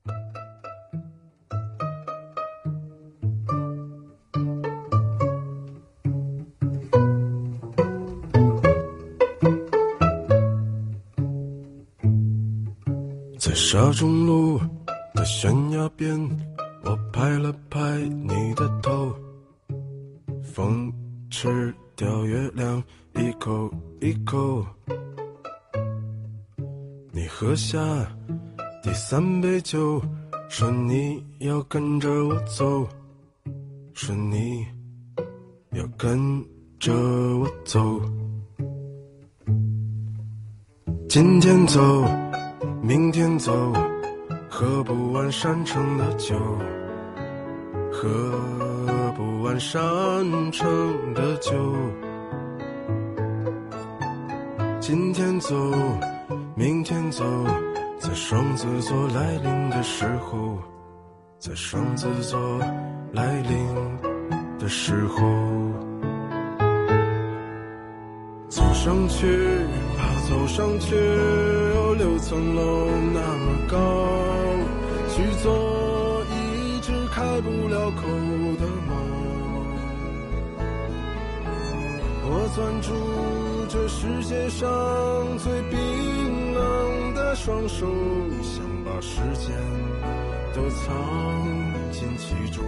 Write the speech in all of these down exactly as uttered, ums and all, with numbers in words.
在沙中路的悬崖边，我拍了拍你的头，风吃掉月亮一口一口。你喝下第三杯酒，说你要跟着我走，说你要跟着我走。今天走明天走，喝不完山城的酒，喝不完山城的酒。今天走明天走，在双子座来临的时候，在双子座来临的时候，走上去吧，走上去，有六层楼那么高，去做一只开不了口的猫。我攥住这世界上最冰冷的双手，想把时间都藏进其中。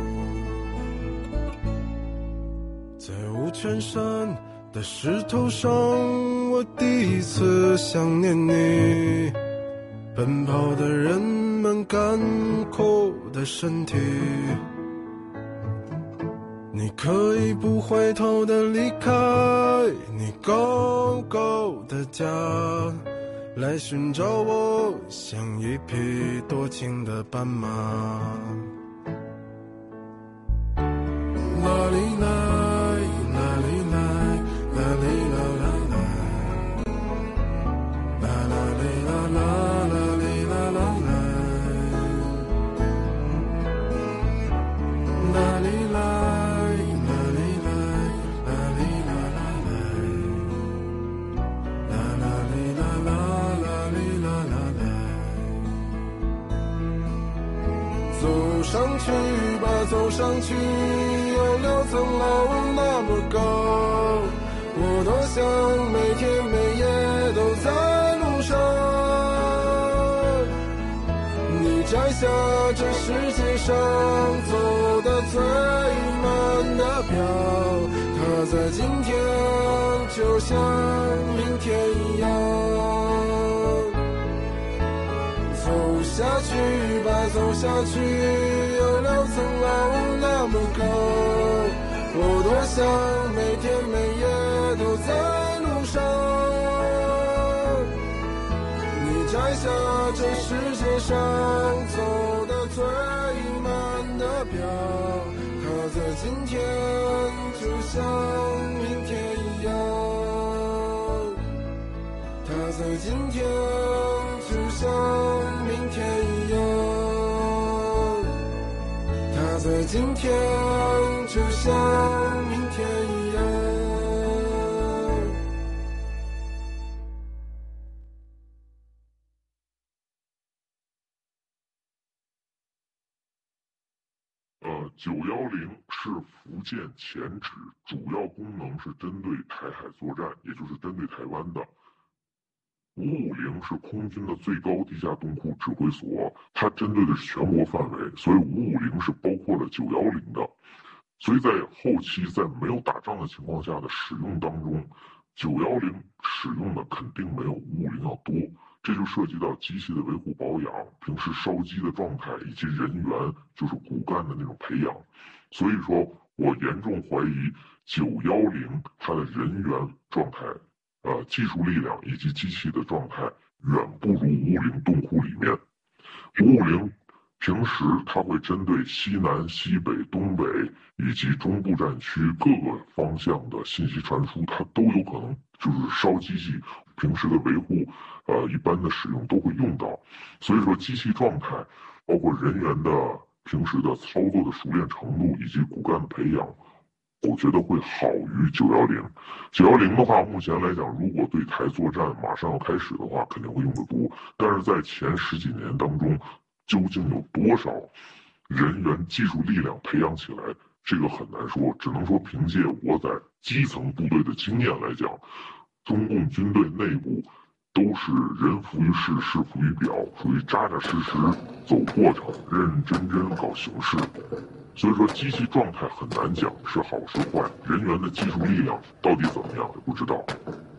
在五泉山的石头上，我第一次想念你，奔跑的人们干枯的身体，你可以不回头的离开你高高的家，来寻找我，像一匹多情的斑马。啦哩啦啦哩啦啦哩啦啦啦，啦啦哩啦啦啦哩啦啦啦，啦哩啦啦哩啦啦哩啦啦啦，啦啦哩啦啦啦哩啦啦啦。走上去吧，走上去，有六层楼那么高，我多想每天每夜都在路上。你摘下这世界上走得最慢的表，它在今天就像明天一样。走下去吧，走下去，有六层楼那么高，我多想每天每夜都在路上。你摘下这世界上走得最慢的表，它在今天就像明天一样，它在今天就像明天一样，它在今天就像明天一样。 呃，九幺零是福建前指，主要功能是针对台海作战，也就是针对台湾的。五五零是空军的最高地下冻库指挥所，它针对的是全国范围，所以五五零是包括了九幺零的。所以在后期在没有打仗的情况下的使用当中，九幺零使用的肯定没有五五零要多，这就涉及到机器的维护保养、平时烧机的状态以及人员就是骨干的那种培养。所以说我严重怀疑九幺零它的人员状态、呃技术力量以及机器的状态远不如五五零冻库里面。五五零平时它会针对西南、西北、东北以及中部战区各个方向的信息传输，它都有可能就是烧机器，平时的维护，呃，一般的使用都会用到。所以说，机器状态，包括人员的平时的操作的熟练程度以及骨干的培养，我觉得会好于九幺零。九幺零的话，目前来讲，如果对台作战马上要开始的话，肯定会用得多。但是在前十几年当中， 究竟有多少人员技术力量培养起来，这个很难说，只能说凭借我在基层部队的经验来讲，中共军队内部都是人浮于事，事浮于表，属于扎扎实实走过程，认认真真搞形式。所以说机器状态很难讲是好是坏，人员的技术力量到底怎么样也不知道。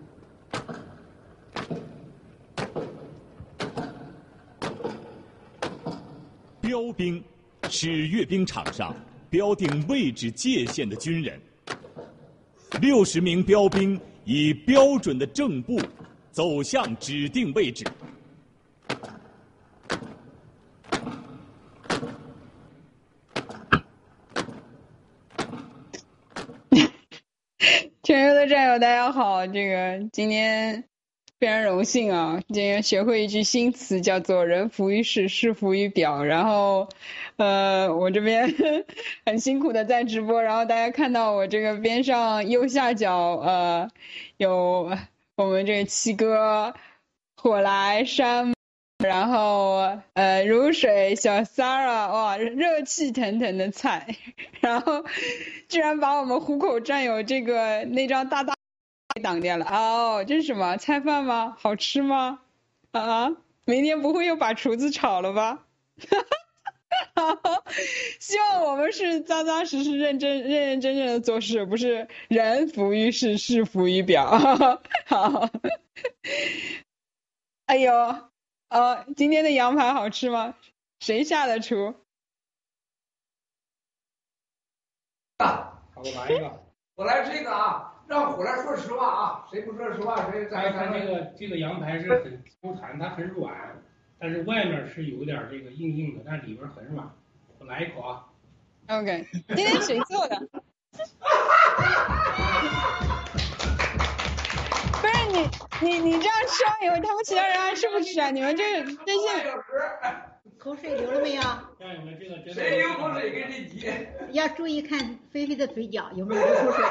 标兵是阅兵场上标定位置界限的军人。六十名标兵以标准的正步走向指定位置。 全球的战友，大家好！这个今天非常荣幸啊，今天学会一句新词，叫做“人浮于事，事浮于表”。然后，呃，我这边很辛苦的在直播，然后大家看到我这个边上右下角，呃，有我们这个七哥、火来、山。然后呃，如水、小 Sara， 哇，热气腾腾的菜，然后居然把我们虎口战友这个那张大大给挡掉了。哦，这是什么菜饭吗？好吃吗？啊，明天不会又把厨子炒了吧？希望我们是扎扎实实、认真、认认真真的做事，不是人浮于事，事浮于表。好，哎呦。呃，今天的羊排好吃吗？谁下的厨？ 啊，好，我来一个，我来这个啊，让我来说实话啊，谁不说实话谁咱咱这个这个羊排是很 Q 弹，它很软，但是外面是有点这个硬硬的，但里边很软。我来一口啊。 OK， 今天谁做的？不是你，你你这样吃完以后，他们其他人还吃不吃啊？你们这这些口水流了没有？ 战友们，这个真的谁流口水跟谁急？ 要注意看菲菲的嘴角有没有流口水。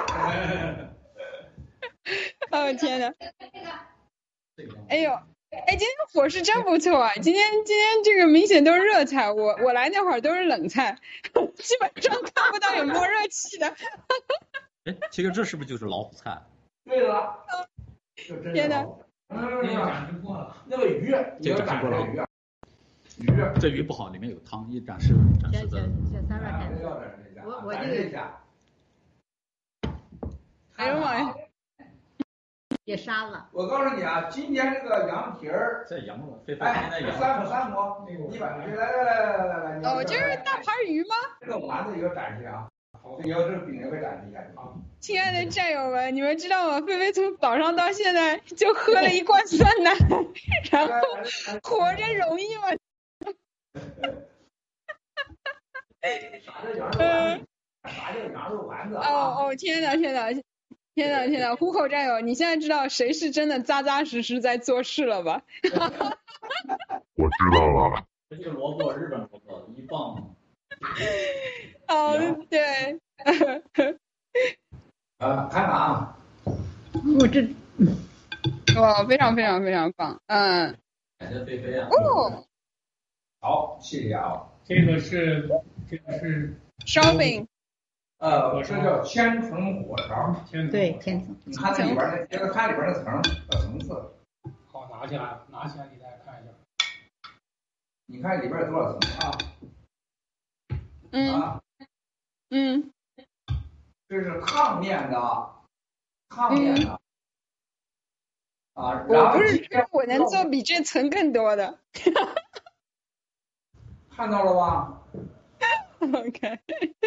哦天哪！哎呦，哎，今天伙食真不错啊！今天今天这个明显都是热菜，我我来那会儿都是冷菜，基本上看不到有摸热气的。 哎，其实这是不是就是老虎菜？ 对了。 天哪！ 嗯，那个鱼， 这个展示过了。 鱼， 这鱼不好，里面有汤，一展示展示的。 小三儿展示，我我这个。 哎呦妈呀！ 也杀了。 我告诉你啊，今天这个羊皮儿。 在羊了，菲菲哎， 在羊。 三亩三亩，一百来来来来来来。 哦，这是大盘鱼吗？ 这个丸子也要展示啊。这要这饼也会展示一下啊！ 亲爱的战友们，你们知道吗？菲菲从早上到现在就喝了一罐酸奶，然后活着容易吗？ 啥叫羊肉丸子？啥叫羊肉丸子？ 哦哦，天哪天哪天哪天哪！虎口战友，你现在知道谁是真的扎扎实实在做事了吧？ 我知道了。 这个萝卜，日本萝卜，一磅。 哦，对。 呃，看看啊， 我这， 哇，非常非常非常棒，嗯。 感谢菲菲啊。 哦。 好，谢谢啊。 这个是这个是烧饼。 呃，这叫千层火烧。 对，千层。 你看那里边那，这个看里边那层层次。 好，拿起来，拿起来给大家看一下。 你看里边有多少层啊？ 嗯。 啊。 嗯。 这是炕面的，炕面的。 嗯、 啊，然后我不是说我能做比这层更多的。 看到了吧 ？OK。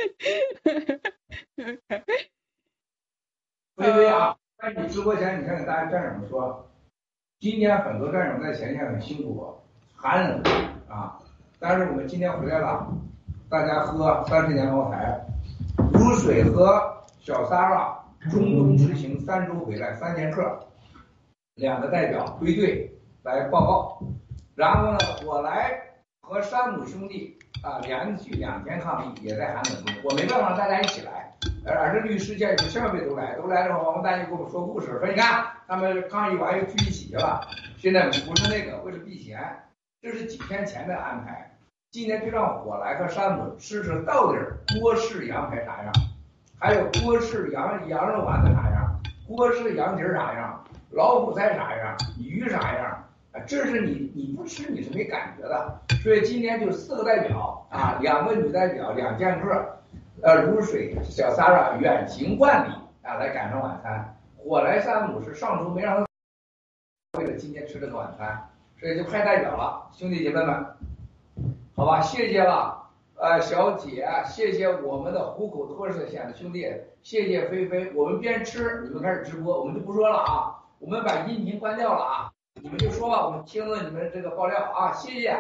微微啊，在你直播前，你先给大家战友们说，今天很多战友在前线很辛苦，寒冷啊，但是我们今天回来了，大家喝三十年茅台。如水和小三啊，中东执行三周回来三剑客，两个代表归队来报告。然后呢，我来和山姆兄弟啊连续两天抗议，也在寒冷中，我没办法让大家一起来，而而是律师建议千万别都来，都来的话，王大爷给我们说故事，说你看他们抗议完又聚一起去了，现在不是那个，为了避嫌，这是几天前的安排。 今年这场火来和山姆试试到底郭氏羊排啥样，还有郭氏羊羊肉丸子啥样，郭氏羊蹄啥样，老虎菜啥样，鱼啥样。这是你你不吃你是没感觉的，所以今天就四个代表啊，两个女代表，两剑客，呃，如水小萨拉远行万里啊来赶上晚餐。火来山姆是上周没让他为了今天吃这个晚餐，所以就派代表了，兄弟姐妹们，好吧，谢谢了，呃，小姐，谢谢我们的虎口脱色险的兄弟，谢谢菲菲，我们边吃你们开始直播，我们就不说了啊，我们把音频关掉了啊。你们就说吧，我们听了你们这个爆料啊，谢谢。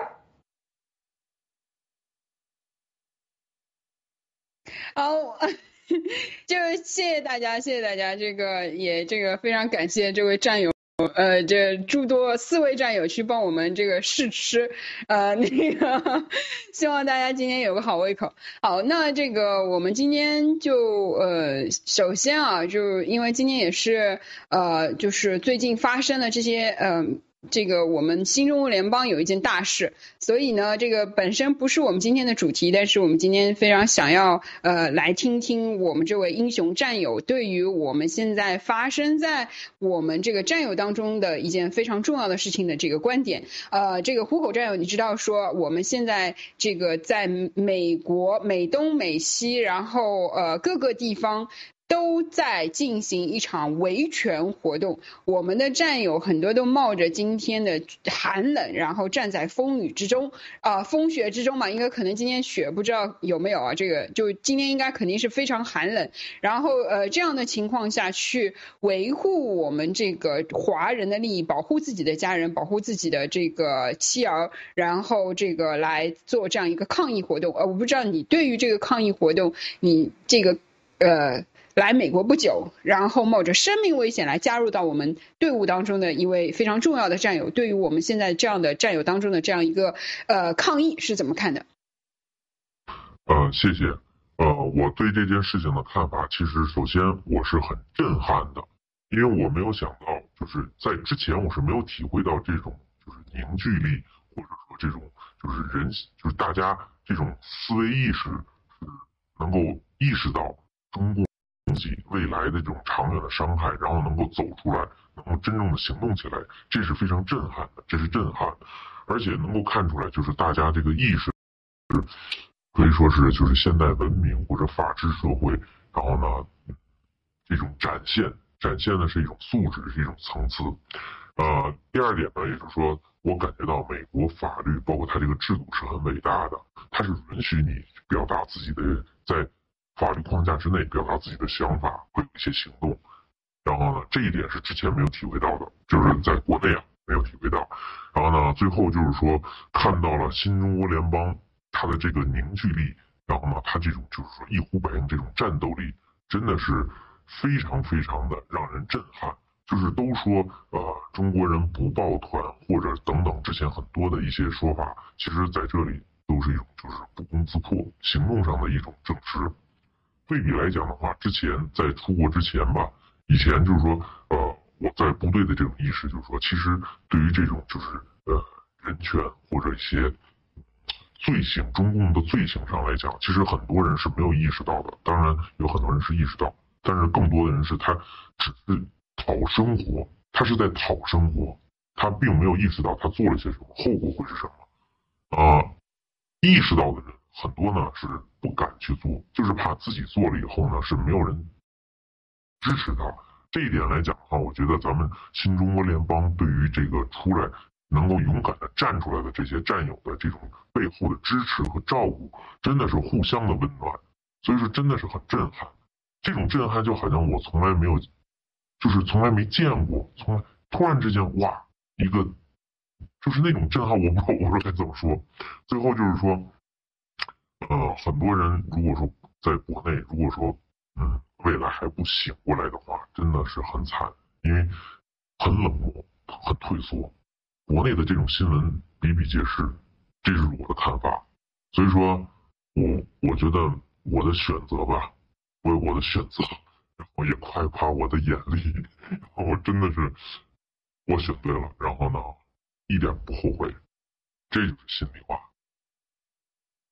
好，就谢谢大家，谢谢大家，这个也这个非常感谢这位战友。呃，这诸多四位战友去帮我们这个试吃，呃，那个希望大家今天有个好胃口。好，那这个我们今天就呃，首先啊，就因为今天也是呃，就是最近发生的这些呃。这个我们新中国联邦有一件大事，所以呢，这个本身不是我们今天的主题，但是我们今天非常想要呃来听听我们这位英雄战友对于我们现在发生在我们这个战友当中的一件非常重要的事情的这个观点。呃，这个虎口战友，你知道说我们现在这个在美国美东美西，然后呃各个地方。都在进行一场维权活动，我们的战友很多都冒着今天的寒冷，然后站在风雨之中，啊、呃，风雪之中嘛，应该可能今天雪不知道有没有啊，这个就今天应该肯定是非常寒冷，然后呃这样的情况下去维护我们这个华人的利益，保护自己的家人，保护自己的这个妻儿，然后这个来做这样一个抗议活动。呃，我不知道你对于这个抗议活动，你这个呃。来美国不久，然后冒着生命危险来加入到我们队伍当中的一位非常重要的战友，对于我们现在这样的战友当中的这样一个呃抗议是怎么看的？ 呃，谢谢。呃，我对这件事情的看法，其实首先我是很震撼的，因为我没有想到，就是在之前我是没有体会到这种就是凝聚力，或者说这种就是人就是大家这种思维意识是能够意识到中共自己未来的这种长远的伤害，然后能够走出来，能够真正的行动起来，这是非常震撼的，这是震撼，而且能够看出来，就是大家这个意识可以说是就是现代文明或者法治社会，然后呢，这种展现展现的是一种素质，是一种层次。呃，第二点呢，也就是说，我感觉到美国法律包括它这个制度是很伟大的，它是允许你表达自己的在。法律框架之内表达自己的想法，会有一些行动，然后呢，这一点是之前没有体会到的，就是在国内啊没有体会到。然后呢，最后就是说看到了新中国联邦它的这个凝聚力，然后呢，它这种就是说一呼百应这种战斗力，真的是非常非常的让人震撼。就是都说呃中国人不抱团或者等等之前很多的一些说法，其实在这里都是一种就是不攻自破，行动上的一种证实。对比来讲的话，之前在出国之前吧，以前就是说，呃，我在部队的这种意识就是说，其实对于这种就是呃人权或者一些罪行，中共的罪行上来讲，其实很多人是没有意识到的。当然有很多人是意识到，但是更多的人是他只是讨生活，他是在讨生活，他并没有意识到他做了些什么，后果会是什么。啊、呃，意识到的人。很多呢是不敢去做，就是怕自己做了以后呢是没有人支持他。这一点来讲的话，我觉得咱们新中国联邦对于这个出来能够勇敢的站出来的这些战友的这种背后的支持和照顾，真的是互相的温暖，所以说真的是很震撼。这种震撼就好像我从来没有，就是从来没见过，从来突然之间哇，一个就是那种震撼，我不知道我说该怎么说。最后就是说。呃，很多人如果说在国内，如果说嗯未来还不醒过来的话，真的是很惨，因为很冷漠，很退缩。国内的这种新闻比比皆是，这是我的看法。所以说，我我觉得我的选择吧，为我的选择，然后也快夸我的眼力，然后我真的是我选对了，然后呢，一点不后悔，这就是心里话。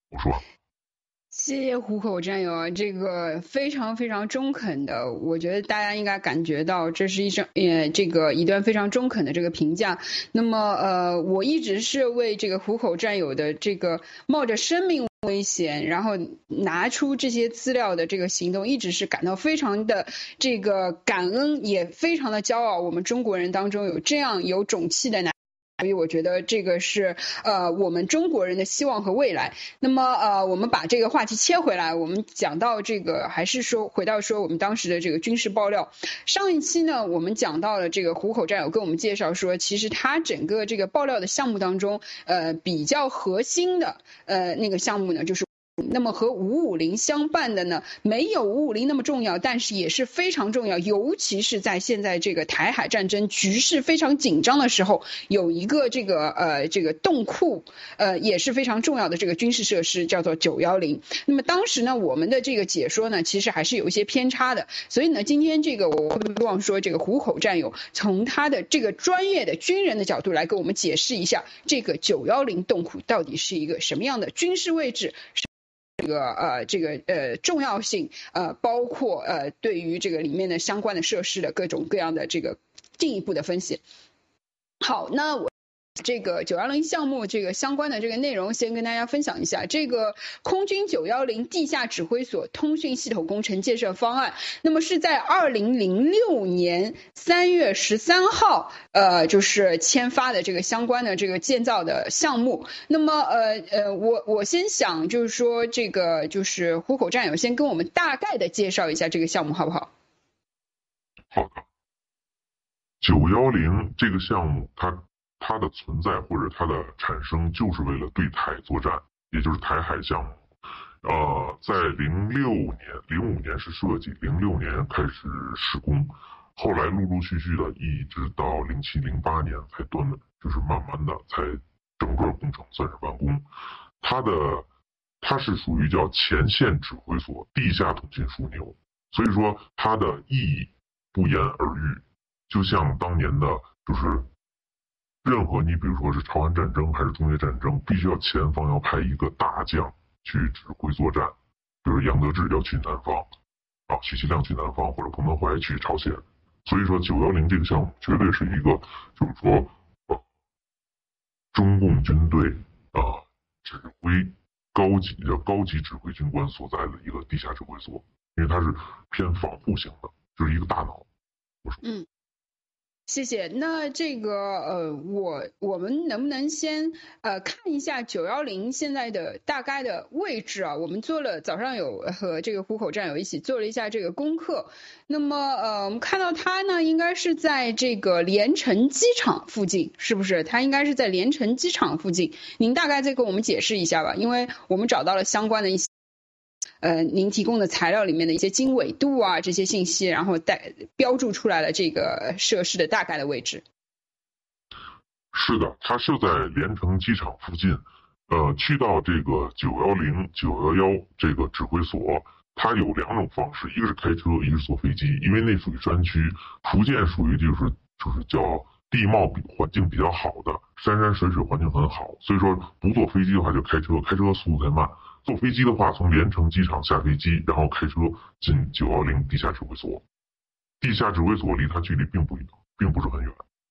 我说。 谢谢虎口战友啊，这个非常非常中肯的，我觉得大家应该感觉到这是一声呃这个一段非常中肯的这个评价。那么呃，我一直是为这个虎口战友的这个冒着生命危险，然后拿出这些资料的这个行动，一直是感到非常的这个感恩，也非常的骄傲。我们中国人当中有这样有种气的男。所以我觉得这个是呃我们中国人的希望和未来。那么呃我们把这个话题切回来，我们讲到这个还是说回到说我们当时的这个军事爆料。上一期呢我们讲到了这个虎口战友跟我们介绍说，其实他整个这个爆料的项目当中呃比较核心的呃那个项目呢，就是那么和五五零相伴的呢，没有五五零那么重要，但是也是非常重要，尤其是在现在这个台海战争局势非常紧张的时候，有一个这个呃这个洞库呃也是非常重要的这个军事设施，叫做九一零。那么当时呢我们的这个解说呢其实还是有一些偏差的，所以呢今天这个我希望说这个虎口战友从他的这个专业的军人的角度来给我们解释一下这个九一零洞库到底是一个什么样的军事位置，这个呃这个呃重要性呃包括呃对于这个里面的相关的设施的各种各样的这个进一步的分析。好，那我这个九一零项目这个相关的这个内容先跟大家分享一下。这个空军九一零地下指挥所通讯系统工程建设方案，那么是在二零零六年三月十三号呃就是签发的这个相关的这个建造的项目。那么呃呃我我先想就是说这个就是虎口战友先跟我们大概的介绍一下这个项目好不好？ 好的。九一零这个项目它它的存在或者它的产生就是为了对台作战，也就是台海项目。呃，在零六年、零五年是设计，零六年开始施工，后来陆陆续续的，一直到零七、零八年才端，就是慢慢的才整个工程算是完工。它的它是属于叫前线指挥所、地下通信枢纽，所以说它的意义不言而喻。就像当年的，就是任何你比如说是朝鲜战争还是中越战争，必须要前方要派一个大将去指挥作战，比如杨得志要去南方，啊，许其亮去南方，或者彭德怀去朝鲜。所以说九一零这个项目绝对是一个，就是说，呃，中共军队啊、呃、指挥高级的高级指挥军官所在的一个地下指挥所，因为它是偏防护型的，就是一个大脑。我说， 嗯。谢谢。那这个呃，我我们能不能先呃看一下九一零现在的大概的位置啊？我们做了早上有和这个虎口战友一起做了一下这个功课。那么呃，我们看到它呢，应该是在这个连城机场附近，是不是？它应该是在连城机场附近。您大概再给我们解释一下吧，因为我们找到了相关的一些。呃，您提供的材料里面的一些经纬度啊，这些信息，然后带标注出来了这个设施的大概的位置。 是的，它是在连城机场附近。呃，去到这个九一零、九一一这个指挥所，它有两种方式，一个是开车，一个是坐飞机。因为那属于山区，福建属于就是就是叫地貌比环境比较好的，山山水水环境很好，所以说不坐飞机的话就开车，开车速度太慢。坐飞机的话，从连城机场下飞机，然后开车进九一零地下指挥所。地下指挥所离它距离并不远，并不是很远。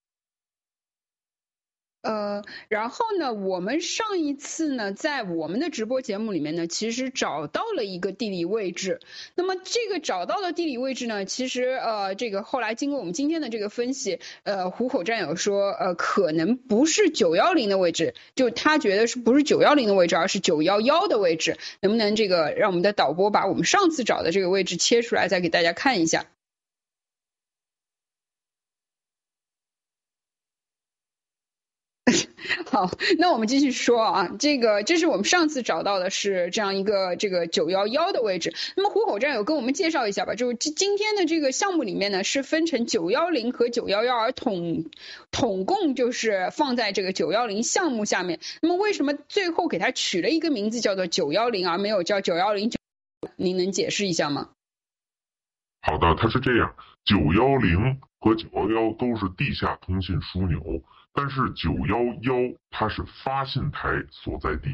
呃，然后呢，我们上一次呢，在我们的直播节目里面呢，其实找到了一个地理位置。那么这个找到的地理位置呢，其实呃，这个后来经过我们今天的这个分析，呃，虎口战友说，呃，可能不是九一零的位置，就他觉得是不是九一零的位置，而是九一一的位置。能不能这个让我们的导播把我们上次找的这个位置切出来，再给大家看一下？好，那我们继续说啊，这个这是我们上次找到的是这样一个这个九一一的位置。那么虎口战友跟我们介绍一下吧，就是今天的这个项目里面呢是分成九一零和九一一，而统统共就是放在这个九一零项目下面。那么为什么最后给它取了一个名字叫做九一零，而没有叫九一零？您能解释一下吗？ 好的，它是这样，九一零和九一一都是地下通信枢纽。但是九一一它是发信台所在地，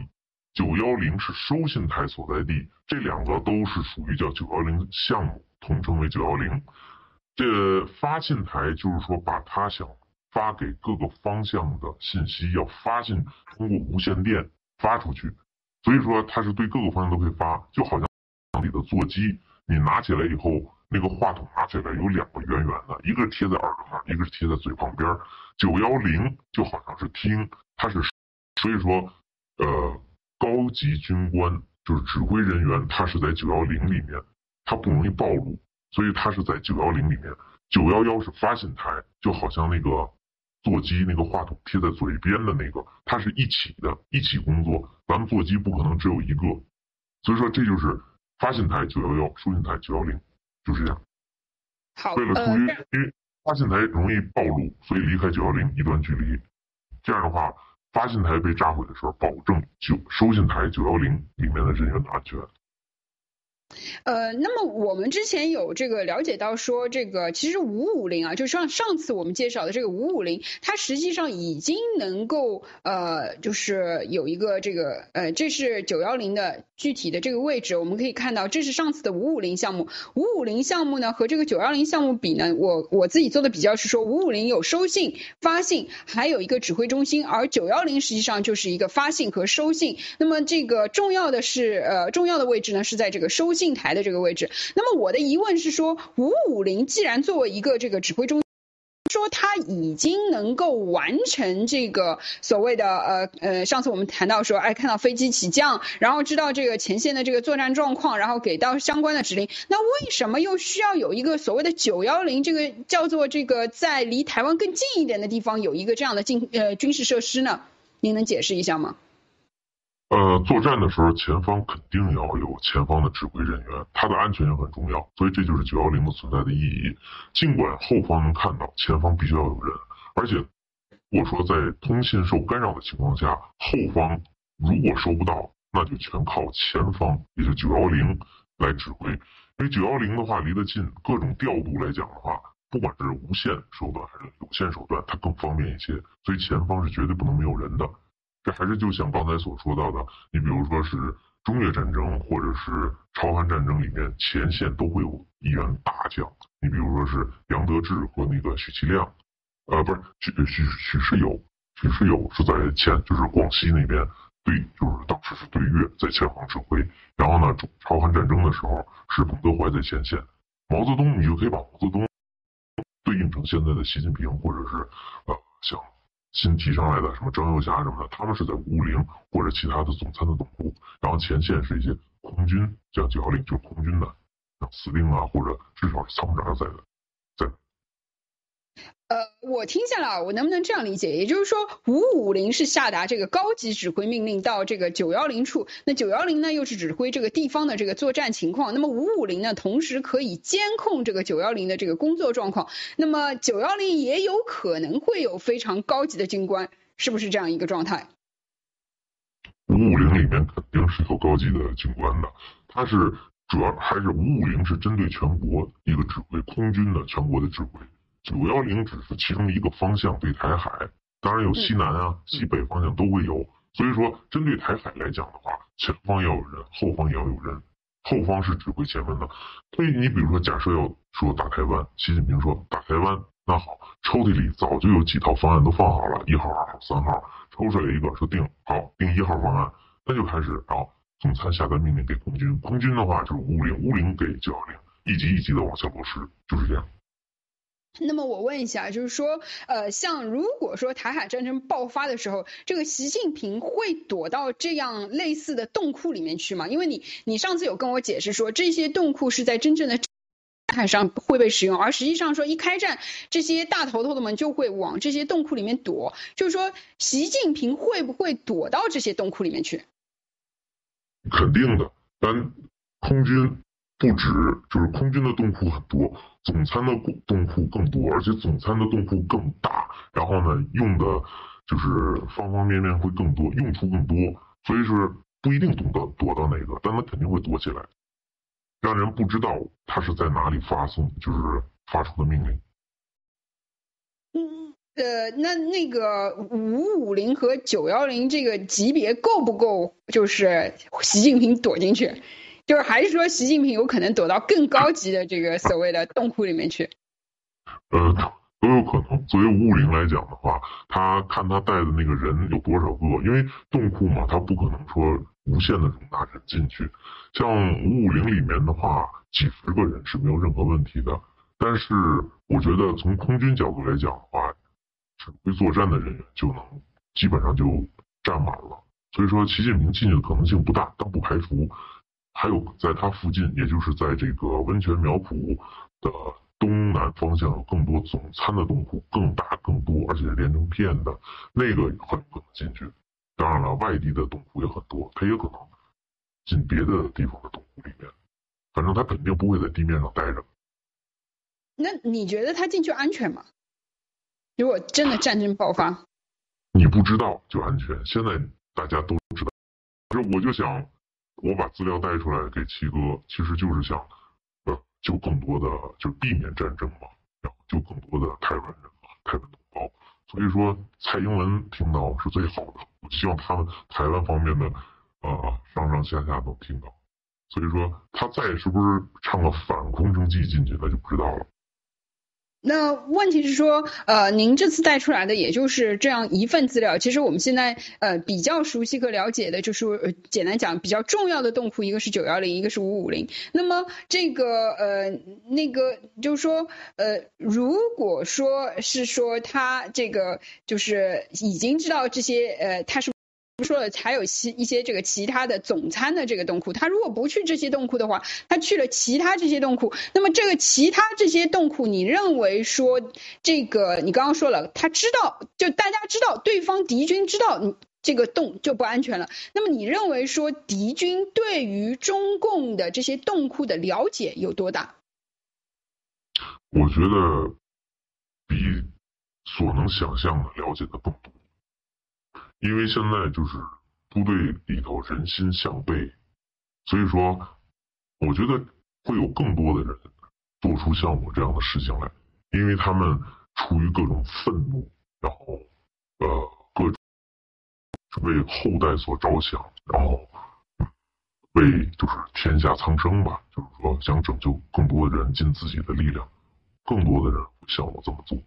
九一零是收信台所在地，这两个都是属于叫九一零项目，统称为九一零。这发信台就是说把它想发给各个方向的信息要发信，通过无线电发出去，所以说它是对各个方向都可以发，就好像你的座机，你拿起来以后，那个话筒拿起来有两个圆圆的，一个是贴在耳朵上，一个是贴在嘴旁边。九一零就好像是听，它是，所以说，呃，高级军官就是指挥人员，他是在九一零里面，他不容易暴露，所以他是在九一零里面。九一一是发信台，就好像那个座机那个话筒贴在嘴边的那个，它是一起的，一起工作。咱们座机不可能只有一个，所以说这就是发信台九一一，收信台九一零，就是这样。 好， 为了出于、呃、因为发信台容易暴露，所以离开九一零一段距离。这样的话，发信台被炸毁的时候，保证九收信台九一零里面的人员的安全。 呃，那么我们之前有这个了解到说，这个其实五五零啊，就上上次我们介绍的这个五五零，它实际上已经能够呃，就是有一个这个呃，这是九一零的具体的这个位置，我们可以看到这是上次的五五零项目。五五零项目呢和这个九一零项目比呢，我我自己做的比较是说，五五零有收信、发信，还有一个指挥中心，而九一零实际上就是一个发信和收信。那么这个重要的是呃，重要的位置呢是在这个收信台的这个位置。那么我的疑问是说，五五零既然作为一个这个指挥中心，说它已经能够完成这个所谓的呃呃，上次我们谈到说，哎，看到飞机起降，然后知道这个前线的这个作战状况，然后给到相关的指令，那为什么又需要有一个所谓的九一零这个叫做这个在离台湾更近一点的地方有一个这样的军呃军事设施呢？您能解释一下吗？ 呃，作战的时候，前方肯定要有前方的指挥人员，他的安全也很重要，所以这就是九一零的存在的意义。尽管后方能看到，前方必须要有人，而且如果说在通信受干扰的情况下，后方如果收不到，那就全靠前方，也就是九一零来指挥。因为九一零的话离得近，各种调度来讲的话，不管是无线手段还是有线手段，它更方便一些，所以前方是绝对不能没有人的。这还是就像刚才所说到的，你比如说是中越战争或者是朝韩战争里面，前线都会有一员大将，你比如说是杨得志和那个许其亮，呃，不是许许许世友，许世友是在前，就是广西那边对，就是当时是对越在前方指挥，然后呢，朝韩战争的时候是彭德怀在前线，毛泽东你就可以把毛泽东对应成现在的习近平，或者是呃像新提上来的什么张又侠什么的，他们是在五五零或者其他的总参的总部，然后前线是一些空军，像九一零就是空军的，像司令啊或者至少是参谋长在的，在。 呃，我听下来，我能不能这样理解？也就是说，五五零是下达这个高级指挥命令到这个九一零处，那九一零呢又是指挥这个地方的这个作战情况。那么五五零呢，同时可以监控这个九一零的这个工作状况。那么九一零也有可能会有非常高级的军官，是不是这样一个状态？ 五五零里面肯定是有高级的军官的，他是主要还是五五零是针对全国一个指挥，空军的全国的指挥。九一零只是其中一个方向，对台海，当然有西南啊、嗯、西北方向都会有。所以说，针对台海来讲的话，前方要有人，后方也要有人，后方是指挥前面的。所以你比如说，假设要说打台湾，习近平说打台湾，那好，抽屉里早就有几套方案都放好了，一号、二号、三号，抽出来一个说定好定一号方案，那就开始然后总参下达命令给空军，空军的话就是五五零，五五零给九一零，一级一级的往下落实，就是这样。 那么我问一下，就是说，呃，像如果说台海战争爆发的时候，这个习近平会躲到这样类似的洞窟里面去吗？因为你你上次有跟我解释说，这些洞窟是在真正的海上会被使用，而实际上说一开战，这些大头头的们就会往这些洞窟里面躲。就是说，习近平会不会躲到这些洞窟里面去？ 肯定的，但空军不止，就是空军的洞窟很多。总参的洞窟更多，而且总参的洞窟更大，然后呢，用的就是方方面面会更多，用处更多，所以是不一定躲到躲到哪个，但他肯定会躲起来，让人不知道他是在哪里发送，就是发出的命令。 嗯， 呃，那那个五五零和九幺零这个级别够不够？就是习近平躲进去，就是还是说习近平有可能躲到更高级的这个所谓的洞窟里面去？ 呃，都有可能。作为五五零来讲的话，他看他带的那个人有多少个，因为洞窟嘛，他不可能说无限的容纳人进去。像五五零里面的话，几十个人是没有任何问题的。但是我觉得从空军角度来讲的话，指挥作战的人员就能基本上就占满了。所以说习近平进去的可能性不大，但不排除还有在他附近，也就是在这个温泉苗圃的东南方向有更多总参的洞窟，更大更多，而且是连成片的，那个很可能进去。当然了，外地的洞窟也很多，他也可能进别的地方的洞窟里面，反正他肯定不会在地面上待着。 那你觉得他进去安全吗？如果真的战争爆发， 你不知道就安全，现在大家都知道。可是我就想，我把资料带出来给七哥，其实就是想，呃，救更多的，就是避免战争嘛，然后救更多的台湾人嘛，台湾同胞。所以说，蔡英文听到是最好的，我希望他们台湾方面的，呃，上上下下都听到。所以说，他再是不是唱个反空城计进去，那就不知道了。 那问题是说，呃，您这次带出来的也就是这样一份资料。其实我们现在呃比较熟悉和了解的，就是呃简单讲比较重要的洞窟，一个是九幺零，一个是五五零。那么这个呃那个就是说呃，如果说是说他这个就是已经知道这些呃他是。说了还有其一些这个其他的总参的这个洞窟，他如果不去这些洞窟的话，他去了其他这些洞窟，那么这个其他这些洞窟，你认为说这个你刚刚说了，他知道就大家知道对方敌军知道你这个洞就不安全了，那么你认为说敌军对于中共的这些洞窟的了解有多大？ 我觉得比所能想象的了解的更多。因为现在就是部队里头人心向背，所以说我觉得会有更多的人做出像我这样的事情来，因为他们出于各种愤怒，然后呃各种为后代所着想，然后为就是天下苍生吧，就是说想拯救更多的人，尽自己的力量，更多的人会像我这么做。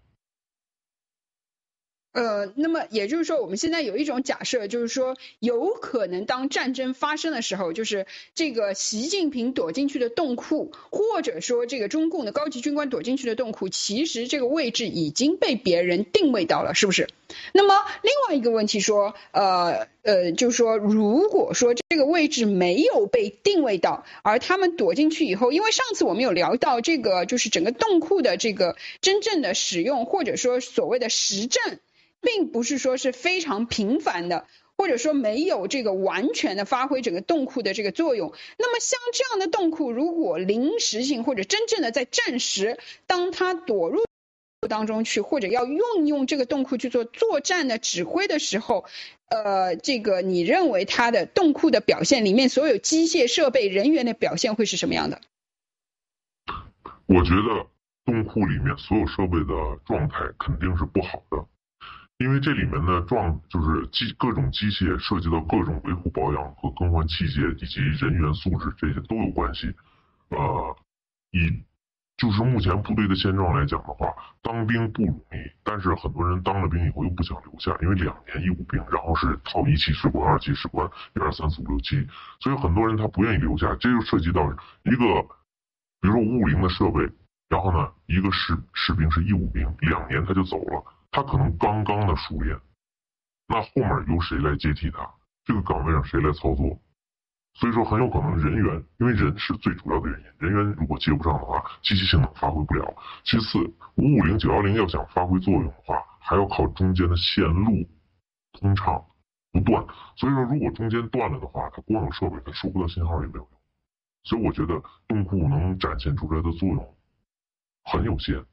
呃，那么也就是说，我们现在有一种假设，就是说，有可能当战争发生的时候，就是这个习近平躲进去的洞窟，或者说这个中共的高级军官躲进去的洞窟，其实这个位置已经被别人定位到了，是不是？那么另外一个问题说，呃呃，就是说，如果说这个位置没有被定位到，而他们躲进去以后，因为上次我们有聊到这个，就是整个洞窟的这个真正的使用，或者说所谓的实战。并不是说是非常频繁的，或者说没有这个完全的发挥整个洞窟的这个作用。那么像这样的洞窟，如果临时性或者真正的在战时，当他躲入当中去，或者要运用这个洞窟去做作战的指挥的时候，呃，这个你认为它的洞窟的表现里面所有机械设备人员的表现会是什么样的？ 我觉得洞窟里面所有设备的状态肯定是不好的。因为这里面的状就是机各种机械涉及到各种维护保养和更换器械以及人员素质，这些都有关系。呃，以就是目前部队的现状来讲的话，当兵不容易，但是很多人当了兵以后又不想留下，因为两年义务兵，然后是套一期士官、二期士官、一二三四五六七，所以很多人他不愿意留下。这就涉及到一个，比如说五五零的设备，然后呢，一个士士兵是义务兵，两年他就走了。他可能刚刚的熟练，那后面由谁来接替他？这个岗位上谁来操作？所以说很有可能人员，因为人是最主要的原因，人员如果接不上的话，机器性能发挥不了。其次，五五零、九幺零要想发挥作用的话，还要靠中间的线路通畅不断。所以说，如果中间断了的话，它光有设备，它收不到信号也没有用。所以我觉得洞窟能展现出来的作用很有限。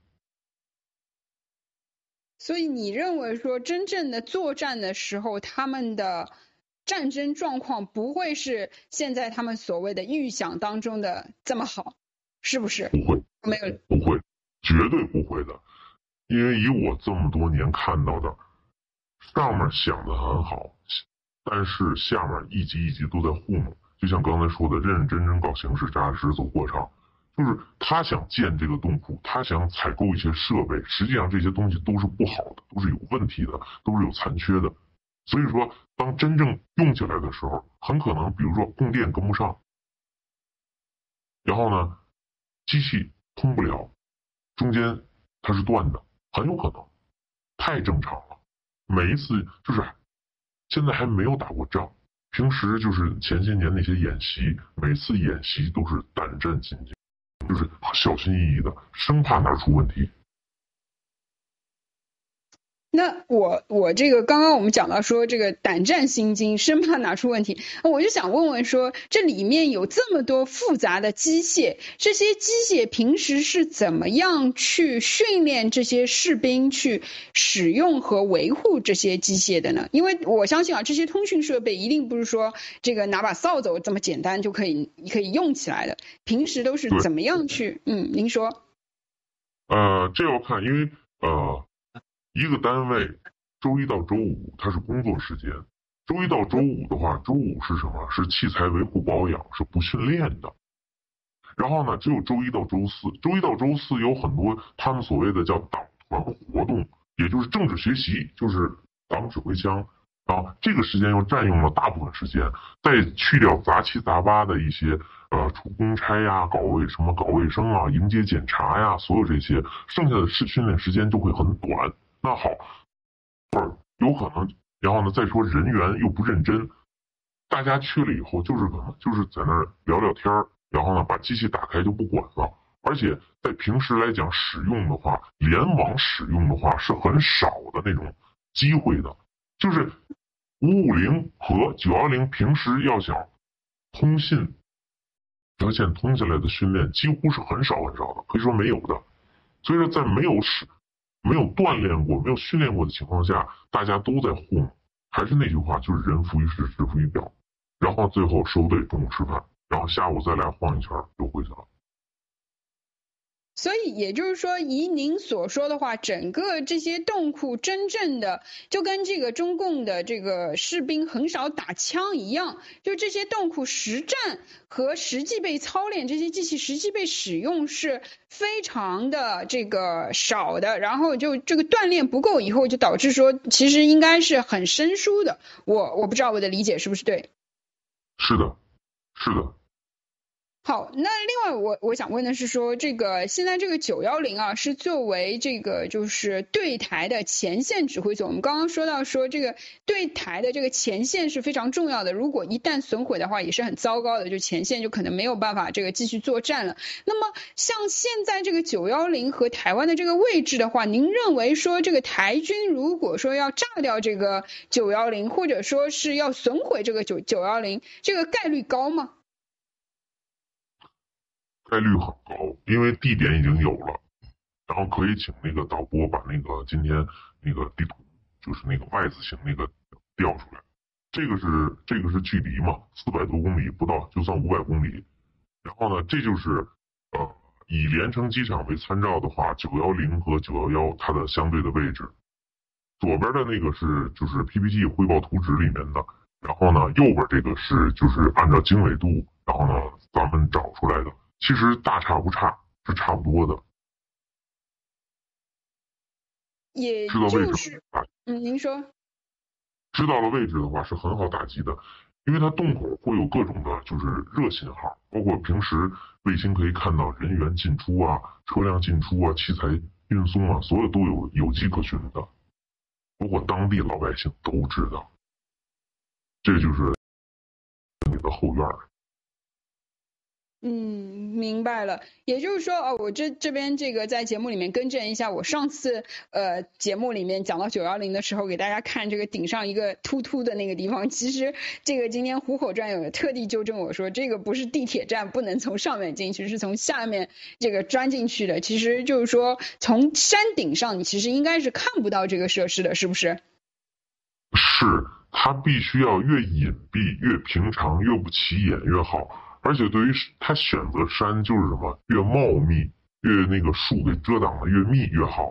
所以你认为说真正的作战的时候，他们的战争状况不会是现在他们所谓的预想当中的这么好，是不是？ 不会， 没有， 不会，绝对不会的。 因为以我这么多年看到的，上面想的很好，但是下面一级一级都在糊弄。就像刚才说的，认认真真搞形式，扎实走过场。就是他想建这个洞库，他想采购一些设备，实际上这些东西都是不好的，都是有问题的，都是有残缺的。所以说，当真正用起来的时候，很可能比如说供电跟不上，然后呢，机器通不了，中间它是断的，很有可能，太正常了。每一次就是现在还没有打过仗，平时就是前些年那些演习，每次演习都是胆战心惊，就是小心翼翼的，生怕哪儿出问题。 那我我这个刚刚我们讲到说这个胆战心惊，生怕拿出问题，我就想问问说，这里面有这么多复杂的机械，这些机械平时是怎么样去训练这些士兵去使用和维护这些机械的呢？因为我相信啊，这些通讯设备一定不是说这个拿把扫帚这么简单就可以可以用起来的，平时都是怎么样去？嗯，您说？ 呃，这要看，因为呃。一个单位周一到周五它是工作时间，周一到周五的话，周五是什么？是器材维护保养，是不训练的。然后呢，只有周一到周四，周一到周四有很多他们所谓的叫党团活动，也就是政治学习，就是党指挥枪啊，这个时间又占用了大部分时间，再去掉杂七杂八的一些呃出公差呀、搞卫什么搞卫生啊、迎接检查呀，所有这些，剩下的是训练时间就会很短。那好，不是有可能，然后呢，再说人员又不认真，大家去了以后就是可能就是在那儿聊聊天儿，然后呢把机器打开就不管了。而且在平时来讲使用的话，联网使用的话是很少的那种机会的，就是五五零和九幺零平时要想通信条线通下来的训练几乎是很少很少的，可以说没有的。所以说在没有使没有锻炼过、没有训练过的情况下，大家都在糊弄。还是那句话，就是人浮于事，事浮于表。然后最后收队，中午吃饭，然后下午再来晃一圈就回去了。 所以也就是说，以您所说的话，整个这些洞库真正的就跟这个中共的这个士兵很少打枪一样，就这些洞库实战和实际被操练，这些机器实际被使用是非常的这个少的，然后就这个锻炼不够，以后就导致说其实应该是很生疏的。我我不知道我的理解是不是对？ 是的，是的。 好，那另外我我想问的是说，这个现在这个九幺零啊，是作为这个就是对台的前线指挥所。我们刚刚说到说，这个对台的这个前线是非常重要的，如果一旦损毁的话，也是很糟糕的，就前线就可能没有办法这个继续作战了。那么像现在这个九幺零和台湾的这个位置的话，您认为说这个台军如果说要炸掉这个九幺零，或者说是要损毁这个九九幺零，这个概率高吗？ 概率很高，因为地点已经有了，然后可以请那个导播把那个今天那个地图，就是那个 Y 字形那个调出来。这个是这个是距离嘛，四百多公里不到，就算五百公里。然后呢，这就是呃以连城机场为参照的话，九幺零和九幺幺它的相对的位置。左边的那个是就是 P P T 汇报图纸里面的，然后呢右边这个是就是按照经纬度，然后呢咱们找出来的。其实大差不差，是差不多的。 也知道位置就是嗯，您说。 知道了位置的话是很好打击的，因为它洞口会有各种的就是热信号，包括平时卫星可以看到人员进出啊、车辆进出啊、器材运送啊，所有都有有迹可循的，包括当地老百姓都知道。这就是你的后院。 嗯，明白了。也就是说，哦，我这这边这个在节目里面更正一下，我上次呃节目里面讲到九幺零的时候，给大家看这个顶上一个突突的那个地方，其实这个今天虎口战友特地纠正我说，这个不是地铁站，不能从上面进去，是从下面这个钻进去的。其实就是说，从山顶上你其实应该是看不到这个设施的，是不是？ 是，它必须要越隐蔽、越平常、越不起眼越好。而且对于他选择山就是什么，越茂密，越那个树给遮挡的越密越好。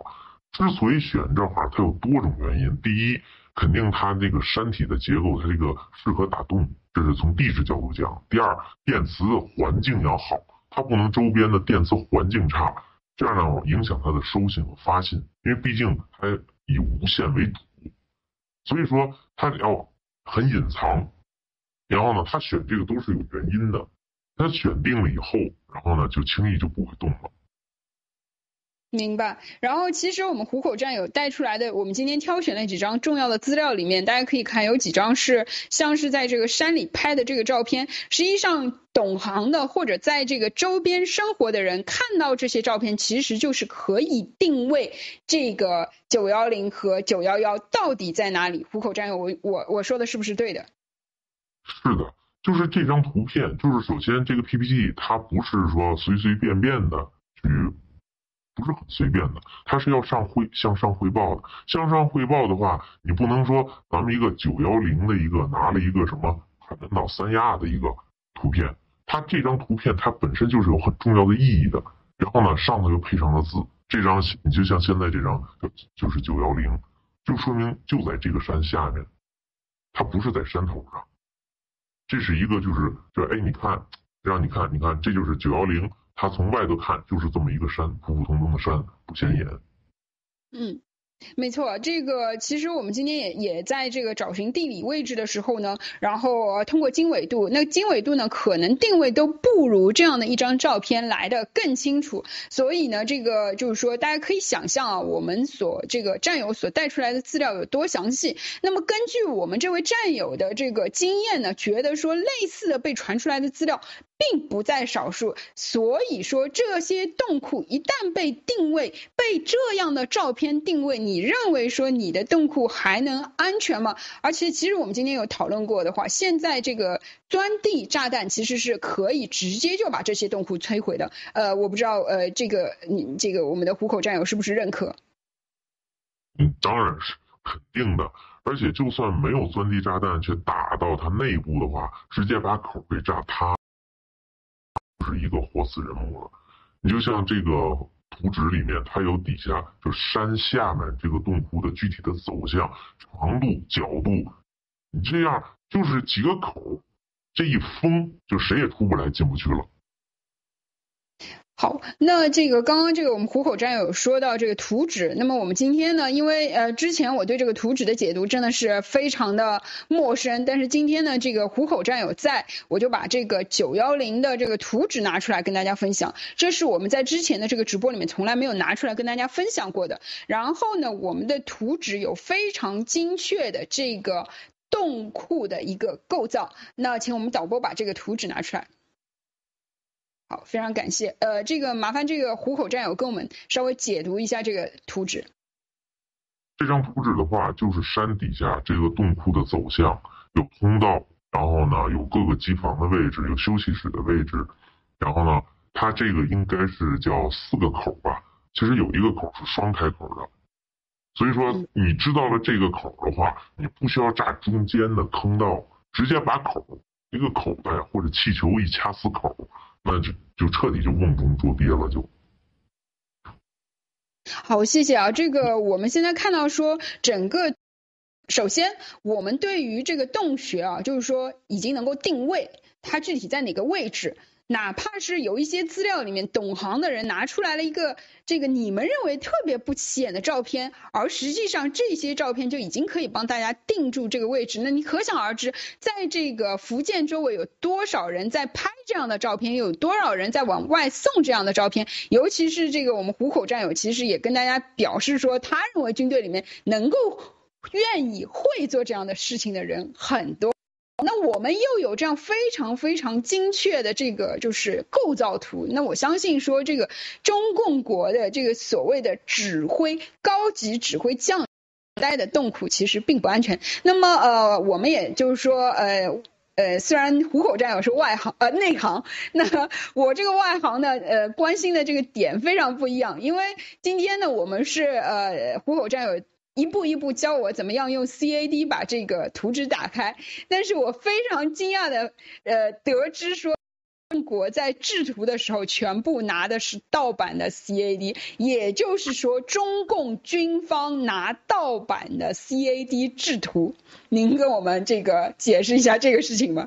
之所以选这块儿，它有多种原因。第一，肯定它这个山体的结构，它这个适合打洞，这是从地质角度讲。第二，电磁的环境要好，它不能周边的电磁环境差，这样呢影响它的收信和发信，因为毕竟它以无线为主，所以说它要很隐藏。然后呢，他选这个都是有原因的，他选定了以后，然后呢就轻易就不会动了。 明白。然后其实我们虎口站有带出来的，我们今天挑选了几张重要的资料里面，大家可以看有几张是像是在这个山里拍的这个照片。实际上懂行的或者在这个周边生活的人看到这些照片，其实就是可以定位这个九一零和九一一到底在哪里。虎口站有我我我说的是不是对的？ 是的，就是这张图片，就是首先这个 P P T 它不是说随随便便的去。不是很随便的，它是要上汇向上汇报的。向上汇报的话，你不能说咱们一个九一零的一个拿了一个什么海南岛三亚的一个图片，它这张图片它本身就是有很重要的意义的。然后呢，上头又配上了字，这张你就像现在这张就是九一零，就说明就在这个山下面，它不是在山头上。这是一个就是这哎，你看让你看，你看这就是九一零。它从外头看就是这么一个山，普普通通的山，不显眼。 嗯，没错，这个其实我们今天也也在这个找寻地理位置的时候呢，然后、呃、通过经纬度，那经纬度呢可能定位都不如这样的一张照片来的更清楚，所以呢，这个就是说大家可以想象啊，我们所这个战友所带出来的资料有多详细。那么根据我们这位战友的这个经验呢，觉得说类似的被传出来的资料并不在少数，所以说这些洞库一旦被定位，被这样的照片定位，你认为说你的洞库还能安全吗？而且其实我们今天有讨论过的话，现在这个钻地炸弹其实是可以直接就把这些洞库摧毁的。呃，我不知道呃这个你这个我们的虎口战友是不是认可？ 嗯，当然是肯定的。而且就算没有钻地炸弹去打到它内部的话，直接把口给炸塌，就是一个活死人墓了。你就像这个图纸里面，它有底下就山下面这个洞窟的具体的走向、长度、角度，你这样就是几个口，这一封就谁也出不来、进不去了。 好，那这个刚刚这个我们虎口战友有说到这个图纸，那么我们今天呢，因为呃之前我对这个图纸的解读真的是非常的陌生，但是今天呢这个虎口战友在，我就把这个九一零的这个图纸拿出来跟大家分享，这是我们在之前的这个直播里面从来没有拿出来跟大家分享过的。然后呢，我们的图纸有非常精确的这个洞库的一个构造，那请我们导播把这个图纸拿出来。好，非常感谢。呃，这个麻烦这个虎口战友跟我们稍微解读一下这个图纸。 这张图纸的话，就是山底下这个洞库的走向，有通道，然后呢有各个机房的位置，有休息室的位置，然后呢它这个应该是叫四个口吧，其实有一个口是双开口的，所以说你知道了这个口的话，你不需要炸中间的坑道，直接把口一个口袋或者气球一掐死口，那就就彻底就瓮中捉鳖了就。 好，谢谢啊。这个我们现在看到说整个，首先我们对于这个洞穴啊，就是说已经能够定位它具体在哪个位置。哪怕是有一些资料里面懂行的人拿出来了一个这个你们认为特别不起眼的照片，而实际上这些照片就已经可以帮大家定住这个位置，那你可想而知，在这个福建周围有多少人在拍这样的照片，有多少人在往外送这样的照片。尤其是这个我们虎口战友其实也跟大家表示说，他认为军队里面能够愿意会做这样的事情的人很多。那我们又有这样非常非常精确的这个就是构造图，那我相信说这个中共国的这个所谓的指挥高级指挥将待的洞窟其实并不安全。那么呃，我们也就是说呃呃，虽然虎口战友是外行呃内行，那我这个外行呢呃关心的这个点非常不一样，因为今天呢我们是呃虎口战友一步一步教我怎么样用 C A D 把这个图纸打开，但是我非常惊讶的呃得知说中国在制图的时候全部拿的是盗版的 C A D， 也就是说中共军方拿盗版的 C A D 制图。您跟我们这个解释一下这个事情吧。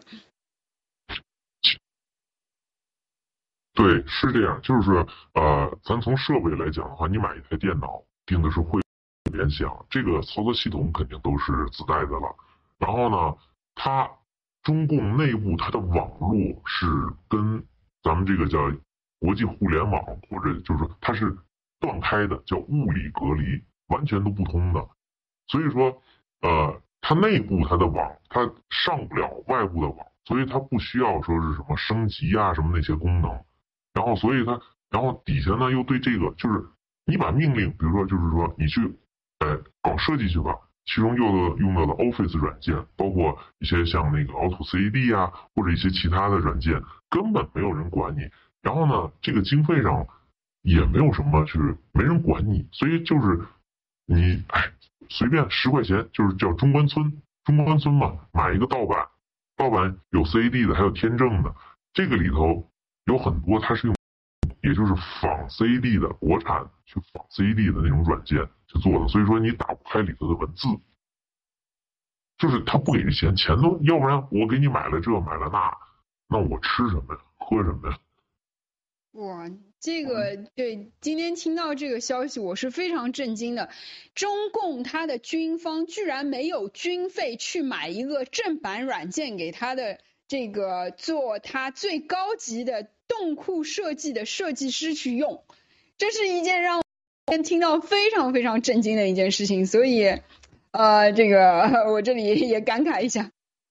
对，是这样，就是呃，咱从设备来讲的话，你买一台电脑定的是汇联想，这个操作系统肯定都是自带的了。然后呢，它中共内部它的网络是跟咱们这个叫国际互联网，或者就是说它是断开的，叫物理隔离，完全都不通的。所以说，呃，它内部它的网它上不了外部的网，所以它不需要说是什么升级啊什么那些功能。然后所以它，然后底下呢又对这个就是你把命令，比如说就是说你去，呃，搞设计去吧。其中用的用到的 Office 软件，包括一些像那个 Auto C A D 啊，或者一些其他的软件，根本没有人管你。然后呢，这个经费上也没有什么，就是没人管你，所以就是你哎随便十块钱，就是叫中关村，中关村嘛，买一个盗版，盗版有 C A D 的，还有天正的，这个里头有很多它是用，也就是仿 C A D 的国产去仿 C A D 的那种软件去做的，所以说你打不开里头的文字，就是他不给钱，钱都要不然我给你买了这买了那，那我吃什么呀，喝什么呀？ 哇，这个对，今天听到这个消息，我是非常震惊的。中共他的军方居然没有军费去买一个正版软件给他的这个做他最高级的动库设计的设计师去用，这是一件让我听到非常非常震惊的一件事情。所以，呃，这个我这里也感慨一下。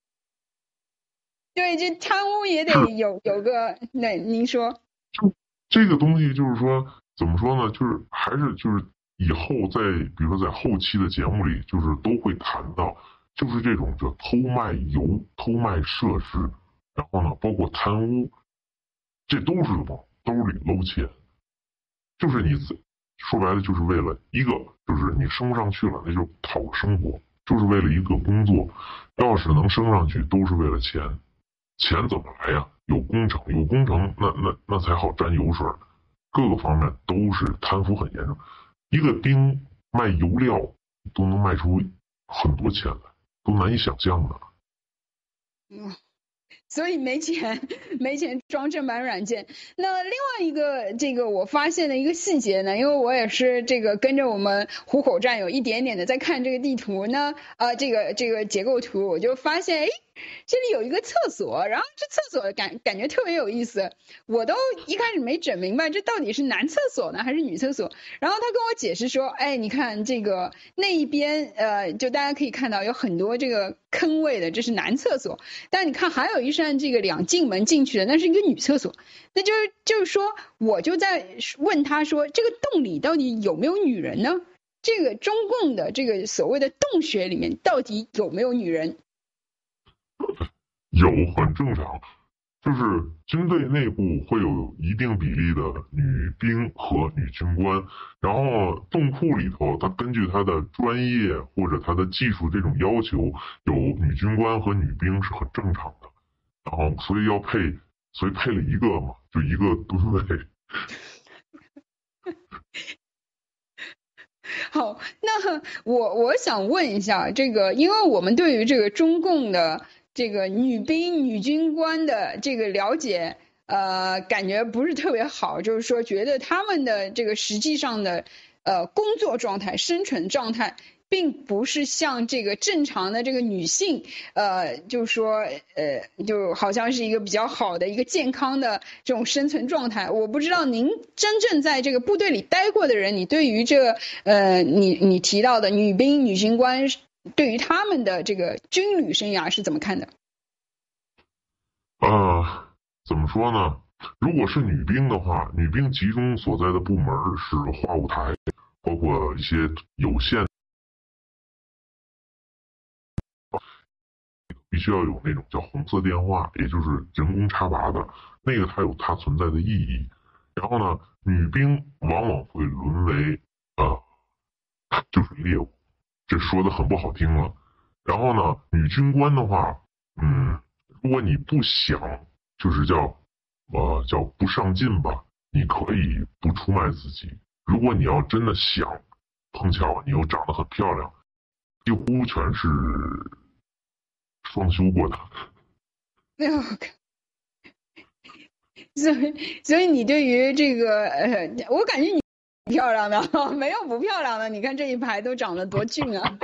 对，这贪污也得有有个，那您说。 这个东西就是说，怎么说呢？就是还是就是以后在比如说在后期的节目里，就是都会谈到，就是这种叫偷卖油、偷卖设施，然后呢，包括贪污，这都是往兜里搂钱。就是你说白了，就是为了一个，就是你升不上去了，那就讨个生活，就是为了一个工作。要是能升上去，都是为了钱。钱怎么来呀？有工程，有工程，那那那才好沾油水。各个方面都是贪腐很严重。一个兵卖油料都能卖出很多钱来，都难以想象的。 嗯，所以没钱，没钱装正版软件。那另外一个这个我发现的一个细节呢，因为我也是这个跟着我们虎口站有一点点的在看这个地图呢，呃，这个这个结构图，我就发现，哎。这里有一个厕所，然后这厕所感感觉特别有意思，我都一开始没整明白这到底是男厕所呢还是女厕所。然后他跟我解释说，哎，你看这个那一边，呃，就大家可以看到有很多这个坑位的，这是男厕所。但你看还有一扇这个两进门进去的，那是一个女厕所。那就是就是说，我就在问他说，这个洞里到底有没有女人呢？这个中共的这个所谓的洞穴里面到底有没有女人？ 有，很正常，就是军队内部会有一定比例的女兵和女军官，然后洞库里头，他根据他的专业或者他的技术这种要求，有女军官和女兵是很正常的，然后所以要配，所以配了一个嘛，就一个吨位。 好，那我我想问一下，这个，因为我们对于这个中共的这个女兵、女军官的这个了解，呃，感觉不是特别好，就是说觉得他们的这个实际上的呃工作状态、生存状态，并不是像这个正常的这个女性，呃，就是说呃，就好像是一个比较好的一个健康的这种生存状态。我不知道您真正在这个部队里待过的人，你对于这个呃，你你提到的女兵、女军官。对于他们的这个军旅生涯是怎么看的？ 呃，怎么说呢？如果是女兵的话，女兵集中所在的部门是话务台，包括一些有限，必须要有那种叫红色电话，也就是人工插拔的，那个它有它存在的意义。然后呢，女兵往往会沦为呃，就是猎物。这说的很不好听了。然后呢，女军官的话，嗯，如果你不想，就是叫呃叫不上进吧，你可以不出卖自己。如果你要真的想，碰巧你又长得很漂亮，几乎全是双修过的。 没有，所以所以你对于这个呃，我感觉你漂亮的，没有不漂亮的。你看这一排都长得多俊啊！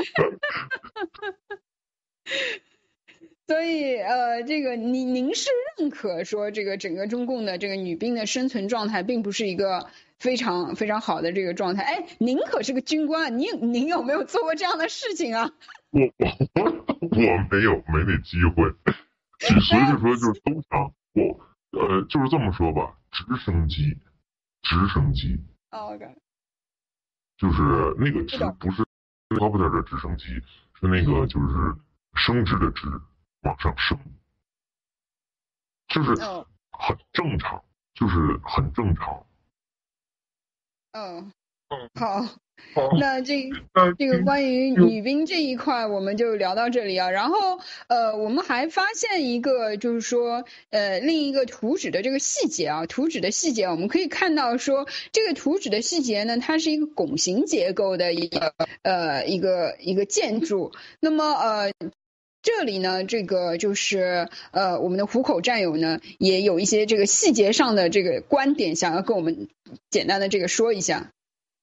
所以呃，这个您您是认可说这个整个中共的这个女兵的生存状态并不是一个非常非常好的这个状态？哎，您可是个军官，您您有没有做过这样的事情啊？ 我我我没有没那机会，所以说就是通常我呃就是这么说吧，直升机，直升机， 哦 ，OK， 就是那个直不是 helicopter 的直升机，是那个就是升职的职往上升，就是很正常，就是很正常。 嗯，好。那这这个关于女兵这一块我们就聊到这里啊，然后呃我们还发现一个就是说呃另一个图纸的这个细节啊，图纸的细节我们可以看到说这个图纸的细节呢，它是一个拱形结构的一个呃一个一个建筑。那么呃这里呢，这个就是呃我们的虎口战友呢也有一些这个细节上的这个观点想要跟我们简单的这个说一下。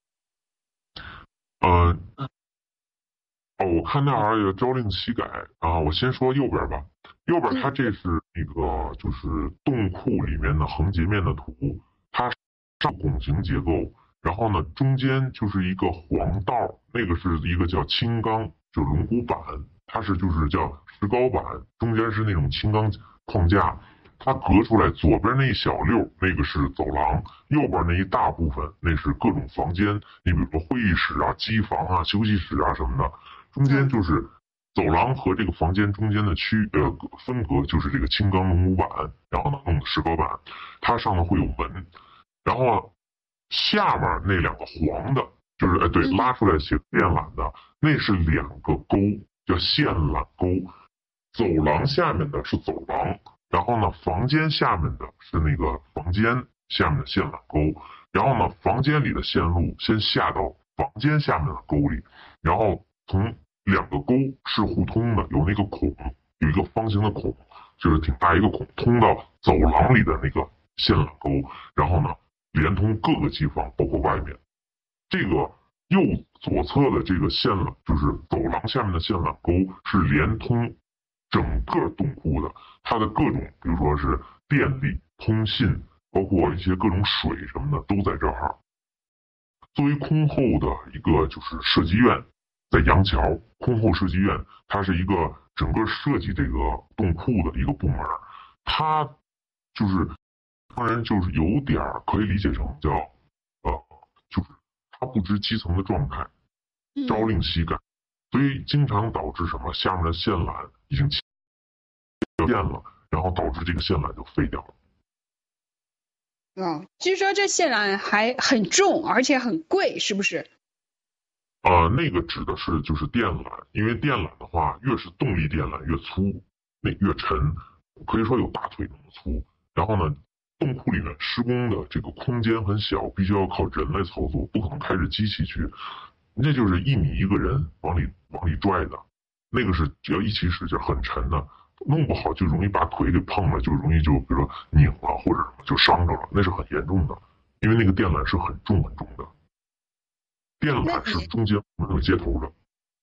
呃，哦，我看那玩意儿朝令夕改啊，我先说右边吧。右边它这是那个就是洞库里面的横截面的图，它上拱形结构，然后呢中间就是一个黄道，那个是一个叫青钢，就龙骨板，它是就是叫石膏板，中间是那种青钢框架。它隔出来，左边那一小溜那个是走廊，右边那一大部分那是各种房间，你比如说会议室啊、机房啊、休息室啊什么的，中间就是走廊和这个房间中间的区呃分隔，就是这个青钢龙骨板，然后呢弄的石膏板，它上面会有门，然后下面那两个黄的，就是哎对，拉出来写电缆的，那是两个沟，叫线缆沟，走廊下面的是走廊。然后呢，房间下面的是那个房间下面的线缆沟，然后呢，房间里的线路先下到房间下面的沟里，然后从两个沟是互通的，有那个孔，有一个方形的孔，就是挺大一个孔，通到走廊里的那个线缆沟，然后呢，连通各个机房，包括外面。这个右左侧的这个线缆，就是走廊下面的线缆沟，是连通整个洞库的，它的各种，比如说是电力、通信，包括一些各种水什么的，都在这儿。作为空后的一个就是设计院，在杨桥空后设计院，它是一个整个设计这个洞库的一个部门，它就是当然就是有点可以理解成叫呃，就是它不知基层的状态，朝令夕改。所以经常导致什么？下面的线缆已经电了，然后导致这个线缆就废掉了。 哦，据说这线缆还很重，而且很贵，是不是？ 呃，那个指的是就是电缆，因为电缆的话，越是动力电缆越粗，那越沉，可以说有大腿那么粗。然后呢，洞库里面施工的这个空间很小，必须要靠人来操作，不可能开着机器去。那就是一米一个人往里往里拽的，那个是只要一起使劲很沉的，弄不好就容易把腿给碰了，就容易就比如说拧了或者什么就伤着了，那是很严重的，因为那个电缆是很重很重的，电缆是中间没有接头的。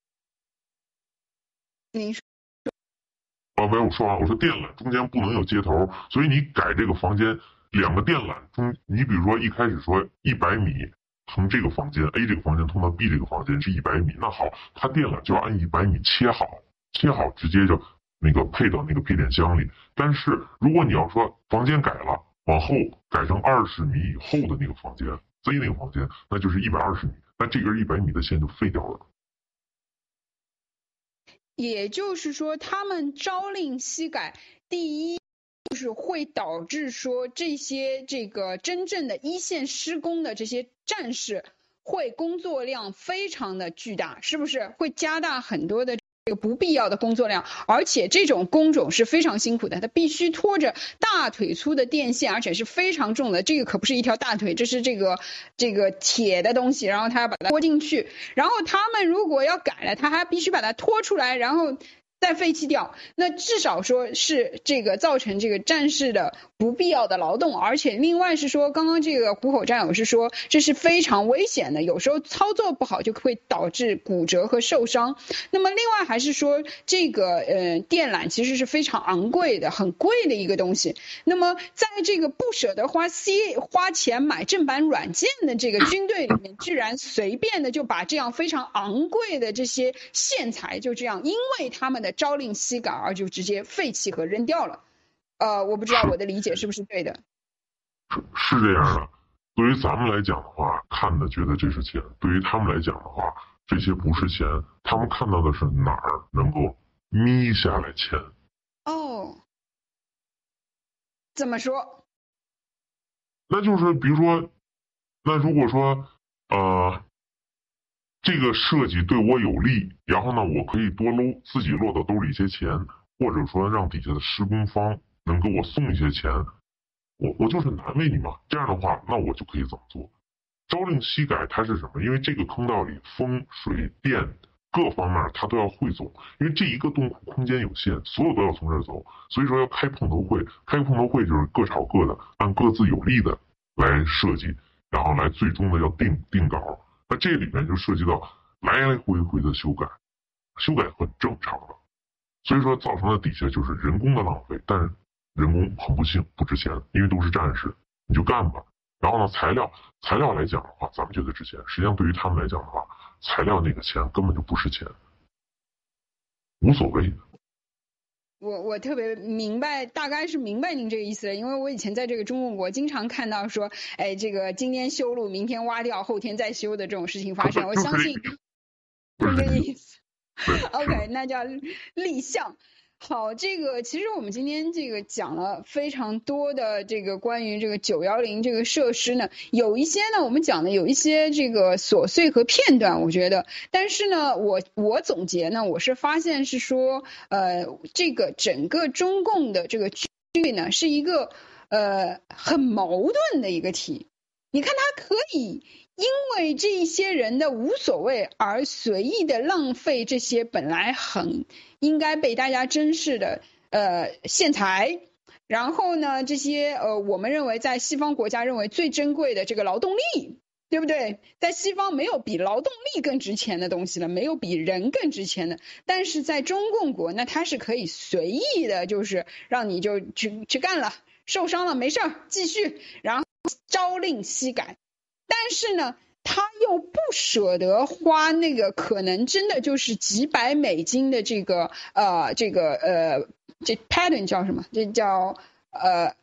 您说？ 啊，没有说完，我说电缆中间不能有接头，所以你改这个房间两个电缆中，你比如说一开始说一百米。从这个房间 A 这个房间通到 B 这个房间是一百米，那好，它电缆就要按一百米切好，切好直接就那个配到那个配电箱里。但是如果你要说房间改了，往后改成二十米以后的那个房间 C 那个房间，那就是一百二十米，那这根一百米的线就废掉了。 也就是说，他们朝令夕改，第一。就是会导致说这些这个真正的一线施工的这些战士会工作量非常的巨大，是不是会加大很多的这个不必要的工作量，而且这种工种是非常辛苦的，他必须拖着大腿粗的电线，而且是非常重的，这个可不是一条大腿，这是这个这个铁的东西，然后他要把它拖进去，然后他们如果要改了，他还必须把它拖出来，然后再废弃掉，那至少说是这个造成这个战士的不必要的劳动，而且另外是说，刚刚这个虎口战友是说这是非常危险的，有时候操作不好就会导致骨折和受伤。那么另外还是说这个呃电缆其实是非常昂贵的，很贵的一个东西。那么在这个不舍得花 C 花钱买正版软件的这个军队里面，居然随便的就把这样非常昂贵的这些线材就这样因为他们的朝令夕改而就直接废弃和扔掉了。呃，我不知道我的理解是不是对的。 是是这样的，对于咱们来讲的话，看的觉得这是钱；对于他们来讲的话，这些不是钱，他们看到的是哪儿能够眯下来钱。 哦，怎么说？ 那就是比如说，那如果说呃这个设计对我有利，然后呢我可以多搂自己落到兜里一些钱，或者说让底下的施工方能给我送一些钱，我我就是难为你嘛。这样的话，那我就可以怎么做？朝令夕改它是什么？因为这个坑道里风水电各方面它都要汇总，因为这一个洞窟空间有限，所有都要从这儿走，所以说要开碰头会。开碰头会就是各吵各的，按各自有利的来设计，然后来最终的要定定稿。那这里面就涉及到来来回回的修改，修改很正常的，所以说造成了底下就是人工的浪费，但是人工很不幸不值钱，因为都是战士，你就干吧。然后呢，材料材料来讲的话，咱们觉得值钱，实际上对于他们来讲的话，材料那个钱根本就不是钱，无所谓的。 我我特别明白，大概是明白您这个意思了，因为我以前在这个中共国经常看到说，哎，这个今天修路，明天挖掉，后天再修的这种事情发生，我相信是这个意思。OK， 那叫立项。好，这个其实我们今天这个讲了非常多的这个关于这个九一零这个设施呢，有一些呢我们讲的有一些这个琐碎和片段，我觉得，但是呢，我我总结呢，我是发现是说，呃，这个整个中共的这个军队呢是一个呃很矛盾的一个题，你看它可以。因为这一些人的无所谓而随意的浪费这些本来很应该被大家珍视的呃线材，然后呢这些呃我们认为在西方国家认为最珍贵的这个劳动力，对不对？在西方没有比劳动力更值钱的东西了，没有比人更值钱的，但是在中共国那它是可以随意的，就是让你就去去干了，受伤了没事继续，然后朝令夕改。但是呢，他又不舍得花那个可能真的就是几百美金的这个呃这个呃这 pattern 叫什么？这叫呃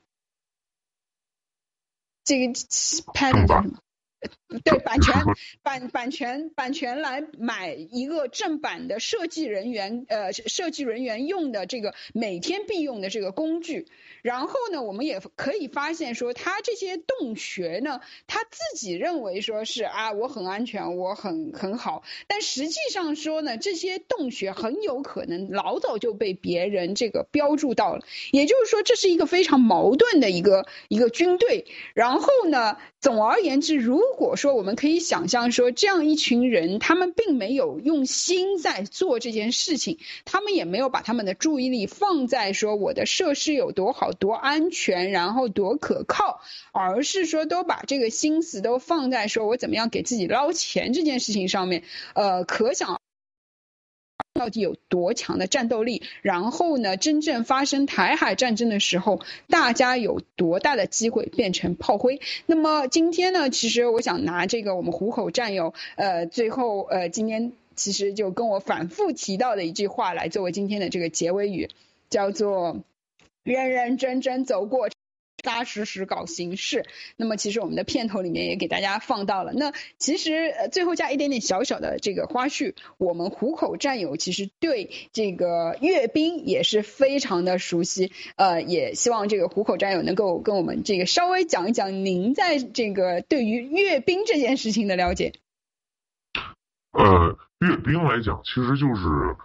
这个 pattern 叫什么？对，版权版版权版权来买一个正版的设计人员呃设计人员用的这个每天必用的这个工具。然后呢，我们也可以发现说，他这些洞穴呢，他自己认为说是啊，我很安全，我很很好，但实际上说呢，这些洞穴很有可能老早就被别人这个标注到了，也就是说，这是一个非常矛盾的一个一个军队。然后呢，总而言之，如果说我们可以想象说，这样一群人，他们并没有用心在做这件事情，他们也没有把他们的注意力放在说我的设施有多好。多安全，然后多可靠，而是说都把这个心思都放在说我怎么样给自己捞钱这件事情上面，呃，可想到底有多强的战斗力，然后呢，真正发生台海战争的时候，大家有多大的机会变成炮灰。那么今天呢，其实我想拿这个我们虎口战友，呃，最后呃，今天其实就跟我反复提到的一句话来作为今天的这个结尾语，叫做认认真真走过，扎实实搞形式。那么其实我们的片头里面也给大家放到了。那其实呃最后加一点点小小的这个花絮，我们虎口战友其实对这个阅兵也是非常的熟悉，呃，也希望这个虎口战友能够跟我们这个稍微讲一讲您在这个对于阅兵这件事情的了解。 呃，阅兵来讲，其实就是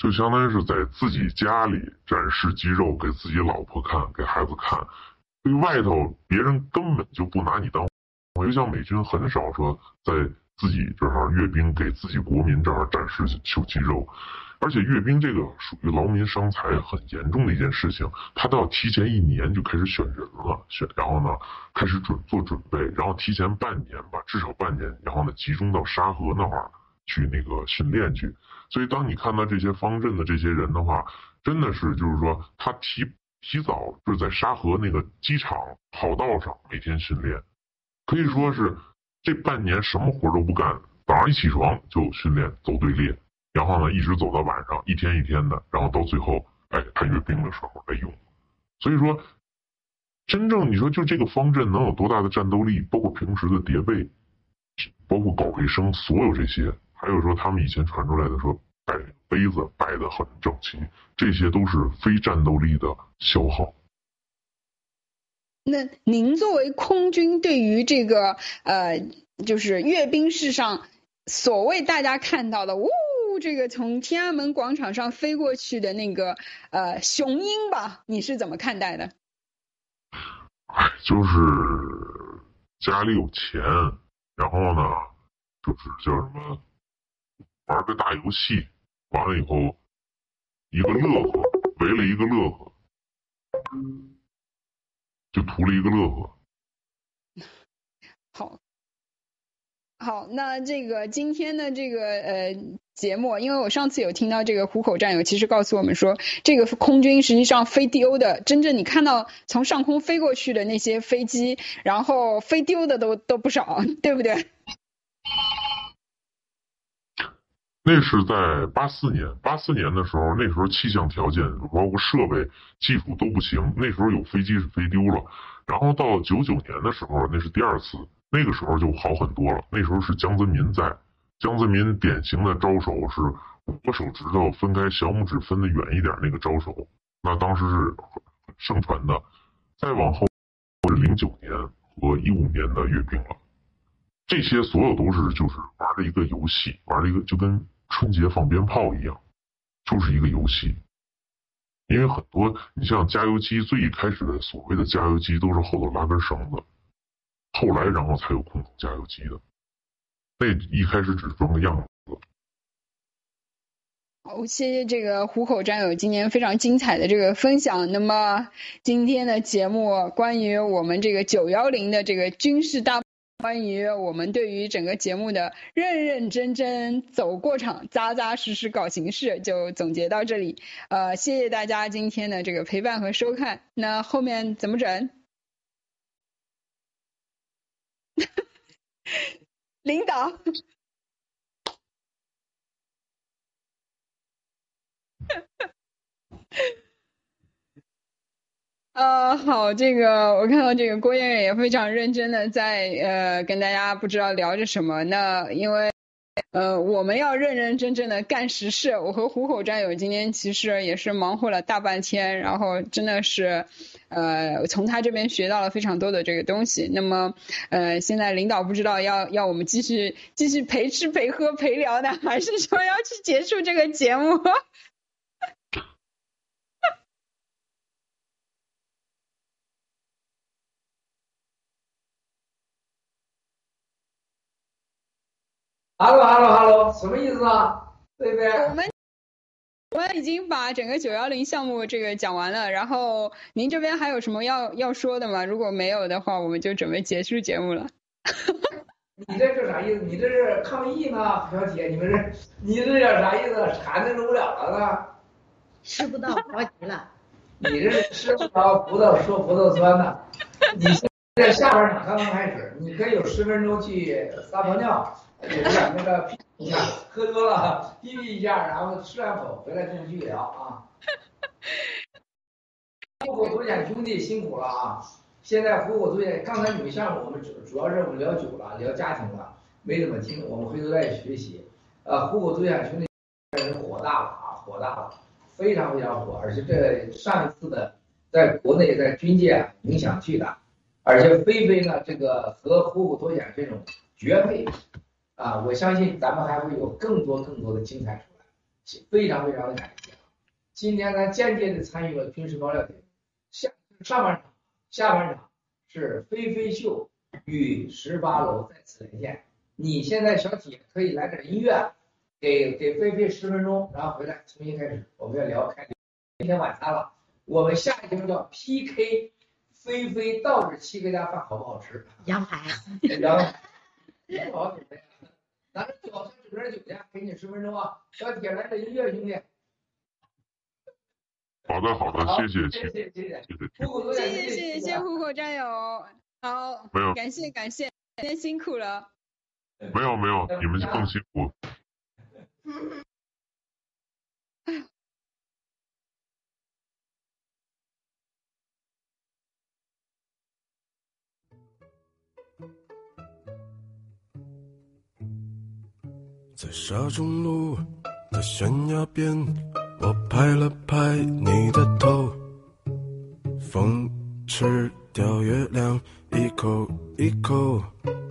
就相当于是在自己家里展示肌肉给自己老婆看，给孩子看。对外头别人根本就不拿你当，就像美军很少说在自己这儿阅兵给自己国民这儿展示秀肌肉。而且阅兵这个属于劳民伤财很严重的一件事情，他都要提前一年就开始选人了，选然后呢开始准做准备，然后提前半年吧，至少半年，然后呢集中到沙河那会儿去那个训练去。所以当你看到这些方阵的这些人的话，真的是就是说他提提早就是在沙河那个机场跑道上每天训练，可以说是这半年什么活都不干，早上一起床就训练走队列。然后呢，一直走到晚上，一天一天的，然后到最后，哎，他阅兵的时候来用。所以说，真正你说就这个方阵能有多大的战斗力？包括平时的叠被，包括搞卫生，所有这些，还有说他们以前传出来的说摆杯子摆得很整齐，这些都是非战斗力的消耗。 那您作为空军，对于这个呃，就是阅兵式上所谓大家看到的，呜。这个从天安门广场上飞过去的那个呃雄鹰吧，你是怎么看待的？ 哎，就是家里有钱，然后呢，就是叫什么玩个大游戏，完了以后一个乐呵，围了一个乐呵，就图了一个乐呵。 好。好，那这个今天的这个呃节目，因为我上次有听到这个虎口战友其实告诉我们说，这个空军实际上飞丢的，真正你看到从上空飞过去的那些飞机，然后飞丢的都都不少，对不对？ 那是在八四年，八四年的时候，那时候气象条件包括设备技术都不行，那时候有飞机是飞丢了，然后到九九年的时候，那是第二次。那个时候就好很多了，那时候是江泽民在，江泽民典型的招手是五个手指头分开，小拇指分得远一点那个招手，那当时是盛传的。再往后是零九年和一五年的阅兵了，这些所有都是就是玩的一个游戏，玩的一个就跟春节放鞭炮一样，就是一个游戏。因为很多你像加油机，最一开始的所谓的加油机都是后头拉根绳子。后来，然后才有空投加油机的，那一开始只装个样子。 好，谢谢这个虎口战友今天非常精彩的这个分享。那么今天的节目关于我们这个九幺零的这个军事大，关于我们对于整个节目的认认真真走过场、扎扎实实搞形式，就总结到这里。呃，谢谢大家今天的这个陪伴和收看。那后面怎么整？领导呃，好，这个我看到这个郭燕燕也非常认真的在呃跟大家不知道聊着什么。那因为呃我们要认认真真的干实事，我和虎口战友今天其实也是忙活了大半天，然后真的是呃从他这边学到了非常多的这个东西。那么呃现在领导不知道要要我们继续继续陪吃陪喝陪聊呢，还是说要去结束这个节目？ 哈喽哈喽哈喽，什么意思啊？对不对？ 我们我们已经把整个九幺零项目这个讲完了，然后您这边还有什么要要说的吗？如果没有的话，我们就准备结束节目了。 你这是啥意思？你这是抗议呢，小姐？你们这你这叫啥意思？馋的受不了了呢？ 吃不到着急了。 你这是吃不着葡萄说葡萄酸呢。你现在下边马上刚开始，你可以有十分钟去撒泡尿。有点那个屁一下，喝多了屁屁一下，然后吃两口，回来继续聊啊。虎口脱险兄弟辛苦了啊！现在虎口脱险，刚才你们项目我们主主要是我们聊久了，聊家庭了，没怎么听，我们回头再学习。呃，虎口脱险兄弟是火大了啊，火大了，非常非常火，而且这上一次的在国内在军界影响巨大，而且菲菲呢，这个和虎口脱险这种绝配。啊，我相信咱们还会有更多更多的精彩出来。 非常非常的感谢。今天咱间接的参与了军事爆料节目，下上半场，下半场是飞飞秀与十八楼再次连线。你现在小铁可以来点音乐，给给飞飞十分钟，然后回来重新开始，我们要聊开今天晚餐了。我们下一节目叫 P K， 飞飞倒着七哥家饭好不好吃？ 羊排， 羊排，不好准备。拿着酒，上酒点酒去，给你十分钟啊！小铁来点音乐，兄弟。 好的，好的，谢谢， 谢谢，谢谢， 谢谢， 谢谢谢谢谢谢虎口战友，好， 没有， 感谢感谢，今天辛苦了。 没有没有，你们更辛苦。 在沙中路的悬崖边，我拍了拍你的头，风吃掉月亮一口一口。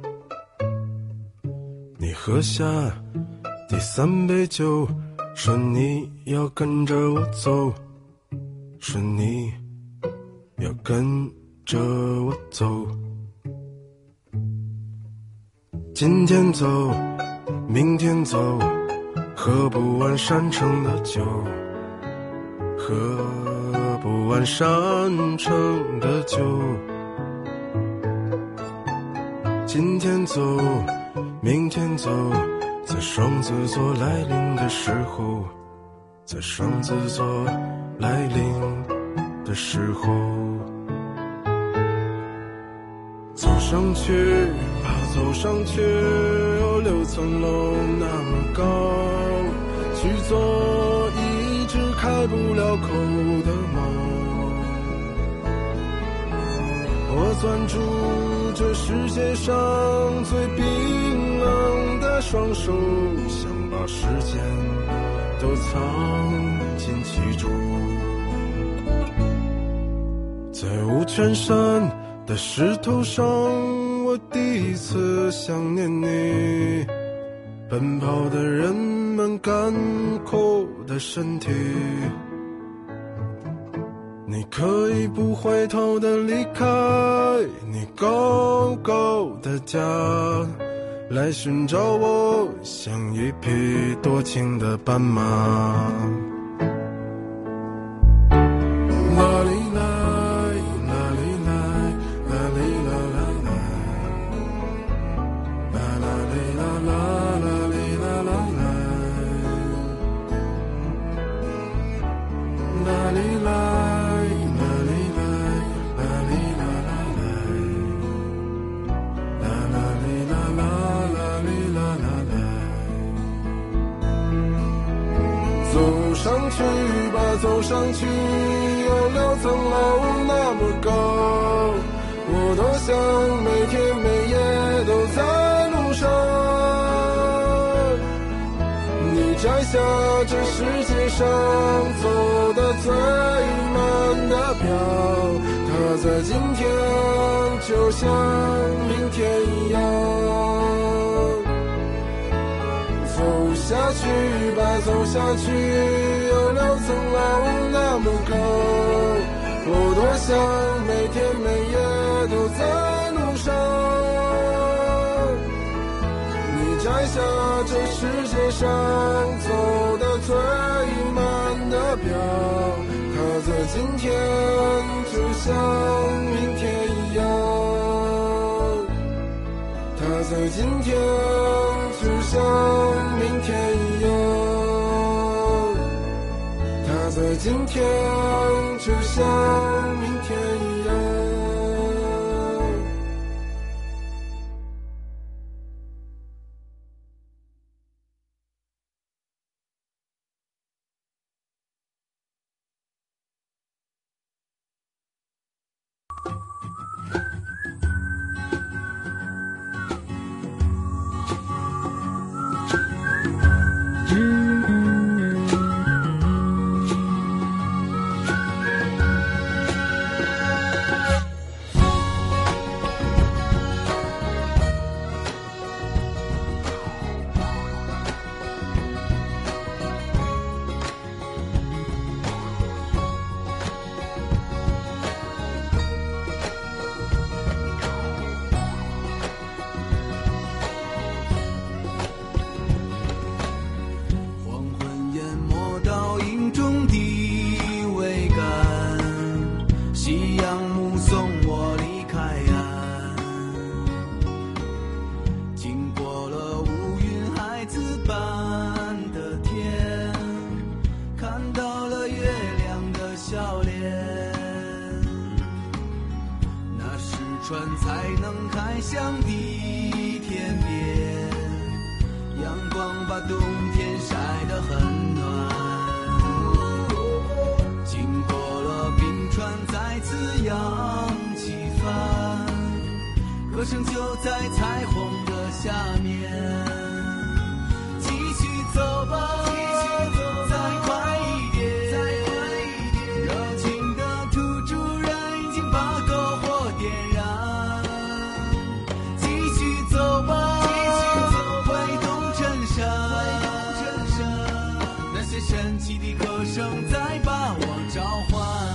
你喝下第三杯酒，说你要跟着我走，说你要跟着我走。今天走明天走，喝不完山城的酒，喝不完山城的酒。今天走明天走，在双子座来临的时候，在双子座来临的时候，走上去吧，走上去，有六层楼那么高，去做一只开不了口的猫。我攥住这世界上最冰冷的双手，想把时间都藏进其中。在五泉山的石头上，我第一次想念你，奔跑的人们干枯的身体。你可以不回头的离开你高高的家，来寻找我，像一匹多情的斑马。啦哩啦啦哩啦啦哩啦啦啦啦啦哩啦啦啦哩啦啦啦啦哩啦走上去吧，走上去，有六层楼那么高，我多想每天每夜都在路上。你摘下这世界上走得最慢的表，它在今天就像明天一样。走下去吧，走下去，有六层楼那么高，我多想每天每夜都在路上。你摘下这世界上走得最慢的表，它在今天就像明天一样，它在今天就像明天一样，它在今天就像明天一样。 船才能开向地天边，阳光把冬天晒得很暖，经过了冰川再次扬起帆，歌声就在彩虹的下面，继续走吧，再快一点，热情的土著人已经把篝火点燃，继续走吧，挥动衬衫，那些神奇的歌声在把我召唤。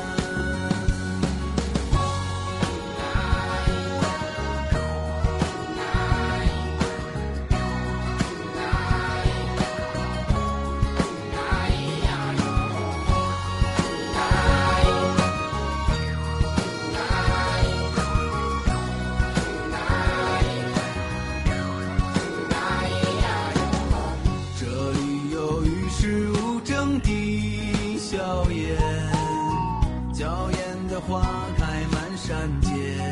花开满山间，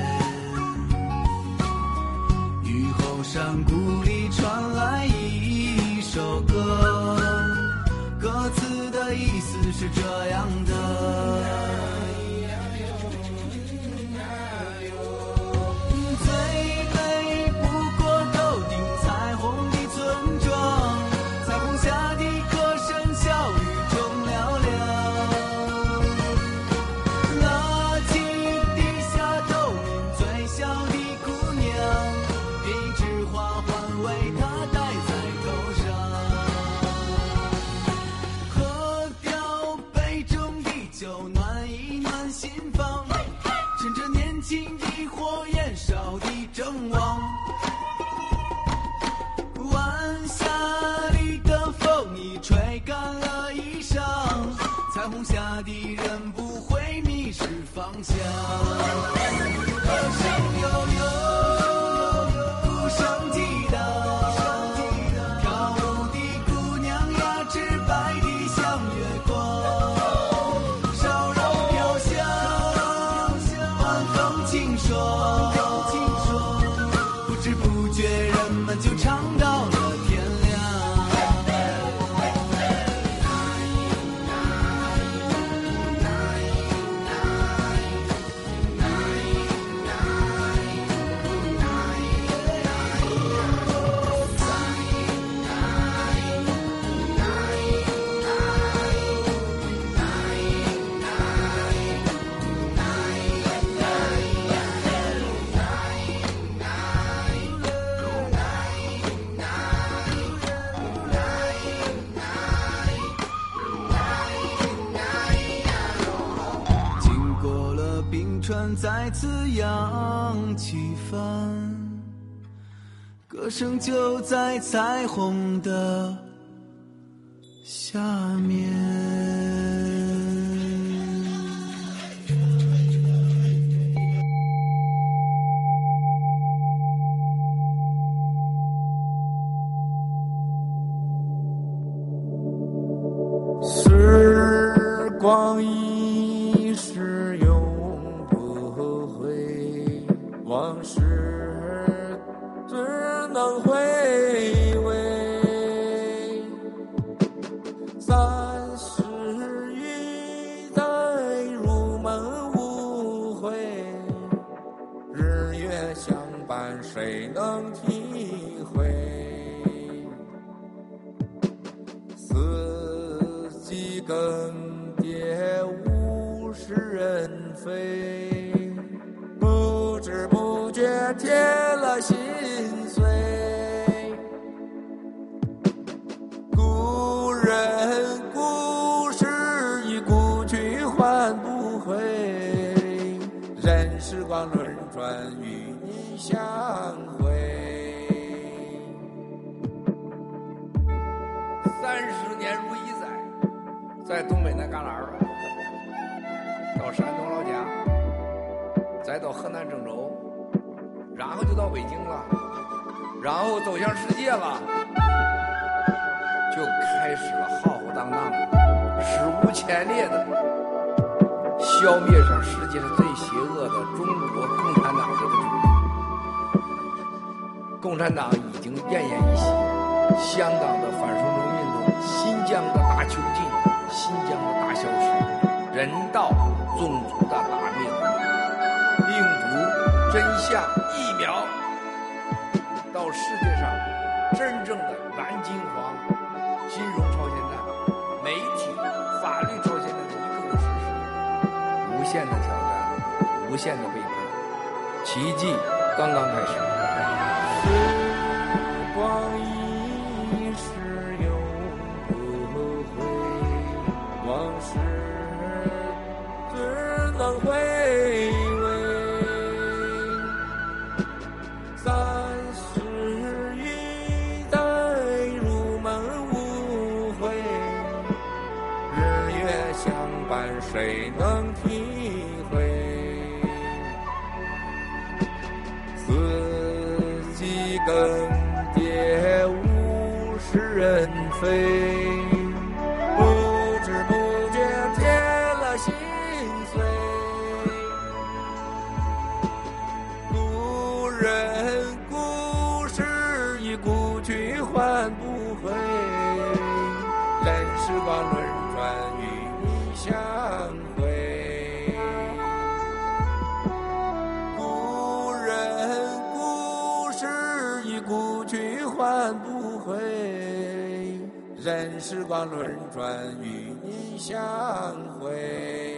雨后山谷里传来一首歌，歌词的意思是这样的，最美不过头顶彩虹的村庄，彩虹下的歌声笑语中嘹亮，情的火焰烧的正旺，晚霞里的风已吹干了衣裳，彩虹下的人不会迷失方向，歌声悠悠，鼓声激荡，跳舞的姑娘呀，直白的像月光，清爽，不知不觉人们就唱到了天亮。船再次扬起帆，歌声就在彩虹的下面。 时光一逝永不回，往事只能回味。三十余载入门无悔，日月相伴谁能体会？四季更迭物是人非，不知不觉添了心碎。故人故事已故去还不回，任时光轮转与你相会。 三十年如一载，在东北那旮旯儿，到山东老家，再到河南郑州，然后就到北京了，然后走向世界了，就开始了浩浩荡荡的、史无前例的消灭上世界上最邪恶的中国共产党的共产党已经奄奄一息，香港的反送中运动，新疆的大囚禁，新疆的大消失，人道种族的大灭绝，病毒、真相、疫苗，到世界上真正的蓝金黄、金融超限战、媒体、法律超限战的一个个实施，无限的挑战，无限的背叛，奇迹刚刚开始。 时光一逝永不回，往事只能回味。三十一载如梦无悔，日月相伴谁能体会？更迭物是人非，不知不觉添了心碎。故人故事已故去还不回，任时光轮转与你相会。故去还不回，任时光轮转与你相会。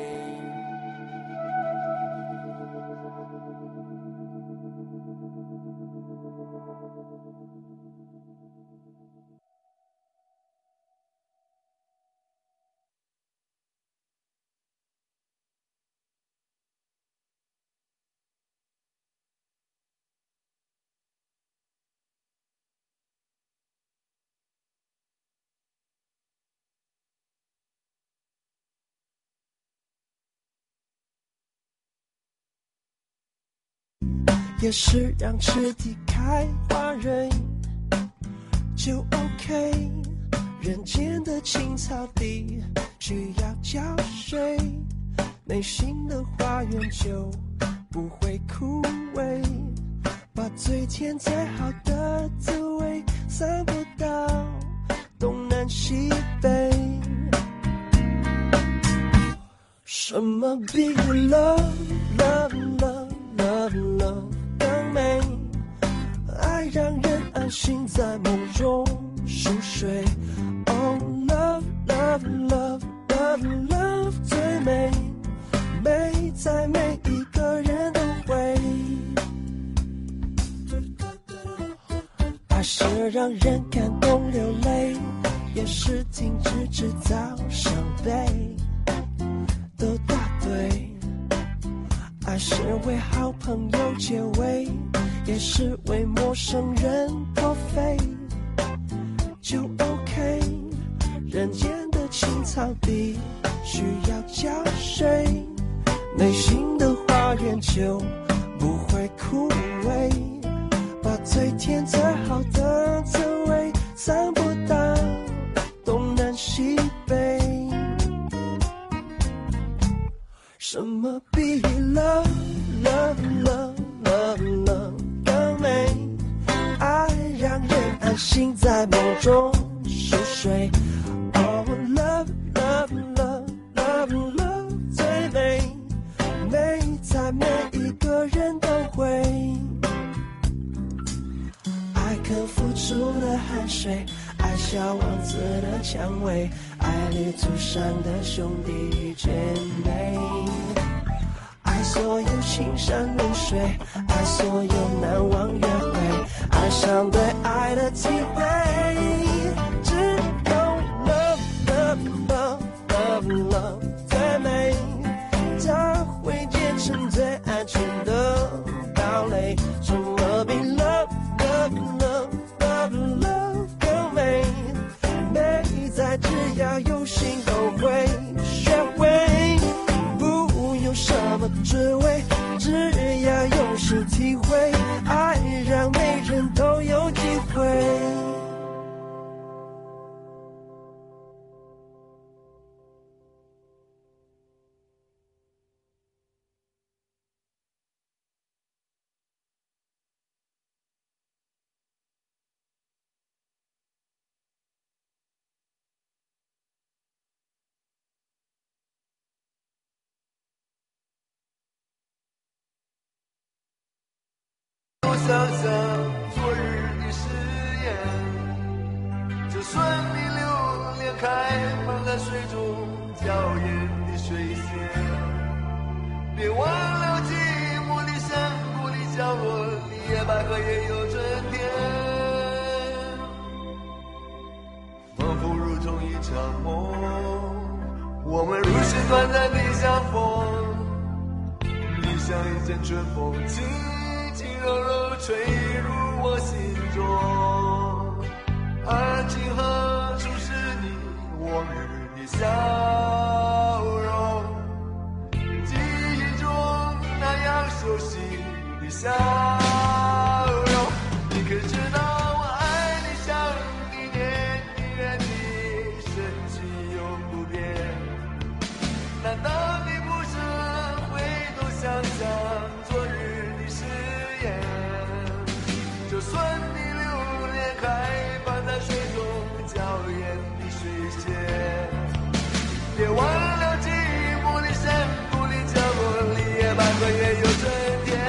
也是让池底开花蕊就 OK， 人间的青草地需要浇水，内心的花园就不会枯萎，把最甜最好的滋味散播到东南西北。什么比 love love love love love更美，爱让人安心在梦中熟睡。Oh love love love love love 最美，美在每一个人都会。爱是让人感动流泪，也是停止制造伤悲，都答对。爱是为好朋友结尾，也是为陌生人破费，就 OK。 人间的青草地需要浇水，内心的花园就不会枯萎，把最甜最好的滋味散播到东南西北。什么比 love love love love love 更美，爱让人安心在梦中熟睡。 Oh love love love love love 最美，美在每一个人都会。爱肯付出的汗水，爱小王子的蔷薇，爱旅途上的兄弟与姐妹，爱所有青山绿水，爱所有难忘约会，爱上对爱的体会。只有 love love love love love 最美，它会结成最安全的堡垒。什么比 love love love love love 更美？美在只要有心都会学会。不用什么滋味，只要用心体会，爱让每人都有机会。 想昨日的誓言，就算你留恋开放在水中娇艳的水仙，别忘了寂寞的山谷里角落里，野百合也有春天。仿佛如同一场梦，我们如此短暂的相逢，你像一阵春风，轻轻柔柔吹入我心中。而今何处是你往日的笑容？记忆中那样熟悉的笑容，你可知道我爱你想你念你怨你，深情永不变。难道你不曾回头想想昨日的誓言？就算你留恋开放在水中娇艳的水仙，别忘了寂寞的山谷里角落里，野百合也有春天。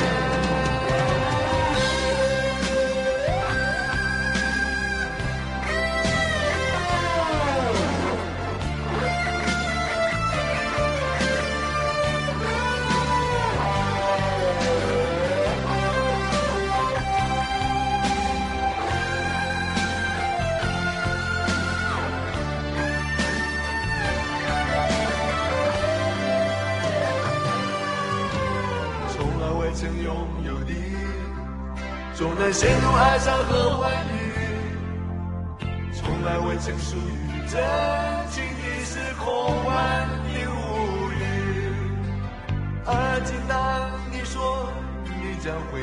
曾拥有的，终难陷入哀伤和欢愉，从来未曾属于真情的是空幻的无语。而今当你说你将会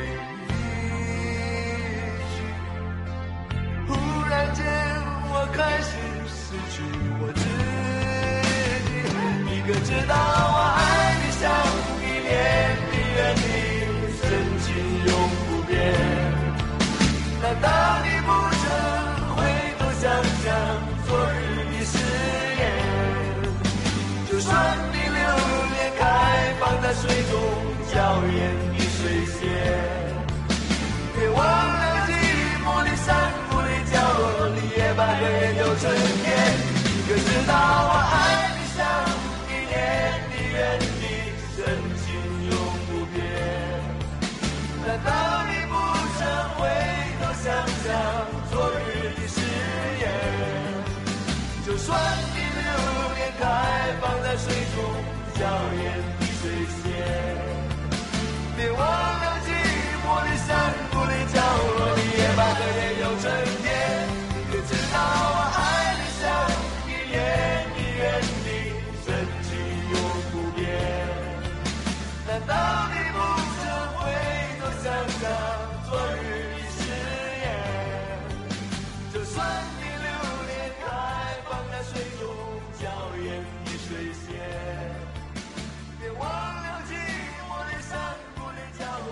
离去，忽然间我开始失去我自己。你可知道我爱你想你念你怨你，深情永不变。难道你不曾回头想想昨日的誓言？就算你留恋开放在水中娇艳的水仙，别忘了寂寞的山谷里角落里，野百合也有春天。你可知道我爱你想你念你怨你，深情永不变。难道你不曾回头想想昨日的誓言？就算你留恋开放在水中娇艳的水仙，别忘了寂寞的山谷里角落里，野百合也有春天。你可知道我爱你想你念你怨你，深情永不变。难道你不曾回想想昨日的誓言？就算你留恋开放在水中娇艳的水仙，别忘了寂寞的山谷里角落。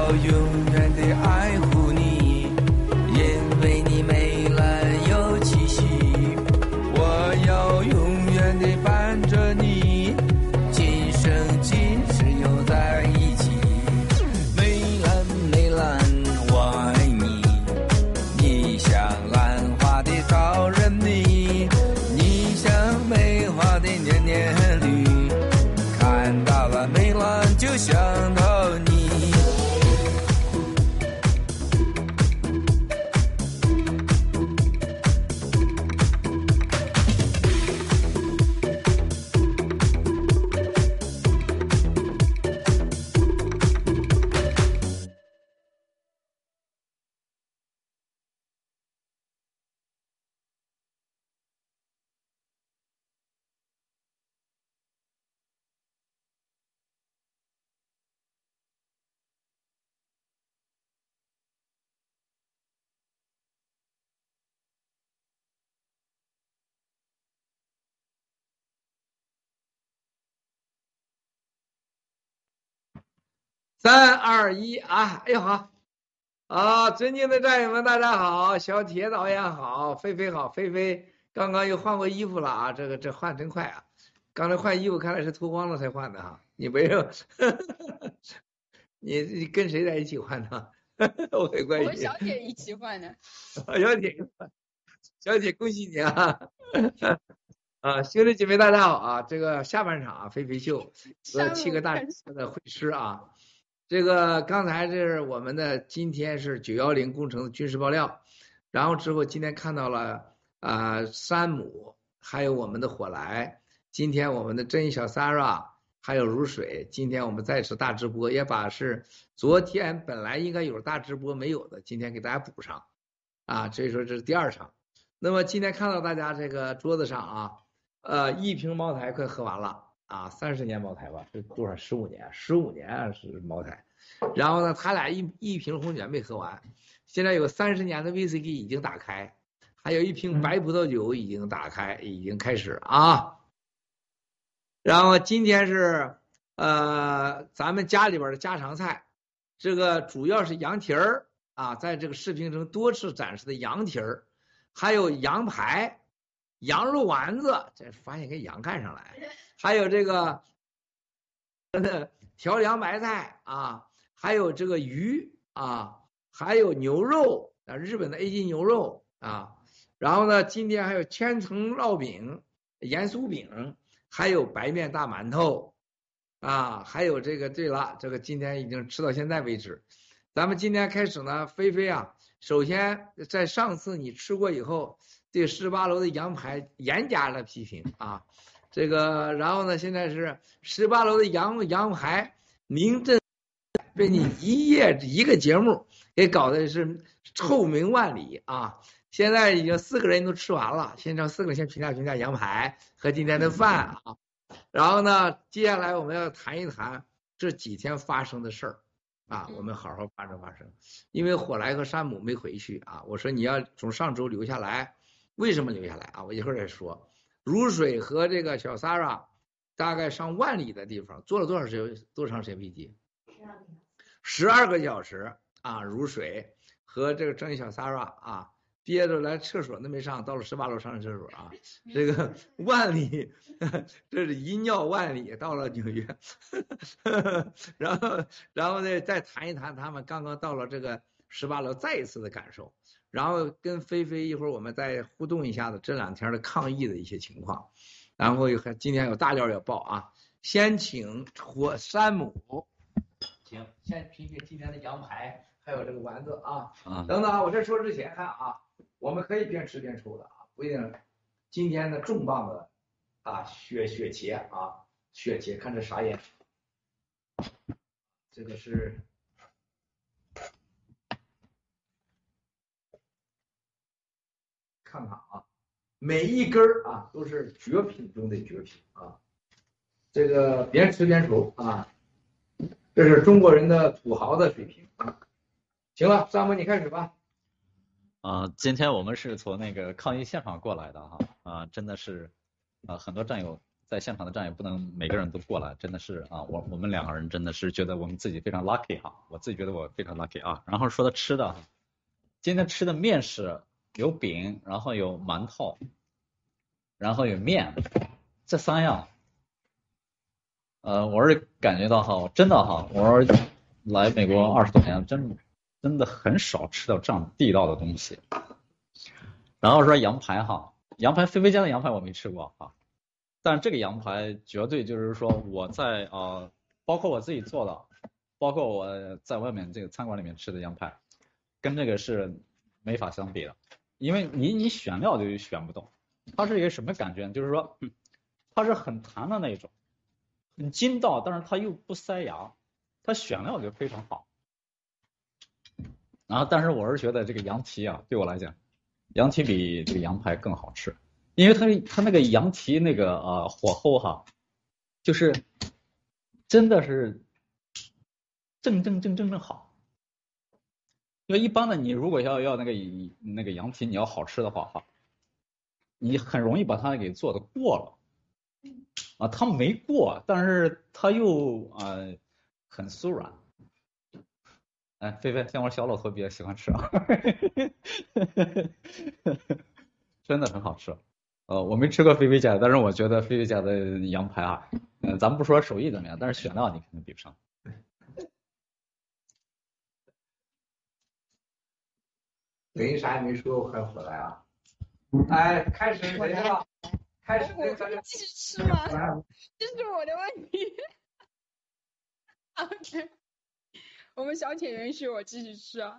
要永远地爱护你，因为你美兰有气息。我要永远地伴着你，今生今世又在一起。美兰美兰，我爱你，你像兰花的招人迷，你像梅花的年年绿，看到了梅兰就想到你。 三二一啊！哎呦好，啊，尊敬的战友们，大家好，小铁导演好，菲菲好，菲菲刚刚又换过衣服了啊，这个这换真快啊！刚才换衣服看来是脱光了才换的哈，你没有？你你跟谁在一起换的？我很关心。 我和小铁一起换的。 小铁，小铁，恭喜你啊！啊，兄弟姐妹大家好啊！这个下半场啊，飞飞秀和七个大师的会师啊。这个刚才是我们的今天是九一零工程的军事爆料，然后之后今天看到了啊、呃、山姆，还有我们的火来，今天我们的真小 Sarah， 还有如水，今天我们再次大直播，也把是昨天本来应该有大直播没有的，今天给大家补上啊，所以说这是第二场。那么今天看到大家这个桌子上啊，呃一瓶茅台快喝完了。啊，三十年茅台吧，是多少？十五年，十五年啊是茅台。然后呢，他俩一一瓶红酒没喝完，现在有三十年的威士忌已经打开，还有一瓶白葡萄酒已经打开，已经开始啊。然后今天是呃咱们家里边的家常菜，这个主要是羊蹄儿啊，在这个视频中多次展示的羊蹄儿，还有羊排、羊肉丸子，这发现跟羊干上来。还有这个调凉白菜啊，还有这个鱼啊，还有牛肉啊，日本的 A 级牛肉啊，然后呢，今天还有千层烙饼、盐酥饼，还有白面大馒头啊，还有这个对了，这个今天已经吃到现在为止。咱们今天开始呢，菲菲啊，首先在上次你吃过以后，对十八楼的羊排严加了批评啊。这个，然后呢？现在是十八楼的羊羊排名震，被你一夜一个节目给搞的是臭名万里啊！现在已经四个人都吃完了，先让四个人先评价评价羊排和今天的饭啊。然后呢，接下来我们要谈一谈这几天发生的事儿啊，我们好好发生发生。因为火来和山姆没回去啊，我说你要从上周留下来，为什么留下来啊？我一会儿再说。如水和这个小 Sarah 大概上万里的地方坐了多少时间？多长时间飞机？十二个小时啊！如水和这个郑小 Sarah 啊，憋着来厕所都没上，到了十八楼上厕所啊！这个万里，这是一尿万里到了纽约，然后然后呢再谈一谈他们刚刚到了这个十八楼再一次的感受。然后跟菲菲一会儿我们再互动一下子这两天的抗疫的一些情况，然后今天有大料要报啊，先请火山姆，行，先评评今天的羊排还有这个丸子啊，啊等等，我这说之前看啊，我们可以边吃边抽的啊，不一定。今天的重磅的啊雪雪茄啊雪茄，看这啥烟，这个是。看看啊，每一根啊都是绝品中的绝品啊，这个边吃边抽啊，这是中国人的土豪的水平啊。行了，张博你开始吧。 啊、呃，今天我们是从那个抗疫现场过来的哈啊、呃，真的是啊、呃，很多战友在现场的战友不能每个人都过来，真的是啊，我我们两个人真的是觉得我们自己非常 lucky 哈，我自己觉得我非常 lucky 啊。然后说到吃的，今天吃的面食有饼，然后有馒头，然后有面，这三样，呃，我是感觉到哈，真的哈，我是来美国二十多年，真真的很少吃到这样地道的东西。然后说羊排哈，羊排菲菲家的羊排我没吃过哈。但这个羊排绝对就是说我在啊、呃，包括我自己做的，包括我在外面这个餐馆里面吃的羊排，跟这个是没法相比的，因为你你选料就选不动，它是一个什么感觉？就是说，它是很弹的那种，很筋道，但是它又不塞牙，它选料就非常好。然后，但是我是觉得这个羊蹄啊，对我来讲，羊蹄比这个羊排更好吃。因为它它那个羊蹄那个呃火候哈，就是真的是正正正正正好。因为一般的你如果要要那个那个羊蹄你要好吃的话哈，你很容易把它给做的过了啊，它没过，但是它又呃很酥软。哎，菲菲，像我小老头比较喜欢吃啊，真的很好吃。呃，我没吃过菲菲家，但是我觉得菲菲家的羊排啊，嗯、呃，咱们不说手艺怎么样，但是选料你肯定比不上。 等于啥也没说，我快回来啊！哎，开始谁了？开始我可以继续吃吗？这是我的问题。OK， 我们小铁允许我继续吃啊。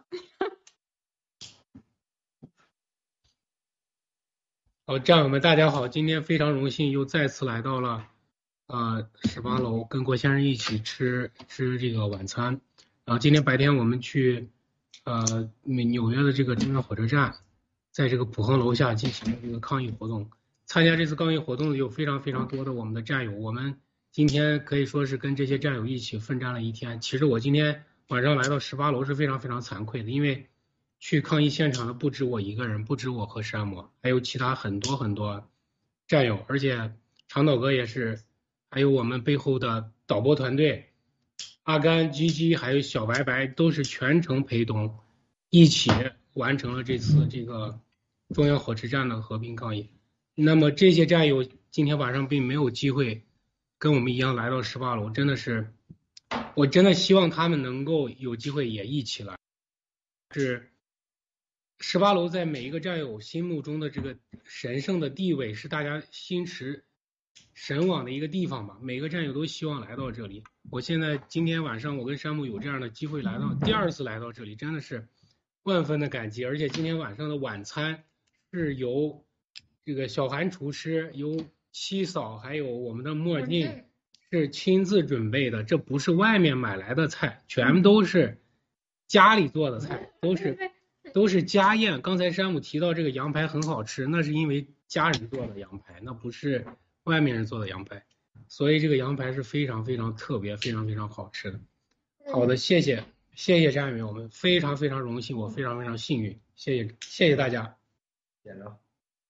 好，战友们大家好，今天非常荣幸又再次来到了呃十八楼，跟郭先生一起吃吃这个晚餐。然后今天白天我们去呃纽约的这个中央火车站，在这个普亨楼下进行了这个抗议活动。参加这次抗议活动的有非常非常多的我们的战友，我们今天可以说是跟这些战友一起奋战了一天。其实我今天晚上来到十八楼是非常非常惭愧的，因为去抗议现场的不止我一个人，不止我和山姆，还有其他很多很多战友，而且长岛哥也是，还有我们背后的导播团队，阿甘、G G 还有小白白都是全程陪同，一起完成了这次这个中央火车站的和平抗议。那么这些战友今天晚上并没有机会跟我们一样来到十八楼，真的是，我真的希望他们能够有机会也一起来。是十八楼在每一个战友心目中的这个神圣的地位，是大家心驰神往的一个地方吧。每个战友都希望来到这里。我现在今天晚上我跟山姆有这样的机会来到第二次来到这里，真的是万分的感激。而且今天晚上的晚餐是由这个小韩厨师、由七嫂还有我们的墨镜是亲自准备的，这不是外面买来的菜，全都是家里做的菜，都是都是家宴。刚才山姆提到这个羊排很好吃，那是因为家人做的羊排，那不是外面人做的羊排，所以这个羊排是非常非常特别，非常非常好吃的。好的，谢谢谢谢战友们，非常非常荣幸，我非常非常幸运，谢谢谢谢大家。 点着。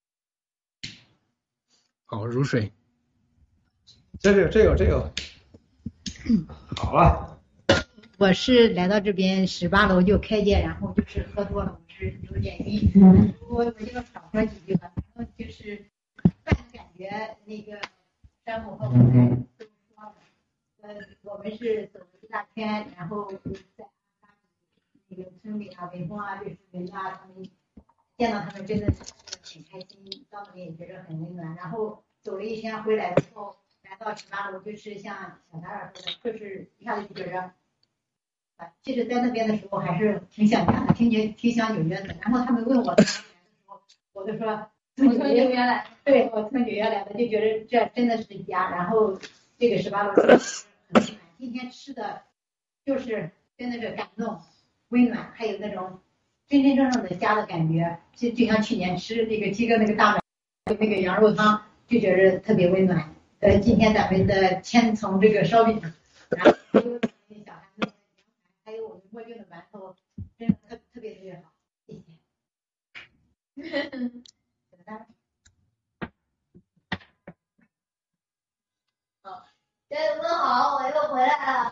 好，如水。 这个这个这个，好了。 我是来到这边十八楼就开店，然后就是喝多了，我是有点晕。我我就少说几句吧，然后就是感觉那个山姆和我们都说了，呃，我们是走了一大圈，然后在那个村里啊、北峰啊、瑞士人啊，他们见到他们真的是挺开心，到那边也觉得很温暖。然后走了一圈回来之后，来到十八楼，就是像小达尔说的，就是一下子就觉着。其实，在那边的时候还是挺想家的，挺挺挺想纽约的。然后他们问我的时候，我就说从纽约来，对，我从纽约来的，就觉得这真的是家。然后这个十八楼很温暖，今天吃的就是真的是感动、温暖，还有那种真真正正的家的感觉。就就像去年吃那个鸡哥那个大碗那个羊肉汤，就觉得特别温暖。呃，今天咱们的千层这个烧饼，然后。还有我们墨镜的馒头，真的特特别特别好，谢谢。 好，我又回来了。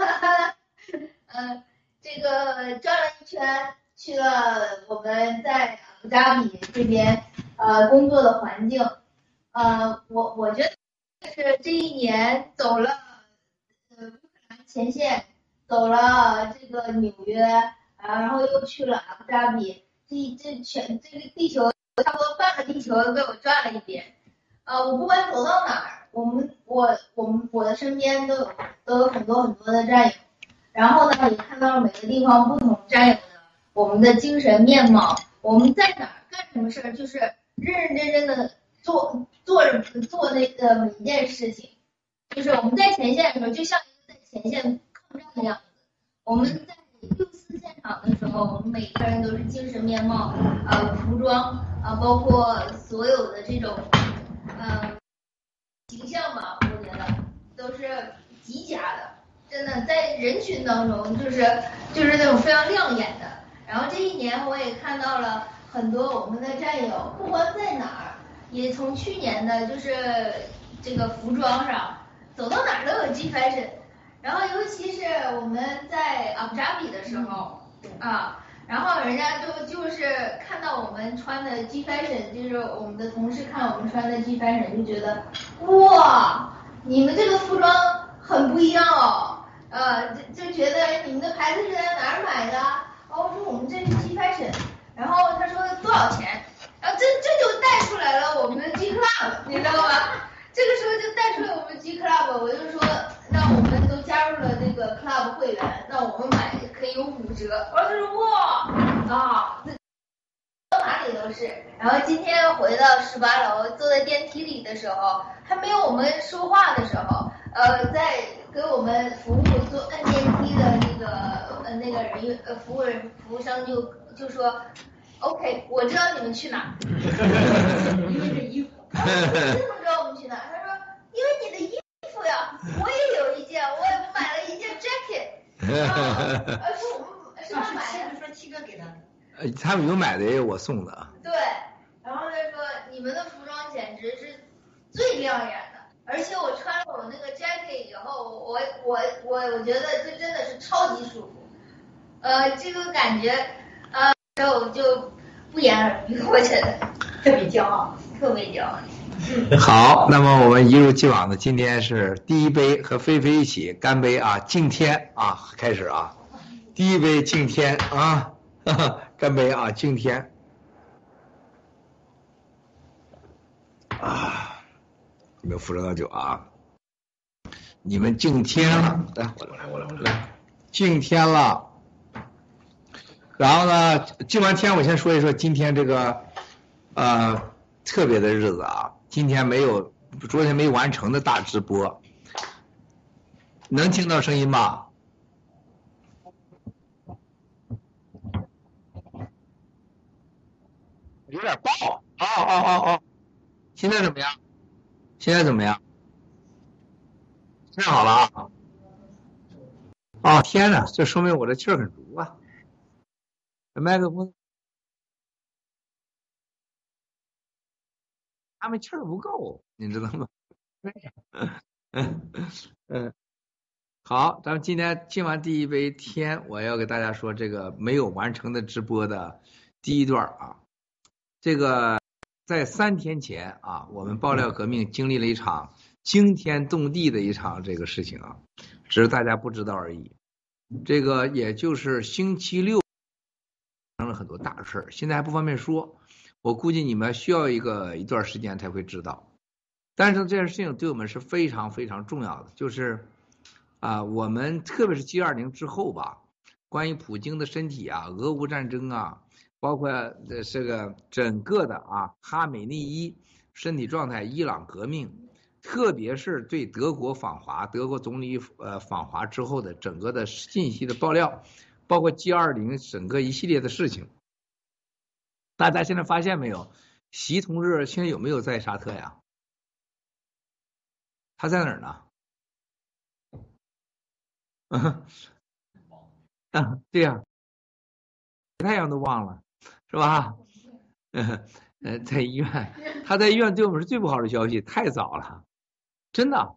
嗯，这个转了一圈，去了我们在阿布扎比这边呃工作的环境。呃，我我觉得是这一年走了呃乌克兰前线，走了这个纽约，啊，然后又去了阿布扎比，这这全这个地球差不多半个地球被我转了一遍。呃，我不管走到哪儿，我们我我们我的身边都有都有很多很多的战友，然后呢，也看到了每个地方不同战友的我们的精神面貌。我们在哪儿干什么事儿，就是认认真真的做做做那个每一件事情。就是我们在前线的时候，就像一个在前线抗战的样子。我们在六四现场的时候，我们每个人都是精神面貌，呃，服装啊、呃，包括所有的这种。嗯，形象吧，我觉得都是极佳的，真的在人群当中就是就是那种非常亮眼的。然后这一年我也看到了很多我们的战友，不管在哪儿，也从去年的就是这个服装上走到哪儿都有 G fashion。然后尤其是我们在阿布扎比的时候啊。然后人家就就是看到我们穿的 G fashion， 就是我们的同事看我们穿的 G fashion 就觉得哇，你们这个服装很不一样哦，呃，就就觉得你们的牌子是在哪儿买的？然后我说我们这是 G fashion， 然后他说多少钱？然后这这就带出来了我们的 G club， 你知道吗？这个时候就带出来我们 G club， 我就说那我们都加入了那个 club 会员，那我们买可以有五折。我说哇啊，到哪里都是。然后今天回到十八楼，坐在电梯里的时候，还没有我们说话的时候，呃，在给我们服务做按电梯的那个呃那个人员呃服务人服务生就就说 ，OK， 我知道你们去哪，因为这衣服。然后你怎么知道我们去哪？他说因为你的衣服呀，我也有一件，我也买了一件 jacket。啊，而是我们是他买的，说七哥给他的。 呃，他们有买的也有我送的。 对，然后他说你们的服装简直是最亮眼的，而且我穿了我那个 jacket 以后，我我我我觉得这真的是超级舒服。呃，这个感觉，呃，就就不言而喻，我觉得特别骄傲，特别骄傲。 好，那么我们一如既往的，今天是第一杯和菲菲一起干杯啊，敬天啊，开始啊，第一杯敬天啊，呵呵干杯啊，敬天啊，你们扶着倒酒啊，你们敬天了，来，我来，我来，我来，敬天了。然后呢，敬完天，我先说一说今天这个呃特别的日子啊。今天没有，昨天没完成的大直播，能听到声音吗？有点爆，好好好好，现在怎么样？现在怎么样？现在好了啊！哦天哪，这说明我这气儿很足啊！这麦克风。他们气儿不够，你知道吗？嗯嗯，好，咱们今天敬完第一杯天，我要给大家说这个没有完成的直播的第一段啊。这个在三天前啊，我们爆料革命经历了一场惊天动地的一场这个事情啊，只是大家不知道而已。这个也就是星期六发生了很多大事，现在还不方便说。我估计你们需要一个一段时间才会知道，但是这件事情对我们是非常非常重要的，就是啊、呃，我们特别是 G 二十 之后吧，关于普京的身体啊、俄乌战争啊，包括呃这个整个的啊哈梅内伊身体状态、伊朗革命，特别是对德国访华、德国总理呃访华之后的整个的信息的爆料，包括 G 二十 整个一系列的事情。大家现在发现没有，习同志现在有没有在沙特呀？他在哪儿呢？嗯，啊，对呀、啊，太阳都忘了，是吧？嗯，呃，在医院，他在医院对我们是最不好的消息，太早了，真的，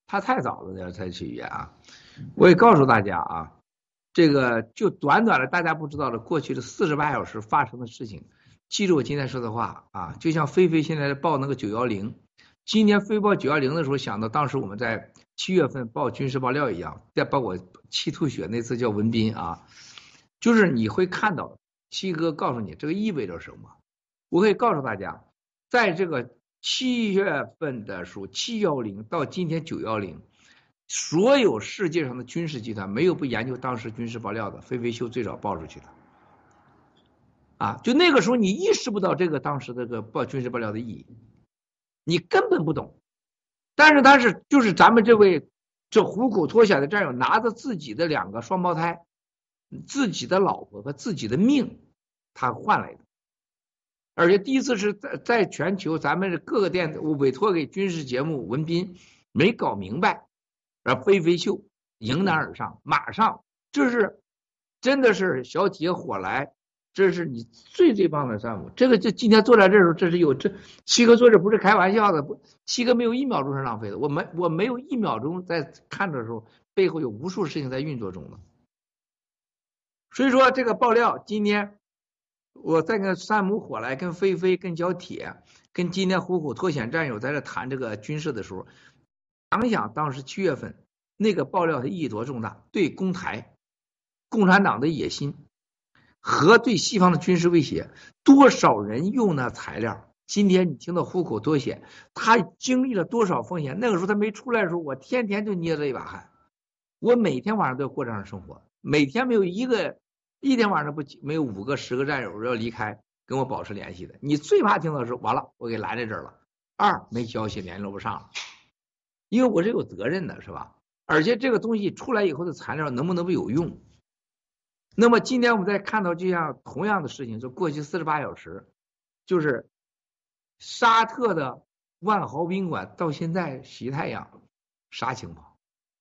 他太早了才起源啊。我也告诉大家啊，这个就短短的大家不知道的过去的四十八小时发生的事情，记住我今天说的话啊，就像菲菲现在报那个九一零，今年飞报九一零的时候想到当时我们在七月份报军事爆料一样，再报我气吐血那次叫文斌啊，就是你会看到七哥告诉你这个意味着什么。我可以告诉大家，在这个七月份的时候七一零到今天九一零，所有世界上的军事集团没有不研究当时军事爆料的，飞飞秀最早报出去的啊，就那个时候你意识不到这个当时这个报军事爆料的意义，你根本不懂。但是他是就是咱们这位这虎口脱险的战友拿着自己的两个双胞胎，自己的老婆和自己的命他换来的，而且第一次是在在全球咱们各个电我委托给军事节目文斌没搞明白，而飞飞秀迎难而上，马上这是真的是小铁火来，这是你最最棒的项目。这个就今天坐在这儿时候，这是有这七哥坐这不是开玩笑的，不七哥没有一秒钟是浪费的，我没我没有一秒钟在看的时候，背后有无数事情在运作中的。所以说这个爆料，今天我在跟山姆火来、跟飞飞、跟小铁、跟今天虎口脱险战友在这谈这个军事的时候，想想当时七月份那个爆料的意义多重大，对攻台、共产党的野心和对西方的军事威胁，多少人用那材料。今天你听到虎口脱险，他经历了多少风险？那个时候他没出来的时候，我天天就捏着一把汗，我每天晚上都要过这样的生活，每天没有一个一天晚上不没有五个十个战友要离开跟我保持联系的。你最怕听到是完了，我给拦在这儿了，二没消息联络不上了，因为我是有责任的，是吧？而且这个东西出来以后的材料能不能不有用？那么今天我们再看到这样同样的事情，就过去四十八小时，就是沙特的万豪宾馆到现在西太阳啥情况？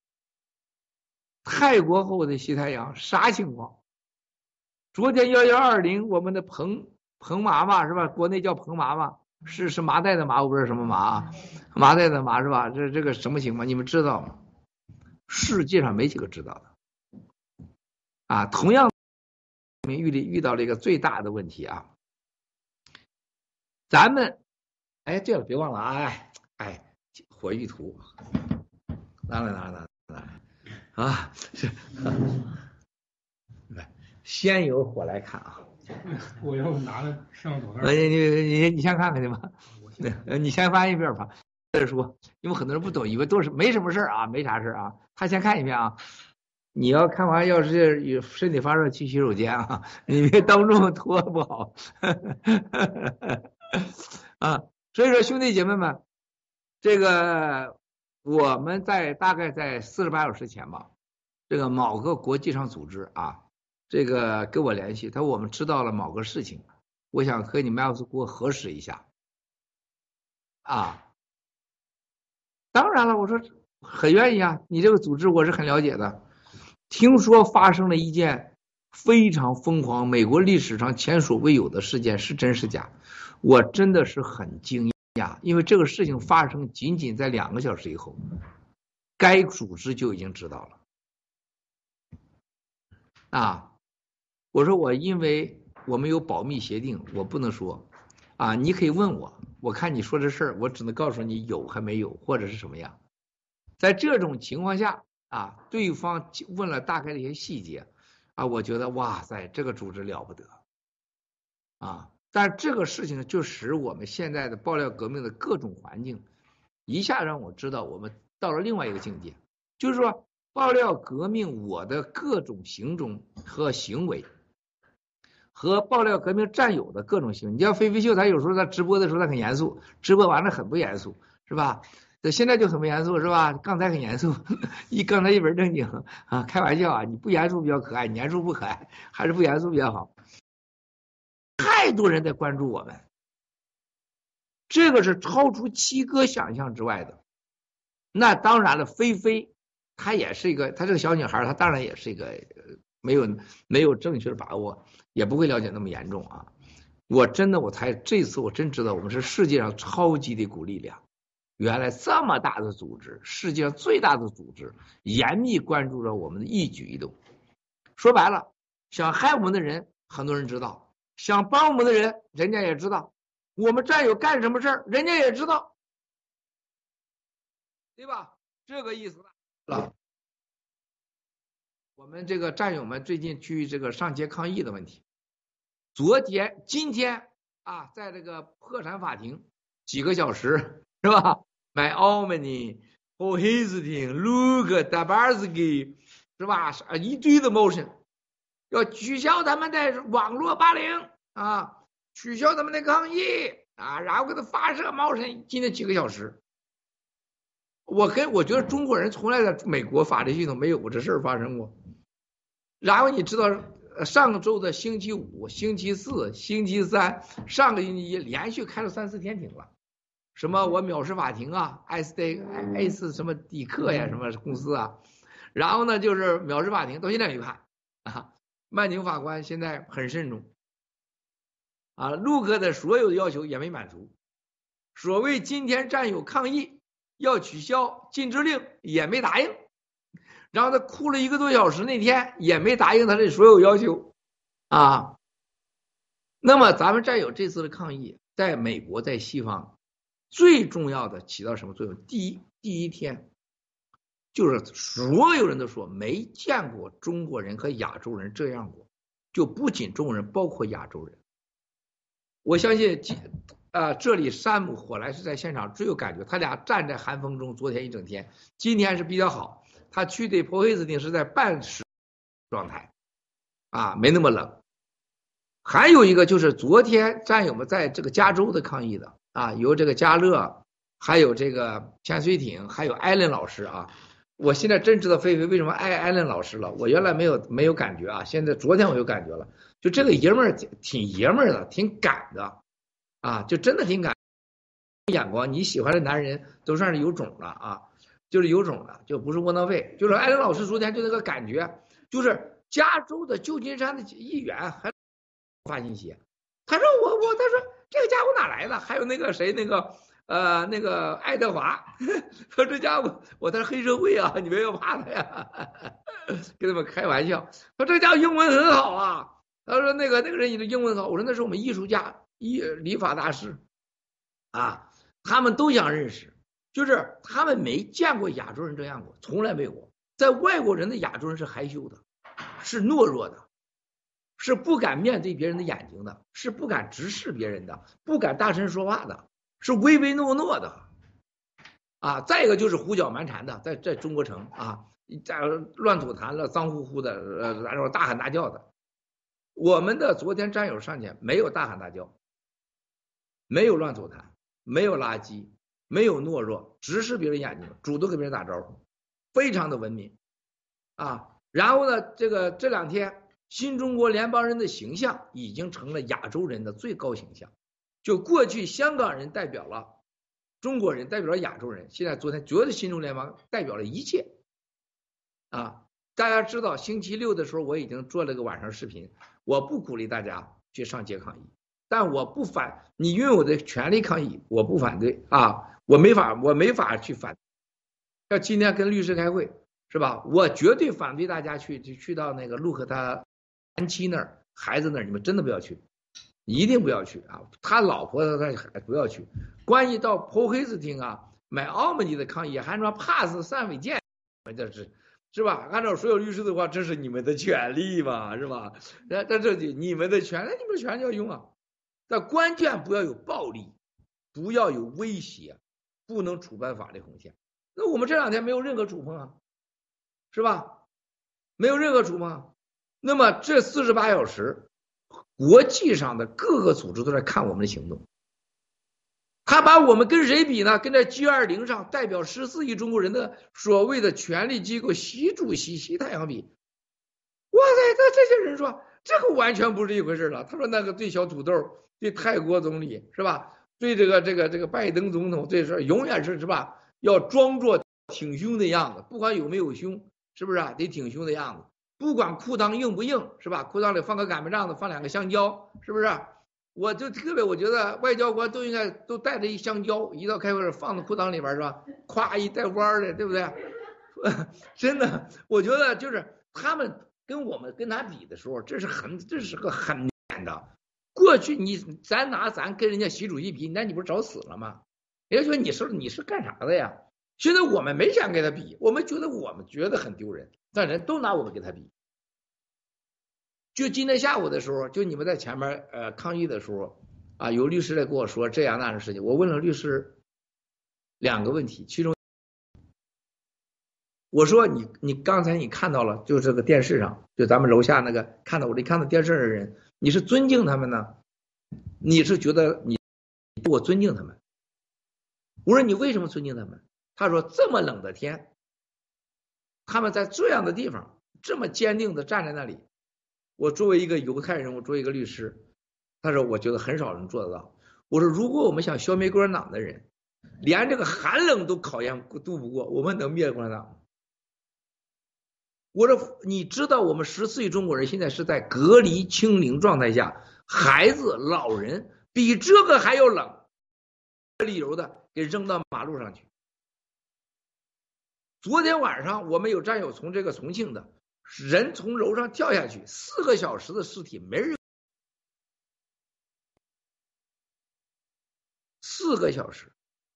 泰国后的西太阳啥情况？昨天幺幺二零我们的彭彭麻麻是吧？国内叫彭麻麻，是是麻袋的麻，我不知道什么麻啊，麻袋的麻是吧？这这个什么情况？你们知道吗？世界上没几个知道的。啊，同样我们遇里遇到了一个最大的问题啊，咱们哎对了，别忘了啊，哎哎火炬图，拿来拿来拿来拿来啊，是，来先由火来看啊， 我要拿了摄像头那儿，你你你你先看看去吧，你先翻一遍吧，再说，因为很多人不懂，以为都是没什么事啊，没啥事啊，他先看一遍啊。你要看完，要是有身体发热去洗手间啊，你别当众脱不好啊。所以说，兄弟姐妹们，这个我们在大概在四十八小时前吧，这个某个国际上组织啊，这个跟我联系，他说我们知道了某个事情，我想和你们要是给我核实一下啊。当然了，我说很愿意啊，你这个组织我是很了解的。听说发生了一件非常疯狂、美国历史上前所未有的事件，是真是假？我真的是很惊讶，因为这个事情发生仅仅在两个小时以后，该组织就已经知道了。啊，我说我因为我们有保密协定，我不能说啊，你可以问我，我看你说这事儿，我只能告诉你有还没有，或者是什么样。在这种情况下。啊，对方问了大概的一些细节，啊，我觉得哇塞，这个组织了不得，啊，但这个事情就使我们现在的爆料革命的各种环境，一下让我知道我们到了另外一个境界，就是说爆料革命我的各种行踪和行为，和爆料革命战友的各种行为。你像飞飞秀，他有时候他直播的时候他很严肃，直播完了很不严肃，是吧？这现在就很不严肃是吧？刚才很严肃，一刚才一本正经啊，开玩笑啊！你不严肃比较可爱，你严肃不可爱，还是不严肃比较好。太多人在关注我们，这个是超出七哥想象之外的。那当然了，菲菲她也是一个，她这个小女孩，她当然也是一个没有没有正确的把握，也不会了解那么严重啊。我真的我才这次我真知道，我们是世界上超级的一股力量。 原来这么大的组织，世界上最大的组织，严密关注着我们的一举一动。说白了，想害我们的人，很多人知道；想帮我们的人，人家也知道。我们战友干什么事儿，人家也知道，对吧？这个意思了。我们这个战友们最近去这个上街抗议的问题，昨天、今天啊，在这个破产法庭几个小时，是吧？买奥曼尼、霍希斯汀、卢克、达巴斯基，是吧？一堆的 motion， 要取消他们的网络霸凌啊，取消他们的抗议啊，然后给他发射 motion， 今天几个小时。我跟我觉得中国人从来在美国法律系统没有过这事儿发生过。然后你知道上周的星期五、星期四、星期三，上个星期一连续开了三四天庭了。什么我藐视法庭啊，艾斯戴艾斯什么迪克呀，什么公司啊，然后呢就是藐视法庭，到现在没判啊。曼宁法官现在很慎重啊，陆克的所有的要求也没满足，所谓今天战友抗议要取消禁止令也没答应，然后他哭了一个多小时，那天也没答应他的所有要求啊。那么咱们战友这次的抗议，在美国在西方最重要的起到什么作用？第一，第一天就是所有人都说没见过中国人和亚洲人这样过，就不仅中国人，包括亚洲人。我相信呃，这里山姆火来是在现场最有感觉，他俩站在寒风中，昨天一整天，今天是比较好。他去的波黑斯汀是在半湿状态，啊，没那么冷。还有一个就是昨天战友们在这个加州的抗议的啊，由这个加勒，还有这个潜水艇，还有艾伦老师啊。我现在真知道菲菲为什么爱艾伦老师了，我原来没有没有感觉啊，现在昨天我有感觉了，就这个爷们儿挺爷们儿的，挺敢的。啊，就真的挺敢眼光，你喜欢的男人都算是有种了啊，就是有种了，就不是窝囊废。就是艾伦老师昨天就那个感觉，就是加州的旧金山的议员还发信息，他说我我他说这个家伙哪来的？还有那个谁那个呃那个爱德华，说这家伙我他是黑社会啊，你们要怕他呀，跟他们开玩笑。说这家伙英文很好啊，他说那个那个人你的英文好，我说那是我们艺术家。一理发大师啊，他们都想认识，就是他们没见过亚洲人这样过，从来没有过。在外国人的亚洲人是害羞的，是懦弱的，是不敢面对别人的眼睛的，是不敢直视别人的，不敢大声说话的，是唯唯诺诺的啊。再一个就是胡搅蛮缠的，在在中国城啊，在乱吐痰了，脏乎乎的，呃，然后大喊大叫的。我们的昨天战友上去没有大喊大叫。没有乱走谈，没有垃圾，没有懦弱，直视别人眼睛，主动跟别人打招呼，非常的文明啊。然后呢，这个这两天新中国联邦人的形象已经成了亚洲人的最高形象，就过去香港人代表了中国人，代表了亚洲人，现在昨天觉得新中国联邦代表了一切啊。大家知道星期六的时候我已经做了个晚上视频，我不鼓励大家去上街抗议，但我不反，你拥有的权利抗议，我不反对啊，我没法，我没法去反。要今天跟律师开会是吧？我绝对反对大家去去去到那个陆克他前妻那儿、孩子那儿，你们真的不要去，一定不要去啊！他老婆他他不要去。关于到波黑斯汀啊，买澳门尼的抗议，还什么 pass 三违建，这是。是吧？按照所有律师的话，这是你们的权利嘛，是吧？那那这你们的权利，你们的权利要用啊。但关键不要有暴力，不要有威胁，不能触犯法律红线。那我们这两天没有任何触碰啊，是吧？没有任何触碰。那么这四十八小时，国际上的各个组织都在看我们的行动。他把我们跟谁比呢？跟在 G 二十 上代表十四亿中国人的所谓的权力机构习主席习太阳比。哇塞，这这些人说这个完全不是一回事了。他说那个对小土豆，对泰国总理是吧？对这个这个这个拜登总统，这事永远是是吧？要装作挺胸的样子，不管有没有胸，是不是啊？得挺胸的样子。不管裤裆硬不硬，是吧？裤裆里放个擀面杖子，放两个香蕉，是不是？ 我就特别，我觉得外交官都应该都带着一香蕉，一到开会放到裤裆里边是吧？咵一带弯的，对不对？真的，我觉得就是他们跟我们跟他比的时候，这是很这是个很难的。过去你咱拿咱跟人家习主席比，那你不是找死了吗？人家说你是你是干啥的呀？现在我们没想跟他比，我们觉得我们觉得很丢人，但人都拿我们跟他比。就今天下午的时候，就你们在前面呃抗议的时候啊，有律师来跟我说这样那样的事情，我问了律师两个问题，其中我说你你刚才你看到了，就这个电视上，就咱们楼下那个看到我这看到电视的人，你是尊敬他们呢，你是觉得你我尊敬他们？我说你为什么尊敬他们？他说这么冷的天，他们在这样的地方这么坚定的站在那里。我作为一个犹太人，我作为一个律师，他说我觉得很少人做得到。我说如果我们想消灭共产党的人，连这个寒冷都考验度不过，我们能灭共产党吗？我说你知道我们十四亿中国人现在是在隔离清零状态下，孩子老人比这个还要冷，理由的给扔到马路上去。昨天晚上我们有战友从这个重庆的人从楼上跳下去，四个小时的尸体没人，四个小时，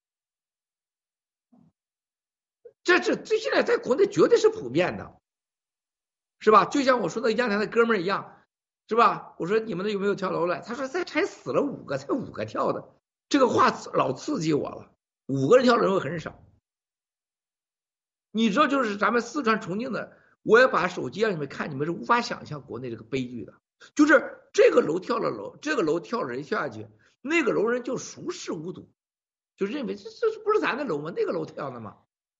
这这这现在在国内绝对是普遍的，是吧？就像我说那阳台的哥们儿一样，是吧？我说你们那有没有跳楼了？他说才才死了五个，才五个跳的，这个话老刺激我了。五个人跳楼很少，你知道，就是咱们四川重庆的。我也把手机让你们看，你们是无法想象国内这个悲剧的。就是这个楼跳了楼，这个楼跳人下去，那个楼人就熟视无睹，就认为这这不是咱的楼吗？那个楼跳的吗？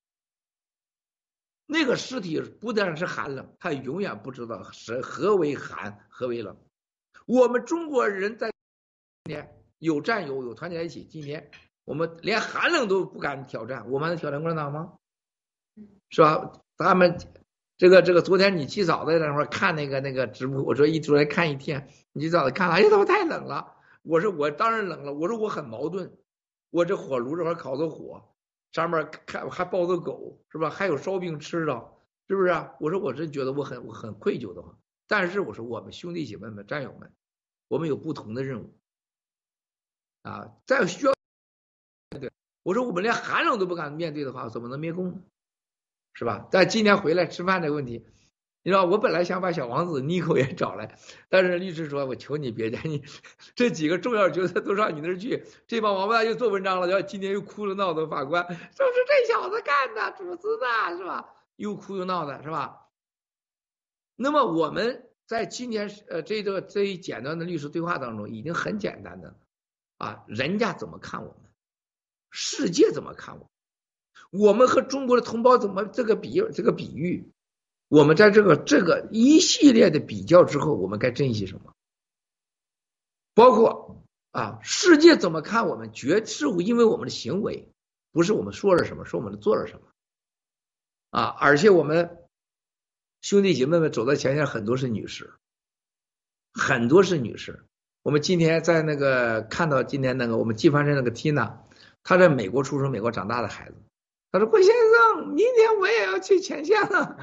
那个尸体不但是寒冷，他永远不知道是何为寒，何为冷。我们中国人在今天有战友，有团结在一起，今天我们连寒冷都不敢挑战，我们能挑战共产党吗？是吧？他们。这个这个，昨天你起早的那会儿看那个那个直播，我说一昨天看一天，你起早的看了，哎呀，他们太冷了。我说我当然冷了，我说我很矛盾，我这火炉这块烤的火，上面看还抱着狗，是吧？还有烧饼吃的，是不是啊？我说我真觉得我很我很愧疚的话，但是我说我们兄弟姐妹们、战友们，我们有不同的任务啊，在需要对，我说我们连寒冷都不敢面对的话，怎么能灭共呢？是吧？但今天回来吃饭这个问题，你知道，我本来想把小王子妮蔻也找来，但是律师说，我求你别介，你这几个重要角色都上你那儿去，这帮王八蛋又做文章了，要今天又哭又闹的法官，都是这小子干的，主子的是吧？又哭又闹的是吧？那么我们在今天呃这个这一简单的律师对话当中，已经很简单的啊，人家怎么看我们，世界怎么看我们？我们和中国的同胞怎么这个比这个比喻？我们在这个这个一系列的比较之后，我们该珍惜什么？包括啊，世界怎么看我们？绝是因为我们的行为，不是我们说了什么，是我们做了什么啊！而且我们兄弟姐妹们走在前线，很多是女士，很多是女士。我们今天在那个看到今天那个我们纪梵镇那个 Tina， 她在美国出生、美国长大的孩子。他说：“郭先生，明天我也要去前线了，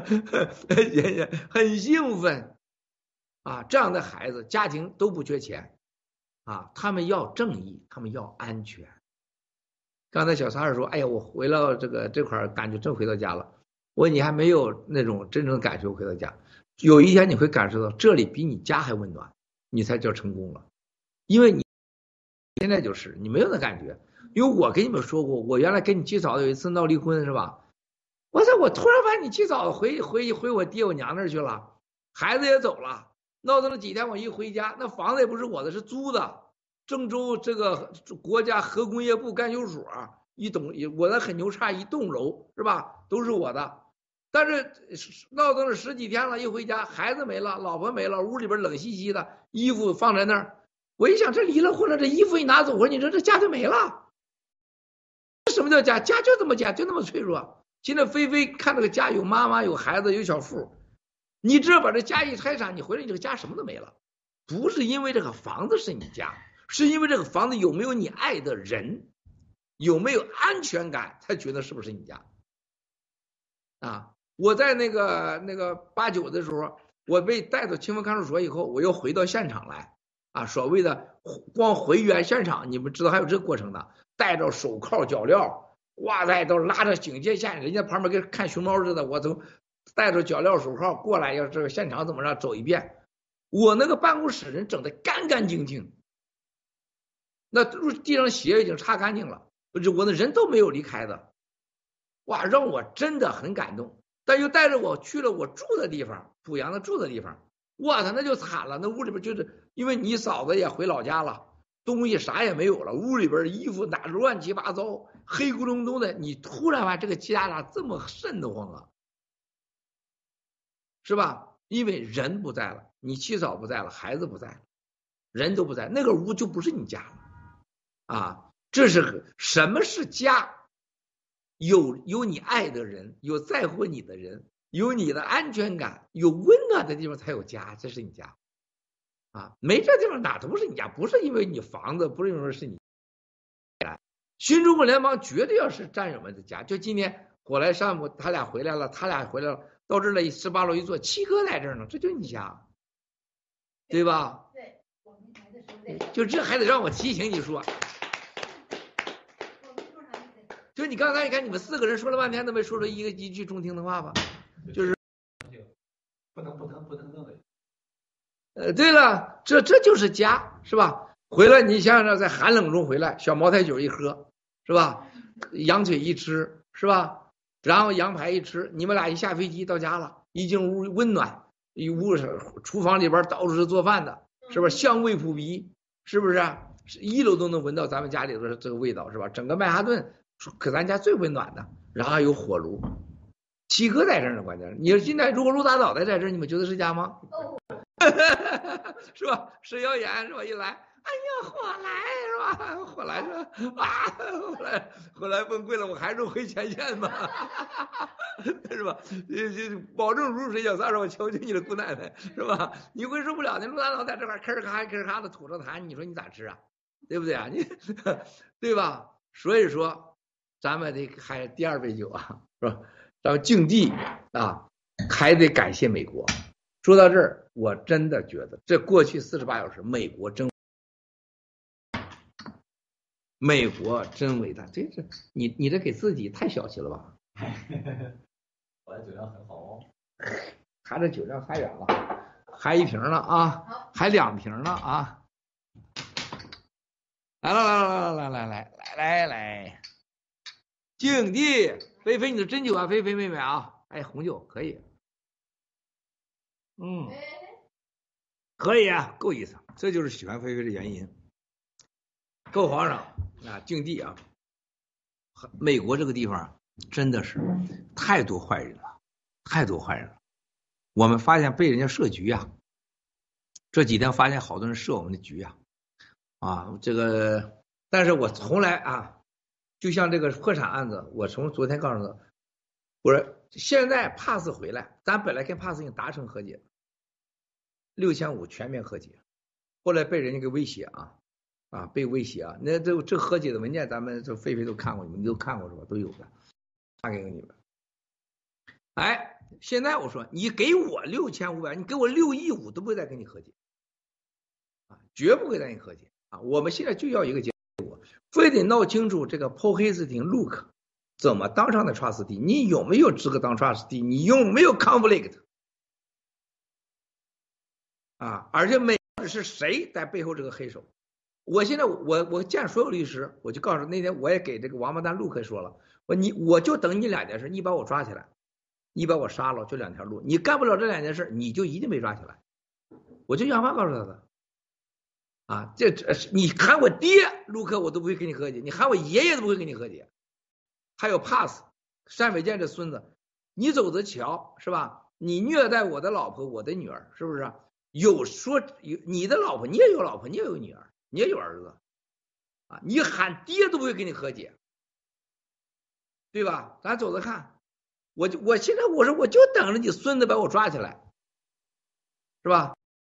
很兴奋啊！这样的孩子，家庭都不缺钱啊，他们要正义，他们要安全。刚才小三儿说：‘哎呀，我回到这个这块感觉真回到家了。’我说你还没有那种真正的感受回到家，有一天你会感受到这里比你家还温暖，你才叫成功了。因为你现在就是你没有那感觉。”因为我跟你们说过，我原来跟你起早有一次闹离婚是吧？我操！我突然把你起早回回回我爹我娘那儿去了，孩子也走了，闹腾了几天，我一回家，那房子也不是我的，是租的。郑州这个国家核工业部干休所一栋，我那很牛叉一栋楼是吧？都是我的。但是闹腾了十几天了，一回家孩子没了，老婆没了，屋里边冷兮兮的，衣服放在那儿。我一想，这离了婚了，这衣服一拿走，我说你说这家就没了。什么叫家？家就这么家，就那么脆弱。现在菲菲看这个家有妈妈有孩子有小富，你只要把这家一拆散，你回来你这个家什么都没了。 不是因为这个房子是你家，是因为这个房子有没有你爱的人，有没有安全感，才觉得是不是你家。啊，我在那个那个八九的时候，我被带到清风看守所以后，我又回到现场来啊，所谓的光回原现场，你们知道还有这个过程的，带着手铐脚镣，哇塞，都拉着警戒线，人家旁边跟看熊猫似的，我都带着脚镣手铐过来，要这个现场怎么着走一遍。我那个办公室人整得干干净净，那地上血已经擦干净了，我的人都没有离开的，哇，让我真的很感动。但又带着我去了我住的地方，濮阳的住的地方，哇塞，那就惨了，那屋里边就是因为你嫂子也回老家了，东西啥也没有了，屋里边衣服打乱七八糟，黑咕隆咚的，你突然发现这个家咋这么瘆得慌啊，是吧？因为人不在了，你妻嫂不在了，孩子不在了，人都不在，那个屋就不是你家了啊！这是什么是家？有有你爱的人，有在乎你的人，有你的安全感，有温暖的地方才有家，这是你家啊！没这地方哪都不是你家，不是因为你房子，不是因为是你。新中国联邦绝对要是战友们的家。就今天火来上午他俩回来了，他俩回来了，到这儿十八楼一坐，七哥在这儿呢，这就是你家，对吧？ 对，我们来的时候在。 就这还得让我提醒你说。就你刚才你看你们四个人说了半天都没说出一个一句中听的话吧，就是不能不能不能认为。 呃，对了，这这就是家，是吧？回来你想想，在寒冷中回来，小茅台酒一喝，是吧？羊腿一吃，是吧？然后羊排一吃，你们俩一下飞机到家了，一进屋温暖，一屋厨房里边到处是做饭的，是不是香味扑鼻？是不是？一楼都能闻到咱们家里的这个味道，是吧？整个曼哈顿。可咱家最温暖的，然后还有火炉，七哥在这儿呢，关键你现在如果陆大嫂在这儿，你们觉得是家吗？ 哦、 是吧？石小岩是吧？一来，哎呀，火来是吧？火来是吧？啊，后来后来崩溃了，我还是回前线吧，是吧？保证如水小三儿，我求求你了，姑奶奶，是吧？你会受不了的，陆大嫂在这块吭咔吭咔的吐着痰，你说你咋吃啊？对不对啊？你对吧？所以说。咱们得还第二杯酒啊，是吧？咱们敬帝啊，还得感谢美国。说到这儿，我真的觉得这过去四十八小时，美国真，美国真伟大。这这，你你这给自己太小气了吧？ 我的酒量很好哦， 他这酒量太远了，还一瓶呢啊，还两瓶呢啊！来了来了来来来来来来来。敬帝，菲菲，你的真酒啊，菲菲妹妹啊，哎，红酒可以，嗯，可以啊，够意思，这就是喜欢菲菲的原因。够皇上啊，敬帝啊，美国这个地方真的是太多坏人了，太多坏人了。我们发现被人家设局啊，这几天发现好多人设我们的局啊，啊，这个，但是我从来啊。就像这个破产案子，我从昨天告诉他，我说现在帕斯回来，咱本来跟帕斯已经达成和解，六千五全面和解，后来被人家给威胁啊啊被威胁啊，那这这和解的文件咱们这菲菲都看过，你们都看过是吧？都有的，发给你们。哎，现在我说你给我六千五百，你给我六亿五都不会再跟你和解啊，绝不会再跟你和解啊！我们现在就要一个结果。非得闹清楚这个 Paul Hastings Luke 怎么当上的 trustee， 你有没有资格当 trustee， 你有没有 conflict 啊？而且美国是谁在背后这个黑手？我现在我我见所有律师，我就告诉那天我也给这个王八蛋 Luke 说了，我你我就等你两件事，你把我抓起来，你把我杀了，就两条路，你干不了这两件事，你就一定被抓起来。我就原话告诉他的。啊，这这你喊我爹，陆克我都不会跟你和解，你喊我爷爷都不会跟你和解。还有 pass 单伟健这孙子，你走着瞧是吧？你虐待我的老婆，我的女儿，是不是？有说有你的老婆，你也有老婆，你也有女儿，你也有儿子啊，你喊爹都不会跟你和解，对吧？咱走着看，我就我现在我说我就等着你孙子把我抓起来，是吧？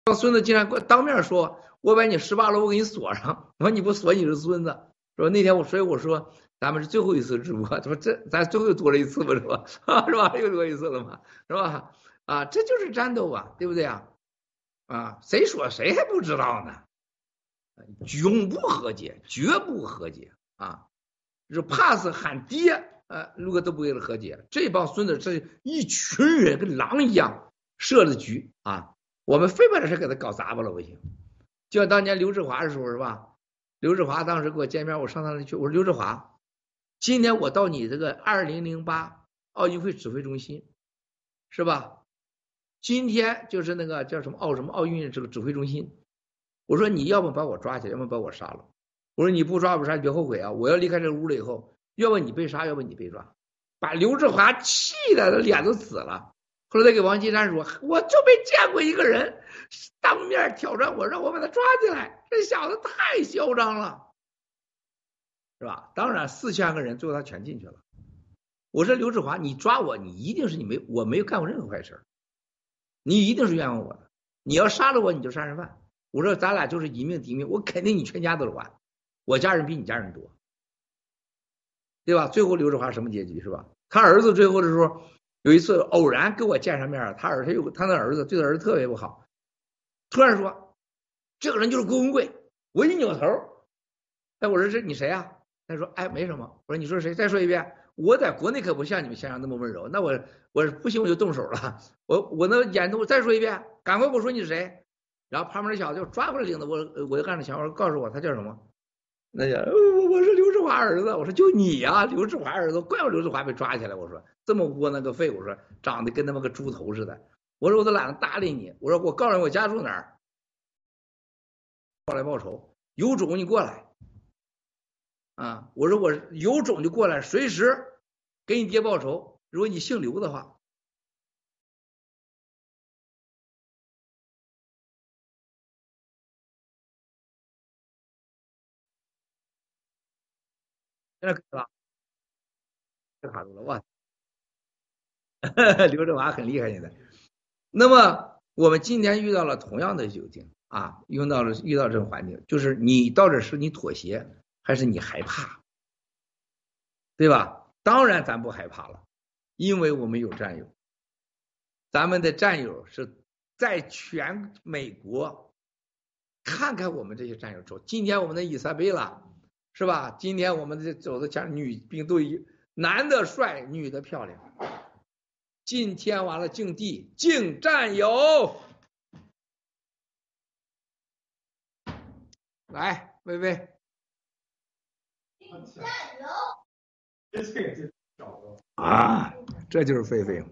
孙子竟然给我当面说，我把你十八楼我给你锁上，我说你不锁你是孙子。说那天我所以我说咱们是最后一次直播，他说这咱最后又多了一次吧，是吧？是吧？又多一次了嘛，是吧？啊，这就是战斗啊，对不对啊？啊，谁说谁还不知道呢？永不和解，绝不和解啊！就怕是喊爹，呃，如果都不为了和解，这帮孙子这一群人跟狼一样设了局啊！我们非把这事给他搞砸吧了不行。就像当年刘志华的时候是吧？刘志华当时跟我见面，我上他那里去，我说刘志华，今年我到你这个二零零八奥运会指挥中心，是吧？今天就是那个叫什么奥什么奥运这个指挥中心，我说你要么把我抓起来，要么把我杀了。我说你不抓不杀，你别后悔啊！我要离开这个屋了以后，要么你被杀，要么你被抓，把刘志华气的脸都紫了。后来他给王岐山说，我就没见过一个人当面挑战我，让我把他抓起来，这小子太嚣张了，是吧？当然四千个人最后他全进去了。我说刘志华，你抓我，你一定是你没我没有干过任何坏事，你一定是冤枉我的，你要杀了我你就杀人犯。我说咱俩就是一命抵命，我肯定你全家都是完，我家人比你家人多，对吧？最后刘志华什么结局是吧？他儿子最后的时候有一次偶然跟我见上面，他儿子有他那儿子对他儿子特别不好，突然说这个人就是郭文贵。我一扭头，哎，我说这你谁啊？他说哎没什么。我说你说谁？再说一遍。我在国内可不像你们先生那么温柔，那我我不行我就动手了。我我那眼睛我再说一遍，赶快给我说你是谁。然后旁边那小子就抓过来领子，我我就干着想，我说告诉我他叫什么？那家我我是刘志华儿子。我说就你呀、啊，刘志华儿子，怪不得刘志华被抓起来。我说这么窝囊个废，我说长得跟他妈个猪头似的。我说我都懒得搭理你。我说我告诉你我家住哪儿，过来报仇，有种你过来啊！我说我有种就过来，随时给你爹报仇。如果你姓刘的话。现在可以了，这卡住了哇！刘志华很厉害现在。那么我们今天遇到了同样的窘境啊，遇到了遇到这种环境，就是你到底是你妥协还是你害怕，对吧？当然咱不害怕了，因为我们有战友，咱们的战友是在全美国，看看我们这些战友走，今天我们的伊莎贝拉。是吧？今天我们这走的前女兵都一男的帅，女的漂亮。今天完了敬地敬战友，来薇薇， 敬战友， 这这个就找着啊，这就是菲菲。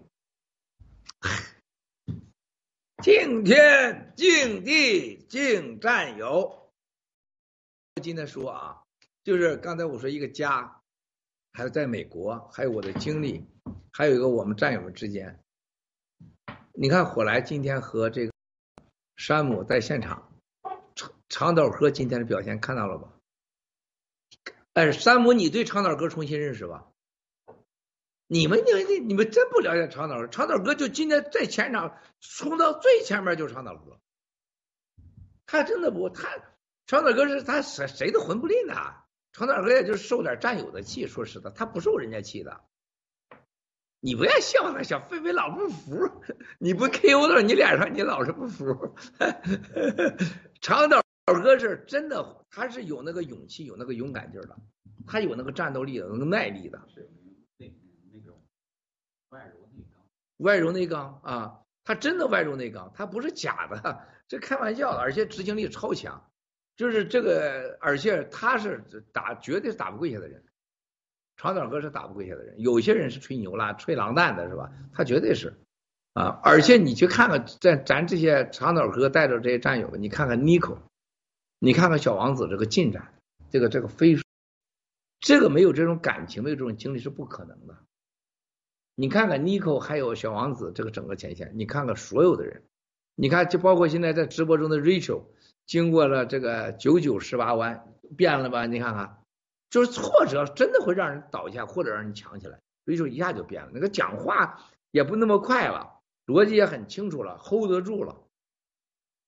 敬天敬地敬战友。今天说啊。就是刚才我说一个家，还有在美国，还有我的经历，还有一个我们战友们之间。你看火来今天和这个山姆在现场，长长岛哥今天的表现看到了吧？哎，山姆，你对长岛哥重新认识吧？你们你们你们真不了解长岛哥，长岛哥就今天在前场冲到最前面就是长岛哥，他真的不他长岛哥是他谁谁都混不吝的。长岛哥也就是受点战友的气，说实的，他不受人家气的。你不要笑他，小菲菲老不服，你不 K O 到你脸上，你老是不服。长岛哥是真的，他是有那个勇气，有那个勇敢劲儿的，他有那个战斗力的，有那个耐力的。 那那种外柔内刚， 外柔内刚啊，他真的外柔内刚，他不是假的，这开玩笑的，而且执行力超强。就是这个，而且他是打绝对是打不跪下的人，长岛哥是打不跪下的人。有些人是吹牛啦、吹狼蛋的，是吧？他绝对是啊！而且你去看看咱咱这些长岛哥带着这些战友，你看看 Nico， 你看看小王子这个进展，这个这个飞，这个没有这种感情，没有这种经历是不可能的。你看看 Nico 还有小王子这个整个前线，你看看所有的人，你看就包括现在在直播中的 Rachel。经过了这个九九十八弯，变了吧？你看看，就是挫折真的会让人倒下，或者让人强起来。所以说一下就变了，那个讲话也不那么快了，逻辑也很清楚了 ，hold 得住了。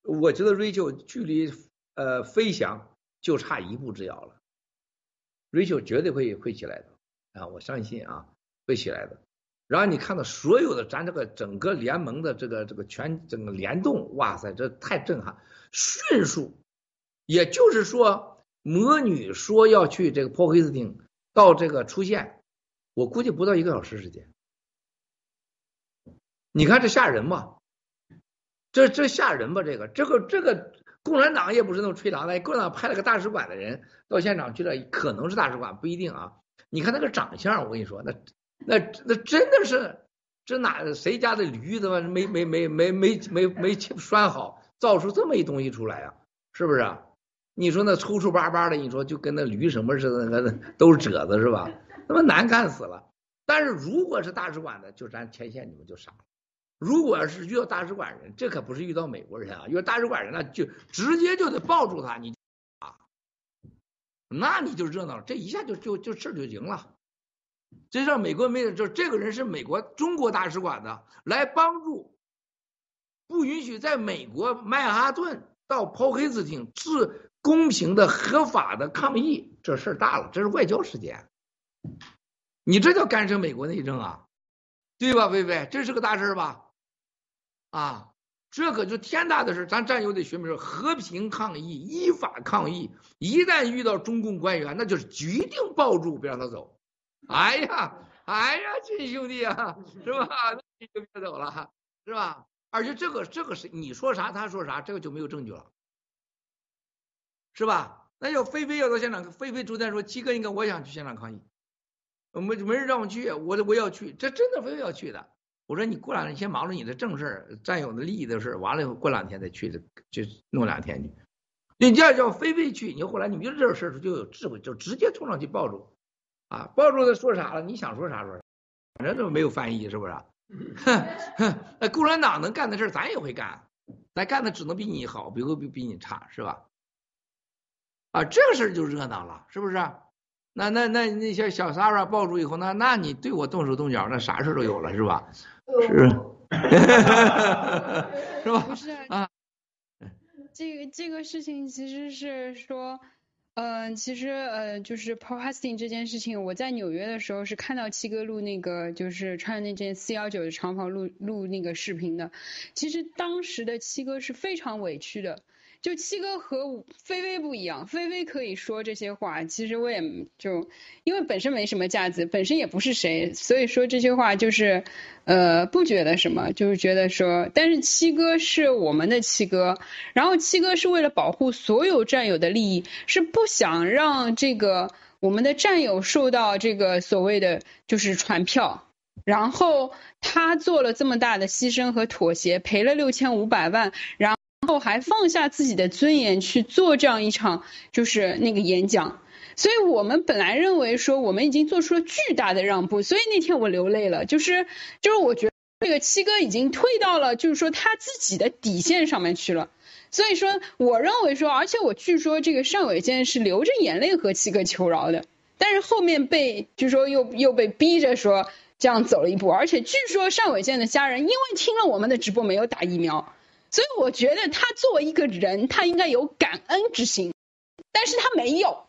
我觉得 Rachel 距离呃飞翔就差一步之遥了。Rachel 绝对会会起来的啊，我相信啊会起来的。然后你看到所有的咱这个整个联盟的这个这个全整个联动，哇塞，这太震撼，迅速。也就是说，魔女说要去这个 Port Hastings 到这个出现，我估计不到一个小时时间。你看这吓人吗？这这吓人吧？这个这个这个共产党也不是那种吹狼的，共产党派了个大使馆的人到现场去了，可能是大使馆不一定啊。你看那个长相，我跟你说，那那那真的是这哪谁家的驴子吧？没没没没没没没拴好，造出这么一东西出来啊？是不是啊？你说那抽抽巴巴的，你说就跟那驴什么似的，那个都是褶子是吧？那么难看死了。但是如果是大使馆的，就咱前线你们就傻了。如果是遇到大使馆人，这可不是遇到美国人啊，遇到大使馆人那就直接就得抱住他，你啊，那你就热闹了，这一下就就就事就赢了。这让美国没有，就这个人是美国中国大使馆的，来帮助，不允许在美国曼哈顿到Port Hastings是公平的、合法的抗议，这事儿大了，这是外交事件，你这叫干涉美国内政啊，对吧，薇薇？这是个大事吧？啊，这可就天大的事，咱战友得学明白，和平抗议、依法抗议，一旦遇到中共官员，那就是决定抱住，别让他走。哎呀，哎呀，亲兄弟啊，是吧？那你就别走了，是吧？而且这个这个是你说啥他说啥，这个就没有证据了，是吧？那要菲菲要到现场，菲菲昨天说七哥，你看我想去现场抗议，没没人让我去，我我要去，这真的菲菲要去的。我说你过两天先忙着你的正事儿，战友的利益的事儿，完了以后过两天再去，就弄两天去。你要叫菲菲去，你后来你就这事儿就有智慧，就直接冲上去抱住，啊，抱住他说啥了？你想说啥说啥，反正都没有翻译，是不是？那共产党能干的事儿，咱也会干，咱干的只能比你好，比比比你差，是吧？啊，这个事儿就热闹了，是不是？那那那那些小撒拉抱住以后，那那你对我动手动脚，那啥事都有了，是吧？是，是吧？ 不是啊，这个这个事情其实是说，嗯、呃，其实呃，就是 Port Hastings 这件事情，我在纽约的时候是看到七哥录那个，就是穿那件四一九的长袍录录那个视频的。其实当时的七哥是非常委屈的。就七哥和菲菲不一样，菲菲可以说这些话，其实我也就因为本身没什么架子，本身也不是谁，所以说这些话就是呃不觉得什么，就是觉得说，但是七哥是我们的七哥，然后七哥是为了保护所有战友的利益，是不想让这个我们的战友受到这个所谓的就是传票，然后他做了这么大的牺牲和妥协，赔了六千五百万，然后然后还放下自己的尊严去做这样一场就是那个演讲，所以我们本来认为说我们已经做出了巨大的让步，所以那天我流泪了，就是就是我觉得这个七哥已经退到了就是说他自己的底线上面去了，所以说我认为说，而且我据说这个单伟健是流着眼泪和七哥求饶的，但是后面被据说又又被逼着说这样走了一步，而且据说单伟健的家人因为听了我们的直播没有打疫苗。所以我觉得他作为一个人，他应该有感恩之心，但是他没有。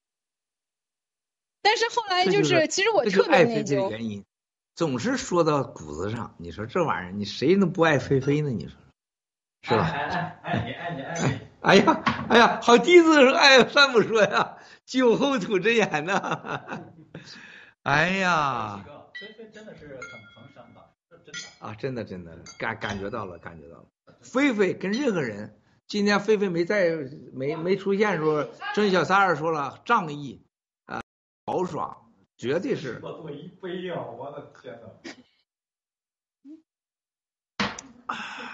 但是后来就是， 就是其实我特别内疚。 原因总是说到骨子上，你说这玩意儿，你谁能不爱菲菲呢？你说是吧？ 爱爱爱你爱你爱你！ 哎呀哎呀，好第一次哎山姆说呀，酒后吐真言呐！哎呀， 菲菲真的是很疼伤的，真的啊，真的真的感感觉到了，感觉到了。菲菲跟任何人，今天菲菲没在没没出现的时候，真小三儿说了仗义啊、呃，豪爽，绝对是。 我多一杯呀！我的天哪！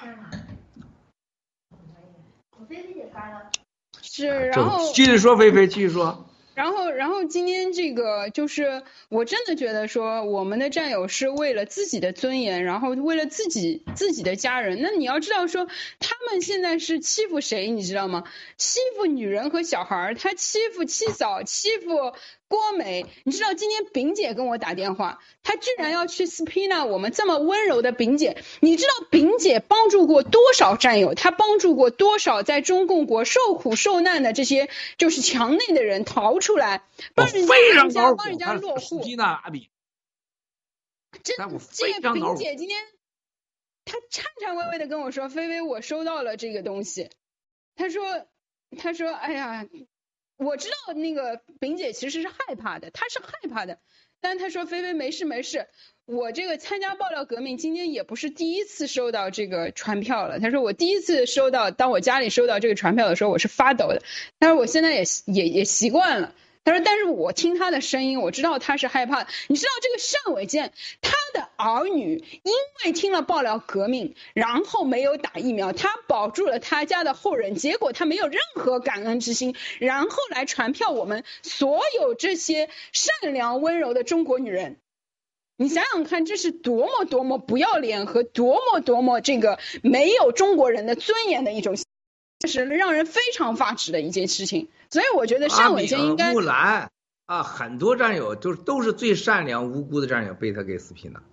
我菲菲也发了。 是，然后继续说，菲菲继续说。 然后，然后今天这个就是我真的觉得说，我们的战友是为了自己的尊严，然后为了自己自己的家人。那你要知道说，他们现在是欺负谁，你知道吗？欺负女人和小孩，他欺负妻嫂，欺负郭美，你知道今天丙姐跟我打电话，她居然要去 subpoena 我们这么温柔的丙姐。你知道丙姐帮助过多少战友？她帮助过多少在中共国受苦受难的这些就是墙内的人逃出来，帮人家帮人家落户。 阿炳， 这这个丙姐今天她颤颤巍巍的跟我说：“菲菲，我收到了这个东西。”她说：“她说，哎呀。”我知道那个丙姐其实是害怕的，她是害怕的，但她说菲菲没事没事，我这个参加爆料革命今天也不是第一次收到这个传票了。她说我第一次收到，当我家里收到这个传票的时候，我是发抖的。她说我现在也也也习惯了。他说但是我听他的声音，我知道他是害怕的。你知道这个单伟健，他的儿女因为听了爆料革命，然后没有打疫苗，他保住了他家的后人，结果他没有任何感恩之心，然后来传票我们所有这些善良温柔的中国女人。你想想看，这是多么多么不要脸和多么多么这个没有中国人的尊严的一种，这是让人非常发指的一件事情。所以我觉得单伟健应该。 木兰啊，很多战友都都是最善良无辜的战友被他给死拼了。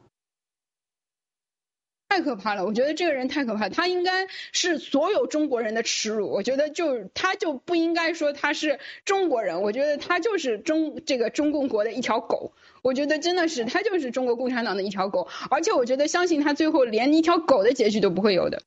太可怕了，我觉得这个人太可怕，他应该是所有中国人的耻辱。我觉得就他就不应该说他是中国人，我觉得他就是中这个中共国的一条狗。我觉得真的是他就是中国共产党的一条狗，而且我觉得相信他最后连一条狗的结局都不会有的。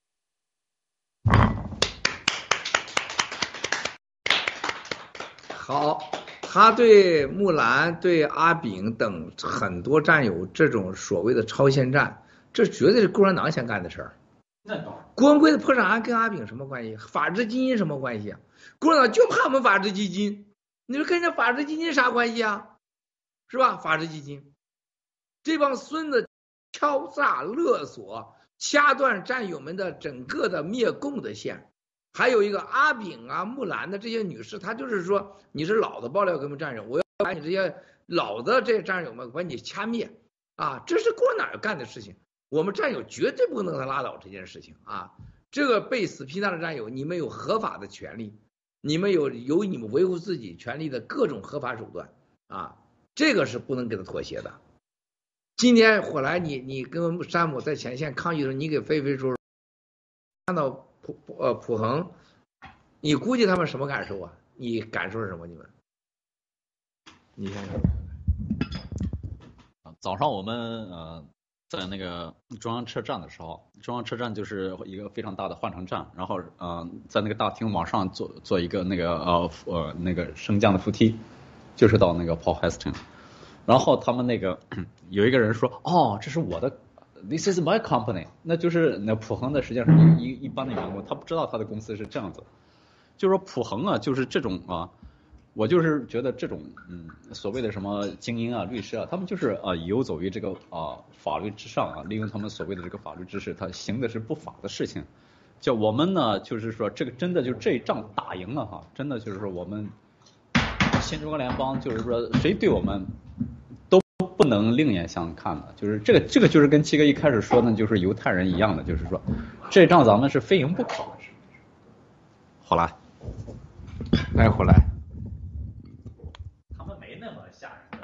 好，他对木兰、对阿炳等很多战友这种所谓的超限战，这绝对是共产党想干的事儿。郭文贵的破产案跟阿炳什么关系？法治基金什么关系啊？共产党就怕我们法治基金，你说跟人家法治基金啥关系啊？是吧？法治基金，这帮孙子敲诈勒索，掐断战友们的整个的灭共的线。还有一个阿炳啊、木兰的这些女士，她就是说你是老的爆料革命战友，我要把你这些老的这些战友们把你掐灭啊！这是共产党要干的事情，我们战友绝对不能让他拉倒这件事情啊！这个被死批判的战友，你们有合法的权利，你们有有你们维护自己权利的各种合法手段啊！这个是不能给他妥协的。今天火来你你跟山姆在前线抗议的时候，你给菲菲说看到。普呃普恒，你估计他们什么感受啊？你感受是什么？你们？你想想。 早上我们呃在那个中央车站的时候，中央车站就是一个非常大的换乘站，然后呃在那个大厅往上做做一个那个呃呃那个升降的扶梯，就是到那个 Paul Heston， 然后他们那个有一个人说，哦，这是我的。This is my company， 那就是那普恒的实际上是一一般的员工，他不知道他的公司是这样子。就是说普恒啊，就是这种啊，我就是觉得这种嗯所谓的什么精英啊、律师啊，他们就是啊游走于这个啊法律之上啊，利用他们所谓的这个法律知识，他行的是不法的事情。就我们呢，就是说这个真的就这一仗打赢了哈，真的就是说我们新中国联邦就是说谁对我们。不能另眼相看的，就是这个，这个就是跟七哥一开始说的，就是犹太人一样的，就是说，这仗咱们是非赢不可。好了， 来回来， 他们没那么吓人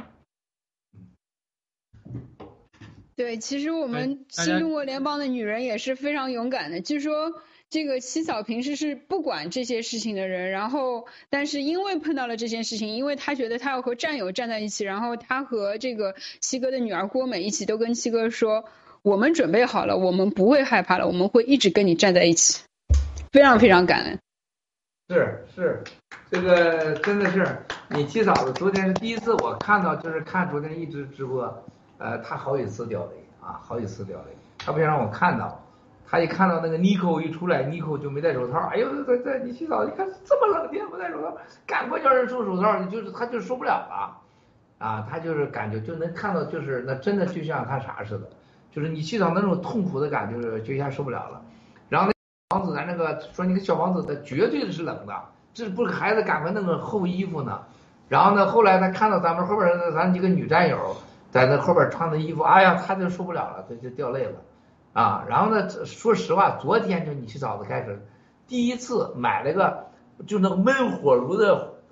的。 对，其实我们新中国联邦的女人也是非常勇敢的。据说这个七嫂平时是不管这些事情的人，然后但是因为碰到了这件事情，因为他觉得他要和战友站在一起，然后他和这个七哥的女儿郭美一起都跟七哥说，我们准备好了，我们不会害怕了，我们会一直跟你站在一起，非常非常感恩。 是是，这个真的是你七嫂子昨天是第一次我看到，就是看昨天一直直播，呃，他好几次掉泪啊，好几次掉泪，他不想让我看到。他一看到那个妮蔻一出来，妮蔻就没戴手套，哎呦，这这你洗澡，你看这么冷天不戴手套，赶快叫人收手套，就是他就受不了了，啊，他就是感觉就能看到，就是那真的就像他啥似的，就是你洗澡那种痛苦的感觉，就是就一下受不了了。然后那王子咱那个说那个小王子的绝对是冷的，这不是孩子赶快弄个厚衣服呢。然后呢，后来他看到咱们后边咱几个女战友在那后边穿的衣服，哎呀，他就受不了了，他就掉泪了。啊，然后呢？说实话，昨天就你去嫂子开始，第一次买了个就那个焖火炉的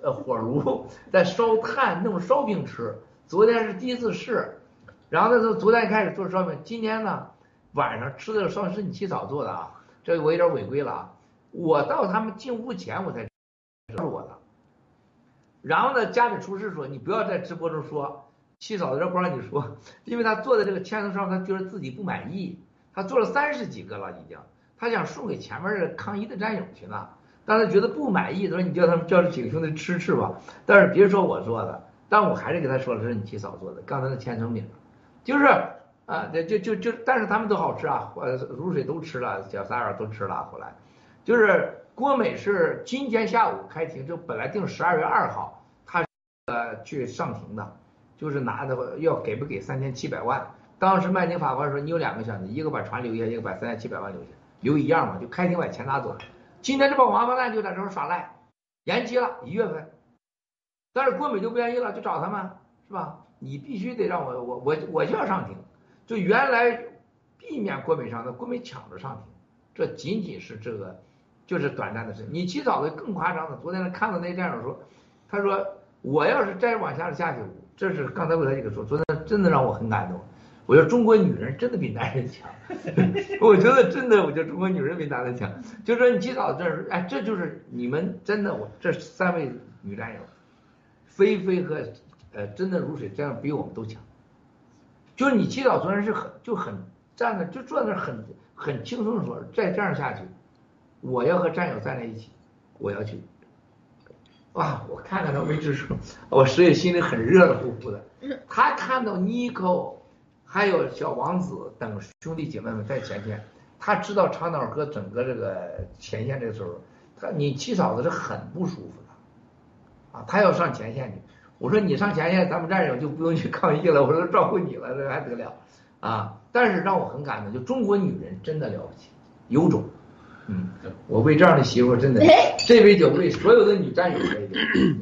呃火炉在烧炭弄烧饼吃。昨天是第一次试，然后那时候昨天开始做烧饼，今天呢晚上吃的烧饼是你起早做的啊，这我有点违规了啊。我到他们进屋前我才知道我的。然后呢，家里厨师说你不要在直播中说七嫂子这不让你说，因为他做的这个千层烧他觉得自己不满意，他做了三十几个了已经，他想送给前面的抗议的战友去呢，但他觉得不满意，他说你叫他们叫这几个兄弟吃吃吧，但是别说我做的，但我还是给他说了是你七嫂做的，刚才的千层饼，就是啊，就就就就，但是他们都好吃啊，呃，如水都吃了，小三儿都吃了，后来就是郭美是今天下午开庭，就本来定十二月二号，他呃去上庭的。就是拿的要给不给三千七百万，当时麦宁法官说你有两个选择，一个把船留下，一个把三千七百万留下，留一样嘛，就开庭把钱拿走了。今天这帮王八蛋就在这儿耍赖，延期了一月份，但是郭美就不愿意了，就找他们是吧？你必须得让我我我我就要上庭，就原来避免郭美上的，郭美抢着上庭，这仅仅是这个就是短暂的事。你起早的更夸张的，昨天看到那战友说，他说我要是再往下下去。这是刚才我他这个说，昨天真的让我很感动。我觉得中国女人真的比男人强，我觉得真的，我觉得中国女人比男人强。就是说你起早这，哎，这就是你们真的，我这三位女战友，菲菲和呃真的如水这样比我们都强。就是你起早昨天是很就很站在就坐在那很很轻松的说，再这样下去，我要和战友站在一起，我要去。哇！我看看他没吱声，我实际心里很热乎乎的。他看到妮蔻，还有小王子等兄弟姐妹们在前线，他知道长岛和整个这个前线这个时候，他你七嫂子是很不舒服的，啊，他要上前线去。我说你上前线，咱们战友就不用去抗议了，我说照顾你了，这还得了啊！但是让我很感动，就中国女人真的了不起，有种。嗯，我为这样的媳妇真的，这杯酒为所有的女战友喝一杯。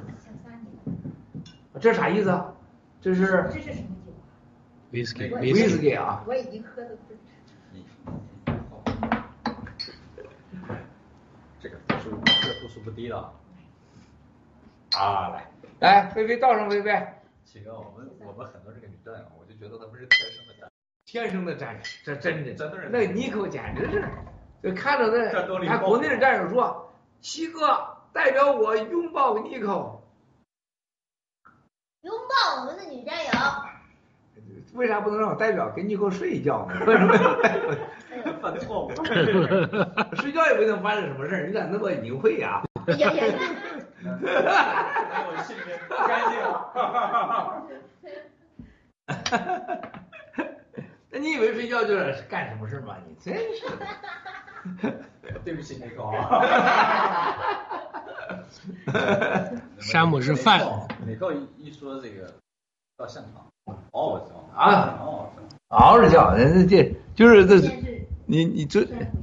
这啥意思啊？这是这是什么酒 ？Whisky， Whisky 啊！ 我已经喝的不这个度数这度数不低了啊！来来，菲菲倒上菲菲。 启哥，我们我们很多这个女战友，我就觉得他们是天生的战， 天生的战友，这真的， 真的是那妮蔻简直是。就看着那，他国内的战友说：“七哥代表我拥抱妮蔻， 拥抱我们的女战友。” 为啥不能让我代表跟妮蔻睡一觉呢？为什么要犯错误？ 睡觉也不能发生什么事儿，你咋那么淫秽呀？ 哎呀呀！ 我心里面不干净。 那你以为睡觉就是干什么事吗？你真是的。 对不起，妮蔻啊。 山姆是饭。 妮蔻一一说这个到现场，嗷嗷叫啊， 嗷嗷着叫，人家这就是这，你你这。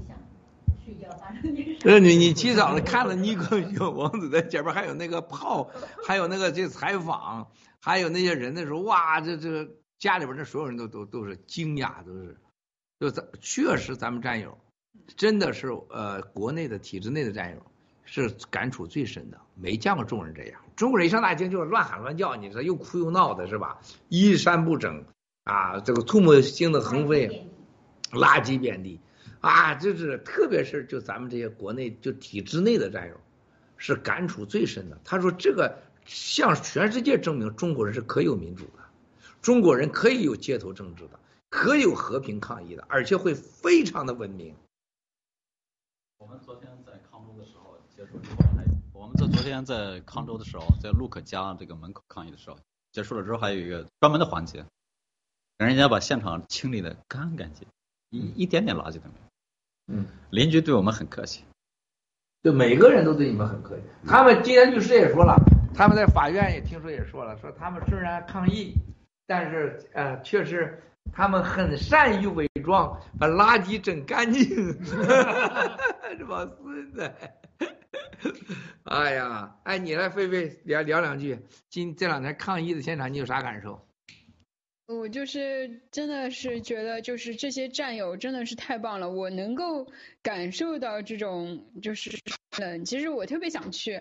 这你你起早的看了妮蔻小王子在前边，还有那个炮，还有那个这采访，还有那些人的时候，哇，这这家里边的所有人都都都是惊讶，都是，就咱确实咱们战友。真的是呃，国内的体制内的战友是感触最深的，没见过中国人这样。中国人一上大街就是乱喊乱叫，你说又哭又闹的是吧？衣衫不整啊，这个唾沫星子横飞，垃圾遍地啊，就是特别是就咱们这些国内就体制内的战友，是感触最深的。他说这个向全世界证明中国人是可有民主的，中国人可以有街头政治的，可以有和平抗议的，而且会非常的文明。 我们昨天在康州的时候结束之后，还我们在昨天在康州的时候，在陆可家这个门口抗议的时候，结束了之后还有一个专门的环节，让人家把现场清理的干干净，一一点点垃圾都没有。 嗯， 邻居对我们很客气， 就每个人都对你们很客气。他们今天律师也说了，他们在法院也听说也说了，说他们虽然抗议，但是呃，确实他们很善于伪装，把垃圾整干净。这帮孙子！哎呀，哎，你来菲菲聊聊两句，今这两天抗议的现场你有啥感受？ 我就是真的是觉得，就是这些战友真的是太棒了，我能够感受到这种就是冷。其实我特别想去，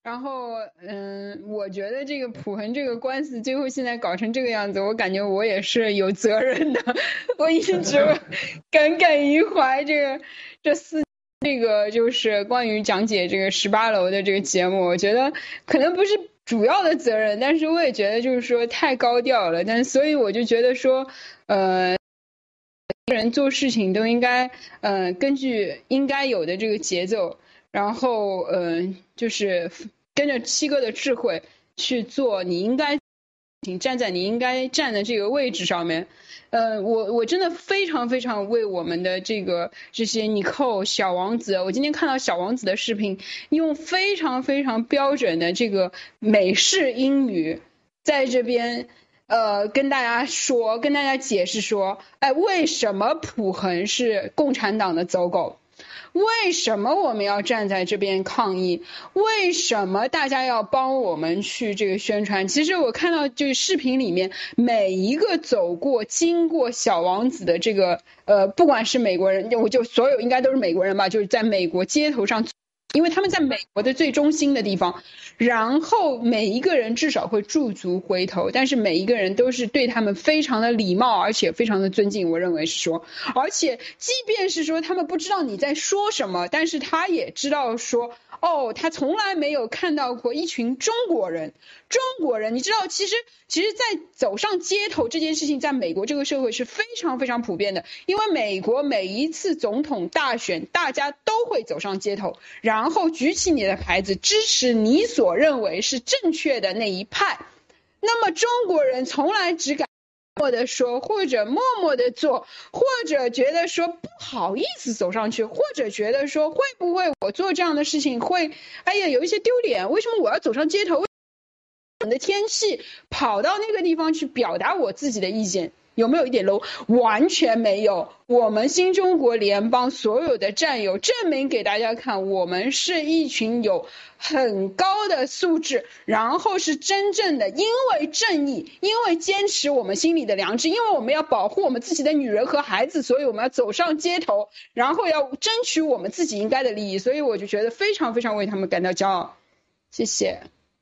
然后，嗯，我觉得这个普恒这个官司最后现在搞成这个样子，我感觉我也是有责任的。我一直耿耿于怀这个这四这个就是关于讲解这个十八楼的这个节目，我觉得可能不是主要的责任，但是我也觉得就是说太高调了。但是所以我就觉得说，呃。人做事情都应该，呃，根据应该有的这个节奏，然后，呃，就是跟着七哥的智慧去做你应该站在你应该站的这个位置上面。呃，我我真的非常非常为我们的这个这些尼寇小王子，我今天看到小王子的视频，用非常非常标准的这个美式英语在这边。呃，跟大家说，跟大家解释说，哎，为什么普恒是共产党的走狗？为什么我们要站在这边抗议？为什么大家要帮我们去这个宣传？其实我看到就是视频里面每一个走过、经过小王子的这个呃，不管是美国人，我就所有应该都是美国人吧，就是在美国街头上。因为他们在美国的最中心的地方，然后每一个人至少会驻足回头，但是每一个人都是对他们非常的礼貌，而且非常的尊敬。我认为是说，而且即便是说他们不知道你在说什么，但是他也知道说，哦，他从来没有看到过一群中国人。中国人，你知道，其实其实，在走上街头这件事情，在美国这个社会是非常非常普遍的，因为美国每一次总统大选，大家都会走上街头，然后举起你的牌子，支持你所认为是正确的那一派。那么中国人从来只敢默默的说，或者默默的做，或者觉得说不好意思走上去，或者觉得说会不会我做这样的事情会，哎呀，有一些丢脸，为什么我要走上街头？的天气跑到那个地方去表达我自己的意见，有没有一点 low？ 完全没有。我们新中国联邦所有的战友证明给大家看，我们是一群有很高的素质，然后是真正的因为正义，因为坚持我们心里的良知，因为我们要保护我们自己的女人和孩子，所以我们要走上街头，然后要争取我们自己应该的利益。所以我就觉得非常非常为他们感到骄傲。谢谢。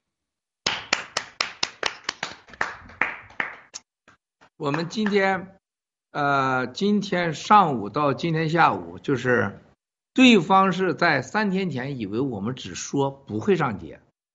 我们今天，呃，今天上午到今天下午，就是对方是在三天前以为我们只说不会上街，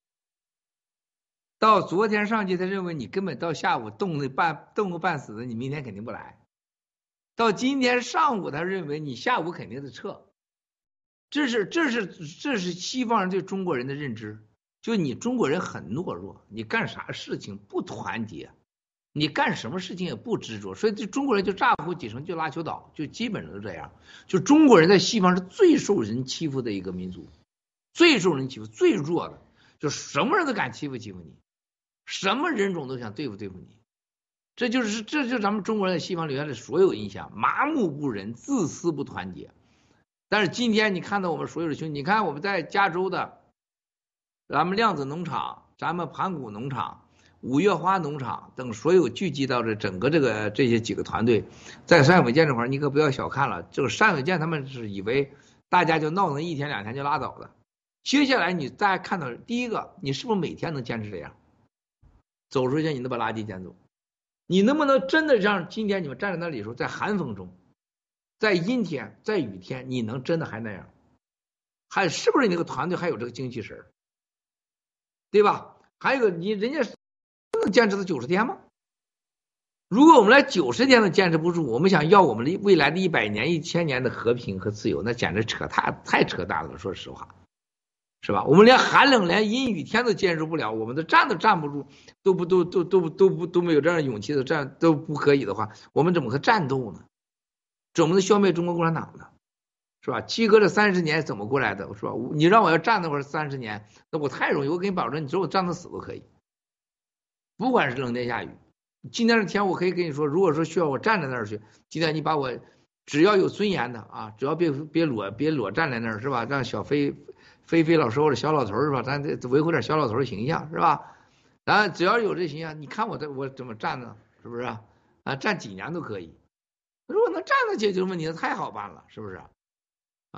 到昨天上街，他认为你根本到下午冻得半冻个半死的，你明天肯定不来。到今天上午，他认为你下午肯定得撤。这是这是这是西方人对中国人的认知，就你中国人很懦弱，你干啥事情不团结。你干什么事情也不执着，所以这中国人就咋呼几声就拉球倒，就基本上都这样。就中国人在西方是最受人欺负的一个民族，最受人欺负、最弱的，就什么人都敢欺负欺负你，什么人种都想对付对付你。这就是这就是咱们中国人在西方留下的所有印象：麻木不仁、自私不团结。但是今天你看到我们所有的兄弟，你看我们在加州的，咱们量子农场、咱们盘古农场。五月花农场等所有聚集到这整个这个这些几个团队，在单伟健这块你可不要小看了，这个单伟健他们是以为大家就闹腾一天两天就拉倒了。接下来你大家看到第一个，你是不是每天能坚持这样走出去，你能把垃圾捡走？你能不能真的让今天你们站在那里的时候，在寒风中，在阴天，在雨天，你能真的还那样？还是不是你那个团队还有这个精气神，对吧？还有一个你人家能坚持到九十天吗？如果我们来九十天都坚持不住，我们想要我们的未来的一百年、一千年的和平和自由，那简直扯太太扯淡了。说实话，是吧？我们连寒冷、连阴雨天都坚持不了，我们都站都站不住，都不都都都都不都没有这样的勇气的站都不可以的话，我们怎么和战斗呢？怎么能消灭中国共产党呢？是吧？七哥这三十年怎么过来的？是吧？你让我要站那会儿三十年，那我太容易，我给你保证，你说我站到死都可以。不管是冷天下雨，今天的天我可以跟你说，如果说需要我站在那儿去，今天你把我只要有尊严的啊，只要别别裸别裸站在那儿是吧？让小飞飞飞老师或者小老头是吧？咱得维护点小老头的形象是吧？咱只要有这形象，你看我这我怎么站呢？是不是啊？啊，站几年都可以。如果能站得解决问题，那太好办了，是不是啊？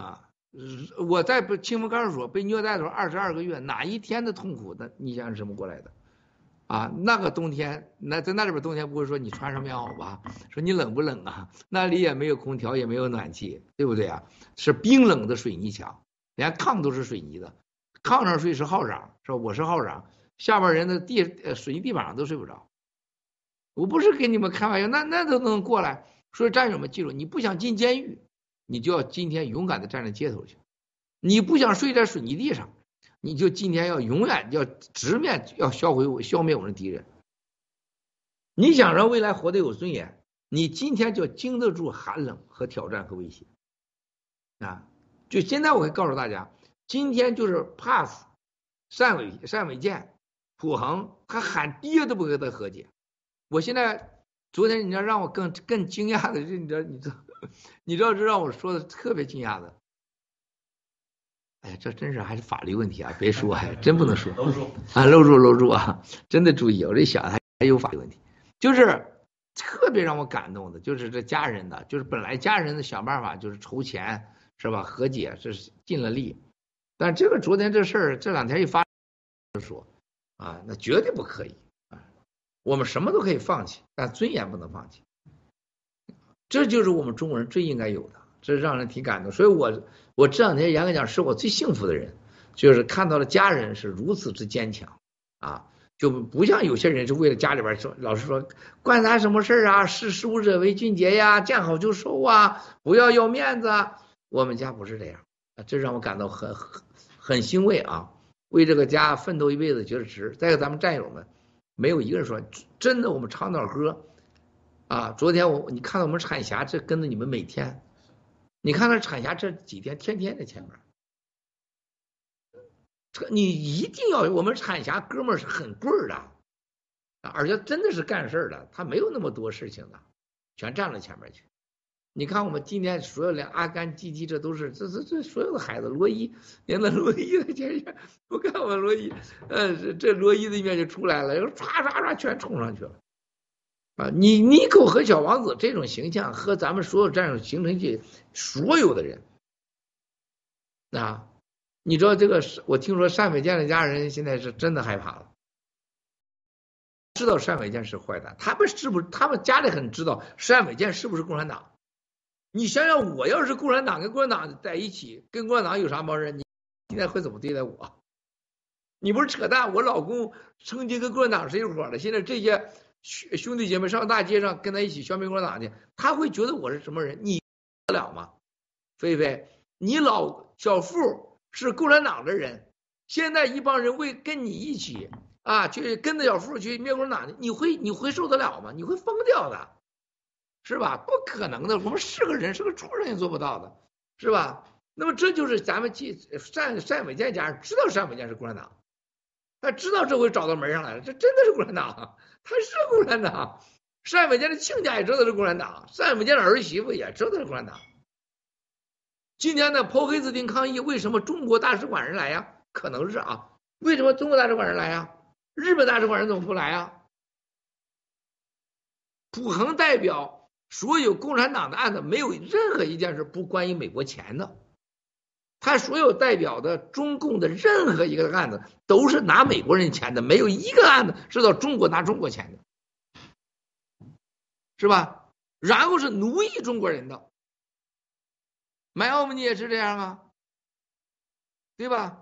我在清风看守所被虐待的时候二十二个月，哪一天的痛苦的你想什么过来的？啊，那个冬天，那在那里边冬天不会说你穿上棉袄吧？说你冷不冷啊？那里也没有空调，也没有暖气，对不对啊？是冰冷的水泥墙，连炕都是水泥的，炕上睡是号长，是吧？我是号长，下边人的地呃水泥地板上都睡不着。我不是跟你们开玩笑，那那都能过来。所以战友们记住，你不想进监狱，你就要今天勇敢的站在街头去；你不想睡在水泥地上，你就今天要永远要直面要销毁我消灭我们的敌人。你想让未来活得有尊严，你今天就要经得住寒冷和挑战和威胁啊！就现在我会告诉大家，今天就是 pass 单伟单伟建、普恒，他喊爹都不跟他和解。我现在昨天你知道让我更更惊讶的是，你知道你知道你知道这让我说的特别惊讶的。哎，这真是还是法律问题啊！别说，还真不能说，搂住啊，搂住搂住啊！真的注意，我这想还还有法律问题，就是特别让我感动的，就是这家人的，就是本来家人的想办法就是筹钱是吧，和解，这是尽了力，但这个昨天这事儿这两天一发说啊，那绝对不可以啊！我们什么都可以放弃，但尊严不能放弃，这就是我们中国人最应该有的。这让人挺感动，所以我我这两天严格讲是我最幸福的人，就是看到了家人是如此之坚强啊，就不像有些人是为了家里边说，老是说关咱什么事啊，识时务者为俊杰呀，见好就收啊，不要要面子啊。我们家不是这样，这让我感到很很很欣慰啊，为这个家奋斗一辈子觉得值。再有咱们战友们，没有一个人说真的，我们长岛哥啊，昨天我你看到我们产峡，这跟着你们每天。你看那产峡这几天天天在前面，这你一定要我们产峡哥们儿是很棍儿的，而且真的是干事的，他没有那么多事情的，全站了前面去。你看我们今天所有的阿甘、基基，这都是这这这所有的孩子，罗伊连那罗伊的前面，我看我罗伊，呃，这这罗伊的一面就出来了，唰唰唰全冲上去了。啊，你妮蔻和小王子这种形象和咱们所有战友形成起所有的人啊，你知道这个是我听说单伟建的家人现在是真的害怕了，知道单伟建是坏蛋，他们是不是他们家里很知道单伟建是不是共产党？你想想，我要是共产党跟共产党在一起，跟共产党有啥帮人？你现在会怎么对待我？你不是扯淡？我老公曾经跟共产党是一伙的，现在这些兄弟姐妹上大街上跟他一起消灭共产党去，他会觉得我是什么人？你得了吗？菲菲，你老小富是共产党的人，现在一帮人为跟你一起啊，去跟着小富去灭共产党，你会你会受得了吗？你会疯掉的，是吧？不可能的，我们是个人，是个畜生也做不到的，是吧？那么这就是咱们单单伟建家人知道单伟建是共产党，他知道这回找到门上来了，这真的是共产党，他是共产党。单伟建的亲家也知道是共产党，单伟建的儿媳妇也知道是共产党。今天的剖黑子町抗议，为什么中国大使馆人来呀？可能是啊，为什么中国大使馆人来呀？日本大使馆人怎么不来呀？普恒代表所有共产党的案子，没有任何一件事不关于美国钱的。他所有代表的中共的任何一个案子都是拿美国人钱的，没有一个案子是到中国拿中国钱的，是吧？然后是奴役中国人的，买澳门你也是这样啊，对吧？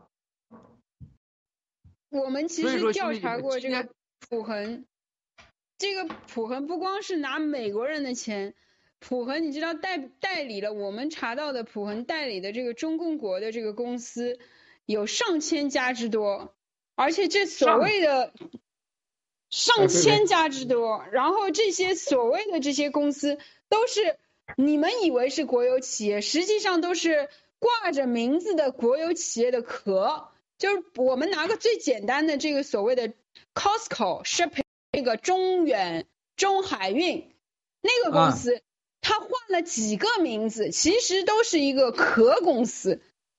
我们其实调查过这个普恒，这个普恒不光是拿美国人的钱。普恒，你知道代代理了我们查到的普恒代理的这个中共国的这个公司有上千家之多，而且这所谓的上千家之多，然后这些所谓的这些公司都是你们以为是国有企业，实际上都是挂着名字的国有企业的壳。就是我们拿个最简单的这个所谓的 Costco Shipping 那个中远中海运那个公司。啊，他换了几个名字，其实都是一个壳公司，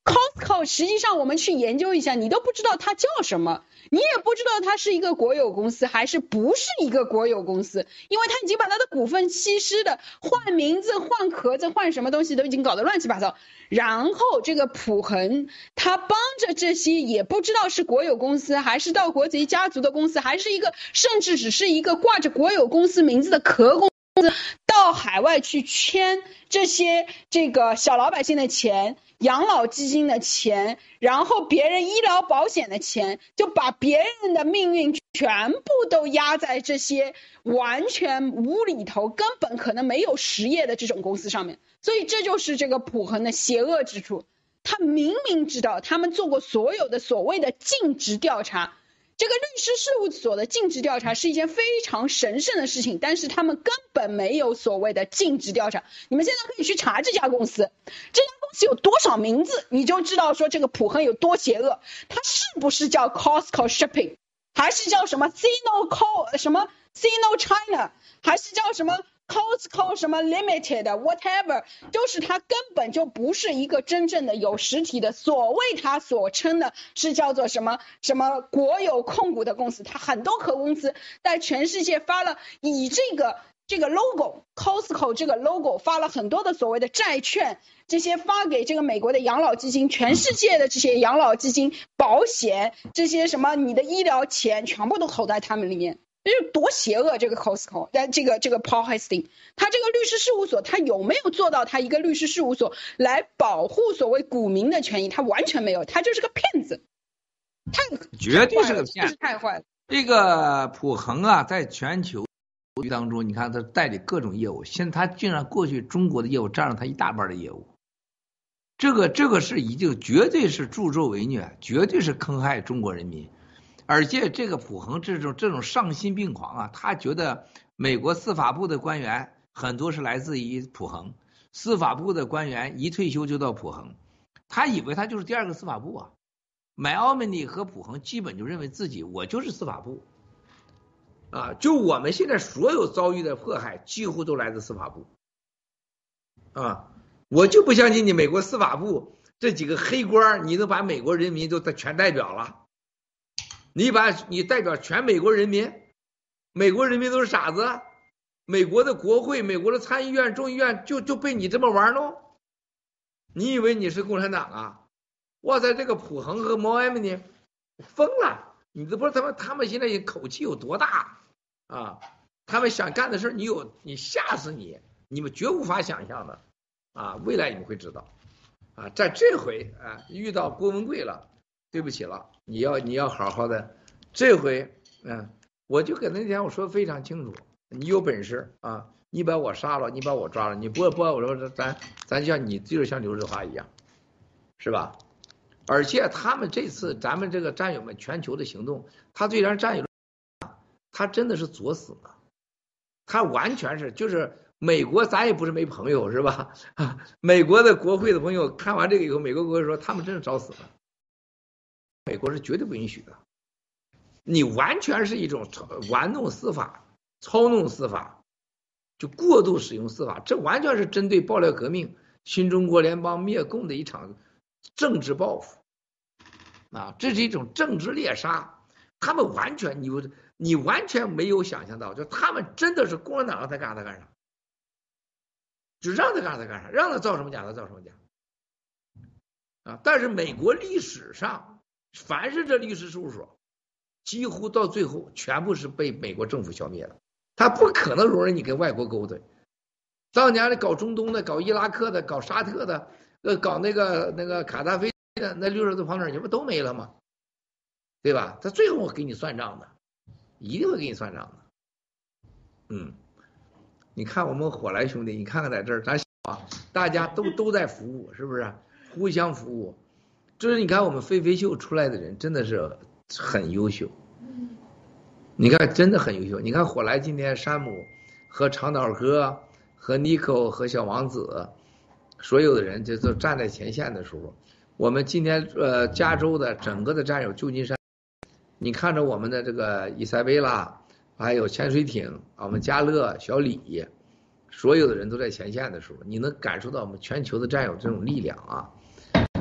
Costco 实际上我们去研究一下，你都不知道它叫什么，你也不知道它是一个国有公司还是不是一个国有公司，因为它已经把它的股份稀释的，换名字、换壳子、换什么东西都已经搞得乱七八糟。然后这个普恒，他帮着这些也不知道是国有公司还是盗国贼家族的公司，还是一个甚至只是一个挂着国有公司名字的壳公司，到海外去圈这些这个小老百姓的钱。养老基金的钱，然后别人医疗保险的钱，就把别人的命运全部都压在这些完全无厘头、根本可能没有实业的这种公司上面。所以这就是这个普恒的邪恶之处。他明明知道他们做过所有的所谓的尽职调查，这个律师事务所的尽职调查是一件非常神圣的事情，但是他们根本没有所谓的尽职调查。你们现在可以去查这家公司，这家公司有多少名字，你就知道说这个普恒有多邪恶。它是不是叫 Costco Shipping， 还是叫什么 Sino Co 什么 Sino China， 还是叫什么Costco 什么 Limited whatever， 就是它根本就不是一个真正的有实体的，所谓它所称的是叫做什么什么国有控股的公司。它很多合公司在全世界发了以这个这个 logo Costco 这个 logo 发了很多的所谓的债券，这些发给这个美国的养老基金，全世界的这些养老基金、保险，这些什么你的医疗钱全部都投在他们里面。这就多邪恶！这个 Costco， 但这个这个 Paul Hastings， 他这个律师事务所，他有没有做到他一个律师事务所来保护所谓股民的权益？他完全没有，他就是个骗子，太绝对是个骗子， 太坏了。 这个普恒啊，在全球当中，你看他代理各种业务，现在他竟然过去中国的业务占了他一大半的业务，这个这个是已经绝对是助纣为虐，绝对是坑害中国人民。而且这个普恒这种这种丧心病狂啊，他觉得美国司法部的官员很多是来自于普恒，司法部的官员一退休就到普恒，他以为他就是第二个司法部啊。迈奥密尼和普恒基本就认为自己我就是司法部啊，就我们现在所有遭遇的迫害几乎都来自司法部啊，我就不相信你美国司法部这几个黑官你能把美国人民都全代表了。你把你代表全美国人民，美国人民都是傻子，美国的国会、美国的参议院、众议院就就被你这么玩弄？你以为你是共产党啊？哇塞，这个普恒和迈阿密呢，疯了！你都不知道他们他们现在口气有多大啊！他们想干的事，你有你吓死你，你们绝无法想象的啊！未来你们会知道啊，在这回啊遇到郭文贵了。对不起了，你要你要好好的，这回嗯，我就跟那天我说的非常清楚，你有本事啊，你把我杀了，你把我抓了，你不不我说咱咱像你就是像刘志华一样，是吧？而且他们这次咱们这个战友们全球的行动，他虽然战友，他真的是作死了，他完全是就是美国，咱也不是没朋友是吧？啊，美国的国会的朋友看完这个以后，美国国会说他们真是找死了。美国是绝对不允许的，你完全是一种玩弄司法、操弄司法，就过度使用司法，这完全是针对爆料革命、新中国联邦灭共的一场政治报复啊！这是一种政治猎杀，他们完全你你完全没有想象到，就他们真的是共产党让他干啥他干啥，就让他干啥他干啥，让他造什么假他造什么假啊！但是美国历史上。凡是这律师事务所，几乎到最后全部是被美国政府消灭的，他不可能容忍你跟外国勾兑。当年的搞中东的、搞伊拉克的、搞沙特的、呃搞那个那个卡扎菲的，那律师都跑哪去？不都没了吗？对吧？他最后会给你算账的，一定会给你算账的。嗯，你看我们火来兄弟，你看看在这儿，咱啊，大家都都在服务，是不是？互相服务。就是你看我们飞飞秀出来的人真的是很优秀，你看真的很优秀。你看火来今天山姆和长岛哥和 Nico 和小王子，所有的人就都站在前线的时候，我们今天呃加州的整个的战友旧金山，你看着我们的这个伊塞贝拉，还有潜水艇，我们加勒、小李，所有的人都在前线的时候，你能感受到我们全球的战友这种力量啊。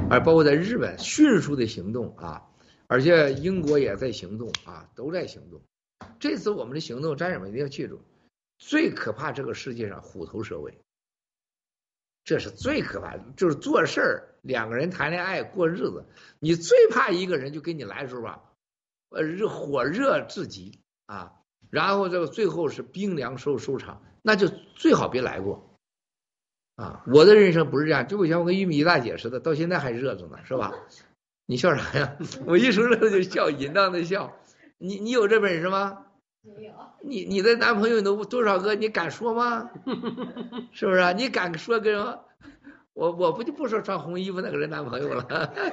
而包括在日本迅速的行动啊，而且英国也在行动啊，都在行动。这次我们的行动，战友们一定要记住，最可怕这个世界上虎头蛇尾，这是最可怕的，就是做事儿，两个人谈恋爱过日子，你最怕一个人就跟你来的时候吧，呃，热火热至极啊，然后这个最后是冰凉收收场，那就最好别来过。啊，我的人生不是这样，就像我跟玉米大姐似的，到现在还热着呢，是吧？你笑啥呀？我一说热就笑，淫荡的笑。你你有这本事吗？ 没有。 你你的男朋友都多少个？你敢说吗？是不是啊？你敢说跟我？我我不就不说穿红衣服那个人男朋友了。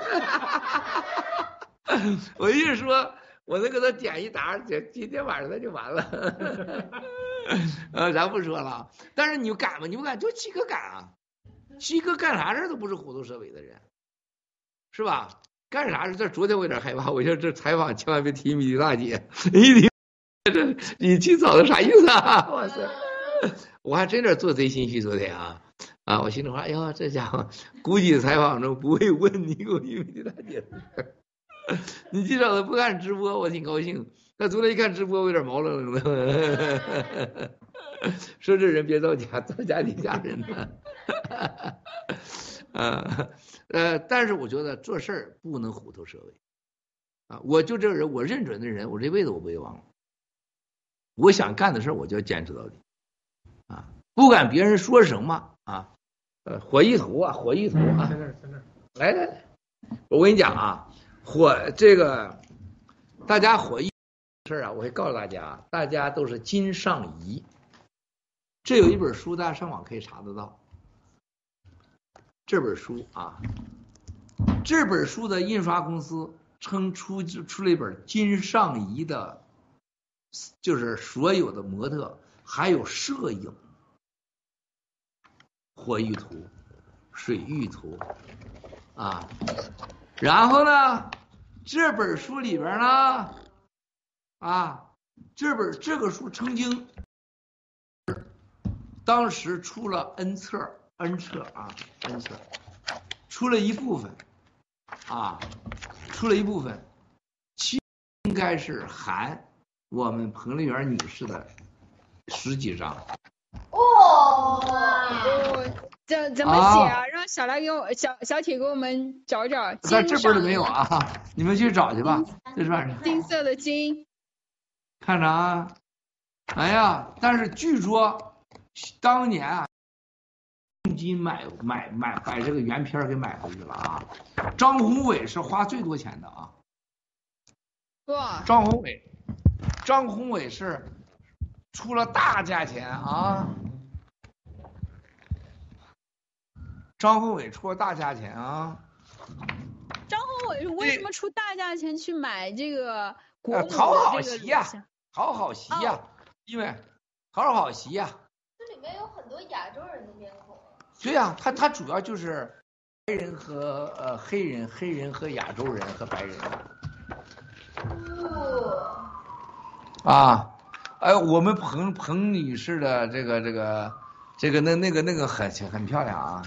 我一说，我能给他点一沓，今天晚上他就完了。呃，咱不说了，但是你敢吗？你不敢，就七哥敢啊！七哥干啥事都不是虎头蛇尾的人，是吧？干啥事？这昨天我有点害怕，我说这采访千万别提米大姐，一提这你起早的啥意思啊？哇塞！我还真有点做贼心虚，昨天啊啊！我心里话，哎呦，这家伙估计采访中不会问你我玉米大姐。你至少他不看直播，我挺高兴。他昨天一看直播，我有点毛愣愣的，说这人别造假，造假你家人呢。啊呃，但是我觉得做事儿不能虎头蛇尾啊！我就这个人，我认准的人，我这辈子我不会忘了。我想干的事我就要坚持到底啊！不管别人说什么啊，呃，火一头啊，火一头啊，在那在那，来来来，我跟你讲啊，火这个大家火一事啊，我会告诉大家，大家都是金上仪。这有一本书，大家上网可以查得到。这本书啊，这本书的印刷公司称出出了一本金上仪的，就是所有的模特还有摄影、火玉图、水玉图啊。然后呢，这本书里边呢，啊，这本这个书曾经当时出了 N 册。N 册啊 ，N 册出了一部分啊，出了一部分，其应该是含我们彭丽媛女士的十几张。 哦，怎怎么写啊？啊让小来给我小小铁给我们找找。 在这本里没有啊，你们去找去吧。这是金色的金。 看着啊，哎呀，但是据说当年啊。重金买买买把这个原片给买回去了啊！张宏伟是花最多钱的啊！ 哇！ 张宏伟，张宏伟是出了大价钱啊！张宏伟出了大价钱啊！ 张宏伟为什么出大价钱去买这个国母的讨好席呀、 啊？ 讨好席呀、啊哦！因为讨好席呀、啊。 这里面有很多亚洲人的面孔。 对呀、啊，他他主要就是白人和呃黑人，黑人和亚洲人和白人。 哦。 啊，哎，我们彭彭女士的这个这个这个那那个那个很很漂亮啊。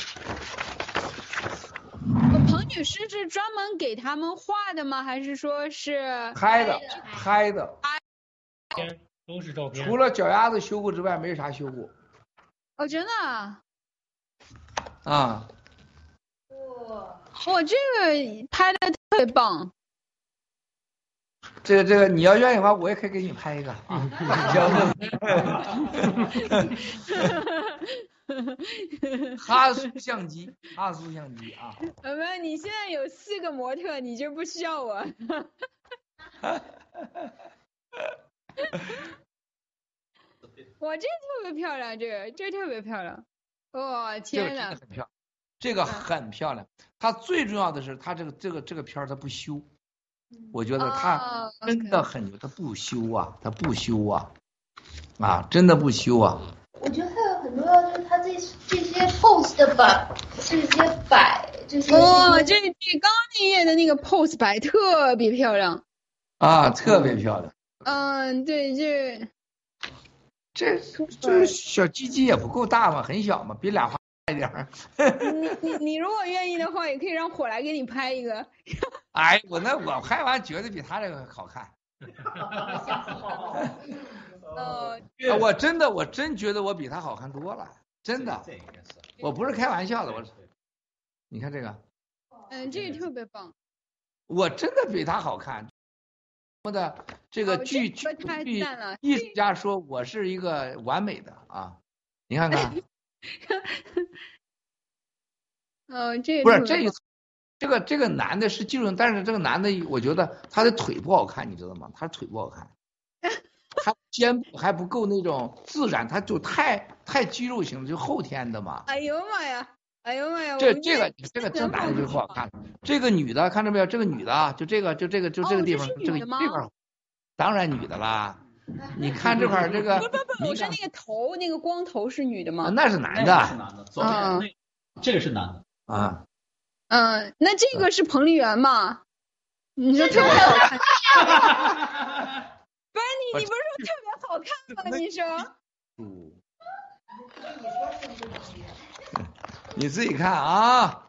彭女士是专门给他们画的吗？还是说是拍的拍的？ 拍都是照片。 除了脚丫子修过之外，没啥修过。 哦，真的啊。 啊， 哇，哇，这个拍的特别棒。 这个这个，你要愿意的话，我也可以给你拍一个啊。哈苏相机，哈苏相机啊。 没有，你现在有四个模特，你就不需要我。哇，这特别漂亮，这个这特别漂亮。哇、哦、天哪， 这个真的很漂亮，这个很漂亮。它最重要的是，它这个这个这个片儿它不修，我觉得它真的很牛，它不修啊，它不修啊，啊，真的不修啊。 我觉得它有很多，就是它这这些 pose 的摆，这些摆这些。 哇、哦，这这刚刚那页的那个 pose 摆特别漂亮。 啊，特别漂亮。 嗯，对，这。 这这小鸡鸡也不够大嘛，很小嘛，比俩花一点儿。 你你你如果愿意的话，也可以让火来给你拍一个。 哎，我那我拍完绝对比他这个好看。 呃， 我真的我真觉得我比他好看多了，真的，我不是开玩笑的，我，你看这个， 嗯，这个特别棒， 我真的比他好看。我的这个剧剧剧艺术家说我是一个完美的啊，你看看。 呃，这不是这一次，这个这个男的是技术，但是这个男的我觉得他的腿不好看，你知道吗？他腿不好看，他肩部还不够那种自然，他就太太肌肉型，就后天的嘛。 哎呦妈呀！哎呦妈呀！ 这这个这个这男的就不好看，这个女的看着没有？这个女的啊，就这个就这个就这个地方，这个这块当然女的啦。你看这块这个， 不不不，我是那个头，那个光头是女的吗？ 那是男的，是男的，左边那这个是男的啊。 嗯，那这个是彭丽媛吗？你说特别好看。不是你，你不是说特别好看吗？你说。 嗯。你自己看啊。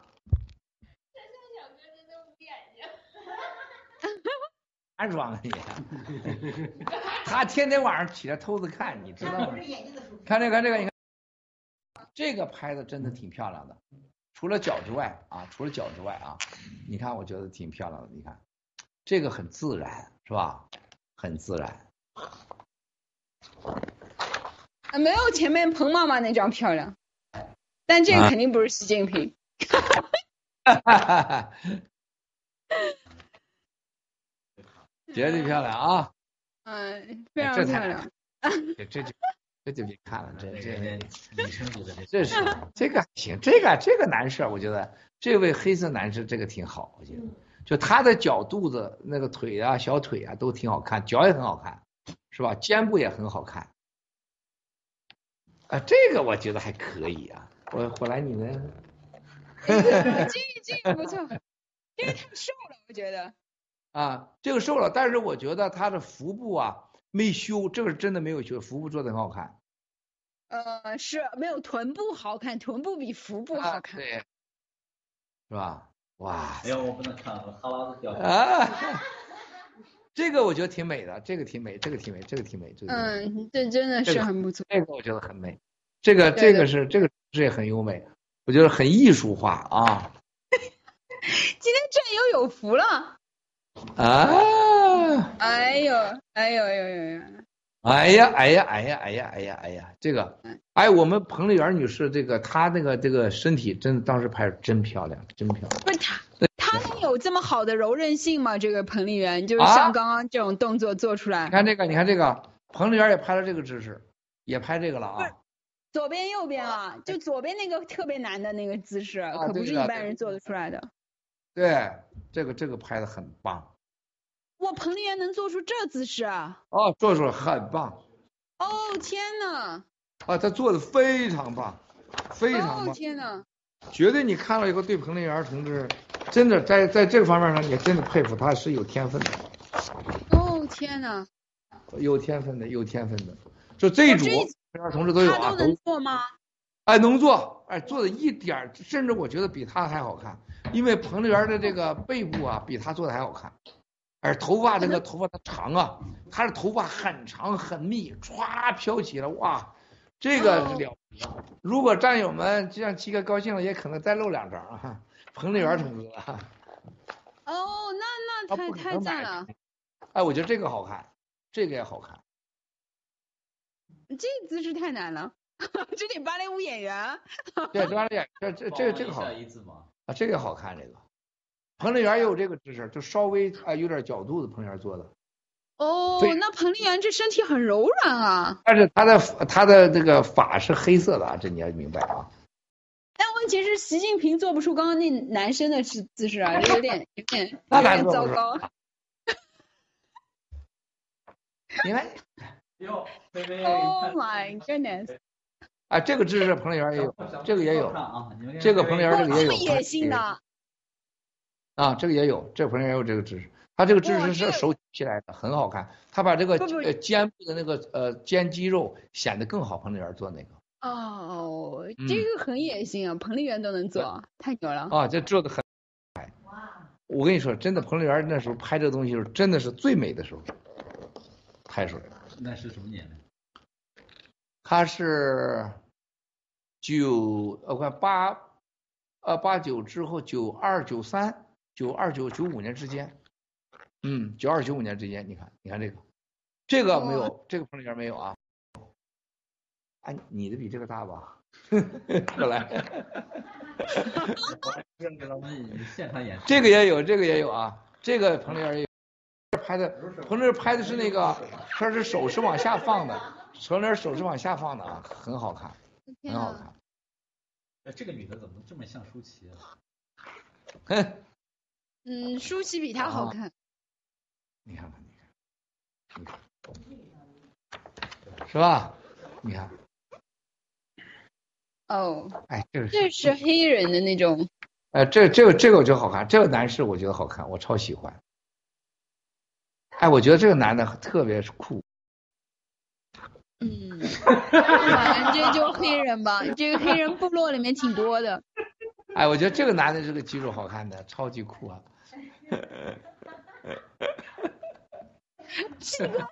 安装你，他天天晚上起来偷着看，你知道吗？看这个，看这个，你看，这个拍的真的挺漂亮的，除了脚之外啊，除了脚之外啊，你看，我觉得挺漂亮的。你看，这个很自然，是吧？很自然。 啊，没有前面彭妈妈那张漂亮，但这个肯定不是习近平。 啊绝对漂亮啊！ 嗯，非常漂亮。 这这就这就别看了，这这女生觉得这是这个行，这个这个男士，我觉得这位黑色男士这个挺好，我觉得就他的脚肚子那个腿啊、小腿啊都挺好看，脚也很好看，是吧？肩部也很好看。啊，这个我觉得还可以啊。我后来你呢？ 这个这个不错，这个太瘦了，我觉得。 啊，这个瘦了，但是我觉得他的腹部啊没修，这个是真的没有修，腹部做的很好看。 呃，是没有臀部好看，臀部比腹部好看， 啊、对，是吧？哇！ 哎呦，我不能看了，哈喇子掉。 啊，这个我觉得挺美的，这个挺美，这个挺美，这个挺美，这个。 嗯，这真的是很不错。 这个我觉得很美，这个这个是这个这也很优美，我觉得很艺术化啊。 今天战友有福了。 啊！ 哎呦，哎呦呦呦呦！ 哎呀，哎呀，哎呀，哎呀，哎呀，哎呀，这个，哎，我们彭丽媛女士，这个她那个这个身体真的当时拍真漂亮，真漂亮。 不是她，她能有这么好的柔韧性吗？这个彭丽媛就是像刚刚这种动作做出来。 你看这个，你看这个，彭丽媛也拍了这个姿势，也拍这个了啊。 左边右边啊，就左边那个特别难的那个姿势，可不是一般人做得出来的。 对，这个这个拍的很棒。 哇，彭丽媛能做出这姿势啊！ 哦，做出来很棒。 哦天哪！ 啊，他做的非常棒，非常棒。 哦天哪！ 绝对你看了以后对彭丽媛同志，真的在在这个方面上也真的佩服，他是有天分的。 哦天哪！ 有天分的，有天分的。就这一组，彭丽媛同志都有啊。 他都能做吗？ 哎，能做，哎，做的一点，甚至我觉得比他还好看，因为彭丽媛的这个背部啊，比他做的还好看。而头发这个头发它长啊，它的头发很长很密，唰飘起了，哇，这个是了不得。如果战友们就像七哥高兴了，也可能再露两张啊，彭丽媛同志啊。 哦，那那太太赞了。 哎，我觉得这个好看，这个也好看。 这姿势太难了，这得芭蕾舞演员。 对，芭蕾演这这这个这个好啊，这个好看这个。彭丽媛也有这个姿势，就稍微啊、呃、有点角度的彭丽媛做的。 哦，那彭丽媛这身体很柔软啊。 但是她的她的这个发是黑色的啊，这你要明白啊。 但问题是，习近平做不出刚刚那男生的姿姿势啊，这有点有点有点糟糕。 你看。 Oh my goodness！ 啊，这个姿势彭丽媛也有，这个也有，这个彭丽媛这个也有。 这么野性的。 啊，这个也有，这彭丽媛也有这个姿势，他这个姿势是手举起来的，很好看。他把这个呃肩部的那个呃肩肌肉显得更好，彭丽媛做那个。 哦， 嗯这个很野心啊，彭丽媛都能做，太牛了。 啊，这做的很。我跟你说，真的，彭丽媛那时候拍这个东西时候，真的是最美的时候拍出来的。 那是什么年代？ 他是九，我看八，呃八九之后，九二九三，九二九九五年之间，嗯，九二九五年之间，你看，你看这个，这个没有，这个彭丽媛没有啊。哎，你的比这个大吧？过来。 现场演示。 这个也有，这个也有啊，这个彭丽媛也有。拍的，彭丽媛拍的是那个，他是手是往下放的，彭丽媛手是往下放的啊，很好看，很好看。 哎，这个女的怎么这么像舒淇啊？ 哼。 嗯，舒淇比她好看。 你看看，你看，你看，是吧？你看。 哦， 哎，这个这是黑人的那种。 哎，这这个这个我觉得好看，这个男士我觉得好看，我超喜欢。哎，我觉得这个男的特别酷。 嗯，反正这就黑人吧，这个黑人部落里面挺多的。 哎，我觉得这个男的这个肌肉好看的，超级酷啊。 这个。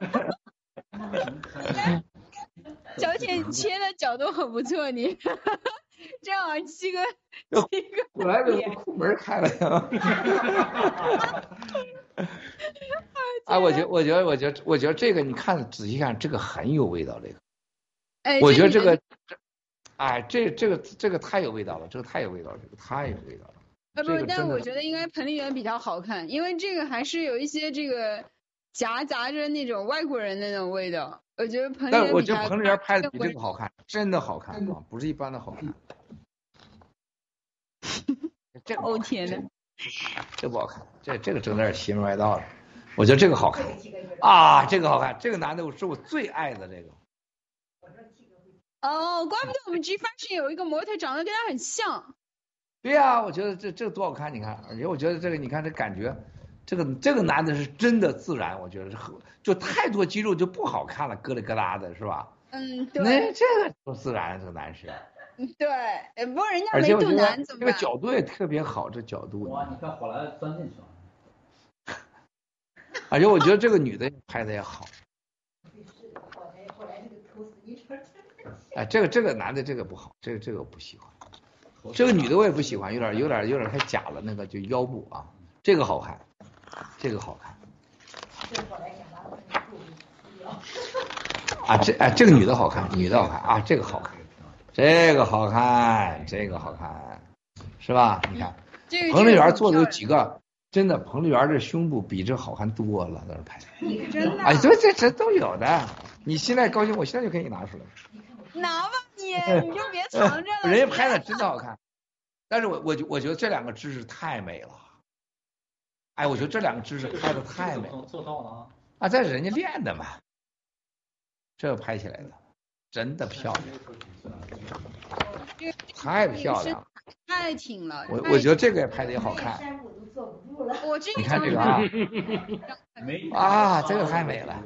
小姐，你切的角度很不错，你正好七个七个。 我来个裤门开了呀！哎，我觉得，我觉得，我觉得，我觉得这个，你看仔细看，这个很有味道，这个。 哎， 我觉得这个，哎，这这个这个太有味道了，这个太有味道了，这个太有味道了。 啊不，但我觉得应该彭丽媛比较好看，因为这个还是有一些这个夹杂着那种外国人的那种味道。我觉得彭丽媛， 但我觉得彭丽媛拍的比这个好看，真的好看啊，不是一般的好看。这哦天哪， 这不好看，这这个整点邪门歪道了。我觉得这个好看啊，这个好看，这个男的我是我最爱的这个。 哦，怪不得我们 G Fashion 有一个模特长得跟他很像。 对呀、啊，我觉得这这个多好看，你看，而且我觉得这个你看这感觉。这个这个男的是真的自然，我觉得是很就太多肌肉就不好看了，疙里疙瘩的是吧？ 嗯，对。 那这个多自然，这个男士。 对，不过人家没肚腩怎么办？ 这个角度也特别好，这角度。 哇，你看火来钻进去了。 而且我觉得这个女的拍的也好。哎，这个这个男的这个不好，这个这个不喜欢。这个女的我也不喜欢，有点有点有点太假了，那个就腰部啊，这个好看。这个好看，啊，这哎，这个女的好看，女的好看啊，这个好看，这个好看，这个好看，是吧？你看，彭丽媛做的有几个，真的，彭丽媛这胸部比这好看多了，在这拍。 真的？ 哎，这这这都有的，你现在高兴，我现在就可以拿出来。 拿吧你，你就别藏着了。 人家拍的真的好看，但是我我我觉得这两个姿势太美了。哎，我觉得这两个姿势拍的太美了， 做到了啊！ 啊，这是人家练的嘛，这拍起来的真的漂亮，太漂亮了， 太挺了。 我我觉得这个也拍的也好看。 我这个你看这个啊，啊，这个太美了。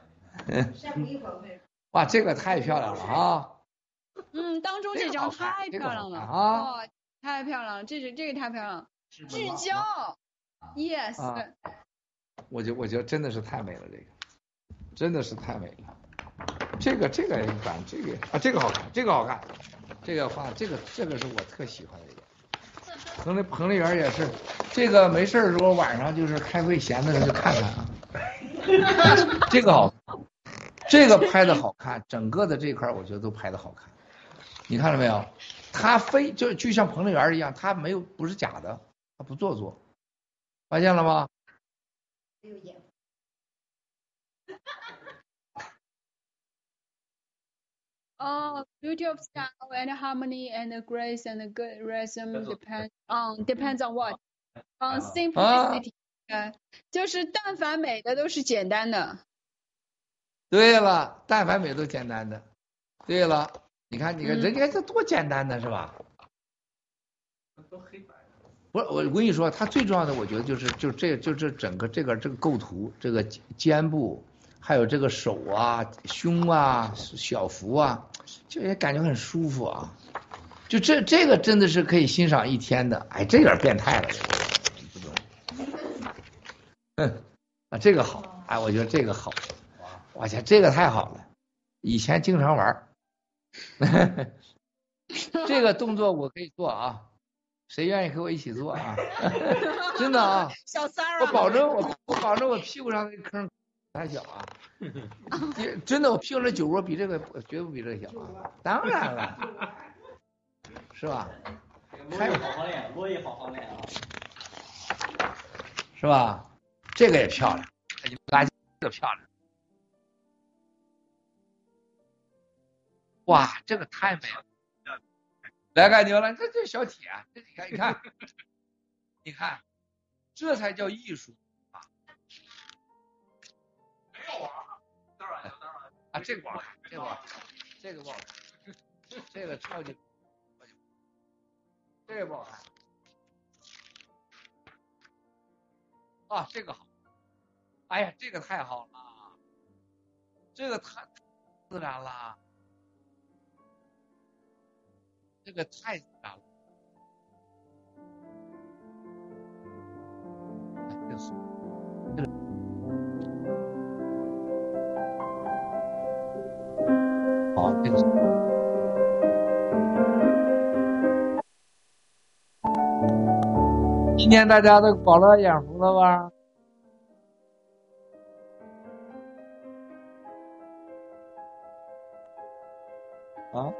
哇，这个太漂亮了啊！ 嗯，当中这张太漂亮了啊，太漂亮了，这是这个太漂亮了，聚焦。Yes，、啊、 我觉我觉得真的是太美了，这个真的是太美了。这个这个一般，这个啊这个好看，这个好看，这个放这个这个是我特喜欢的一个。彭丽彭丽媛也是，这个没事的时候晚上就是开会闲的时候就看看啊。这个好，这个拍的好看，整个的这块我觉得都拍的好看。你看到没有？他非就就像彭丽媛一样，他没有不是假的，他不做作。发现了吗？ 哦、oh, ，beauty of style and harmony and grace and good rhythm depends on depends on what? On simplicity. 呃、uh, ，就是但凡美的都是简单的。 对了，但凡美都简单的。对了，你看，你看，人家这多简单的是吧？ 都黑白。 不是我，我跟你说，它最重要的，我觉得就是就这就这整个这个这个构图，这个肩部， 还有这个手啊、胸啊、小腹啊，就也感觉很舒服啊。就这这个真的是可以欣赏一天的。哎，这有点变态了，不懂。嗯，啊，这个好，哎，我觉得这个好。我去，这个太好了，以前经常玩。这个动作我可以做啊，谁愿意和我一起做啊？真的啊， 小三儿、啊， 我保证我我保证我屁股上那个坑太小啊，真的我屁股上酒窝比这个绝不比这个小啊，当然了，是吧？ 罗毅好好练，罗毅好好练啊， 是吧？这个也漂亮，垃圾这个漂亮，哇，这个太美了。来干牛了，这这小铁，这你看，你看，你看，这才叫艺术啊！没有啊，当然当然啊，这个不好看，这个不好看，这个不好看，这个超级，这个不好看啊，这个好，哎呀，这个太好了，这个太自然了。这个太自然了，这是这个好，这个是今天大家都饱了眼福了吧？啊？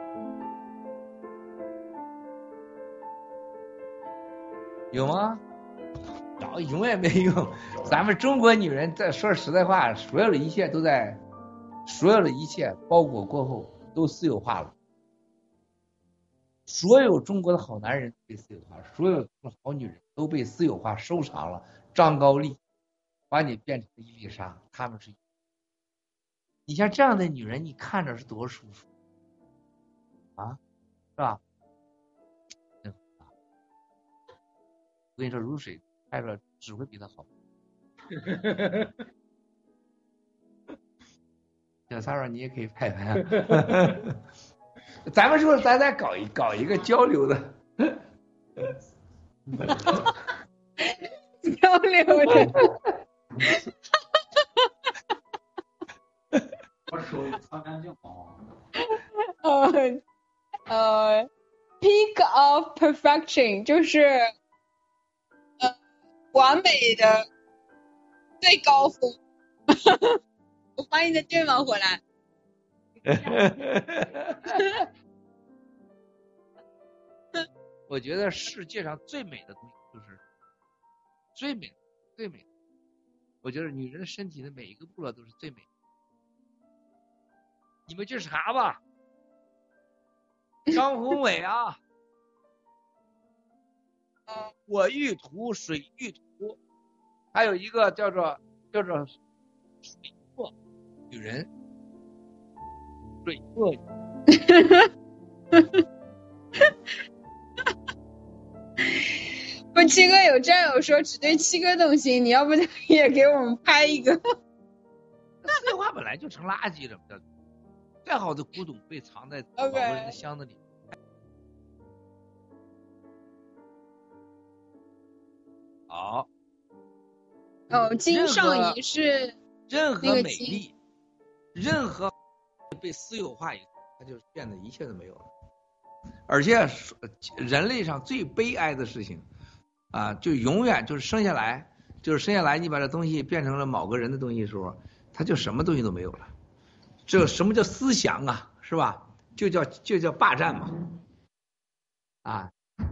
有吗？找永远没用。咱们中国女人在说实在话，所有的一切都在，所有的一切包裹过后都私有化了。所有中国的好男人被私有化，所有的好女人都被私有化收藏了。张高丽把你变成伊丽莎，他们是。你像这样的女人，你看着是多舒服啊，是吧？我跟你说，如水拍出来只会比他好。小三儿，你也可以拍拍。咱们是不是咱再搞一搞一个交流的？ 交流的。 我手擦干净哦。 呃呃 ，peak of perfection 就是。完美的最高峰，我欢迎的对方回来。 我觉得世界上最美的东西就是最美最美。我觉得女人的身体的每一个部落都是最美。你们去查吧，张宏伟啊。我欲图水欲图，还有一个叫做叫做水墨女人，水墨。 不，七哥有战友说只对七哥动心，你要不也给我们拍一个？ 私有化本来就成垃圾了，再好的古董被藏在老国人的箱子里。好， 哦，金上仪是任何美丽，任何被私有化以后，它就变得一切都没有了。而且人类上最悲哀的事情啊，就永远就是生下来，就是生下来你把这东西变成了某个人的东西的时候，他就什么东西都没有了。这什么叫思想啊，是吧？就叫就叫霸占嘛，啊。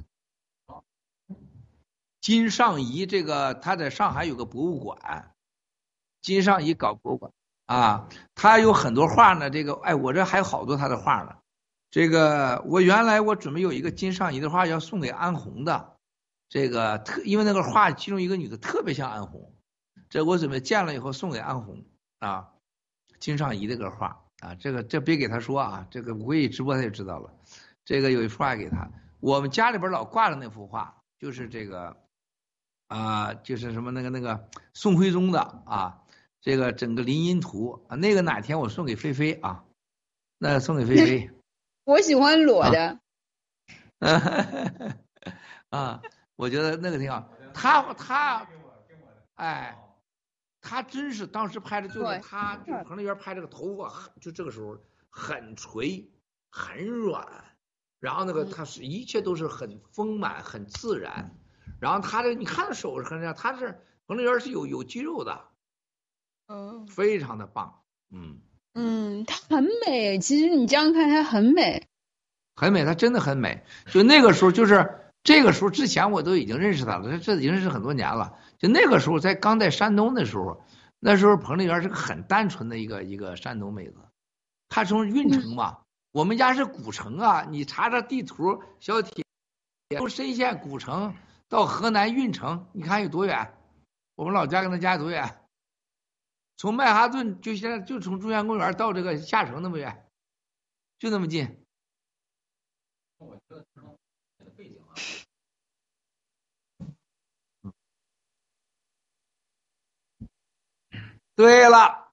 金上仪这个他在上海有个博物馆，金上仪搞博物馆啊，他有很多画呢。这个哎，我这还有好多他的画呢。这个我原来我准备有一个金上仪的画要送给安红的，这个特因为那个画其中一个女的特别像安红，这我准备见了以后送给安红啊。金上仪这个画啊，这个这别给他说啊，这个我一直播他就知道了。这个有一幅画给他，我们家里边老挂着那幅画，就是这个。啊、呃，就是什么那个那个宋徽宗的啊， 这个整个林荫图啊，那个哪天我送给菲菲啊，那送给菲菲。 我喜欢裸的。 啊, 啊，我觉得那个挺好。他他，哎，他真是当时拍的就是他，就是彭丽媛拍这个头发，就这个时候很垂很软，然后那个他是一切都是很丰满很自然，然后他这你看手是很这样，他是彭丽媛是有有肌肉的， 嗯， 非常的棒，嗯嗯，她很美，其实你这样看她很美， 很美，她真的很美。就那个时候，就是这个时候之前我都已经认识她了，这这已经认识很多年了。就那个时候在刚在山东的时候，那时候彭丽媛是个很单纯的一个一个山东妹子，她从运城嘛，嗯、我们家是古城啊，你查查地图，小铁从深县古城到河南运城，你看有多远？我们老家跟他家有多远？从曼哈顿就现在就从中央公园到这个下城那么远，就那么近。 我觉得这个背景啊， 对了，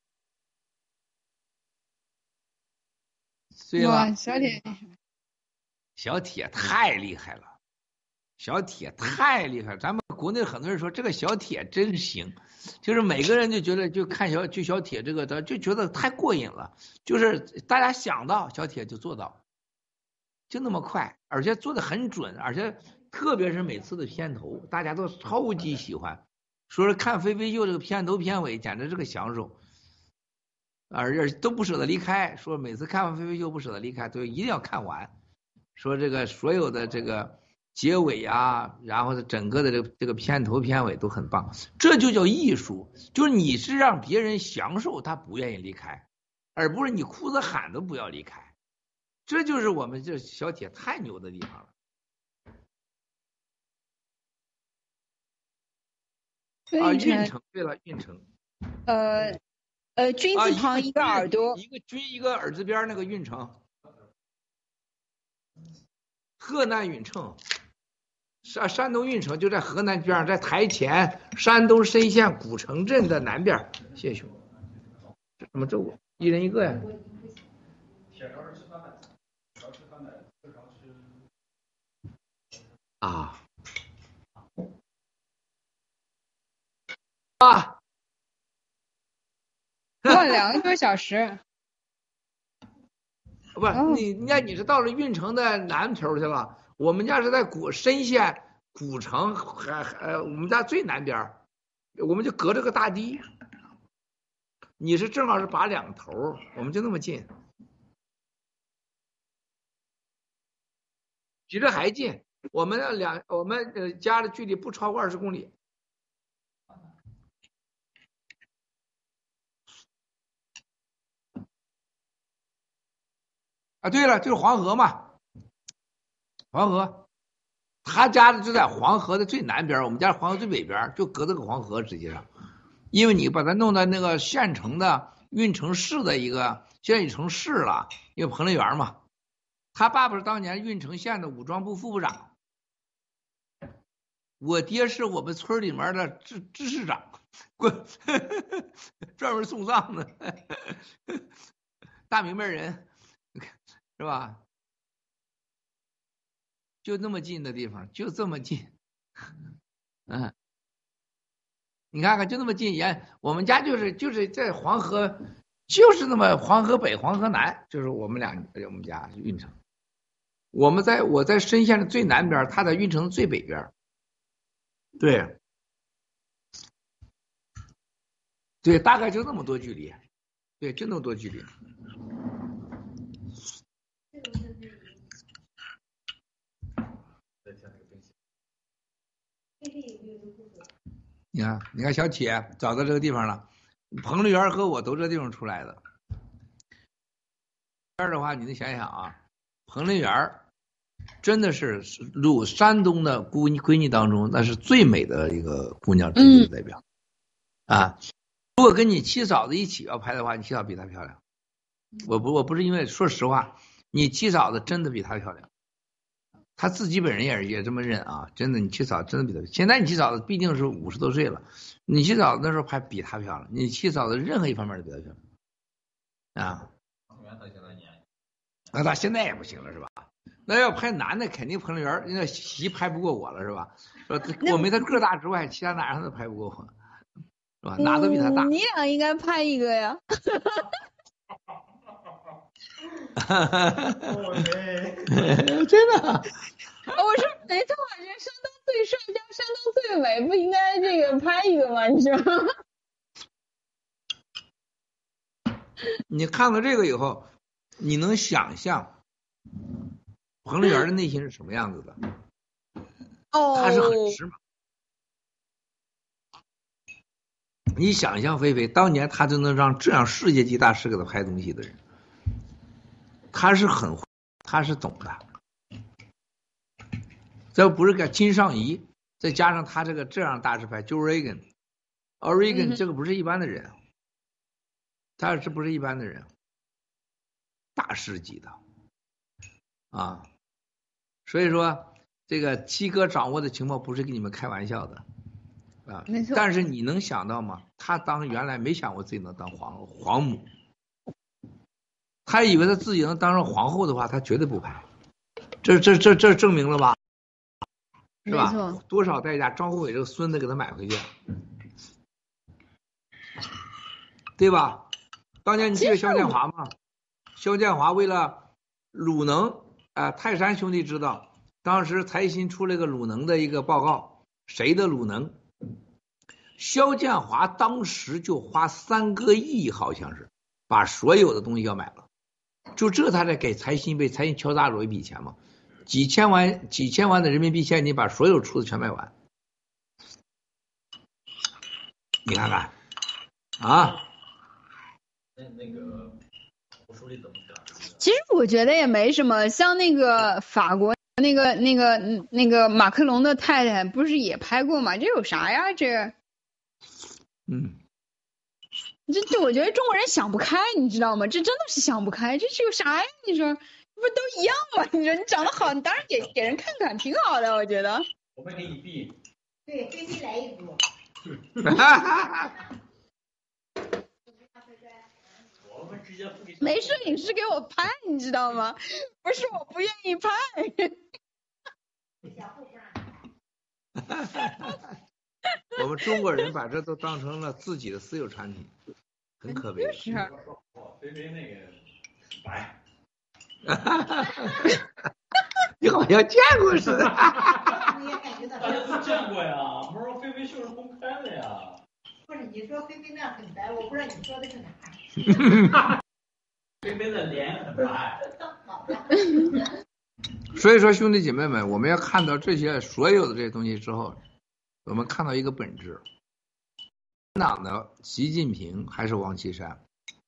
对了， 小铁， 小铁太厉害了，小铁太厉害了。咱们国内很多人说这个小铁真行。就是每个人就觉得就看小就小铁这个的就觉得太过瘾了，就是大家想到小铁就做到，就那么快，而且做的很准，而且特别是每次的片头大家都超级喜欢，说是看飞飞秀这个片头片尾简直是个享受，而且都不舍得离开，说每次看完飞飞秀不舍得离开，都一定要看完，说这个所有的这个结尾啊，然后整个的这个这个片头片尾都很棒，这就叫艺术，就是你是让别人享受，他不愿意离开，而不是你哭着喊都不要离开，这就是我们这小铁太牛的地方了。啊，运城，对了，运城， 呃呃，君字旁一个耳朵， 啊、一个君一个耳字边那个运城，河南运城。山山东运城就在河南边上，在台前，山东深县古城镇的南边。谢谢兄弟，这怎么这我一人一个呀？啊啊！ 哇，两个多小时。 不，你那你是到了运城的南头去了。我们家是在古深县古城，还还我们家最南边，我们就隔着个大堤。你是正好是把两头，我们就那么近，比这还近。我们两我们呃家的距离不超过二十公里。啊，对了，就是黄河嘛。黄河，他家就在黄河的最南边，我们家黄河最北边，就隔着个黄河。实际上，因为你把它弄到那个县城的运城市的一个，现在已成市了，因为彭丽媛嘛，他爸爸是当年运城县的武装部副部长，我爹是我们村里面的知知识长，滚，专门送葬的，大明白人，是吧？就那么近的地方，就这么近，嗯，你看看，就那么近，沿我们家就是就是在黄河，就是那么黄河北、黄河南，就是我们俩我们家运城，我们在我在深县的最南边，他在运城的最北边，对，对，大概就那么多距离，对，就那么多距离。你看，你看小铁找到这个地方了，彭丽媛和我都这地方出来的。这样的话，你得想想啊，彭丽媛真的是入山东的姑闺女当中，那是最美的一个姑娘之一的代表、嗯、啊。如果跟你七嫂子一起要拍的话，你七嫂比她漂亮。我不我不是因为，说实话，你七嫂子真的比她漂亮。 他自己本人也也这么认啊，真的，你七嫂真的比他，现在你七嫂子毕竟是五十多岁了，你七嫂子那时候还比他漂亮，你七嫂子任何一方面都比他漂亮啊。那他现在也不行了是吧？那要拍男的，肯定彭丽媛那戏拍不过我了是吧？说我没他个大之外，其他哪样都拍不过我，是吧？哪都比他大。 你俩应该拍一个呀。 真的。 我说没错，这山东最帅加山东最美，不应该这个拍一个吗？你说？ 你看到这个以后，你能想象彭丽媛的内心是什么样子的？ 哦， 她是很时髦。你想象菲菲当年她就能让这样世界级大师给她拍东西的人，她是很，她是懂的。这不是个金尚仪，再加上他这个这样大师拍 Joe Reagan，Reagan 这个不是一般的人，他这不是一般的人，大师级的啊，所以说这个七哥掌握的情报不是跟你们开玩笑的啊， 没错。 但是你能想到吗？他当原来没想过自己能当皇皇母，他以为他自己能当上皇后的话，他绝对不拍，这这这这证明了吧？是吧？多少代价？张宏伟这个孙子给他买回去，对吧？当年你记得肖建华吗？肖建华为了鲁能啊、呃，泰山兄弟知道，当时财新出了个鲁能的一个报告，谁的鲁能？肖建华当时就花三个亿，好像是把所有的东西要买了，就这他才给财新被财新敲诈了一笔钱嘛。几千万几千万的人民币现金把所有出的全卖完，你看看啊。 那那个我手里怎么讲？ 其实我觉得也没什么，像那个法国那个那个那个马克龙的太太不是也拍过吗？这有啥呀？这， 嗯， 这这我觉得中国人想不开，你知道吗？这真的是想不开，这是有啥呀？你说？不都一样吗？你说你长得好，你当然给给人看看，挺好的，我觉得。 我们给你币。 对，菲菲来一组。 我们直接付给。 没摄影师给我拍，你知道吗？不是我不愿意拍。 我们中国人把这都当成了自己的私有产品，很可悲。 是。 菲菲那个白。 你好像见过似的。 大家都见过呀，不是说菲菲秀是公开的呀。 不是你说菲菲那很白，我不知道你说的是哪。 菲菲的脸很白。 所以说兄弟姐妹们，我们要看到这些所有的这些东西之后，我们看到一个本质：党的习近平还是王岐山。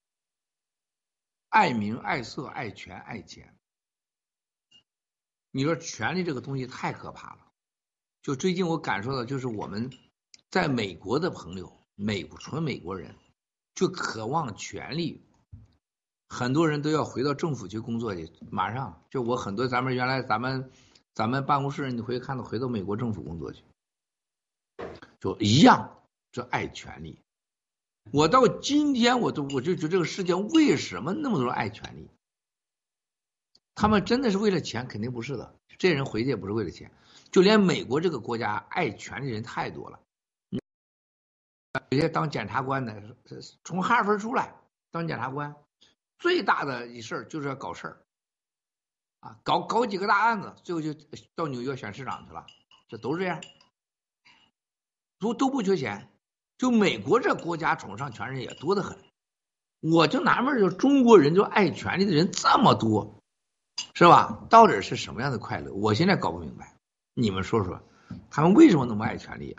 爱名爱色爱权爱钱，你说权力这个东西太可怕了。就最近我感受到，就是我们在美国的朋友，美纯美国人，就渴望权力，很多人都要回到政府去工作去。马上就我很多咱们原来咱们咱们办公室人，你会看到回到美国政府工作去，就一样，这爱权力。我到今天我都我就觉得这个世界为什么那么多人爱权力？他们真的是为了钱？肯定不是的，这些人回去也不是为了钱。就连美国这个国家爱权力人太多了，有些当检察官的从哈佛出来当检察官，最大的一事就是要搞事儿啊，搞搞几个大案子，最后就到纽约选市长去了，这都是这样，都都不缺钱。就美国这国家宠上权人也多得很，我就纳闷，就中国人就爱权力的人这么多，是吧？到底是什么样的快乐？我现在搞不明白，你们说说，他们为什么那么爱权力啊？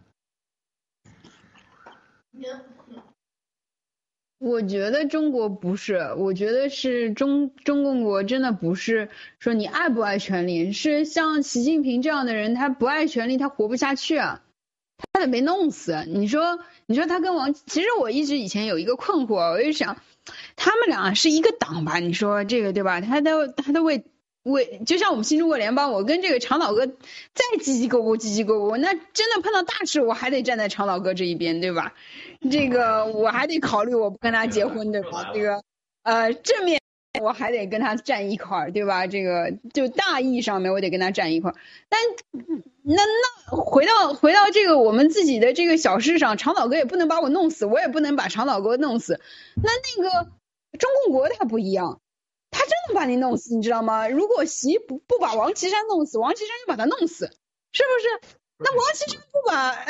我觉得中国不是，我觉得是中中共国真的不是说你爱不爱权力，是像习近平这样的人，他不爱权力，他活不下去啊。他得被弄死。你说，你说他跟王，其实我一直以前有一个困惑，我就想，他们俩是一个党吧？你说这个对吧？他都他都为为就像我们新中国联邦，我跟这个长岛哥再叽叽勾勾叽叽勾勾，那真的碰到大事，我还得站在长岛哥这一边，对吧？这个我还得考虑我不跟他结婚，对吧？这个呃正面我还得跟他站一块儿，对吧？这个就大义上面我得跟他站一块儿。但那那回到回到这个我们自己的这个小事上，长岛哥也不能把我弄死，我也不能把长岛哥弄死。那那个中共国他不一样。他真的把你弄死，你知道吗？如果习不不把王岐山弄死，王岐山就把他弄死，是不是？那王岐山不把，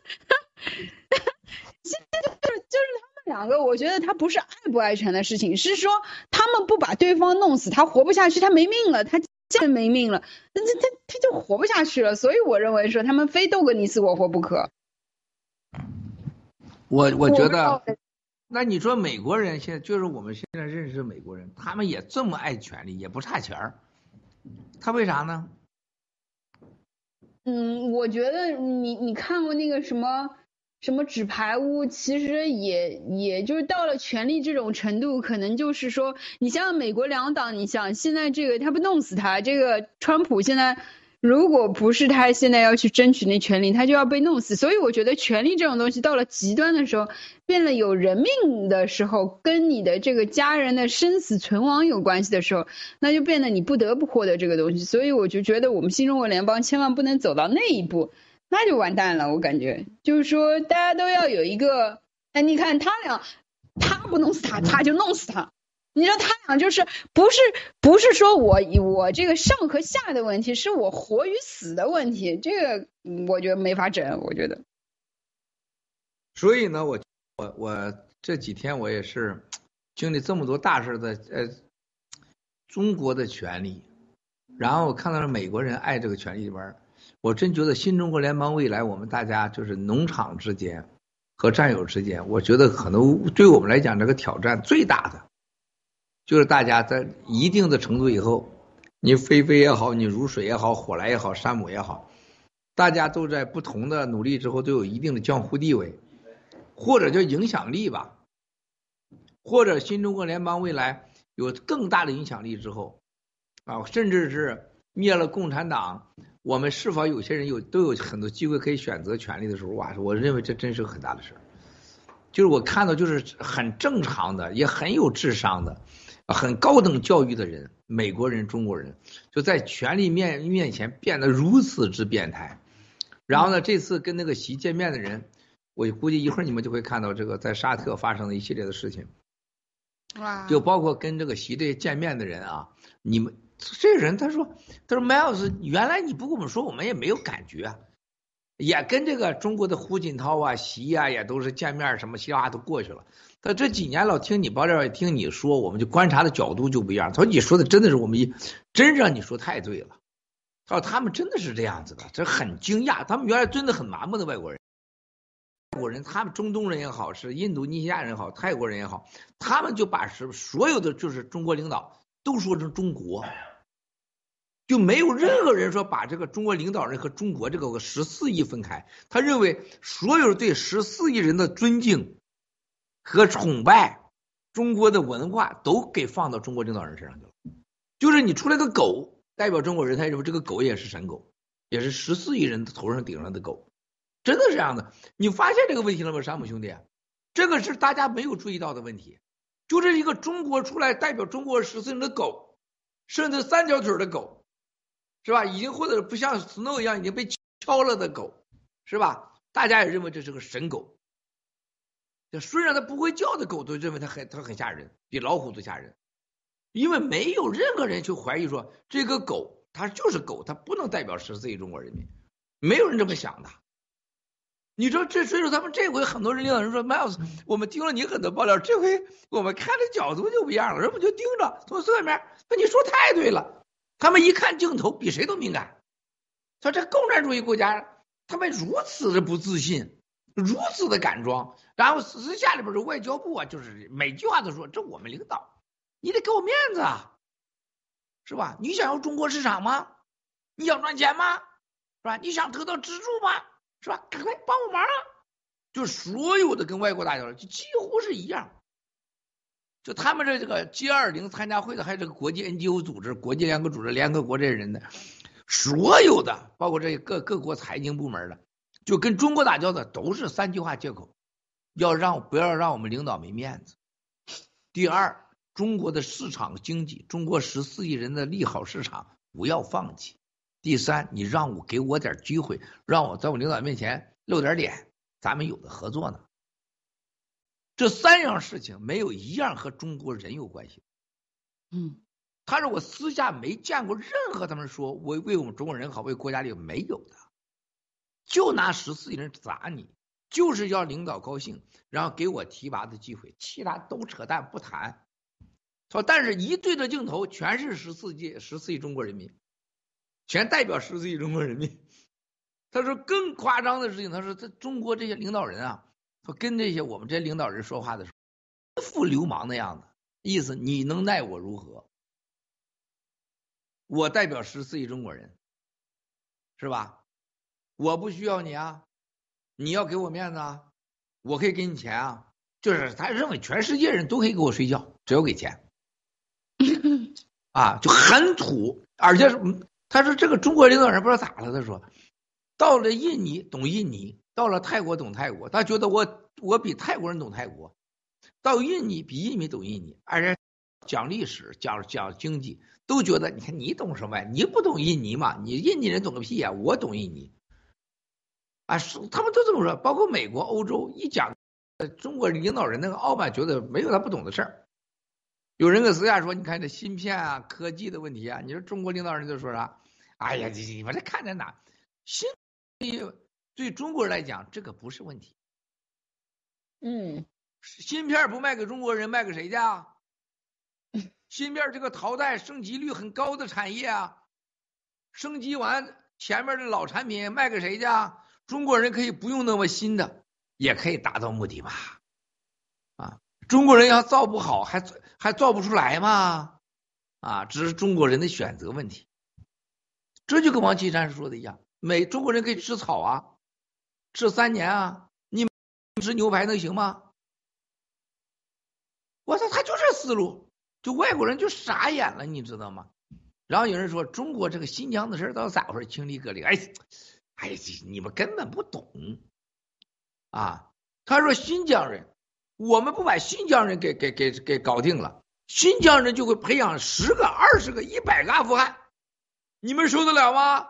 现在就是就是他们两个，我觉得他不是爱不爱权的事情，是说他们不把对方弄死，他活不下去，他没命了，他家人没命了，那他他他就活不下去了。所以我认为说他们非斗个你死我活不可。 我我觉得。那你说美国人现在就是我们现在认识的美国人，他们也这么爱权力，也不差钱儿，他为啥呢？ 嗯，我觉得你你看过那个什么什么纸牌屋，其实也也就是到了权力这种程度，可能就是说，你像美国两党，你想现在这个他不弄死他，这个川普现在。如果不是他现在要去争取那权利，他就要被弄死。所以我觉得权力这种东西到了极端的时候，变了有人命的时候，跟你的这个家人的生死存亡有关系的时候，那就变得你不得不获得这个东西。所以我就觉得我们新中国联邦千万不能走到那一步，那就完蛋了。我感觉就是说大家都要有一个，哎，你看他俩，他不弄死他，他就弄死他。你知道他俩就是不是不是说我我这个上和下的问题，是我活与死的问题，这个我觉得没法整，我觉得。 所以呢，我我我这几天我也是经历这么多大事的，呃，中国的权利，然后我看到了美国人爱这个权利里边，我真觉得新中国联邦未来我们大家就是农场之间和战友之间，我觉得可能对我们来讲这个挑战最大的。就是大家在一定的程度以后，你飞飞也好，你如水也好，火来也好，山姆也好，大家都在不同的努力之后都有一定的江湖地位，或者叫影响力吧，或者新中国联邦未来有更大的影响力之后，啊，甚至是灭了共产党，我们是否有些人有都有很多机会可以选择权利的时候，哇，我认为这真是个很大的事儿。就是我看到就是很正常的，也很有智商的。很高等教育的人，美国人、中国人，就在权力面面前变得如此之变态。然后呢，这次跟那个习见面的人，我估计一会儿你们就会看到这个在沙特发生的一系列的事情。 哇！ 就包括跟这个习这见面的人啊，你们这个人他说，他说 Miles， 原来你不跟我们说，我们也没有感觉啊。也跟这个中国的胡锦涛啊、习啊，也都是见面什么嘻哈都过去了。他这几年老听你爆料，也听你说，我们就观察的角度就不一样。他说你说的真的是我们一，真让你说太对了。他说他们真的是这样子的，这很惊讶。他们原来真的很麻木的外国人，外国人他们中东人也好，是印度尼西亚人也好，泰国人也好，他们就把是所有的就是中国领导都说成中国。就没有任何人说把这个中国领导人和中国这个十四亿分开，他认为所有对十四亿人的尊敬和崇拜，中国的文化都给放到中国领导人身上去了。就是你出来的狗代表中国人，他认为这个狗也是神狗，也是十四亿人头上顶上的狗，真的是这样的。你发现这个问题了吗，山姆兄弟？这个是大家没有注意到的问题，就是一个中国出来代表中国十四亿人的狗，甚至三条腿的狗。是吧？已经或者不像 Snow 一样已经被敲了的狗，是吧？大家也认为这是个神狗。虽然它不会叫的狗都认为它很它很吓人，比老虎都吓人，因为没有任何人去怀疑说这个狗它就是狗，它不能代表十四亿中国人民，没有人这么想的。你说这所以说他们这回很多人领导人说 Miles， 我们听了你很多爆料，这回我们看的角度就不一样了，人们就盯着从侧面，那你说太对了。他们一看镜头比谁都敏感，说这共产主义国家他们如此的不自信，如此的敢装，然后私下里边的外交部啊，就是每句话都说这我们领导，你得给我面子啊，是吧？你想要中国市场吗？你想赚钱吗？是吧？你想得到资助吗？是吧？赶快帮我忙啊！就所有的跟外国大交流就几乎是一样， 就他们这这个 G 二十 参加会的，还有这个国际 N G O 组织、国际联合组织、联合国这些人的，所有的包括这些各各国财经部门的，就跟中国打交道都是三句话借口：要让不要让我们领导没面子；第二，中国的市场经济，中国十四亿人的利好市场不要放弃；第三，你让我给我点机会，让我在我领导面前露点脸，咱们有的合作呢。这三样事情没有一样和中国人有关系。 嗯， 他说我私下没见过任何他们说为为我们中国人好，为国家利益，没有的，就拿十四亿人砸你，就是要领导高兴，然后给我提拔的机会，其他都扯淡不谈。说但是一对着镜头全是十四亿十四亿中国人民，全代表十四亿中国人民。他说更夸张的事情，他说这中国这些领导人啊。说跟这些我们这些领导人说话的时候，副流氓的样子，意思你能奈我如何？我代表十四亿中国人，是吧？我不需要你啊，你要给我面子啊，我可以给你钱啊，就是他认为全世界人都可以给我睡觉，只要给钱，啊，就很土，而且是他说这个中国领导人不知道咋了，他说到了印尼懂印尼。到了泰国懂泰国，他觉得我我比泰国人懂泰国；到印尼比印尼懂印尼，而且讲历史、讲讲经济，都觉得你看你懂什么呀？你不懂印尼嘛？你印尼人懂个屁呀！我懂印尼啊，是他们都这么说。包括美国、欧洲一讲中国领导人那个傲慢，觉得没有他不懂的事儿。有人跟私下说，你看这芯片啊、科技的问题啊，你说中国领导人就说啥？哎呀，你我这看在哪？芯片。对中国人来讲，这个不是问题。 嗯， 芯片不卖给中国人，卖给谁去啊？芯片这个淘汰升级率很高的产业啊，升级完前面的老产品卖给谁去啊？中国人可以不用那么新的，也可以达到目的嘛。啊，中国人要造不好，还还造不出来吗？啊，只是中国人的选择问题。这就跟王岐山说的一样，美中国人可以吃草啊。吃三年啊，你吃牛排能行吗？我操，他就这思路，就外国人就傻眼了，你知道吗？然后有人说中国这个新疆的事到底咋回事？清理隔离，哎，哎，你们根本不懂啊！他说新疆人，我们不把新疆人给给给给搞定了，新疆人就会培养十个、二十个、一百个阿富汗，你们受得了吗？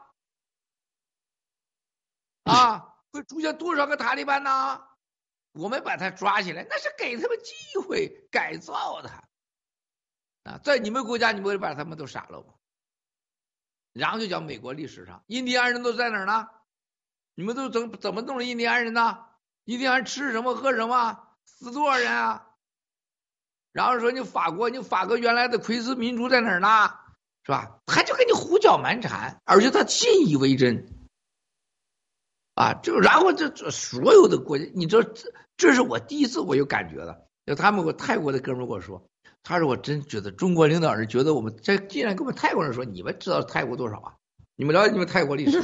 啊！会出现多少个塔利班呢？我们把他抓起来，那是给他们机会改造他啊！在你们国家，你们会把他们都杀了吗？然后就讲美国历史上，印第安人都在哪儿呢？你们都怎怎么弄的印第安人呢？印第安人吃什么喝什么，死多少人啊？然后说你法国，你法国原来的奎斯民族在哪儿呢？是吧？他就给你胡搅蛮缠，而且他信以为真。啊，就然后这这所有的国家，你知道这这是我第一次我有感觉了。就他们我泰国的哥们跟我说，他说我真觉得中国领导人觉得我们这竟然跟我们泰国人说，你们知道泰国多少啊？你们了解你们泰国历史？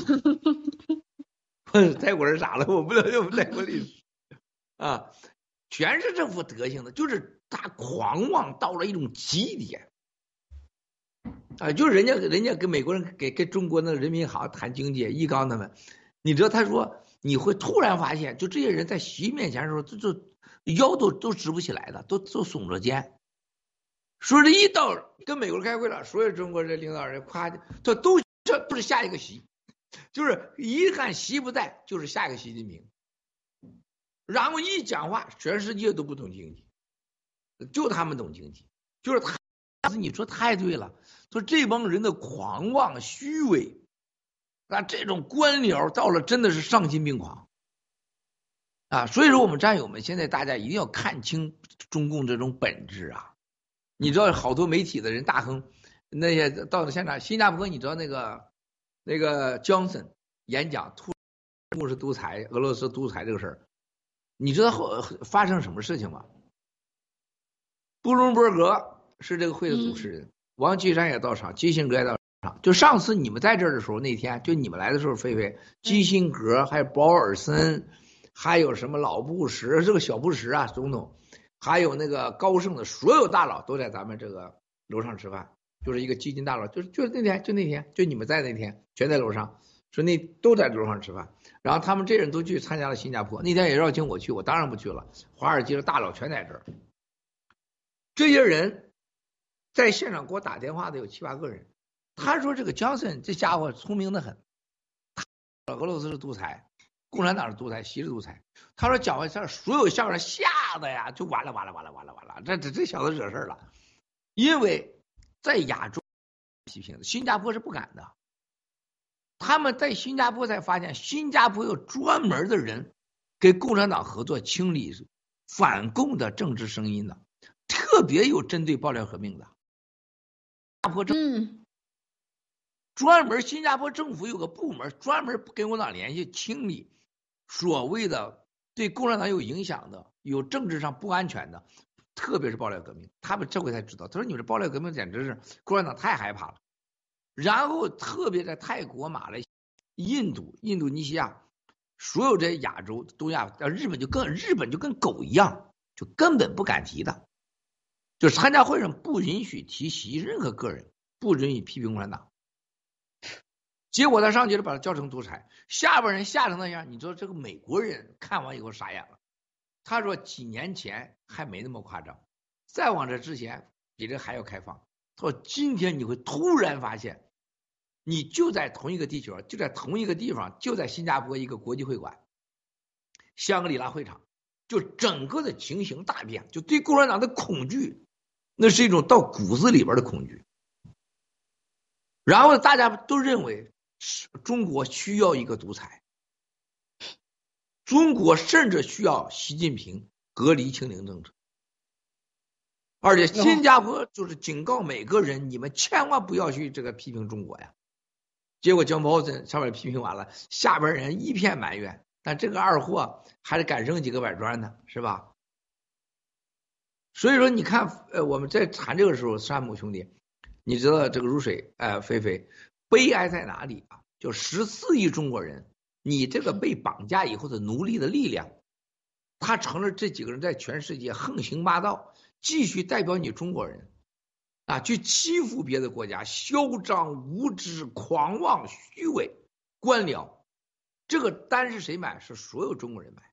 泰国人傻了，我不了解我们泰国历史啊，全是这副德行的，就是他狂妄到了一种极点啊，就是人家人家跟美国人给跟中国那人民好谈经济，一刚他们。你知道他说你会突然发现，就这些人在习面前的时候，就就腰都都直不起来了，都都耸着肩。说这一到跟美国人开会了，所有中国人领导人夸这都这不是下一个习，就是一看习不在，就是下一个习近平。然后一讲话，全世界都不懂经济，就他们懂经济，就是他。你说太对了，说这帮人的狂妄虚伪。那这种官僚到了真的是丧心病狂啊！所以说我们战友们现在大家一定要看清中共这种本质啊！你知道好多媒体的人大亨那些到了现场，新加坡你知道那个那个江森演讲突中国是独裁，俄罗斯独裁这个事儿，你知道后发生什么事情吗？布隆伯格是这个会的主持人，嗯、王岐山也到场，基辛格也到场。就上次你们在这儿的时候，那天就你们来的时候，菲菲、基辛格还有保尔森，还有什么老布什，这个小布什啊，总统， 还有那个高盛的所有大佬都在咱们这个楼上吃饭，就是一个基金大佬，就是就是那天就那天就你们在那天全在楼上，说那都在楼上吃饭。然后他们这人都去参加了新加坡，那天也邀请我去，我当然不去了。华尔街的大佬全在这儿，这些人在现场给我打电话的有七八个人。他说这个江森这家伙聪明的很，俄罗斯是独裁，共产党是独裁，习是独裁。他说讲完事儿，所有香港人吓得呀，就完了完了完了完了完了，这这这小子惹事儿了。因为在亚洲批评，新加坡是不敢的。他们在新加坡才发现，新加坡有专门的人跟共产党合作清理反共的政治声音的，特别有针对爆料革命的。新加坡政嗯， 专门新加坡政府有个部门专门跟共产党联系，清理所谓的对共产党有影响的、有政治上不安全的，特别是爆料革命。他们这回才知道，他说你们这爆料革命简直是共产党太害怕了。然后特别在泰国、马来西亚、印度、印度尼西亚，所有这些亚洲、东亚，日本就更日本就跟狗一样，就根本不敢提的。就参加会上不允许提习任何个人，不允许批评共产党。结果他上去了，把他叫成独裁，下边人吓成那样。你知道这个美国人看完以后傻眼了。他说几年前还没那么夸张，再往这之前比这还要开放。他说今天你会突然发现，你就在同一个地球，就在同一个地方，就在新加坡一个国际会馆，香格里拉会场，就整个的情形大变，就对共产党的恐惧，那是一种到骨子里边的恐惧。然后大家都认为中国需要一个独裁，中国甚至需要习近平隔离清零政策。而且新加坡就是警告每个人，你们千万不要去这个批评中国呀。结果江宝森上面批评完了，下边人一片埋怨，但这个二货还是敢扔几个板砖呢，是吧？所以说你看，呃，我们在谈这个时候，山姆兄弟，你知道这个如水，呃，菲菲，悲哀在哪里啊？就十四亿中国人，你这个被绑架以后的奴隶的力量，他成了这几个人在全世界横行霸道，继续代表你中国人啊，去欺负别的国家，嚣张、无知、狂妄、虚伪、官僚。这个单是谁买？是所有中国人买。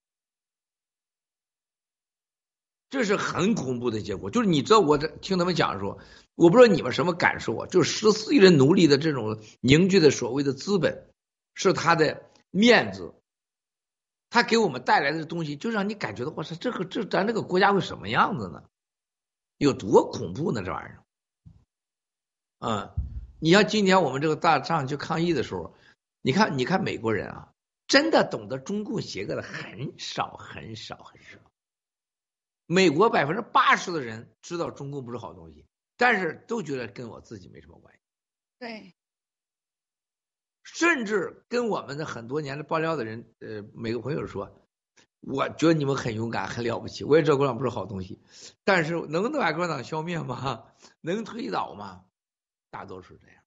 这是很恐怖的结果。就是你知道我在听他们讲说，我不知道你们什么感受啊？就是十四亿人奴隶的这种凝聚的所谓的资本，是他的面子，他给我们带来的东西，就让你感觉到，我操，这个这咱这个国家会什么样子呢？有多恐怖呢？这玩意儿。嗯，你像今天我们这个大上去抗议的时候，你看，你看美国人啊，真的懂得中共邪恶的很少很少很少。美国百分之八十的人知道中共不是好东西，但是都觉得跟我自己没什么关系。 对， 甚至跟我们的很多年的爆料的人，呃，每个朋友说，我觉得你们很勇敢，很了不起。我也知道共产党不是好东西，但是能把共产党消灭吗？能推倒吗？大多数这样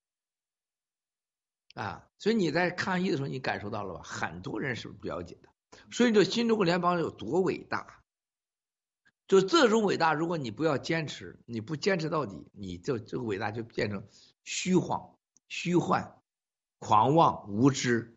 啊。所以你在抗议的时候，你感受到了吧？很多人是不了解的。所以这新中国联邦有多伟大？就这种伟大，如果你不要坚持，你不坚持到底，你就这个伟大就变成虚晃、虚幻、狂妄、无知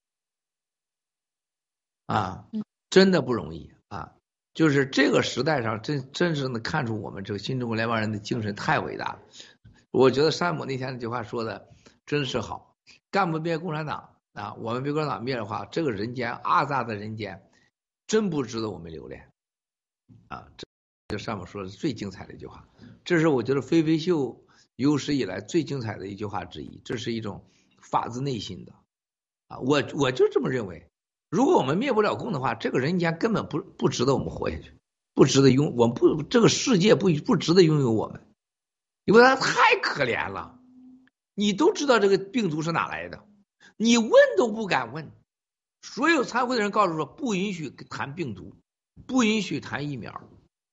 啊，真的不容易啊！就是这个时代上真真正的看出我们这个新中国联邦人的精神太伟大了。我觉得山姆那天那句话说的真是好，干不灭共产党啊，我们被共产党灭的话，这个人间阿杂的人间真不值得我们留恋啊！这就山姆说的最精彩的一句话，这是我觉得飞飞秀有史以来最精彩的一句话之一，这是一种发自内心的啊！我我就这么认为，如果我们灭不了共的话，这个人间根本不不值得我们活下去，不值得拥，我们不这个世界不不值得拥有我们。因为他太可怜了，你都知道这个病毒是哪来的，你问都不敢问。所有参会的人告诉说，不允许谈病毒，不允许谈疫苗。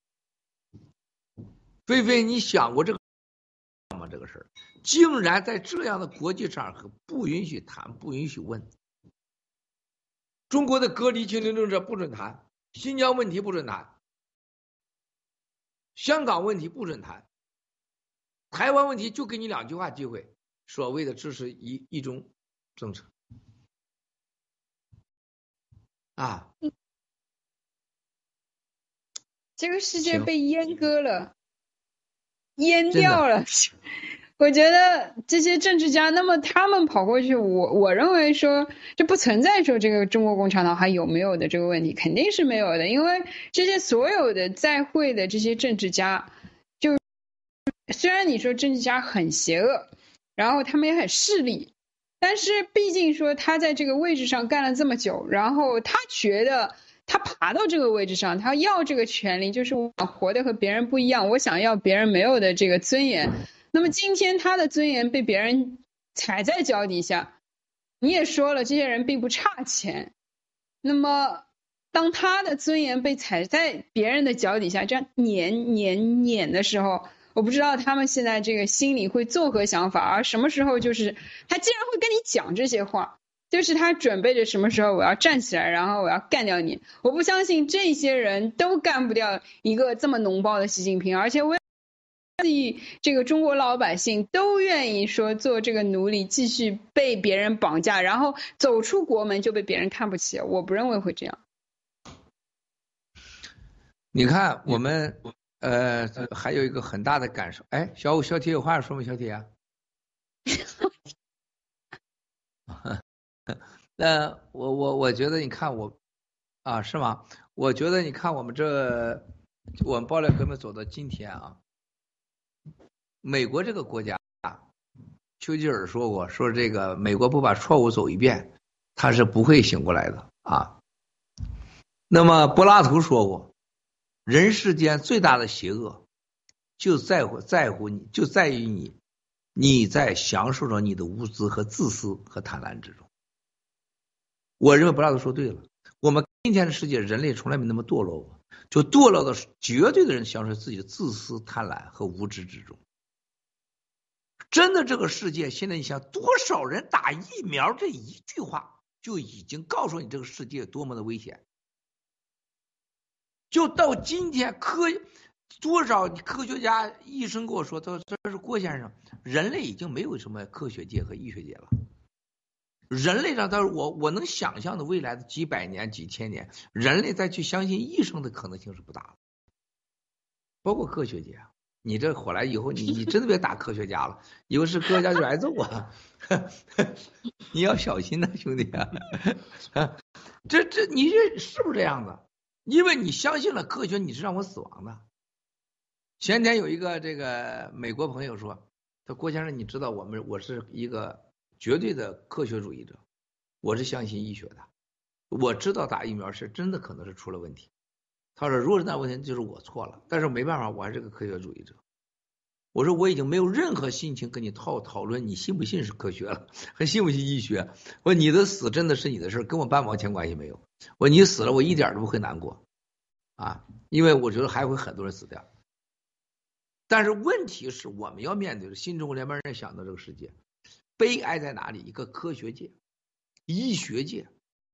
菲菲，你想过这个吗？这个事儿竟然在这样的国际场合不允许谈，不允许问。中国的隔离清零政策不准谈，新疆问题不准谈， 香港问题不准谈，台湾问题就给你两句话机会，所谓的支持一一中政策啊。 这个世界被阉割了，阉掉了。我觉得这些政治家，那么他们跑过去，我我认为说就不存在说这个中国共产党还有没有的这个问题，肯定是没有的，因为这些所有的在会的这些政治家，就虽然你说政治家很邪恶，然后他们也很势利，但是毕竟说他在这个位置上干了这么久，然后他觉得他爬到这个位置上，他要这个权利，就是我活得和别人不一样，我想要别人没有的这个尊严。那么今天他的尊严被别人踩在脚底下，你也说了，这些人并不差钱。那么当他的尊严被踩在别人的脚底下，这样碾碾碾的时候，我不知道他们现在这个心里会作何想法，而什么时候就是他竟然会跟你讲这些话，就是他准备着什么时候我要站起来，然后我要干掉你。我不相信这些人都干不掉一个这么脓包的习近平，而且我这个中国老百姓都愿意说做这个奴隶，继续被别人绑架，然后走出国门就被别人看不起。我不认为会这样。 你看我们呃还有一个很大的感受，哎，小小铁有话说吗？小铁啊？那我我我觉得你看我啊是吗？我觉得你看我们这我们爆料革命走到今天啊。美国这个国家，丘吉尔说过，说这个美国不把错误走一遍，他是不会醒过来的啊。那么柏拉图说过，人世间最大的邪恶，就在乎在乎你，就在于你，你在享受着你的无知和自私和贪婪之中。我认为柏拉图说对了，我们今天的世界，人类从来没那么堕落过，就堕落到绝对的人享受自己的自私、贪婪和无知之中。真的，这个世界现在你想多少人打疫苗，这一句话就已经告诉你这个世界多么的危险。就到今天科多少科学家医生跟我说，他说这是郭先生，人类已经没有什么科学界和医学界了。人类上，他说我我能想象的未来的几百年、几千年，人类再去相信医生的可能性是不大的，包括科学界啊。你这火来以后，你你真的别打科学家了，以后是科学家就挨揍啊！你要小心呐、啊，兄弟啊！这这你这是不是这样的？因为你相信了科学，你是让我死亡的。前天有一个这个美国朋友说，他郭先生，你知道我们我是一个绝对的科学主义者，我是相信医学的，我知道打疫苗是真的可能是出了问题。他说如果是那问题就是我错了，但是没办法，我还是个科学主义者。我说我已经没有任何心情跟你讨讨论你信不信是科学了，还信不信医学。我说你的死真的是你的事，跟我半毛钱关系没有。我说你死了我一点都不会难过啊，因为我觉得还会很多人死掉。但是问题是我们要面对的新中国联邦人想到这个世界悲哀在哪里？一个科学界、医学界、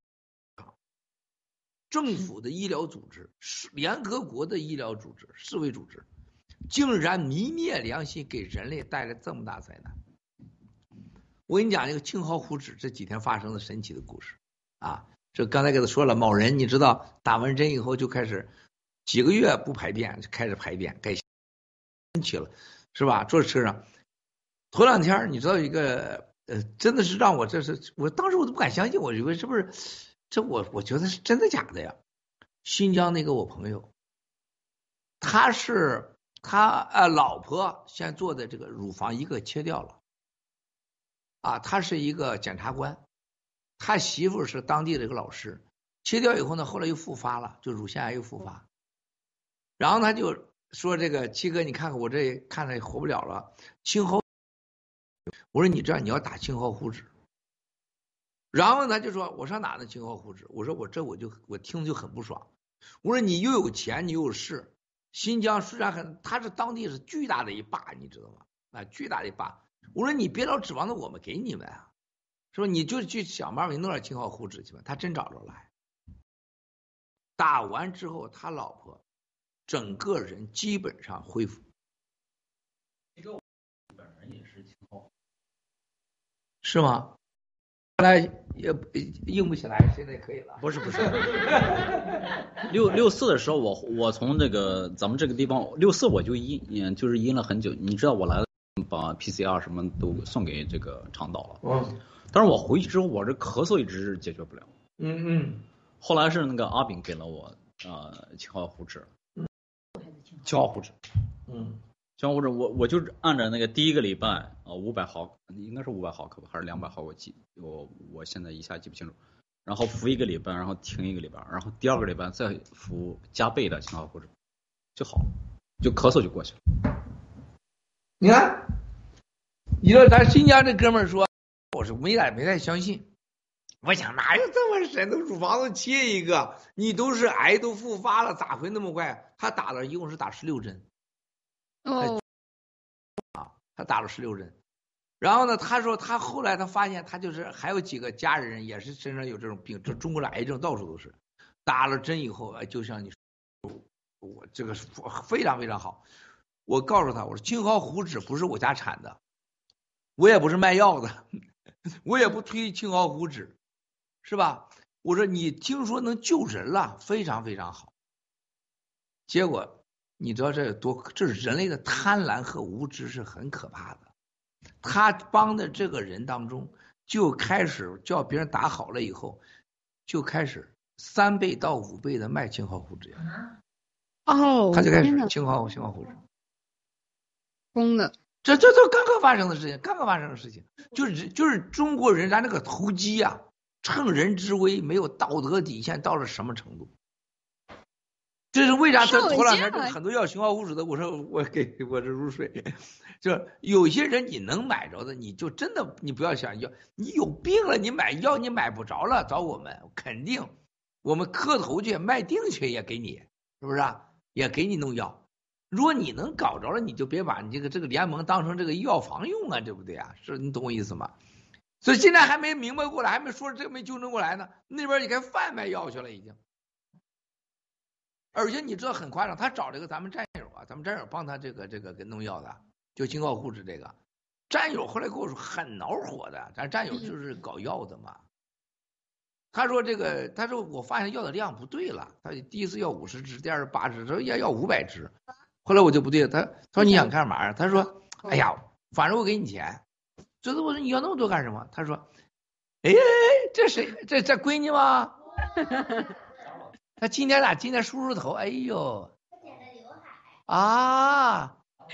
政府的医疗组织、联合国的医疗组织、世卫组织，竟然泯灭良心，给人类带来这么大灾难。我跟你讲一个青蒿湖脂这几天发生的神奇的故事啊！这刚才给他说了，某人你知道打完针以后就开始几个月不排便，就开始排便，该神奇了，是吧？坐车上，头两天你知道一个呃，真的是让我这是我当时我都不敢相信，我以为是不是这我我觉得是真的假的呀？新疆那个我朋友，他是他呃老婆现在做的这个乳房一个切掉了，啊，他是一个检察官，他媳妇是当地的一个老师，切掉以后呢，后来又复发了，就乳腺癌又复发，然后他就说这个七哥，你看看我这看着活不了了，青蒿，我说你这样你要打青蒿湖脂。然后他就说我上哪呢青蒿湖脂？我说我这我就我听就很不爽。我说你又有钱你又有势，新疆虽然很，他是当地是巨大的一坝，你知道吗？啊，巨大的一坝。我说你别老指望着我们给你们啊，说你就去想办法弄点青蒿湖脂去吧。他真找着了，打完之后他老婆整个人基本上恢复。 其实我本人也是青蒿， 是吗？后来也硬不起来，现在可以了。 不是不是，六六四的时候我，我我从这个咱们这个地方六四我就阴，嗯，就是阴了很久。你知道我来了，把 P C R 什么都送给这个倡导了。 嗯。 但是我回去之后，我这咳嗽一直解决不了。 嗯嗯。 后来是那个阿炳给了我呃青蒿糊脂。嗯。青蒿糊脂。 嗯。 青蒿糊脂，我我就按照那个第一个礼拜呃五百毫，应该是五百毫克吧，还是两百毫克？我记我我现在一下记不清楚。然后服一个礼拜，然后停一个礼拜，然后第二个礼拜再服加倍的青蒿糊脂，就好了，就咳嗽就过去了。 你看，你说咱新疆这哥们儿说，我是没太没太相信。我想哪有这么神的？乳房都切一个，你都是癌都复发了，咋会那么快？他打了一共是打十六针。 哦。 啊，他打了十六针。然后呢，他说他后来他发现他就是还有几个家人也是身上有这种病，这中国的癌症到处都是。打了针以后，哎，就像你说，我这个非常非常好。我告诉他，我说青蒿糊脂不是我家产的，我也不是卖药的，我也不推青蒿糊脂，是吧？我说你听说能救人了，非常非常好。结果你知道这有多？这是人类的贪婪和无知是很可怕的。他帮的这个人当中，就开始叫别人打好了以后，就开始三倍到五倍的卖青蒿糊脂。 哦， 他就开始青蒿青蒿糊脂。 疯了， 这这这刚刚发生的事情，刚刚发生的事情，就是就是中国人咱这个投机啊，趁人之危，没有道德底线到了什么程度？这是为啥？这头两天这很多要青蒿糊脂的，我说我给我这入睡，就是有些人你能买着的，你就真的你不要想要，你有病了，你买药你买不着了，找我们肯定，我们磕头去卖腚去也给你，是不是啊？也给你弄药。如果你能搞着了，你就别把你这个这个联盟当成这个药房用啊，对不对啊？是你懂我意思吗？所以现在还没明白过来，还没说这个没纠正过来呢。那边你看贩卖药去了已经，而且你知道很夸张，他找这个咱们战友啊，咱们战友帮他这个这个给弄药的，就青蒿糊脂这个战友后来跟我说很恼火的，咱战友就是搞药的嘛。他说这个，他说我发现药的量不对了，他第一次要五十支，第二八支，他说要要五百支。后来我就不对了，他他说你想干嘛呀？他说，哎呀，反正我给你钱。这次我说你要那么多干什么？他说，哎，这谁？这这闺女吗？他今天咋？今天梳梳头，哎呦，啊，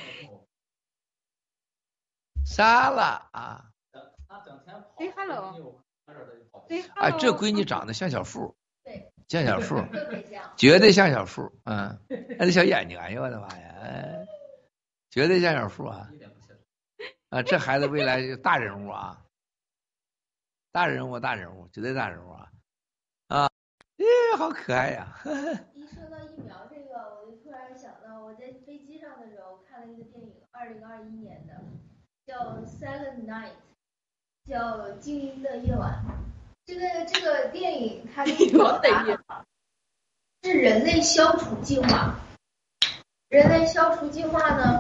杀了啊！ 哎 ，hello， 哎，这闺女长得像小富。像小富，绝对像小富，嗯，那小眼睛，哎呦我的妈呀，哎，绝对像小富啊！啊，这孩子未来大人物啊，大人物，大人物，绝对大人物啊！啊，哎，好可爱呀！ 一说到疫苗这个，我就突然想到，我在飞机上的时候看了一个电影，二零二一年的，叫《Silent Night》，叫《静音的夜晚》。这个这个电影它表达是人类消除进化，人类消除进化呢？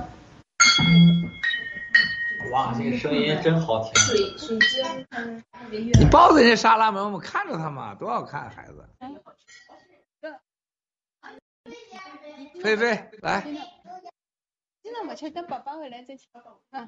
哇，这个声音真好听。 水水晶特别悦。 你抱着人家沙拉门，我们看着他嘛，多好看，孩子。菲菲来。 今天我去等爸爸回来再吃。啊。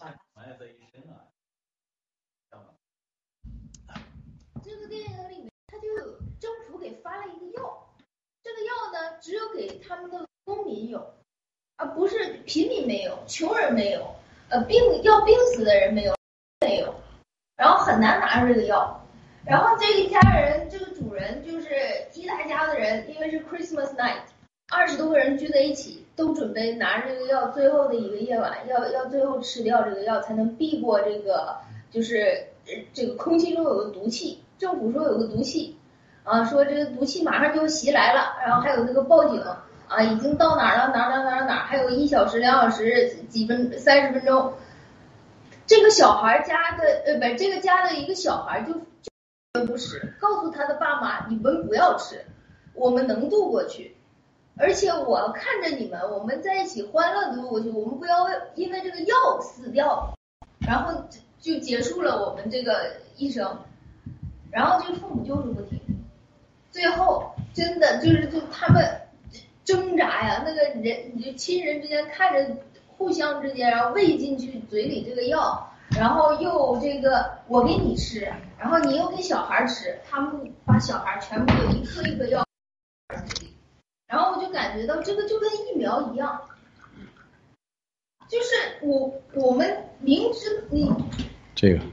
这个电影里面，他就政府给发了一个药，这个药呢，只有给他们的公民有，而不是平民没有，穷人没有，呃，病要病死的人没有，没有，然后很难拿着这个药。然后这一家人，这个主人就是一大家的人，因为是 Christmas night， 二十多个人聚在一起，都准备拿着这个药，最后的一个夜晚，要要最后吃掉这个药，才能避过这个就是这个空气中有个毒气。政府说有个毒气，啊，说这个毒气马上就袭来了，然后还有那个报警啊，已经到哪儿了，哪儿哪儿哪儿哪儿，还有一小时、两小时、几分、三十分钟。这个小孩家的呃，不是这个家的一个小孩就就不吃，告诉他的爸妈，你们不要吃，我们能度过去。 而且我看着你们，我们在一起欢乐的度过去，我们不要为因为这个药死掉，然后就结束了我们这个一生。然后这个父母就是不听，最后真的就是就他们挣扎呀，那个人就亲人之间看着互相之间，然后喂进去嘴里这个药，然后又这个我给你吃，然后你又给小孩吃，他们把小孩全部有一颗一颗药，然后我就感觉到这个就跟疫苗一样，就是我我们明知你这个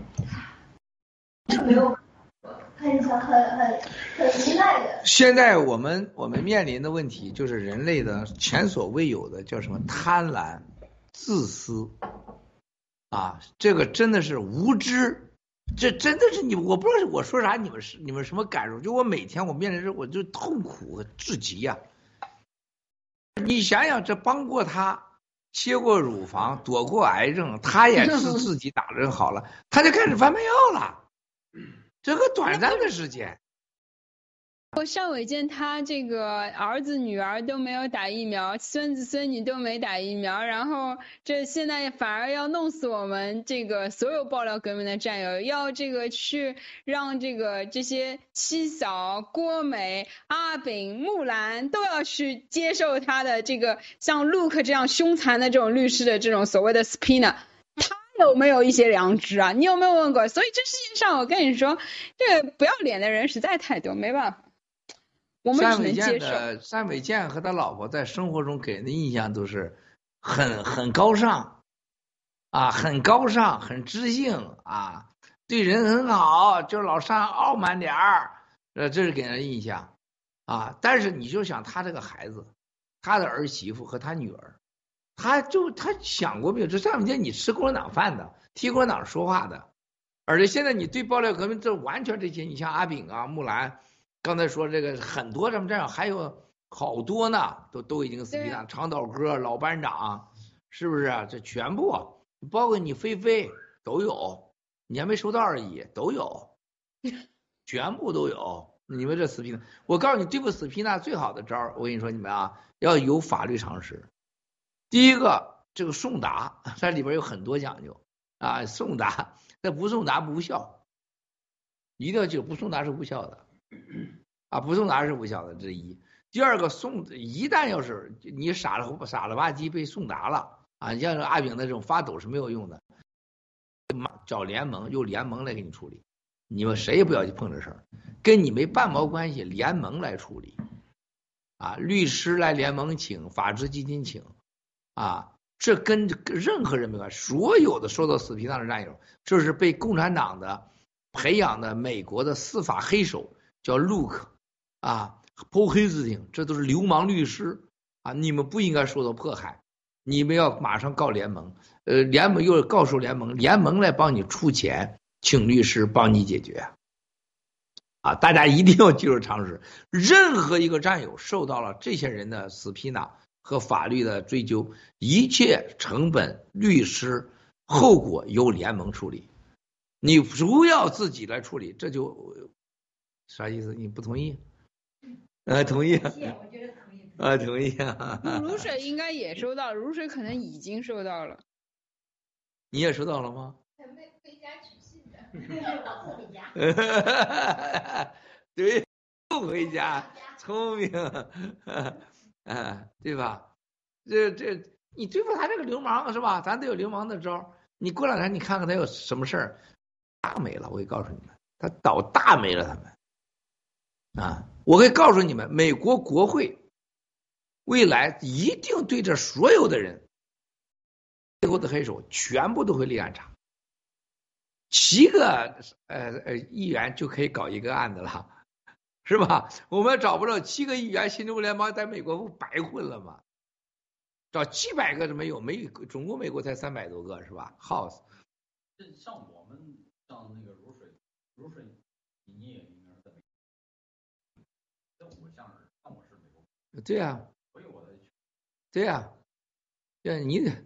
没有很很很很无奈的。 现在我们我们面临的问题就是人类的前所未有的叫什么贪婪、自私啊，这个真的是无知，这真的是你我不知道我说啥，你们是你们什么感受？就我每天我面临着我就痛苦至极呀、啊。你想想，这帮过他切过乳房、躲过癌症，他也是自己打针好了，他就开始贩卖药了。这个短暂的时间， 我邵伟健他这个儿子女儿都没有打疫苗，孙子孙女都没打疫苗，然后这现在反而要弄死我们这个所有爆料革命的战友，要这个去让这个这些七嫂、郭美、阿炳、木兰都要去接受他的这个像 Luke 这样凶残的这种律师的这种所谓的 subpoena。他有没有一些良知啊？你有没有问过？所以这世界上，我跟你说，这个不要脸的人实在太多，没办法，我们只能接受。 单伟健和他老婆在生活中给人的印象都是很很高尚啊，很高尚，很知性啊，对人很好，就老上傲慢点儿，呃，这是给人的印象啊。但是你就想他这个孩子，他的儿媳妇和他女儿。他就他想过没有？这上面你吃共产党饭的，替共产党说话的，而且现在你对爆料革命这完全这些，你像阿炳啊、木兰，刚才说这个很多什么这样，还有好多呢，都都已经死皮了。长岛哥、老班长，是不是、啊？这全部包括你菲菲都有，你还没收到而已，都有，全部都有。你们这死皮呢？我告诉你，对付死皮呢，最好的招我跟你说，你们啊，要有法律常识。第一个，这个送达，它里边有很多讲究啊，送达，那不送达无效，一定要记住，不送达是无效的，啊，不送达是无效的，这是一。第二个，送一旦要是你傻了傻了吧唧被送达了啊，你像阿炳的这种发抖是没有用的，找联盟，由联盟来给你处理，你们谁也不要去碰这事儿，跟你没半毛关系，联盟来处理，啊，律师来联盟请，法治基金请。啊，这跟任何人没关系。所有的受到死皮上的战友，这是被共产党的培养的美国的司法黑手，叫 Luke 啊 ，Paul Hastings， 这都是流氓律师啊！你们不应该受到迫害，你们要马上告联盟，呃，联盟又告诉联盟，联盟来帮你出钱，请律师帮你解决。啊，大家一定要记住常识，任何一个战友受到了这些人的死皮呢。和法律的追究，一切成本、律师后果由联盟处理，你不要自己来处理，这就啥意思？你不同意？呃，同意。我觉得同意。啊，同意啊。 如水应该也收到了，如水可能已经收到了。 你也收到了吗？ 还没回家取信的。 我回家。 对，不回家，聪明。啊，对吧？这这，你对付他这个流氓是吧？咱都有流氓的招。你过两天你看看他有什么事儿，大没了。我可以告诉你们，他倒大没了他们。啊，我可以告诉你们，美国国会未来一定对这所有的人，背后的黑手全部都会立案查。七个呃呃议员就可以搞一个案子了。是吧？我们找不着七个议员，新中国联邦在美国不白混了吗？找七百个都没有，没总共美国才三百多个是吧 ？House。 像我们像那个如水，如水，你也应该在美国。像我像是，像我是美国。 对呀、啊。 所以我的。 对呀、啊。对你得。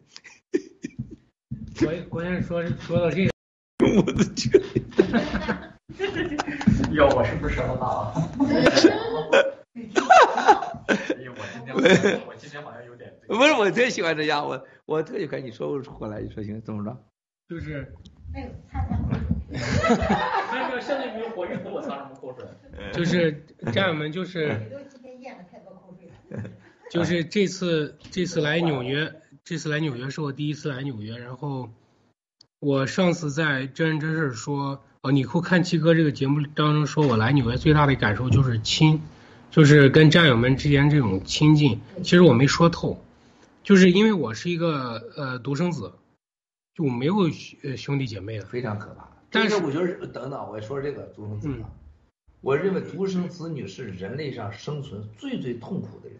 关关键说说到这个， 我的天。 哟，我是不是舌头大了？ 我今天我我今天好像有点、这个。 不是，我特喜欢这样，我我特喜欢你说过来，你说行，怎么着？ 就是。 哎呦，擦擦口水。 那个相当于火运，我擦什么口水？ 就是战友们，就是。就是这次这次来纽约，这次来纽约是我第一次来纽约，然后我上次在真人真事说，哦，你酷看七哥这个节目当中说，我来纽约最大的感受就是亲，就是跟战友们之间这种亲近。其实我没说透，就是因为我是一个呃独生子，就我没有呃兄弟姐妹的， 非常可怕。 但是我觉得等等，我说这个独生子，嗯，我认为独生子女是人类上生存最最痛苦的人。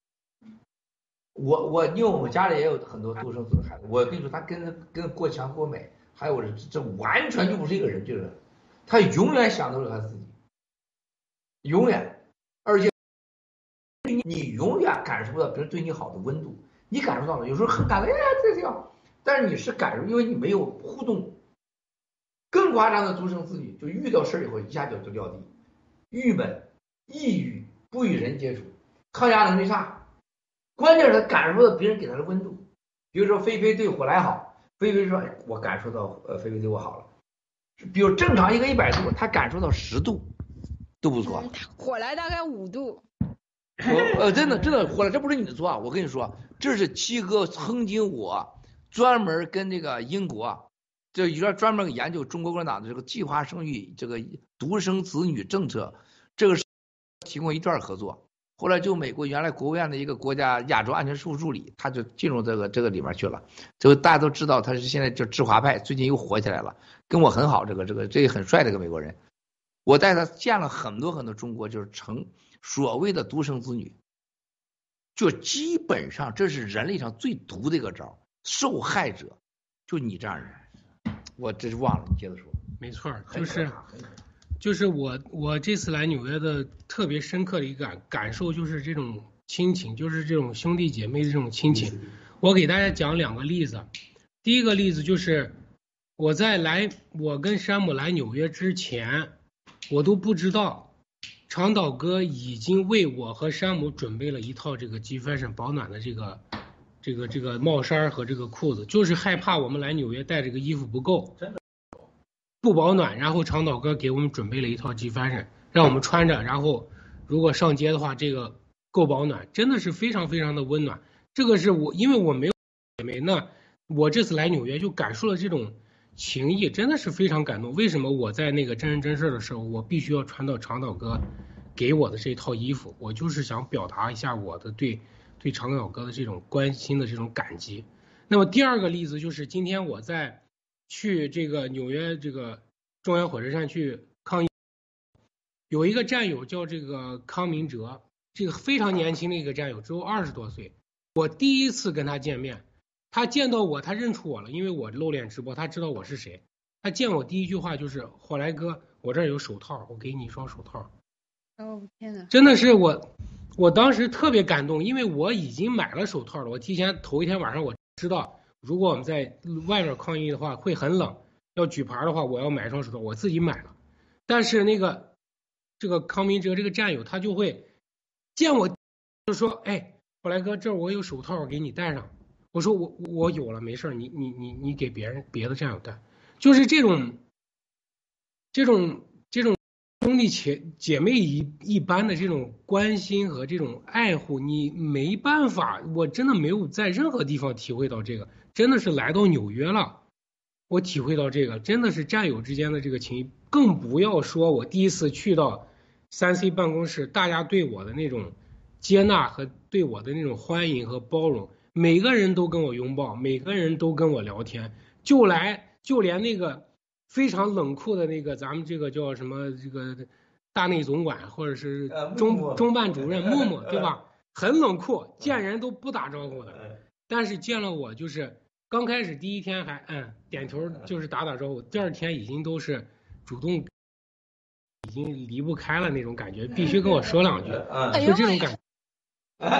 我我因为我家里也有很多独生子的孩子，我跟你说，他跟跟郭强、郭美，还有我这这完全就不是一个人，这个人，他永远想的是他自己，永远，而且你你永远感受不到别人对你好的温度，你感受到了，有时候很感动，哎，这挺好，但是你是感受，因为你没有互动。更夸张的独生子女，就遇到事儿以后一下就就掉地，郁闷、抑郁，不与人接触，抗压能力差。关键是他感受到别人给他的温度，比如说菲菲对火来好，菲菲说，哎，我感受到呃菲菲对我好了。比如正常一个一百度，他感受到十度都不错。 火来大概五度。 呃，真的真的火来，这不是你的错啊！我跟你说，这是七哥曾经我专门跟这个英国，就有点专门研究中国共产党的这个计划生育、这个独生子女政策，这个是提供一段合作。后来就美国原来国务院的一个国家亚洲安全事务助理，他就进入这个这个里面去了。这个大家都知道，他是现在就知华派，最近又火起来了，跟我很好。这个这个这个很帅的一个美国人，我带他见了很多很多中国就是成所谓的独生子女，就基本上这是人类上最毒的一个招，受害者就你这样人。我真是忘了，你接着说。 没错，就是。就是我我这次来纽约的特别深刻的一个感感受，就是这种亲情，就是这种兄弟姐妹的这种亲情。我给大家讲两个例子。第一个例子就是我在来我跟山姆来纽约之前，我都不知道长岛哥已经为我和山姆准备了一套这个 G Fashion 保暖的这个这个这个帽衫和这个裤子，就是害怕我们来纽约带这个衣服不够。真的。不保暖，然后长岛哥给我们准备了一套 G Fashion， 让我们穿着，然后如果上街的话，这个够保暖，真的是非常非常的温暖。这个是我因为我没有姐妹，那我这次来纽约就感受了这种情谊，真的是非常感动。为什么我在那个真人真事的时候，我必须要穿到长岛哥给我的这套衣服？我就是想表达一下我的对对长岛哥的这种关心的这种感激。那么第二个例子就是今天我在去这个纽约这个中央火车站去抗议，有一个战友叫这个康明哲，这个非常年轻的一个战友，只有二十多岁。我第一次跟他见面，他见到我，他认出我了，因为我露脸直播，他知道我是谁。他见我第一句话就是：“火来哥，我这儿有手套，我给你一双手套。” 哦天哪！ 真的是我，我当时特别感动，因为我已经买了手套了。我提前头一天晚上我知道。如果我们在外面抗议的话会很冷，要举牌的话我要买一双手套，我自己买了。但是那个这个康明哲这个战友他就会见我就说，哎，火来哥，这我有手套给你戴上。我说我我有了，没事，你你你你给别人别的战友戴。就是这种这种这种兄弟姐姐妹一一般的这种关心和这种爱护，你没办法，我真的没有在任何地方体会到这个。真的是来到纽约了，我体会到这个，真的是战友之间的这个情谊。更不要说我第一次去到三 C 办公室，大家对我的那种接纳和对我的那种欢迎和包容，每个人都跟我拥抱，每个人都跟我聊天，就来就连那个非常冷酷的那个咱们这个叫什么这个大内总管或者是中中办主任木木，对吧？很冷酷，见人都不打招呼的。但是见了我，就是刚开始第一天还嗯点头，就是打打招呼，第二天已经都是主动，已经离不开了那种感觉，必须跟我说两句，就这种感觉。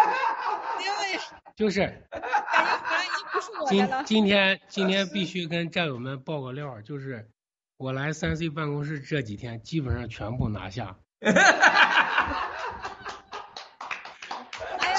就是今今天今天必须跟战友们爆个料，就是我来三 C 办公室这几天基本上全部拿下。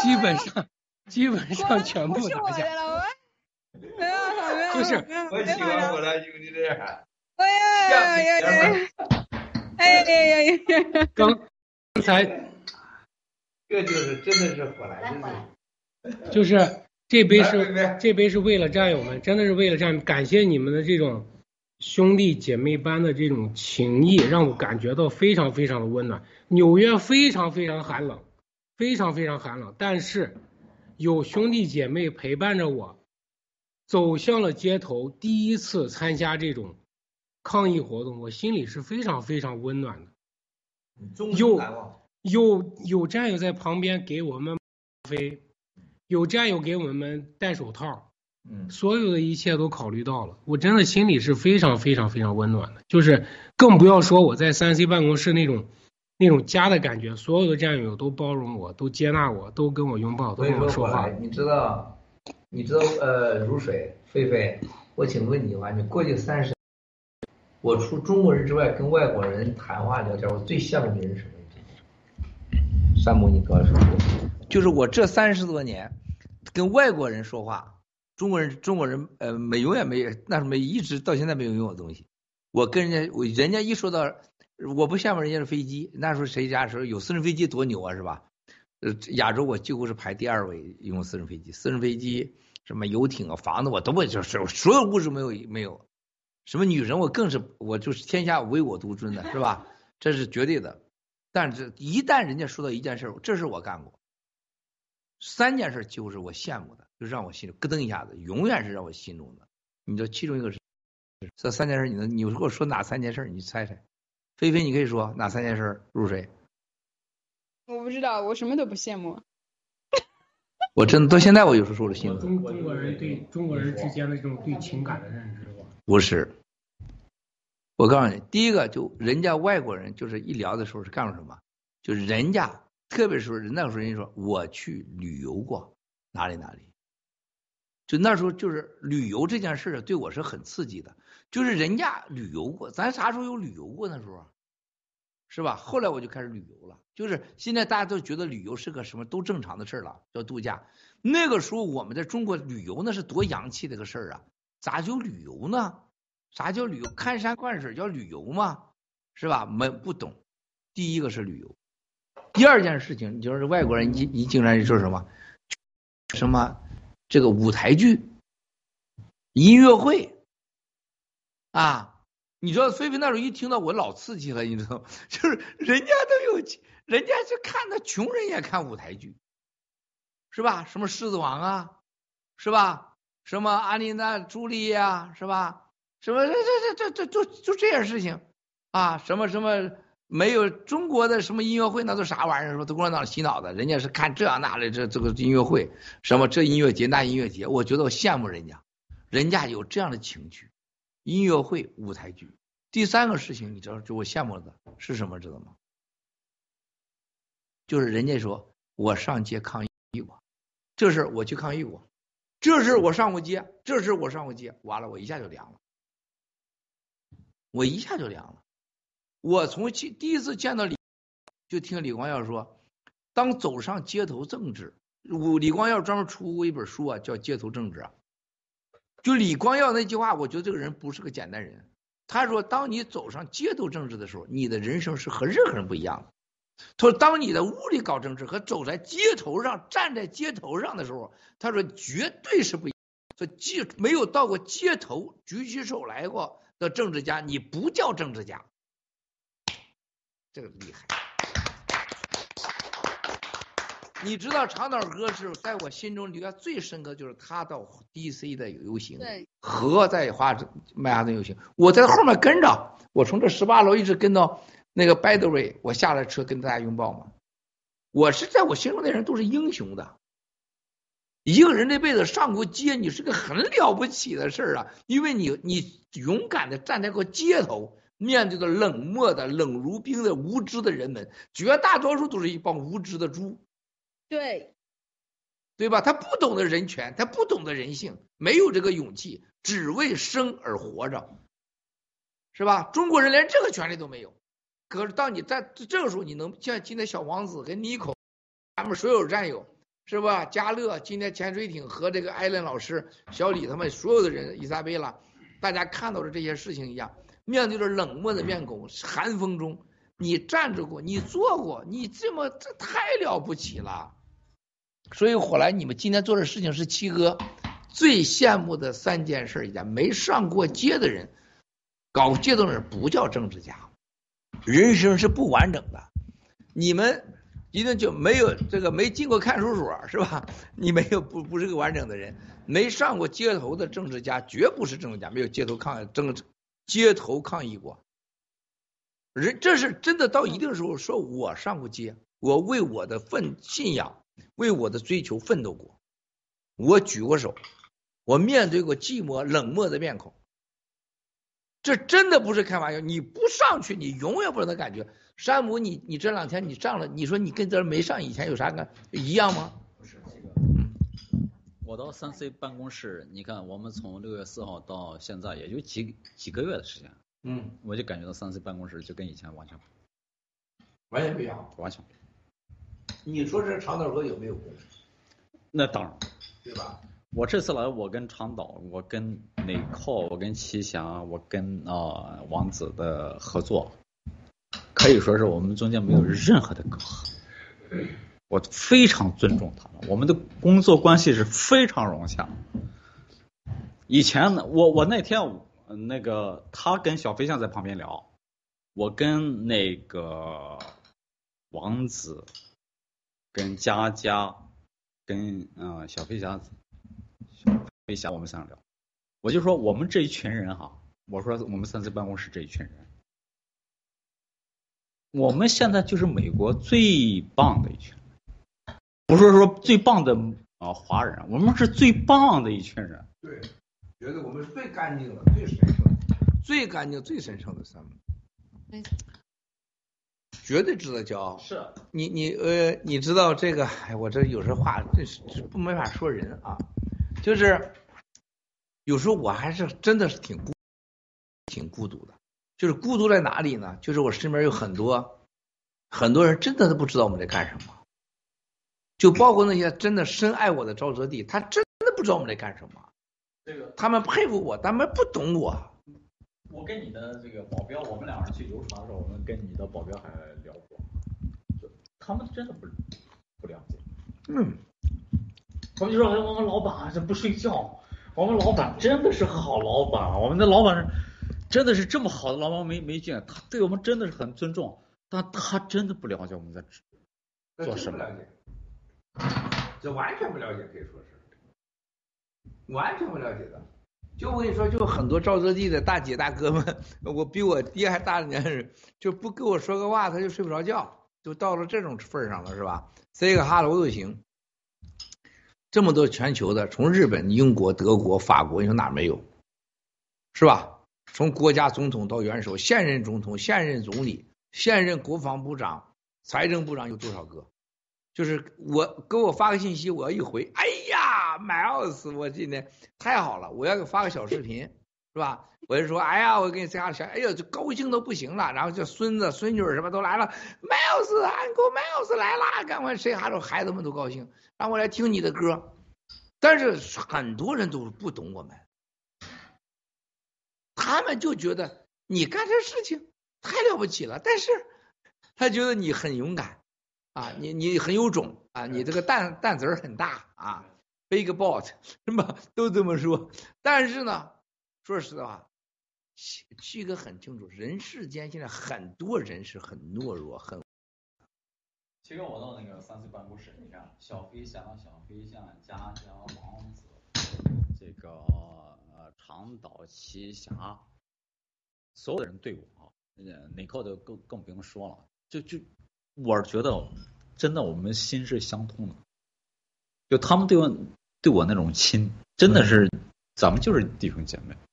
基本上基本上全部不是我拿下。 的了，我没有好没有， 就是我喜欢火柴兄弟这样。 哎呀呀呀呀！哎呀呀呀呀！ 刚刚才这就是真的是火来，真是。 就是这杯来是贝贝这杯是为了战友们，真的是为了战友，感谢你们的这种兄弟姐妹般的这种情谊，让我感觉到非常非常的温暖。纽约非常非常寒冷，非常非常寒冷，但是有兄弟姐妹陪伴着我，走向了街头，第一次参加这种抗议活动，我心里是非常非常温暖的。有有有战友在旁边给我们飞，有战友给我们戴手套， 嗯， 所有的一切都考虑到了，我真的心里是非常非常非常温暖的。就是更不要说我在三 C 办公室那种那种家的感觉，所有的战友都包容我，都接纳我，都跟我拥抱，都跟我说话。 你知道，你知道呃，如水菲菲，我请问你的话，你过去三十，我除中国人之外，跟外国人谈话聊天，我最羡慕的人是什么？山姆，你告诉我，就是我这三十多年跟外国人说话，中国人中国人呃没永远没有，那是没一直到现在没有用的东西。我跟人家我人家一说到，我不羡慕人家的飞机，那时候谁家时候有私人飞机多牛啊，是吧？呃，亚洲我几乎是排第二位用私人飞机，私人飞机什么游艇啊、房子我都不就是所有物质没有没有，什么女人我更是我就是天下唯我独尊的，是吧？这是绝对的。但是，一旦人家说到一件事，这事我干过，三件事就是我羡慕的，就让我心里咯噔一下子，永远是让我心中的。你知道其中一个是这三件事，你能你如果说哪三件事，你猜猜？菲菲，你可以说哪三件事？入谁？ 我不知道，我什么都不羡慕。 我真的到现在我有时候说了心疼。 中中国人对中国人之间的这种对情感的认知吧？ 不是。我告诉你，第一个就人家外国人就是一聊的时候是干什么？就是人家，特别是人那时候人家说我去旅游过哪里哪里，就那时候就是旅游这件事对我是很刺激的，就是人家旅游过，咱啥时候有旅游过那时候，是吧？后来我就开始旅游了，就是现在大家都觉得旅游是个什么都正常的事了，叫度假。那个时候我们在中国旅游那是多洋气的个事儿啊，咋就旅游呢？啥叫旅游？看山观水叫旅游吗？是吧？没不懂。第一个是旅游，第二件事情，你就是外国人一一竟然说什么什么这个舞台剧、音乐会啊，你知道菲菲那时候一听到我老刺激了，你知道吗？就是人家都有，人家是看的穷人也看舞台剧，是吧？什么狮子王啊，是吧？什么安妮娜朱莉呀，是吧？什么这这这这就就这样事情啊？什么什么没有中国的什么音乐会，那都啥玩意儿？说都共产党洗脑的，人家是看这那的这这个音乐会，什么这音乐节那音乐节，我觉得我羡慕人家，人家有这样的情趣，音乐会、舞台剧。第三个事情，你知道，就我羡慕的是什么，知道吗？就是人家说我上街抗议过，这事我去抗议过，这事我上过街，这事我上过街，完了我一下就凉了。我一下就凉了。我从第一次见到李，就听李光耀说，当走上街头政治，我李光耀专门出过一本书啊，叫《街头政治》啊。就李光耀那句话，我觉得这个人不是个简单人。他说，当你走上街头政治的时候，你的人生是和任何人不一样的。他说，当你在屋里搞政治和走在街头上、站在街头上的时候，他说绝对是不一样。说街没有到过街头举起手来过的政治家，你不叫政治家，这个厉害。你知道长岛哥是在我心中留下最深刻，就是他到 D C 的游行，和在华曼哈顿游行，我在后面跟着，我从这十八楼一直跟到那个 By the way， 我下了车跟大家拥抱嘛。我是在我心中的人都是英雄的。一个人这辈子上过街，你是个很了不起的事啊！因为你你勇敢的站在过街头，面对着冷漠的、冷如冰的、无知的人们，绝大多数都是一帮无知的猪， 对， 对吧？他不懂得人权，他不懂得人性，没有这个勇气，只为生而活着，是吧？中国人连这个权利都没有。可是当你在这个时候，你能像今天小王子跟妮蔻他们所有战友。 是吧？嘉乐今天潜水艇和这个艾伦老师、小李他们所有的人，伊莎贝拉，大家看到的这些事情一样，面对着冷漠的面孔，寒风中，你站着过，你做过，你这么这太了不起了。所以后来你们今天做的事情是七哥最羡慕的三件事，一件没上过街的人，搞街头人不叫政治家，人生是不完整的。你们一定就没有这个没进过看守所是吧？你没有不不是个完整的人，没上过街头的政治家绝不是政治家，没有街头抗政街头抗议过。人这是真的，到一定时候说我上过街，我为我的奋信仰，为我的追求奋斗过，我举过手，我面对过寂寞冷漠的面孔。这真的不是开玩笑，你不上去，你永远不能感觉。山姆，你你这两天你上了，你说你跟这没上以前有啥感一样吗？ 不是这个，我到三 C 办公室，你看我们从六月四号到现在也就几几个月的时间， 嗯， 我就感觉到三 C 办公室就跟以前完全完全不一样， 完全。 你说这长岛哥有没有功？ 那当然， 对吧？ 我这次来，我跟长岛，我跟内靠，我跟奇侠，我跟啊、呃、王子的合作，可以说是我们中间没有任何的隔阂。我非常尊重他们，我们的工作关系是非常融洽。以前呢，我我那天那个他跟小飞象在旁边聊，我跟那个王子、跟佳佳、跟啊、呃、小飞侠。飞侠，我们三个聊，我就说我们这一群人哈，我说我们三 C 办公室这一群人，我们现在就是美国最棒的一群人，不是说最棒的啊、呃、华人，我们是最棒的一群人。 对，觉得我们是最干净的、最神圣的、最干净、最神圣的三个，绝对值得骄傲。 是你你呃，你知道这个？哎，我这有时候话这是不没法说人啊。就是有时候我还是真的是挺孤挺孤独的，就是孤独在哪里呢？就是我身边有很多很多人真的都不知道我们在干什么，就包括那些真的深爱我的沼泽地，他真的不知道我们在干什么。 这个他们佩服我，他们不懂我。 我跟你的这个保镖，我们两人去游船的时候，我们跟你的保镖还聊过，就他们真的不不了解。 嗯。 我们就说我们老板这不睡觉，我们老板真的是好老板，我们的老板真的是这么好的老板没没见，他对我们真的是很尊重，但他真的不了解我们在做什么， 这完全不了解，可以说是完全不了解的。就我跟你说，就很多沼泽地的大姐大哥们，我比我爹还大的年人，就不跟我说个话他就睡不着觉，就到了这种份上了，是吧？say 个哈喽都行。这么多全球的，从日本、英国、德国、法国，你说哪没有？是吧？从国家总统到元首、现任总统、现任总理、现任国防部长、财政部长有多少个？就是我给我发个信息，我要一回，哎呀 ，Miles， 我今天太好了，我要给发个小视频，是吧？我就说，哎呀，我给你 say 哈小，哎呀，就高兴都不行了，然后这孙子、孙女什么都来了 ，Miles，Uncle Miles 来啦，赶快 say 哈喽，孩子们都高兴。让我来听你的歌，但是很多人都不懂我们，他们就觉得你干这事情太了不起了，但是他觉得你很勇敢啊，你你很有种啊，你这个蛋蛋子儿很大啊 ，big boat 是吧？都这么说。但是呢，说实话，七哥很清楚，人世间现在很多人是很懦弱，很。 其实我到那个三 C 办公室，你看小飞侠、小飞象、佳佳、王子，这个呃长岛、奇侠，所有的人对我啊，哪扣的更更不用说了。就就我觉得真的我们心是相通的，就他们对我对我那种亲，真的是咱们就是弟兄姐妹。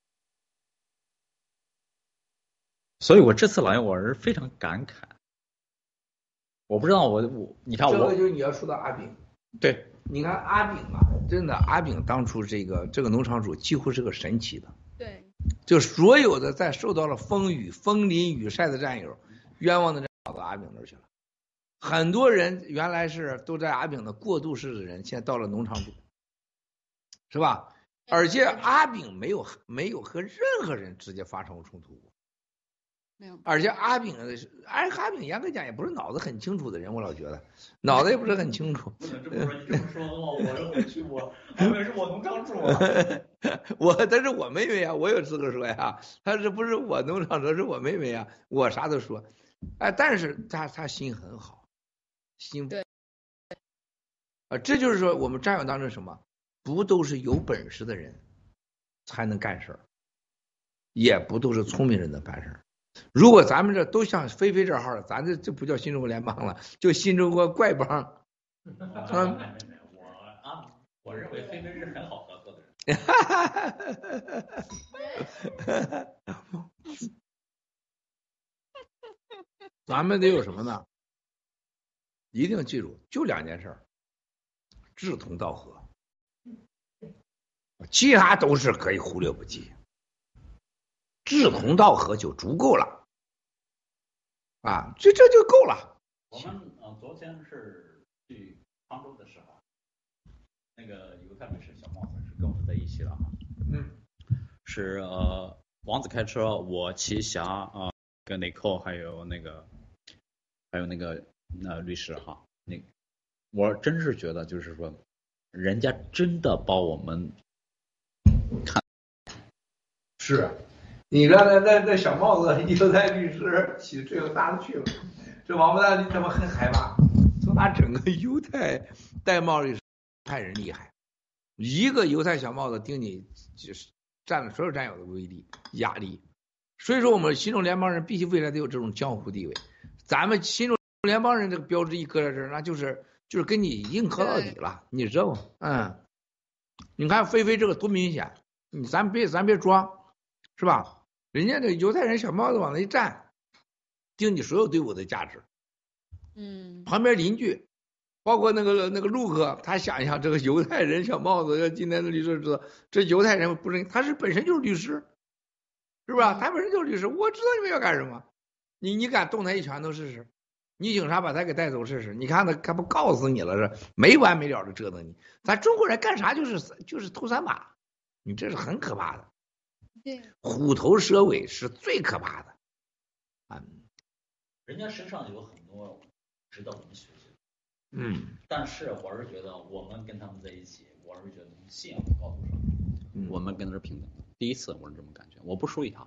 所以我这次来我是非常感慨。我不知道我我你看我， 这个就是你要说到阿炳， 对， 你看阿炳啊，真的阿炳当初这个这个农场主几乎是个神奇的， 对， 就所有的在受到了风雨风淋雨晒的战友，冤枉的人跑到阿炳那儿去了， 很多人原来是都在阿炳的过渡式的人，现在到了农场主，是吧？而且阿炳没有没有和任何人直接发生过冲突过， 没有。 而且阿炳的，而阿炳严格讲也不是脑子很清楚的人，我老觉得脑子也不是很清楚。 不能这么说，你这么说的话，我认为是我，我以为是我农场主啊。 我但是我妹妹啊，我有资格说呀，他是不是我农场主是我妹妹啊，我啥都说，哎，但是他他心很好。心对， 啊，这就是说我们战友当中什么，不都是有本事的人才能干事儿，也不都是聪明人能办事儿。如果咱们这都像飞飞这号的，咱这这不叫新中国联邦了，就新中国怪帮。 嗯，我啊，我认为飞飞是很好合作的人。 咱们得有什么呢？一定记住，就两件事，志同道合，其他都是可以忽略不计。志同道合就足够了，啊，这这就够了。 我们呃昨天是去杭州的时候，那个犹太美食小帽子是跟我们在一起的哈。 嗯， 是呃王子开车，我齐霞啊、呃，跟 Nicole 还有那个还有那个。那律师哈，那我真是觉得就是说，人家真的把我们看是，你看那那那小帽子犹太律师起的最有大的去了，这王八蛋他们很害怕，说他整个犹太戴帽律师太人厉害，一个犹太小帽子顶你就是占了所有战友的威力压力，所以说我们新中联邦人必须未来得有这种江湖地位，咱们新中联邦人这个标志一搁在这儿，那就是就是跟你硬磕到底了，你知道吗？嗯，你看菲菲这个多明显，你咱别咱别装，是吧？人家这犹太人小帽子往那一站，定你所有队伍的价值。 嗯， 旁边邻居，包括那个那个陆克，他想一想，这个犹太人小帽子，今天的律师知道，这犹太人不是他是本身就是律师，是吧？他本身就是律师，我知道你们要干什么，你你敢动他一拳头试试？你警察把他给带走试试，你看他他不告诉你了是没完没了的折腾你。咱中国人干啥就是就是偷三把，你这是很可怕的。 对， 虎头蛇尾是最可怕的。啊， 人家身上有很多值得我们学习。 嗯， 但是我是觉得我们跟他们在一起，我是觉得从信仰的高度上， 嗯、 我们跟他是平等的。第一次我是这么感觉，我不输于他。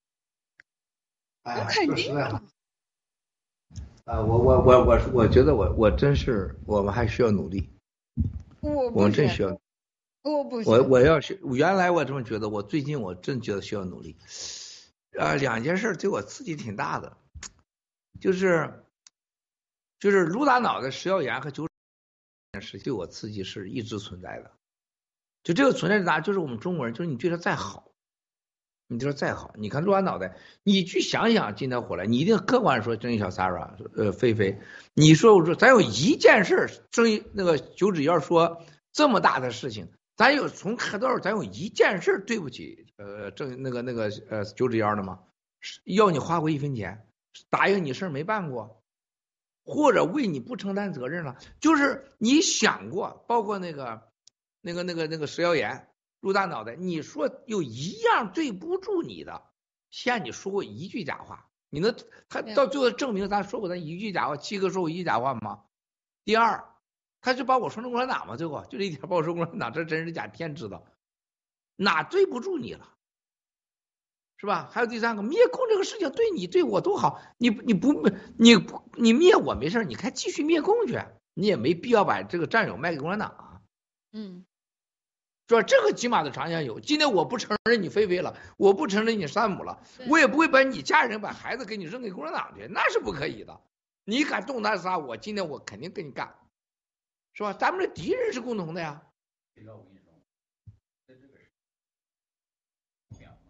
哎， 肯定的。 啊，我我我我我觉得我我真是我们还需要努力， 我我们真需要， 我不我我要学，原来我这么觉得，我最近我真觉得需要努力，啊，两件事对我刺激挺大的，就是就是卢大脑袋、食药盐和酒这件事对我刺激是一直存在的，就这个存在是啥？就是我们中国人，就是你对他再好。你就说再好，你看陆大脑袋，你去想想今天回来，你一定客观说，正义小 Sarah， 呃，菲菲，你说我说咱有一件事，正义那个九指妖说这么大的事情，咱有从开头咱有一件事对不起，呃，正那个那个呃九指妖的吗？要你花过一分钱，答应你事儿没办过，或者为你不承担责任了，就是你想过，包括那个那个那个那个食药盐。陆大脑袋，你说有一样对不住你的，先你说过一句假话，你能他到最后证明咱说过咱一句假话，七哥说过一句假话吗？第二，他就把我说成共产党嘛，最后就这一点把我说共产党，这真是假，天知道，哪对不住你了，是吧？还有第三个，灭共这个事情对你对我都好，你你不你你灭我没事，你还继续灭共去，你也没必要把这个战友卖给共产党啊。 嗯。 说这个起码的长相有，今天我不承认你菲菲了，我不承认你山姆了，我也不会把你家人把孩子给你扔给共产党去，那是不可以的。你敢动他杀我，今天我肯定跟你干，是吧？咱们的敌人是共同的呀。 这个我跟你说，在这个是这样，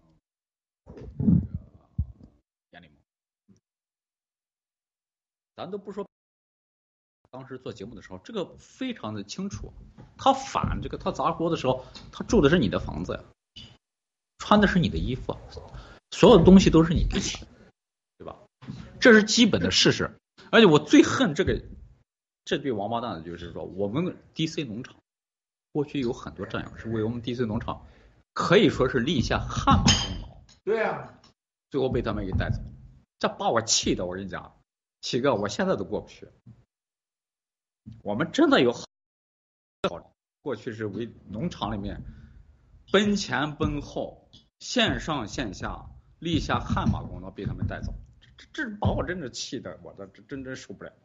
眼里咱都不说。当时做节目的时候，这个非常的清楚。他反这个，他砸锅的时候，他住的是你的房子呀，穿的是你的衣服，所有的东西都是你的，对吧？这是基本的事实。而且我最恨这个这对王八蛋的就是说，我们 D C 农场过去有很多战友是为我们 D C 农场可以说是立下汗马功劳。 对啊， 最后被他们给带走，这把我气的，我跟你讲，七哥，我现在都过不去。我们真的有好，过去是为农场里面奔前奔后，线上线下立下汗马功劳，被他们带走，这这这把我真的气的，我这真真受不了。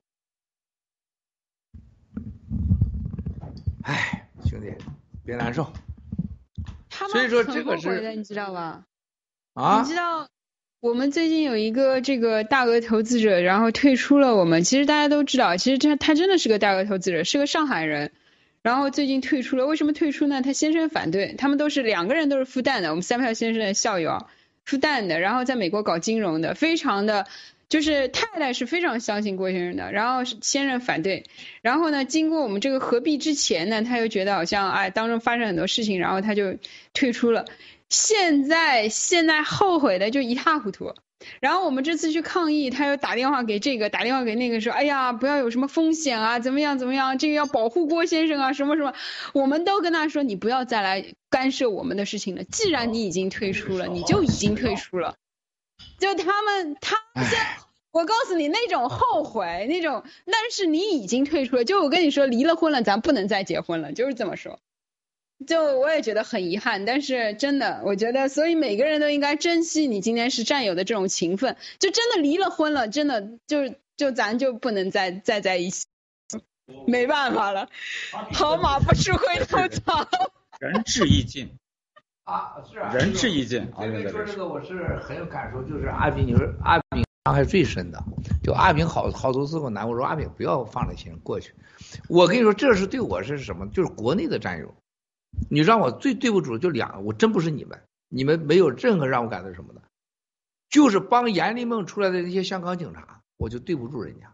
哎，兄弟，别难受。 他们所以说这个是很后悔的，你知道吧？ 啊， 你知道我们最近有一个这个大额投资者，然后退出了我们。其实大家都知道，其实他他真的是个大额投资者，是个上海人。然后最近退出了，为什么退出呢？他先生反对，他们都是两个人都是复旦的，我们三票先生的校友，复旦的，然后在美国搞金融的，非常的。就是太太是非常相信郭先生的，然后先生反对，然后呢，经过我们这个合璧之前呢，他又觉得好像哎当中发生很多事情，然后他就退出了。现在现在后悔的就一塌糊涂。然后我们这次去抗议，他又打电话给这个，打电话给那个说，哎呀，不要有什么风险啊，怎么样怎么样，这个要保护郭先生啊，什么什么，我们都跟他说，你不要再来干涉我们的事情了。既然你已经退出了，你就已经退出了。就他们，他们现在，我告诉你，那种后悔，那种，但是你已经退出了。就我跟你说，离了婚了，咱不能再结婚了，就是这么说。就我也觉得很遗憾，但是真的，我觉得，所以每个人都应该珍惜你今天是战友的这种情分。就真的离了婚了，真的就就咱就不能再再在一起，没办法了，好马不吃回头草。 仁至义尽。 啊，是啊， 仁至义尽啊！ 这个说这个我是很有感受，就是阿炳，你说阿炳伤害最深的，就阿炳好好多次给我难，我说阿炳不要放在心上过去。我跟你说，这是对我是什么？就是国内的战友，你让我最对不住就两个，我真不是你们，你们没有任何让我感到什么的，就是帮阎立梦出来的那些香港警察，我就对不住人家，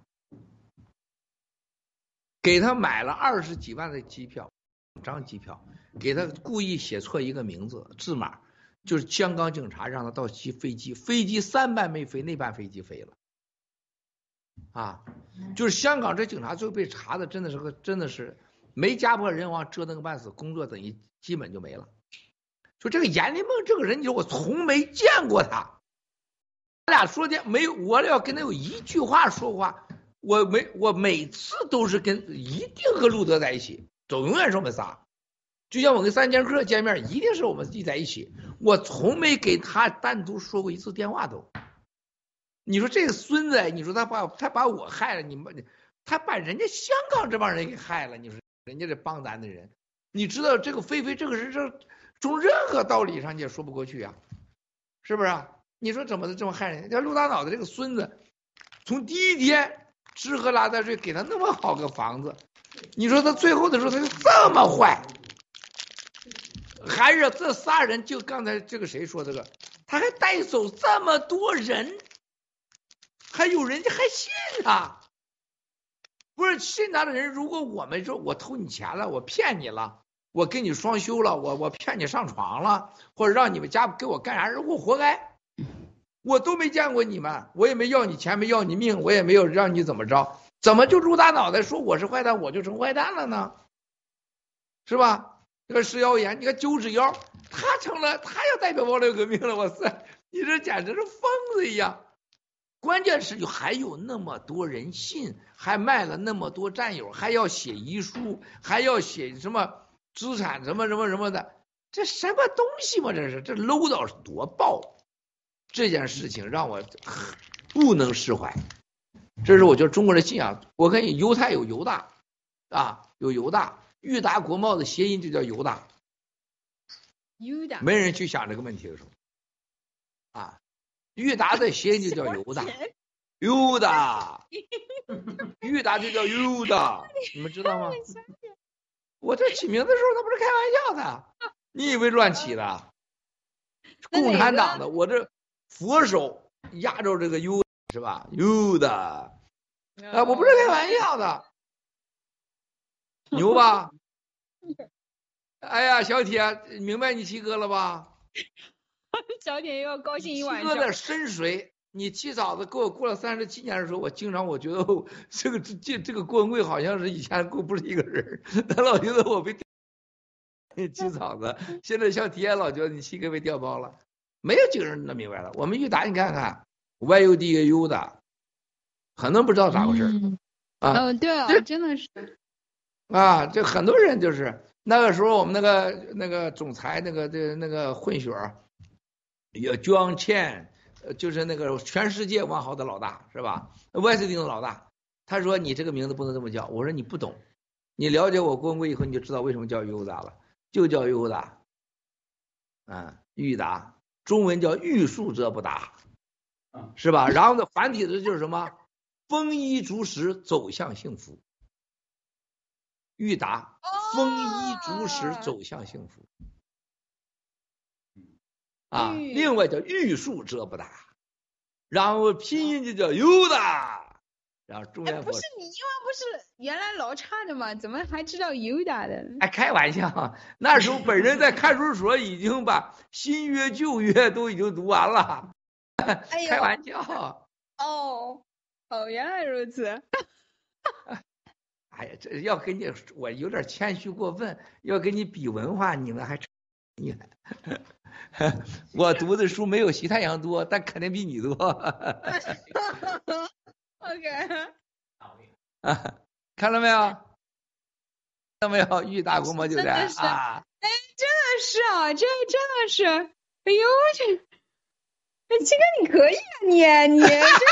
给他买了二十几万的机票，张机票。给他故意写错一个名字字码，就是香港警察让他到机飞机，飞机三班没飞，那班飞机飞了，啊，就是香港这警察最后被查的真的是个真的是没家破人亡，折腾个半死，工作等于基本就没了。就这个阎立梦这个人，你说我从没见过他，他俩说的没有，我要跟他有一句话说话，我没我每次都是跟一定和路德在一起，总永远是我们仨。就像我跟三剑客见面，一定是我们自己在一起。我从没给他单独说过一次电话都。你说这个孙子，你说他把他把我害了，你们他把人家香港这帮人给害了。你说人家这帮咱的人，你知道这个菲菲这个人，这从任何道理上你也说不过去啊，是不是啊？你说怎么这么害人？这陆大脑的这个孙子，从第一天吃喝拉撒睡给他那么好个房子，你说他最后的时候他就这么坏。还是这仨人，就刚才这个谁说这个，他还带走这么多人，还有人家还信他，不是信他的人，如果我们说我偷你钱了，我骗你了，我跟你双休了，我我骗你上床了，或者让你们家给我干啥，我活该，我都没见过你们，我也没要你钱，没要你命，我也没有让你怎么着，怎么就露大脑袋说我是坏蛋，我就成坏蛋了呢？是吧？这个石耀岩，你看九指妖，他成了，他要代表王六革命了，我塞，你这简直是疯子一样。关键是有还有那么多人信，还卖了那么多战友，还要写遗书，还要写什么资产什么什么什么的，这什么东西嘛？这是这 low 到多爆！这件事情让我不能释怀。这是我觉得中国的信仰。我跟你犹太有犹大啊，有犹大。裕达国贸的谐音就叫犹大， 犹大没人去想这个问题的时候，啊，裕达的谐音就叫犹大，犹大，裕达就叫犹大，你们知道吗？我这起名字的时候，他不是开玩笑的，你以为乱起的？共产党的，我这佛手压着这个犹是吧？犹大，啊，我不是开玩笑的。牛吧？哎呀，小铁，明白你七哥了吧？ 小铁又要高兴一晚上。 七哥的深水， 你七嫂子给我过了三十七年的时候，我经常我觉得我这个这这个郭文贵好像是以前跟不是一个人，他老觉得我被七嫂子，现在像体验老觉得你七哥被调包了，没有几个人能明白了。我们裕达你看看 Y U D A U 的，很多人不知道咋回事、 嗯、 啊。 哦，对啊，真的是啊，这很多人就是那个时候我们那个那个总裁那个这那个混血有 John Chen。就是那个全世界万豪的老大是吧？万斯汀的老大，他说你这个名字不能这么叫。我说你不懂，你了解我郭文贵以后，你就知道为什么叫裕达了，就叫裕达，嗯，裕达，中文叫欲速则不达，是吧？然后呢，繁体字就是什么？丰衣足食，走向幸福。裕达，丰衣足食，走向幸福。啊，另外叫欲速则不达，然后拼音就叫优达，然后中原、 哎、不是你英文不是原来老差的吗？怎么还知道优达的？ 哎，开玩笑，那时候本人在看守所已经把新约旧约都已经读完了， 哎、 开玩笑。 哦哦，原来如此。 哎呀，这要跟你我有点谦虚过分，要跟你比文化，你们还厉害。我读的书没有习太阳多，但肯定比你多。 OK。 啊，看到没有？看到没有？裕达国贸酒店啊！ 哎，真的是啊，这真的是，哎呦这，哎，七哥你可以啊你，你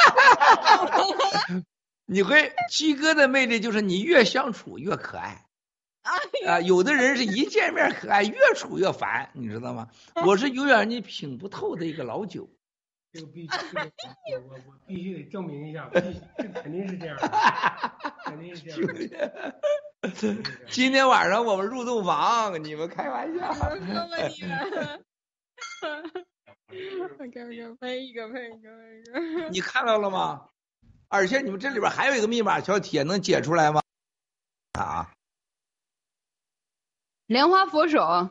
这。你会七哥的魅力就是你越相处越可爱。啊，有的人是一见面可爱，越处越烦，你知道吗？我是永远你品不透的一个老酒。 这个必须，我我我必须得证明一下，必须这肯定是这样的，肯定是这样的。 今天晚上我们入洞房，你们开玩笑。 我问你们。OK OK， 配一个配一个配一个。 你看到了吗？而且你们这里边还有一个密码小铁，能解出来吗？啊？ 莲花佛手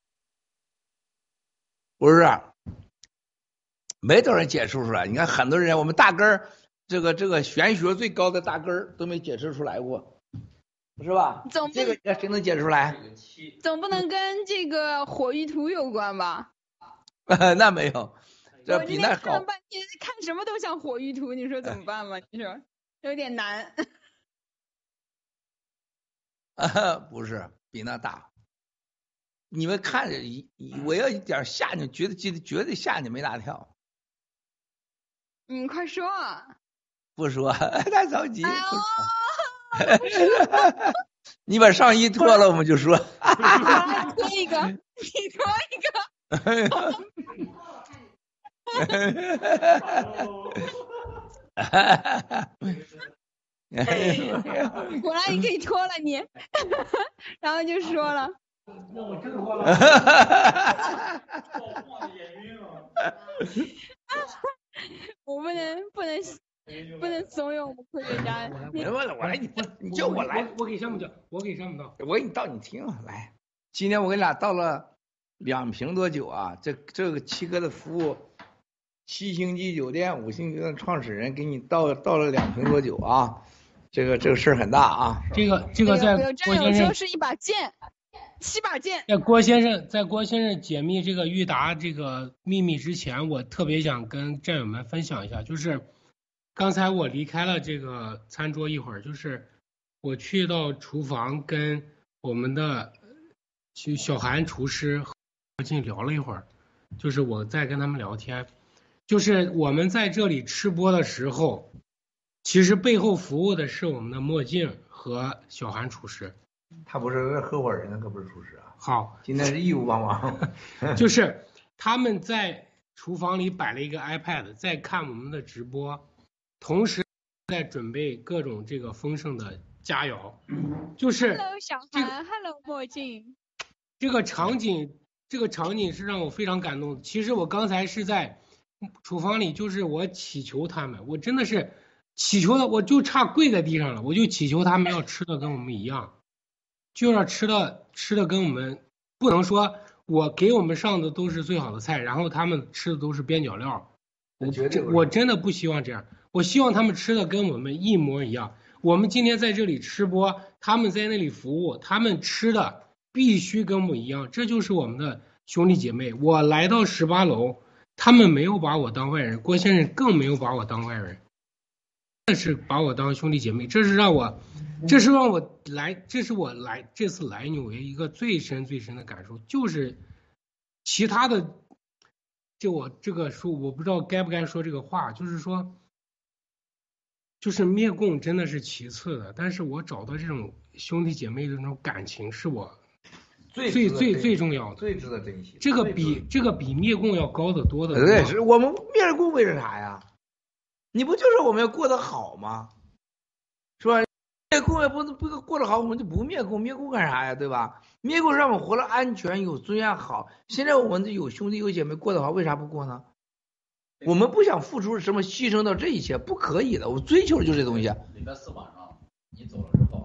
不是，没多少人解释出来。你看很多人，我们大根儿，这个这个玄学最高的大根儿都没解释出来过，是吧？ 总不这个谁能解释出来？ 总不能跟这个火玉图有关吧？ 那没有，这比那高。 看了半天，看什么都像火玉图，你说怎么办嘛？你说有点难。 啊，不是，比那大。你们看着，我要一点吓你，绝对绝对绝对吓你没打跳。 你快说。 不说，太着急。 哎不说你把上衣脱了，我们就说。 脱一个，你脱一个。果然你可以脱了你，然后就说了。 那我真脱了。 我不能不能不能怂恿我们科学家。 你问了，我来，你你叫我来， 我给项目讲，我给项目倒， 我给你倒，你听来。今天我给你俩倒了两瓶多酒啊！这这个七哥的服务，七星级酒店、五星级的创始人给你倒倒了两瓶多酒啊！这个这个事儿很大啊！ 这个这个在郭先生说是一把剑。七把剑。 在郭先生在郭先生解密这个裕达这个秘密之前，我特别想跟战友们分享一下，就是刚才我离开了这个餐桌一会儿，就是我去到厨房跟我们的小韩厨师进聊了一会儿，就是我在跟他们聊天，就是我们在这里吃播的时候，其实背后服务的是我们的墨镜和小韩厨师。 他不是合伙人，那可不是厨师啊。 好， 今天是义务帮忙。 就是他们在厨房里摆了一个 iPad， 在看我们的直播，同时在准备各种这个丰盛的佳肴。就是 Hello 小韩 ，Hello 墨镜。 这个场景，这个场景是让我非常感动的。其实我刚才是在厨房里，就是我祈求他们，我真的是祈求的，我就差跪在地上了，我就祈求他们要吃的跟我们一样。就要吃的吃的跟我们不能说我给我们上的都是最好的菜，然后他们吃的都是边角料。 这我真的不希望这样，我希望他们吃的跟我们一模一样。我们今天在这里吃播，他们在那里服务，他们吃的必须跟我们一样，这就是我们的兄弟姐妹。我来到十八楼，他们没有把我当外人，郭先生更没有把我当外人，这是把我当兄弟姐妹，这是让我，这是让我来，这是我来这次来纽约一个最深最深的感受，就是其他的，就我这个说，我不知道该不该说这个话，就是说。就是灭共真的是其次的，但是我找到这种兄弟姐妹的那种感情是我最最最最重要的， 最值得珍惜。 这个比这个比灭共要高得多的多。 对，是我们灭共为了啥呀？你不就是我们要过得好吗？是吧？灭共也不不过得好，我们就不灭共，灭共干啥呀？对吧？灭共是让我们活得安全、有尊严、好。现在我们有兄弟有姐妹过得好，为啥不过呢？我们不想付出什么牺牲到这一切，不可以的。我追求的就是这东西。 礼拜四晚上你走了之后啊，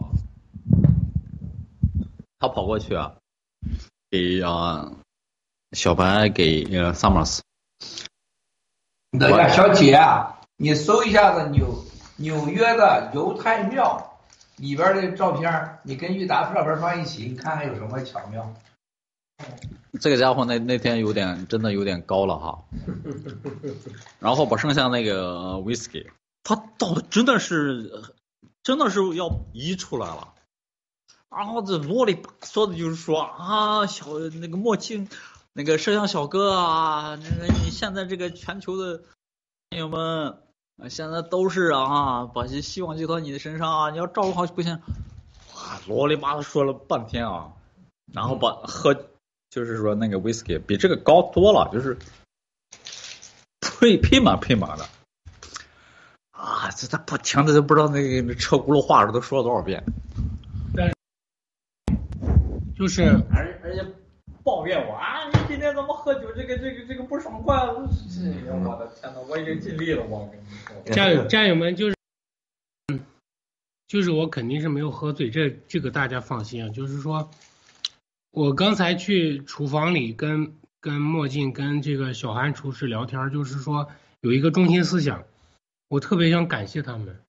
他跑过去啊，给啊、呃、小白给呃 Summers。 等一下，小铁啊，你搜一下子纽纽约的犹太庙里边的照片，你跟郁达照片放一起，你看看有什么巧妙。 这个家伙那那天有点真的有点高了哈，然后把剩下那个 whisky， 他倒的真的是真的是要溢出来了，然后这啰里吧嗦的就是说啊小那个墨镜那个摄像小哥啊，那个你现在这个全球的朋友们现在都是啊把希望寄托你的身上啊，你要照顾好不行，哇啰里吧嗦说了半天啊，然后把喝。就是说那个 whisky 比这个高多了，就是配配满配满的啊！这他不停的都不知道那个车轱辘话都说了多少遍， 但是就是而而且抱怨我啊，你今天怎么喝酒这个这个这个不爽快？这我的天哪，我已经尽力了，我跟你说。 战友战友们就是，嗯，就是我肯定是没有喝醉，这这个大家放心啊，就是说。我刚才去厨房里跟跟墨镜跟这个小韩厨师聊天，就是说有一个中心思想，我特别想感谢他们。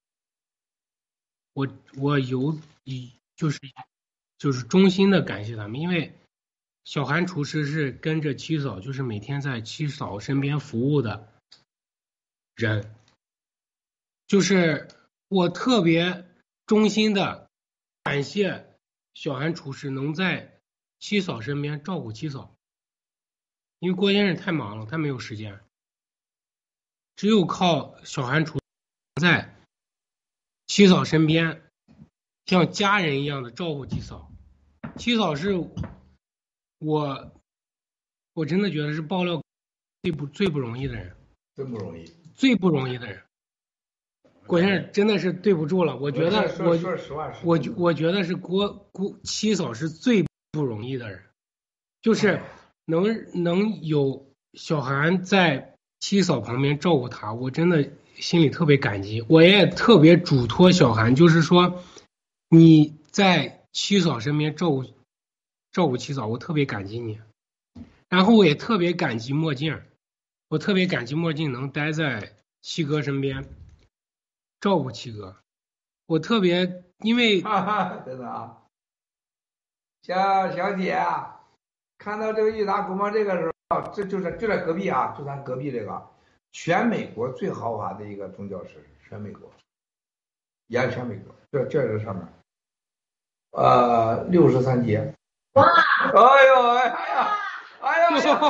我我有以就是就是衷心的感谢他们，因为小韩厨师是跟着七嫂，就是每天在七嫂身边服务的人，就是我特别衷心的感谢小韩厨师能在七嫂身边照顾七嫂，因为郭先生太忙了，他没有时间，只有靠小韩厨在七嫂身边像家人一样的照顾七嫂。七嫂是我我真的觉得是爆料最不最不容易的人， 真不容易， 最不容易的人。郭先生真的是对不住了，我觉得我说实话是我我觉得是郭郭七嫂是最不容易的人，就是能能有小韩在七嫂旁边照顾他，我真的心里特别感激。我也特别嘱托小韩，就是说你在七嫂身边照顾照顾七嫂，我特别感激你。然后我也特别感激墨镜，我特别感激墨镜能待在七哥身边照顾七哥，我特别因为真的啊，小小姐啊，看到这个郁达古蟒这个时候，这就是就在隔壁啊，就咱隔壁这个全美国最豪华的一个宗教师，全美国，也全美国，这这是上面，呃，六十三节。哇！哎呦哎呀哎呀！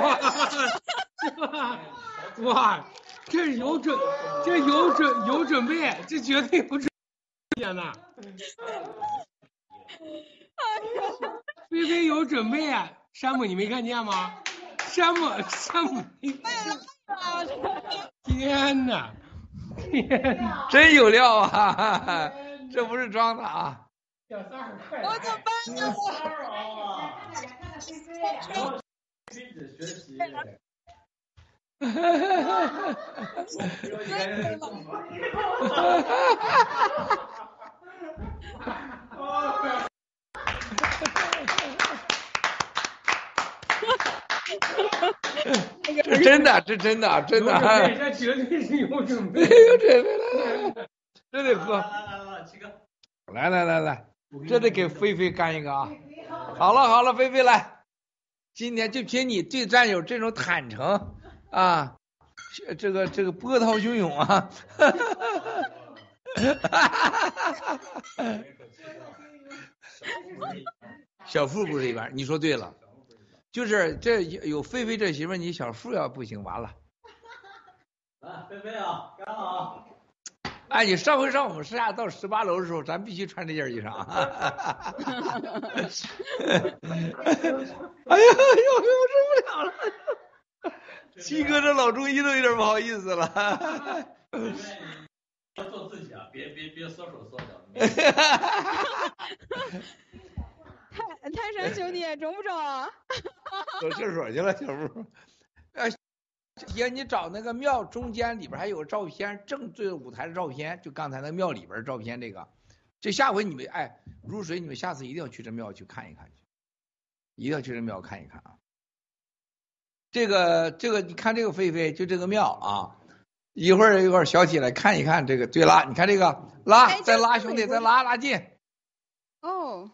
哇！这有准，这有准有准备，这绝对有准备呢。菲菲有准备啊！山姆你没看见吗？山姆山姆，天哪！天哪！ 真有料啊！这不是装的啊！ 小三儿，快我怎么办呢？ 我禁止学习。 哈哈哈哈哈！ 这真的，这真的，真的。 这绝对是有准备。 有准备，来来来，这得喝。 来来来，七哥。 来来来来，这得给菲菲干一个啊！好了好了，菲菲来，今天就凭你对战友这种坦诚啊，这个这个波涛汹涌啊！小富不是一般，你说对了，就是这有菲菲这媳妇，你小富要不行完了。 来，菲菲啊，干了啊！ 哎，你上回上我们下到十八楼的时候，咱必须穿这件衣裳。哎呀，呦，我受不了了。七哥这老中医都有点不好意思了。 要做自己啊，别别别缩手缩脚。 泰泰山兄弟中不中啊？ 走厕所去了，小夫。哎，姐，你找那个庙中间里边还有个照片，正对着舞台的照片，就刚才那庙里边的照片，这个，这下回你们哎，如水，你们下次一定要去这庙去看一看去，一定要去这庙看一看啊。这个这个，你看这个菲菲，就这个庙啊。一会儿一会儿小铁来看一看这个，对拉，你看这个拉，再拉兄弟，再拉拉近。 哦，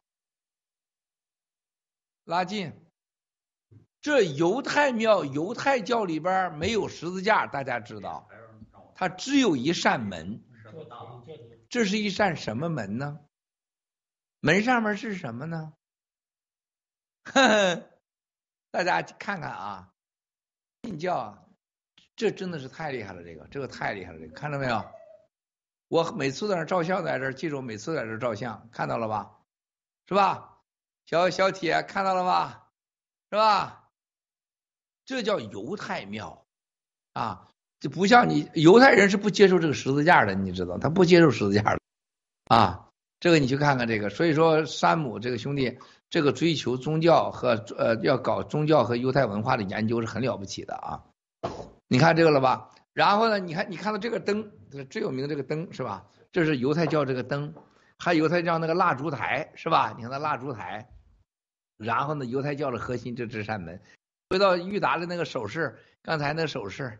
拉近。这犹太庙、犹太教里边没有十字架，大家知道，它只有一扇门。这是一扇什么门呢？门上面是什么呢？呵呵，大家看看啊，信教。这真的是太厉害了，这个这个太厉害了，这个看到没有？我每次在那照相，在这记住每次在这照相，看到了吧？是吧？小小铁看到了吧？是吧？这叫犹太庙啊，这不像你犹太人是不接受这个十字架的，你知道，他不接受十字架的啊。这个你去看看这个，所以说山姆这个兄弟，这个追求宗教和呃要搞宗教和犹太文化的研究是很了不起的啊。你看这个了吧？然后呢，你看你看到这个灯，最有名的这个灯是吧？这是犹太教这个灯，还有犹太教那个蜡烛台是吧？你看那蜡烛台，然后呢，犹太教的核心就这扇门。回到裕达的那个手势，刚才那个手势，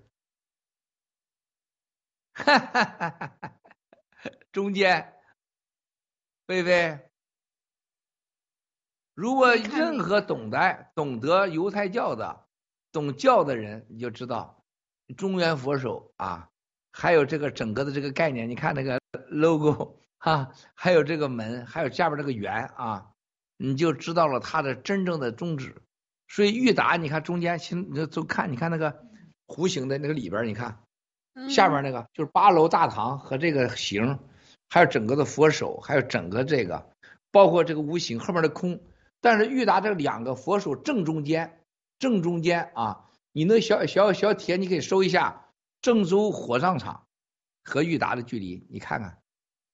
哈哈哈哈哈，中间，菲菲，如果任何懂得懂得犹太教的。懂教的人你就知道中原佛手啊，还有这个整个的这个概念，你看那个 logo 啊，还有这个门，还有下边这个圆啊，你就知道了它的真正的宗旨。所以裕达你看中间你就看你看那个弧形的那个里边，你看下边那个就是八楼大堂和这个形，还有整个的佛手，还有整个这个包括这个无形后面的空，但是裕达这两个佛手正中间正中间啊，你那小小小铁你可以收一下，郑州火葬场和裕达的距离，你看看。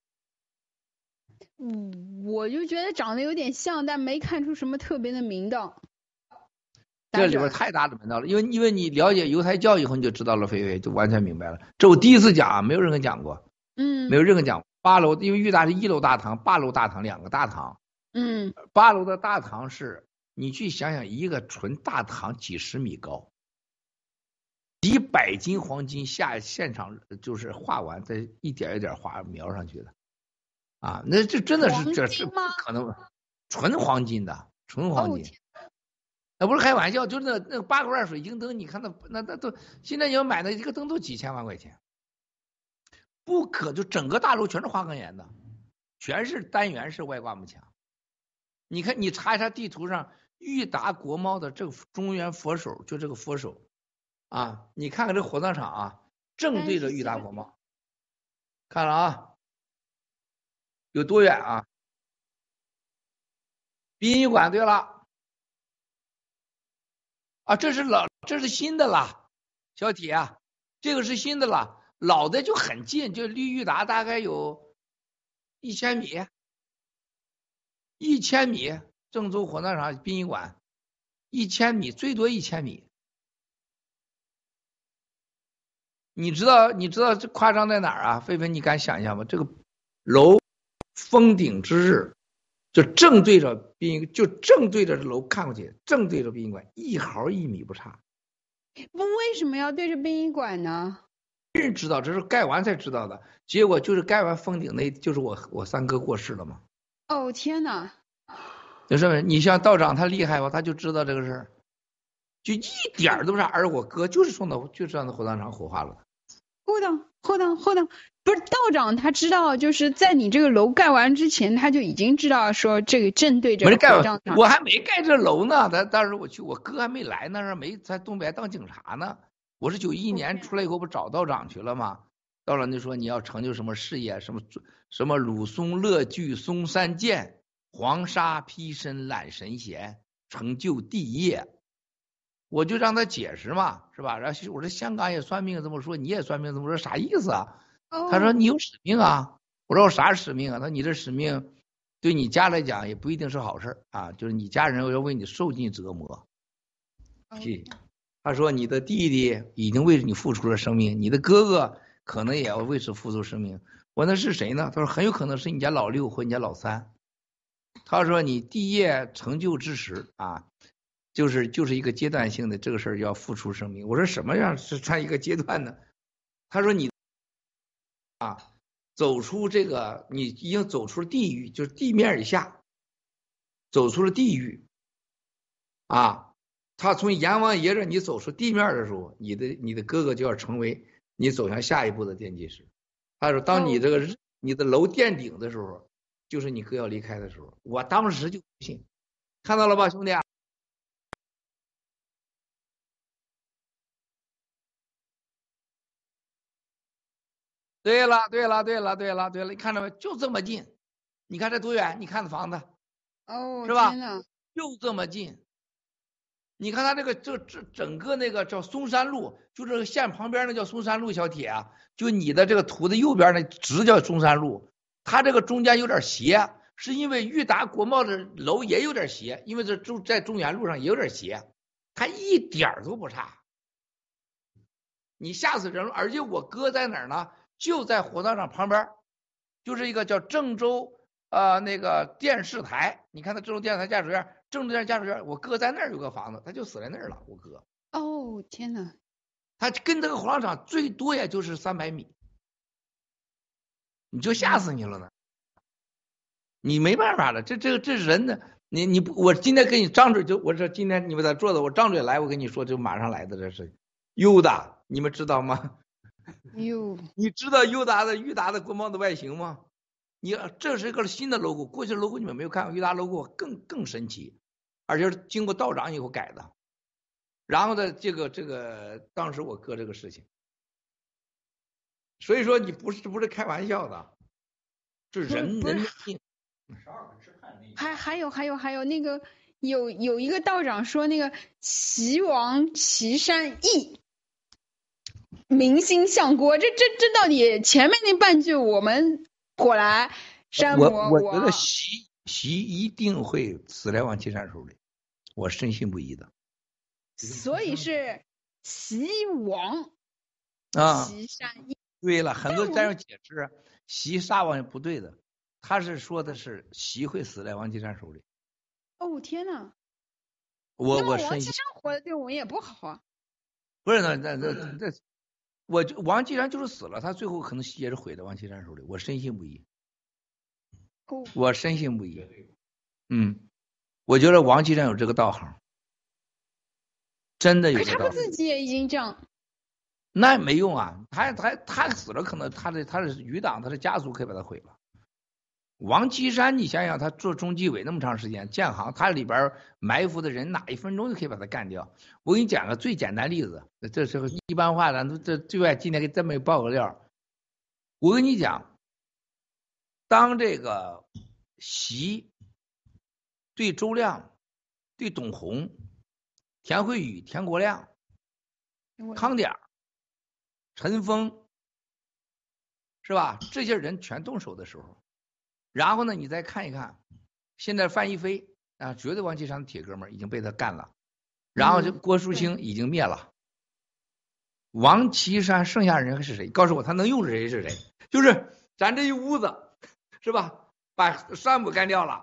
嗯，我就觉得长得有点像，但没看出什么特别的名道。 这里边太大的门道了，因为因为你了解犹太教以后，你就知道了，菲菲就完全明白了。这我第一次讲，没有人跟讲过， 嗯， 没有任何讲八楼，因为裕达是一楼大堂，八楼大堂两个大堂， 嗯， 八楼的大堂是。你去想想，一个纯大堂几十米高，几百斤黄金下现场就是画完，再一点一点画描上去的，啊，那这真的是这是不可能，纯黄金的，纯黄金，那、哦、不是开玩笑，就那那八块水晶灯，你看那那那都现在你要买那一个灯都几千万块钱，不可就整个大楼全是花岗岩的，全是单元式外挂幕墙，你看你查一查地图上。裕达国贸的这个中原佛手，就这个佛手啊，你看看这火葬场啊，正对着裕达国贸，看了啊，有多远啊？殡仪馆，对了，啊，这是老，这是新的了，小铁啊，这个是新的了，老的就很近，就离裕达大概有一千米，一千米。郑州火葬场殡仪馆一千米，最多一千米。你知道你知道这夸张在哪儿啊？菲菲，你敢想象吗？这个楼封顶之日， 就正对着殡，就正对着楼看过去，正对着殡仪馆，一毫一米不差。 不，为什么要对着殡仪馆呢？ 没人知道，这是盖完才知道的。结果就是盖完封顶那，就是我我三哥过世了嘛。 哦天哪！ 就是你像道长他厉害吧，他就知道这个事儿，就一点儿都不差。而我哥就是送到，就是让他火葬场火化了。 后当后当后当，不是道长他知道，就是在你这个楼盖完之前，他就已经知道说这个正对着没盖完， 我还没盖这楼呢。他当时我去，我哥还没来呢，那没在东北还当警察呢。我是九一年出来以后不找道长去了吗？道长就说你要成就什么事业，什么什么鲁松乐聚松山剑，黄沙披身揽神贤，成就帝业。我就让他解释嘛，是吧？然后我说香港也算命这么说，你也算命这么说，啥意思啊？他说你有使命啊。我说我啥使命啊？他说你这使命对你家来讲也不一定是好事啊，就是你家人要为你受尽折磨。嘿，他说你的弟弟已经为你付出了生命，你的哥哥可能也要为此付出生命。我那是谁呢？他说很有可能是你家老六或你家老三。他说你帝业成就之时啊。就是就是一个阶段性的这个事儿要付出生命。我说什么样是算一个阶段呢？他说你啊，走出这个，你已经走出了地狱，就是地面以下，走出了地狱啊。他从阎王爷这你走出地面的时候，你的你的哥哥就要成为你走向下一步的奠基师。他说当你这个你的楼垫顶的时候，就是你哥要离开的时候。我当时就不信，看到了吧，兄弟啊。对了，对了，对了，对了，对了，你看到没？就这么近，你看这多远？你看这房子， 哦， 是吧？ 天哪， 就这么近。你看他这个，这这整个那个叫松山路，就这个县旁边那叫松山路，小铁啊，就你的这个图的右边那直叫松山路，它这个中间有点斜，是因为裕达国贸的楼也有点斜，因为这中在中原路上也有点斜，它一点都不差。你吓死人了！而且我哥在哪儿呢？就在火葬场旁边，就是一个叫郑州呃那个电视台，你看他郑州电视台驾驶员，郑州电视驾驶员，我哥在那儿有个房子，他就死在那儿了。我哥， 哦天哪， 他跟这个火葬场最多也就是三百米，你就吓死你了呢。你没办法了，这这这人呢，你你我今天跟你张嘴就我说今天你们在座的，我张嘴来，我跟你说就马上来的，这是优的，你们知道吗？ 哟， 你知道优达的裕达的国贸的外形吗？你这是一个新的 logo， 过去的 logo 你们没有看过，裕达 logo 更更神奇，而且是经过道长以后改的。然后呢，这个这个当时我哥这个事情，所以说你不是不是开玩笑的，这人人的命。 还还有还有还有那个有有一个道长说那个齐王岐山义。明星相国，这这这到底前面那半句我们果来山魔我我觉得习习一定会死在王岐山手里，我深信不疑的。 所以是齐王啊， 岐山义。 对了，很多战友解释习杀王也不对的，他是说的是习会死在王岐山手里。 哦天哪！ 我我王岐山活的对我们也不好啊。 不是那那那那。我王岐山就是死了，他最后可能也是毁在王岐山手里，我深信不疑。我深信不疑。嗯，我觉得王岐山有这个道行，真的有这个道行。 他们自己也已经这样。 那没用啊，他他他死了，可能他的他的余党，他的家族可以把他毁了。王岐山，你想想，他做中纪委那么长时间，建行，他里边埋伏的人，哪一分钟就可以把他干掉。我给你讲个最简单例子，这是一般话，咱都这对外今天给这么爆个料。我跟你讲，当这个习对周亮、对董洪、田慧宇、田国亮、康点、陈峰，是吧？这些人全动手的时候。然后呢，你再看一看，现在范一飞啊，绝对王岐山的铁哥们儿已经被他干了，然后就郭树清已经灭了，嗯、王岐山剩下人是谁？告诉我他能用谁是谁？就是咱这一屋子，是吧？把山姆干掉了，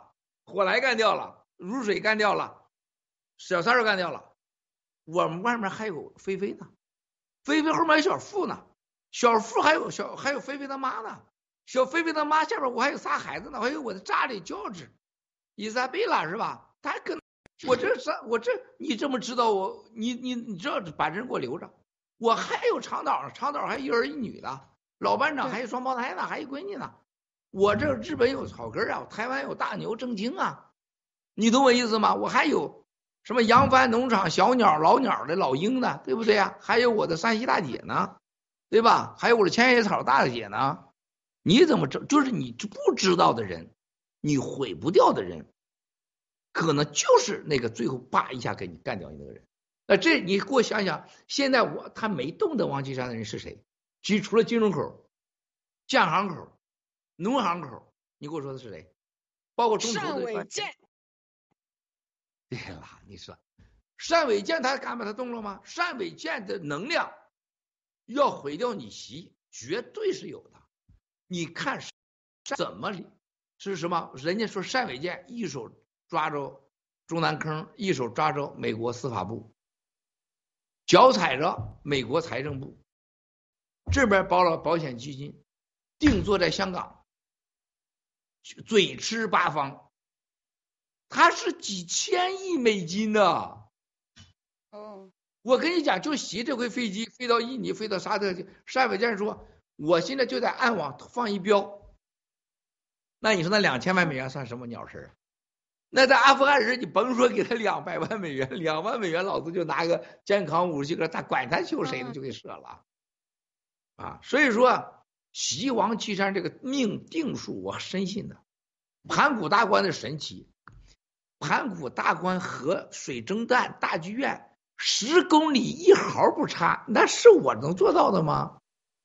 火来干掉了，如水干掉了，小三儿干掉了，我们外面还有菲菲呢，菲菲后面有小付呢，小付还有小还有菲菲他妈呢，小菲菲他妈下边我还有仨孩子呢，还有我的查理、乔治、伊莎贝拉是吧？他跟我这是我这你这么知道我你你你知道把人给我留着，我还有长岛，长岛还一儿一女的，老班长还有双胞胎呢，还有闺女呢。我这日本有草根啊，台湾有大牛正经啊，你懂我意思吗？我还有什么扬帆农场小鸟老鸟的老鹰呢，对不对呀？还有我的山西大姐呢，对吧？还有我的千叶草大姐呢。你怎么知？就是你不知道的人，你毁不掉的人，可能就是那个最后叭一下给你干掉你那个人。那这你给我想想，现在我他没动的王岐山的人是谁？其实除了金融口、建行口、农行口，你给我说的是谁？包括中途的单伟建。 对了，你说单伟建他敢把他动了吗？单伟建的能量要毁掉你习，绝对是有的。你看怎么是什么？人家说单伟建一手抓着中南坑，一手抓着美国司法部，脚踩着美国财政部，这边包了保险基金，定坐在香港，嘴吃八方，他是几千亿美金的。 哦， 我跟你讲，就习这回飞机飞到印尼，飞到沙特去，单伟建说，我现在就在暗网放一标，那你说那两千万美元算什么鸟事？那在阿富汗人，你甭说给他两百万美元，两万美元老子就拿个健康武器个，他管他求谁的就给射了。啊，所以说习王岐山这个命定数我深信的。盘古大观的神奇，盘古大观和水蒸弹大剧院十公里一毫不差，那是我能做到的吗？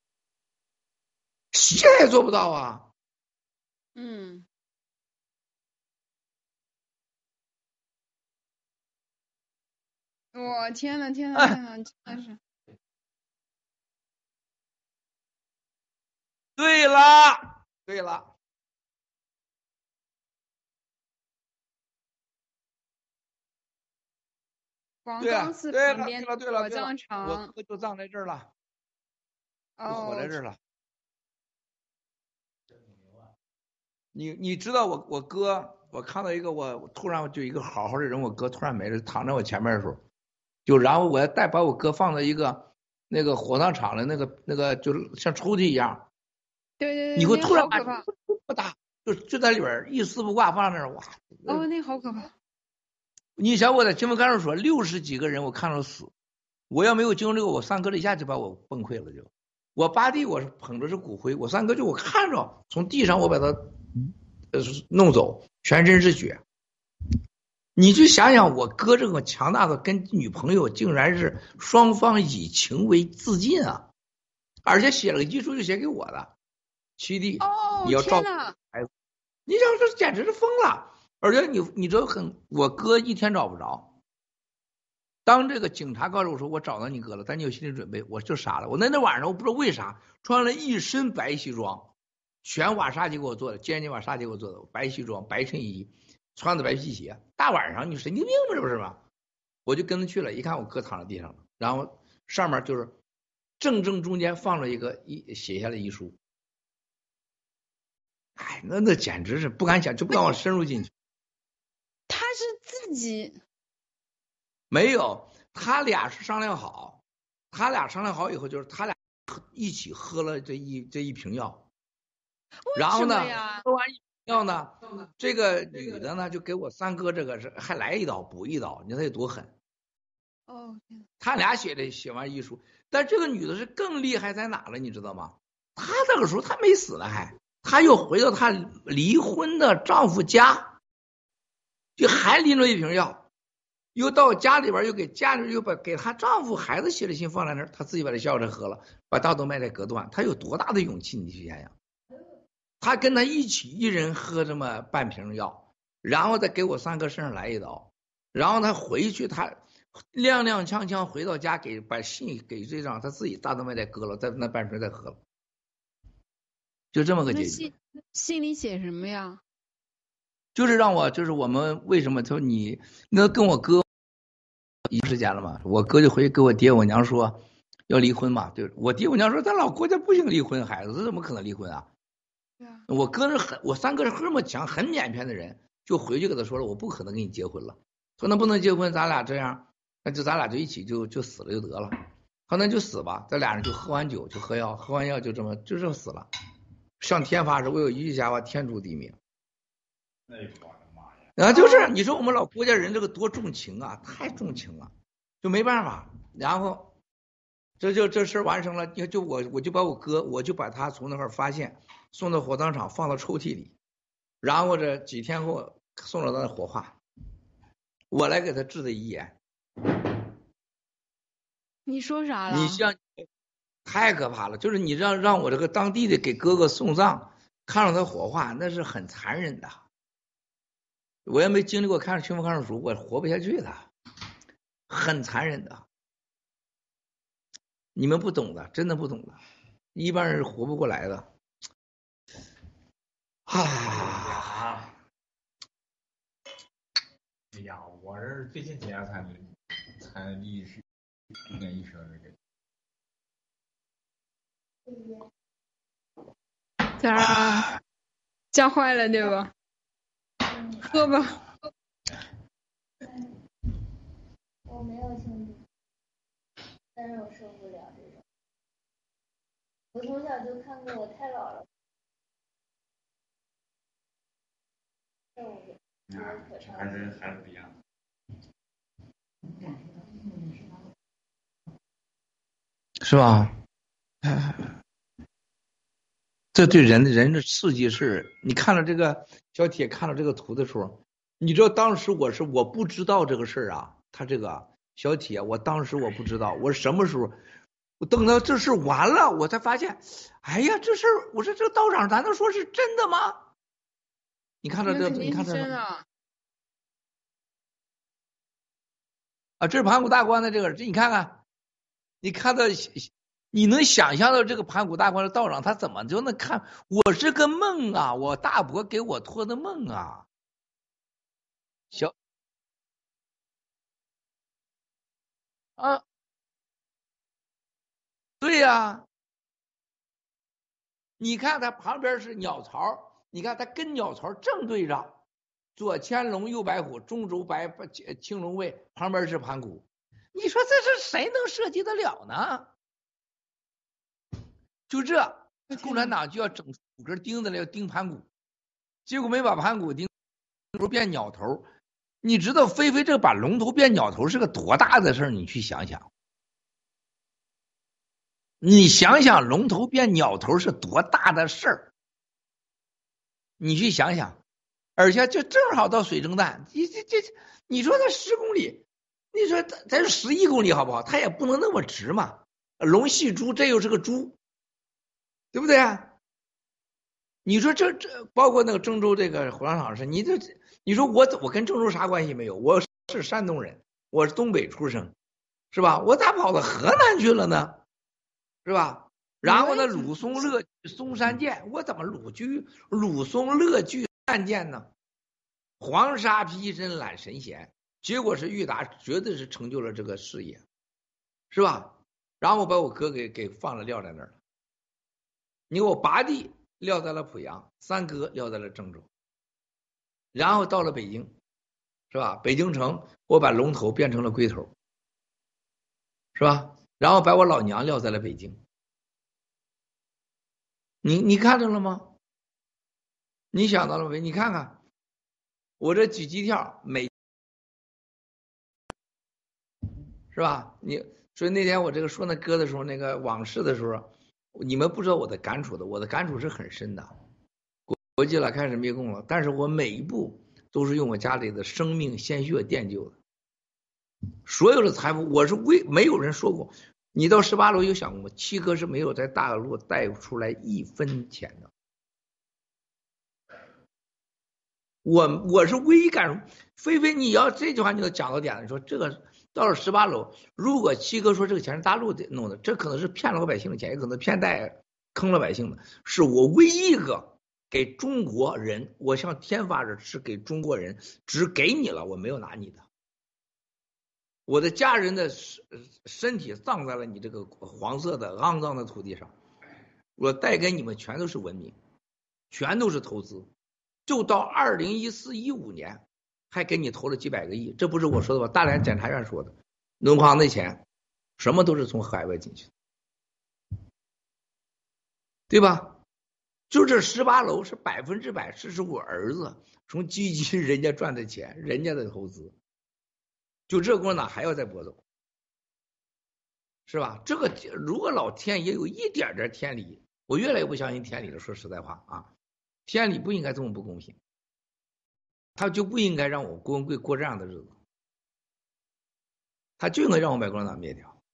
谁也做不到啊。 嗯。我天呐天呐天呐，真的是。 对了，对了。 广冈寺旁边的火葬场， 我哥就葬在这儿了，就火在这儿了。你你知道我我哥，我看到一个我突然就一个好好的人，我哥突然没了，躺在我前面的时候，就然后我带把我哥放在一个那个火葬场的那个那个就像抽屉一样。 对对对， 你会突然把不打，就就在里边一丝不挂放那儿，哇！ 哦，那好可怕。 你想我在金门看守所六十几个人，我看着死，我要没有经过这个，我三哥一下就把我崩溃了就。我八弟我是捧着是骨灰，我三哥就我看着从地上我把他呃弄走，全身是血。你就想想我哥这个强大的跟女朋友竟然是双方以情为自尽啊，而且写了个遗书就写给我的。七弟， 哦、 你要照顾孩子，你这这简直是疯了！而且你你知道很，我哥一天找不着。当这个警察告诉我说我找到你哥了，但你有心理准备，我就傻了。我那天晚上我不知道为啥穿了一身白西装，全瓦萨奇给我做的，坚尼瓦萨奇给我做的白西装、白衬衣，穿的白皮鞋。大晚上你神经病吗？这不是吗？我就跟他去了，一看我哥躺在地上了，然后上面就是正正中间放了一个一写下了遗书。哎，那那简直是不敢想，就不敢往深入进去。 他是自己没有，他俩是商量好，他俩商量好以后，就是他俩一起喝了这一这一瓶药，然后呢，喝完一瓶药呢，这个女的呢就给我三哥这个是还来一刀补一刀，你看他有多狠。 哦， 他俩写的写完遗书，但这个女的是更厉害在哪了，你知道吗？她这个时候她没死呢，还。她又回到她离婚的丈夫家，就还拎着一瓶药，又到家里边又给家里又把给她丈夫孩子写的信放在那儿，她自己把这药给喝了，把大动脉给隔断。她有多大的勇气？你去想想，她跟他一起一人喝这么半瓶药，然后再给我三哥身上来一刀，然后她回去，她踉踉跄跄回到家，给把信给这张，她自己大动脉再割了，再那半瓶再喝了。就这么个结局。 信信里写什么呀？ 就是让我就是我们为什么他说你那跟我哥一时间了嘛，我哥就回去跟我爹我娘说要离婚嘛，对我爹我娘说咱老国家不行离婚，孩子这怎么可能离婚啊？我哥是很我三哥是那么强很腼腆的人，就回去跟他说了，我不可能跟你结婚了，说那不能结婚，咱俩这样，那就咱俩就一起就就死了就得了。好，那就死吧，这俩人就喝完酒就喝药，喝完药就这么就这么死了。向天发誓，我有一句瞎话，天诛地灭。 那我的妈呀！ 然后就是你说我们老郭家人这个多重情啊，太重情了，就没办法。然后这就这事完成了，就就我我就把我哥，我就把他从那块发现，送到火葬场放到抽屉里，然后这几天后送到那火化，我来给他治的遗言。 你说啥了？ 你像太可怕了，就是你让让我这个当地的给哥哥送葬，看着他火化，那是很残忍的。我也没经历过看《群魔看守书》，我活不下去的，很残忍的。你们不懂的，真的不懂的，一般人是活不过来的。啊！ 哎呀，我是最近几年才才意识。有点意识到这个，咋啊？夹坏了对吧？喝吧。 我没有亲戚，但是我受不了这种。我从小就看过，我太老了。受不了。 还是还是不一样。 是吧？这对人人的刺激是，你看了这个小铁看了这个图的时候，你知道当时我是我不知道这个事儿啊，他这个小铁，我当时我不知道，我什么时候，我等到这事完了，我才发现，哎呀，这事儿，我说这个道长，难道说是真的吗？你看到这，你看这啊，这是盘古大观的这个，这你看看。你看到，你能想象到这个盘古大观的道长他怎么就能看？我是个梦啊，我大伯给我托的梦啊。小啊，对呀、啊，你看他旁边是鸟巢，你看他跟鸟巢正对上，左乾隆右白虎，中轴白青龙位，旁边是盘古。你说这是谁能设计得了呢？就这，共产党就要整五根钉子来要钉盘古，结果没把盘古钉，不变鸟头。你知道飞飞这把龙头变鸟头是个多大的事儿？你去想想，你想想龙头变鸟头是多大的事儿？你去想想，而且就正好到水蒸蛋，你这这，你说它十公里。你说咱咱十一公里好不好？它也不能那么直嘛。龙戏珠，这又是个猪，对不对啊？你说这这包括那个郑州这个火葬场是，你这你说我我跟郑州啥关系没有？我是山东人，我是东北出生，是吧？我咋跑到河南去了呢？是吧？然后呢，鲁松乐嵩山剑，我怎么鲁居鲁松乐聚山剑呢？黄沙披身揽神仙。结果是裕达绝对是成就了这个事业，是吧？然后把我哥给给放了撂在那儿了。你给我八弟撂在了濮阳，三哥撂在了郑州，然后到了北京，是吧？北京城我把龙头变成了龟头，是吧？然后把我老娘撂在了北京。你你看着了吗？你想到了没？你看看我这举鸡跳每。是吧？你所以那天我这个说那歌的时候，那个往事的时候，你们不知道我的感触的，我的感触是很深的。国国际了，开始灭共了，但是我每一步都是用我家里的生命鲜血奠就的。所有的财富，我是为没有人说过，你到十八楼有想过吗？七哥是没有在大陆带出来一分钱的。我我是唯一感受，菲菲，你要这句话你要讲到点了，你说这个。到了十八楼，如果七哥说这个钱是大陆的弄的，这可能是骗老百姓的钱，也可能骗贷坑老百姓的。是我唯一一个给中国人，我向天发誓，是给中国人，只给你了，我没有拿你的。我的家人的身体葬在了你这个黄色的肮脏的土地上，我带给你们全都是文明，全都是投资，就到二零一四一五年还给你投了几百个亿，这不是我说的吧？大连检察院说的，农矿那钱什么都是从海外进去的，对吧？就这十八楼是百分之百是是我儿子从基金人家赚的钱，人家的投资。就这功哪还要再拨走，是吧？这个如果老天爷有一点点天理，我越来越不相信天理了。说实在话啊，天理不应该这么不公平，他就不应该让我郭文贵过这样的日子，他就应该让我把共产党灭掉，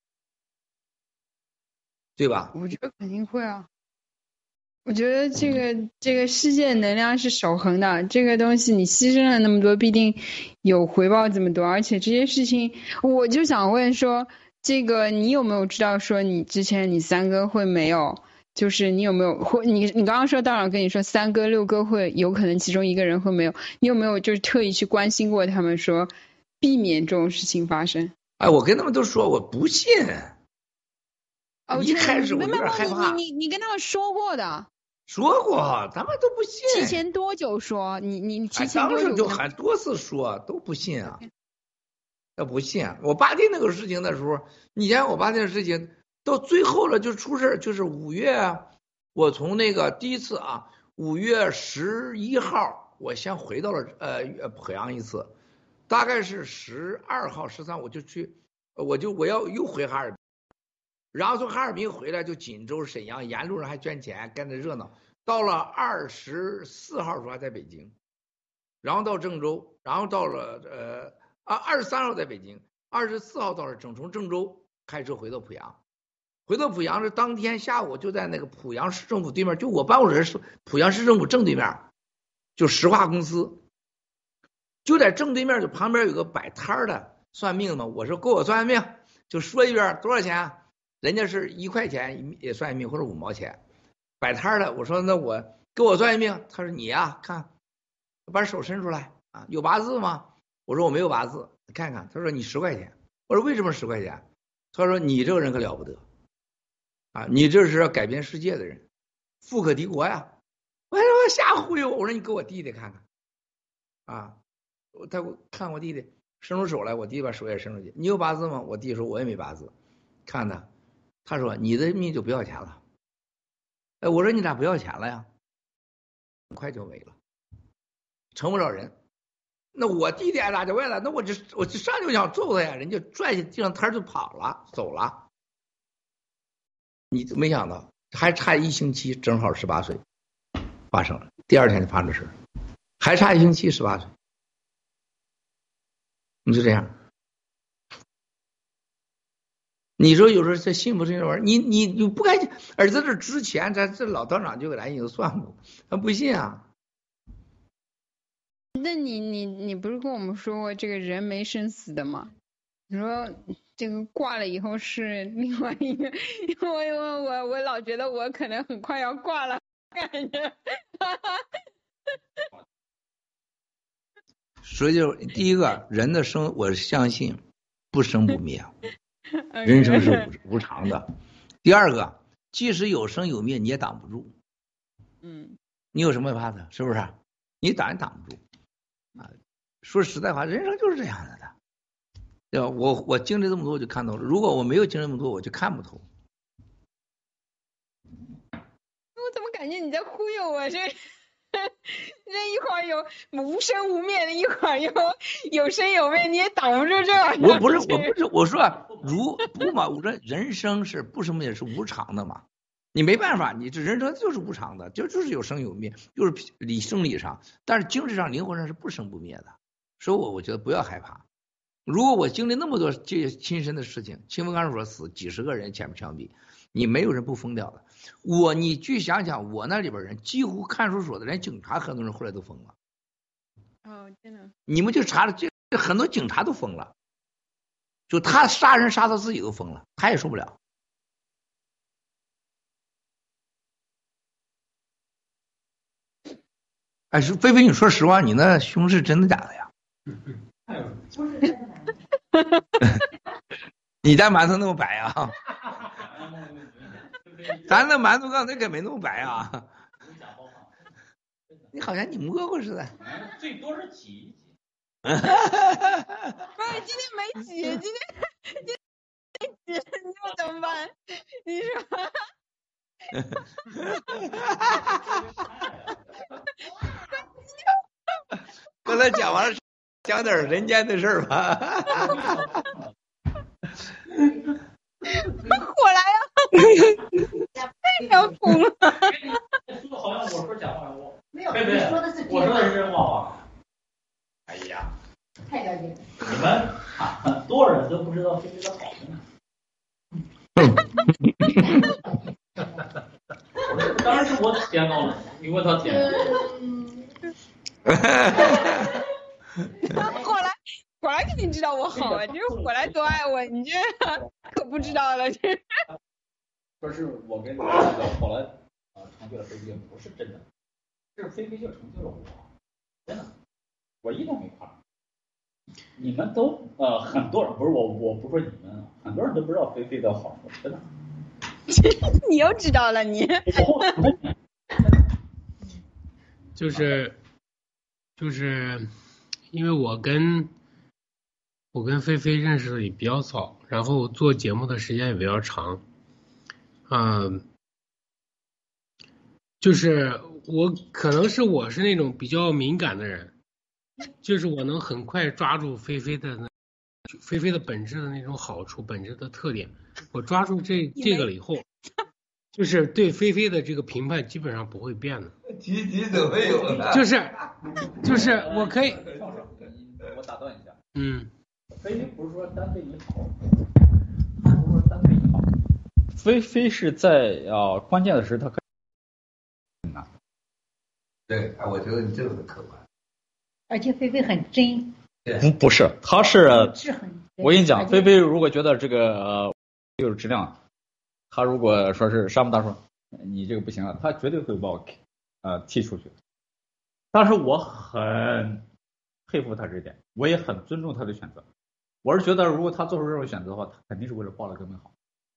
对吧？ 我觉得肯定会啊。我觉得这个这个世界能量是守恒的，这个东西你牺牲了那么多，必定有回报这么多。而且这些事情，我就想问说，这个你有没有知道说你之前你三哥会没有，就是你有没有会你你刚刚说道长跟你说三哥六哥会有可能其中一个人会没有，你有没有就是特意去关心过他们说避免这种事情发生？ 哎，我跟他们都说我不信。 哦， 一开始我有点害怕。 你你你跟他们说过的。 说过，他们都不信。 提前多久说？你你提前多久？ 当时就喊多次说，都不信啊，都不信。我八弟那个事情的时候，你想我八弟的事情到最后了就出事，就是五月，我从那个第一次啊，五月十一号，我先回到了呃濮阳一次，大概是十二号、十三我就去，我就我要又回哈尔滨。然后从哈尔滨回来就锦州、沈阳，沿路上还捐钱，干着热闹。到了二十四号的时候还在北京，然后到郑州，然后到了呃啊二十三号在北京，二十四号到了郑，从郑州开车回到濮阳，回到濮阳是当天下午就在那个濮阳市政府对面，就我办公室是濮阳市政府正对面，就石化公司，就在正对面，就旁边有个摆摊的算命嘛，我说给我算命，就说一遍多少钱。人家是一块钱也算一命，或者五毛钱，摆摊的。我说那我给我算一命，他说你呀、啊，看，把手伸出来啊，有八字吗？我说我没有八字，你看看。他说你十块钱。我说为什么十块钱？他说你这个人可了不得啊，你这是要改变世界的人，富可敌国呀。我说我瞎忽悠，我说你给我弟弟看看啊，他看我弟弟伸出手来，我弟弟把手也伸出去。你有八字吗？我弟说我也没八字，看他。他说你的命就不要钱了。哎，我说你咋不要钱了呀？很快就没了，成不了人。那我弟弟挨打就歪了，那我就我就上就想揍他呀，人家拽起地上摊就跑了，走了。你没想到还差一星期，正好十八岁发生了，第二天就发生这事，还差一星期十八岁，你就这样。你说有时候这信不信这玩意儿？你你你不该，而在这之前，咱这老道长就给咱已经算过，他不信啊。 那你你你不是跟我们说过这个人没生死的吗？你说这个挂了以后是另外一个，因为因为我我老觉得我可能很快要挂了，感觉。 所以就第一个人的生，我相信不生不灭。人生是无无常的。第二个，即使有生有灭，你也挡不住。 嗯， 你有什么怕的？是不是？你挡也挡不住啊！说实在话，人生就是这样的的，对吧？我我经历这么多，我就看透了。如果我没有经历这么多，我就看不透。 我怎么感觉你在忽悠我？这这一会儿有无生无灭的，一会儿又有生有灭，你也挡不住这玩意儿。 我不是，我不是，我说如不嘛，我说人生是不生灭是无常的嘛，你没办法，你这人生就是无常的，就就是有生有灭，就是理生理上，但是精神上、灵魂上是不生不灭的。所以我我觉得不要害怕。如果我经历那么多这亲身的事情，清风干所死几十个人前面枪毙，你没有人不疯掉的。我你去想想，我那里边人几乎看守所的连警察很多人后来都疯了。 哦，真的。 你们就查了，这很多警察都疯了，就他杀人杀到自己都疯了，他也受不了。 哎，是菲菲，你说实话，你那胸是真的假的呀？你家馒头那么白啊？咱那馒头刚才可没那么白啊。你好像你摸过似的。 最多是挤一挤。 不是，今天没挤，今天今天没挤，你说怎么办？你说。 刚才讲完了，讲点人间的事儿吧。 火来呀！太要疯了。 说的好像我说假话，我没有， 贝贝， 你说的是我说的是真话吧？哎呀， 太了解了。 你们啊，很多人都不知道菲菲的好呢。当然是我舔到了，你问他舔。 火来，火来肯定知道我好啊，就是火来多爱我，你这可不知道了。这不是我跟你说，后来啊成就了菲菲，不是真的，是菲菲就成就了我，真的，我一点没夸。你们都呃很多人不是我，我不说你们，很多人都不知道菲菲的好处，真的。 你又知道了你。 就是就是因为我跟我跟菲菲认识的也比较早，然后做节目的时间也比较长，嗯，就是我可能是我是那种比较敏感的人，就是我能很快抓住菲菲的那菲菲的本质的那种好处，本质的特点，我抓住这这个了以后，就是对菲菲的这个评判基本上不会变的。 提提怎么有呢？ 就是就是我可以， 我打断一下， 嗯， 菲菲不是说单对你好，他不是说单对你好，菲菲是在啊、呃、关键的时候他可以。 对，我觉得你这个很客观。 而且菲菲很真。 不不是，他是是很。 我跟你讲，菲菲如果觉得这个呃有质量，他如果说是沙姆大说你这个不行了，他绝对会把我呃踢出去。但是我很佩服他这一点，我也很尊重他的选择。我是觉得，如果他做出这种选择的话，他肯定是为了报了更好。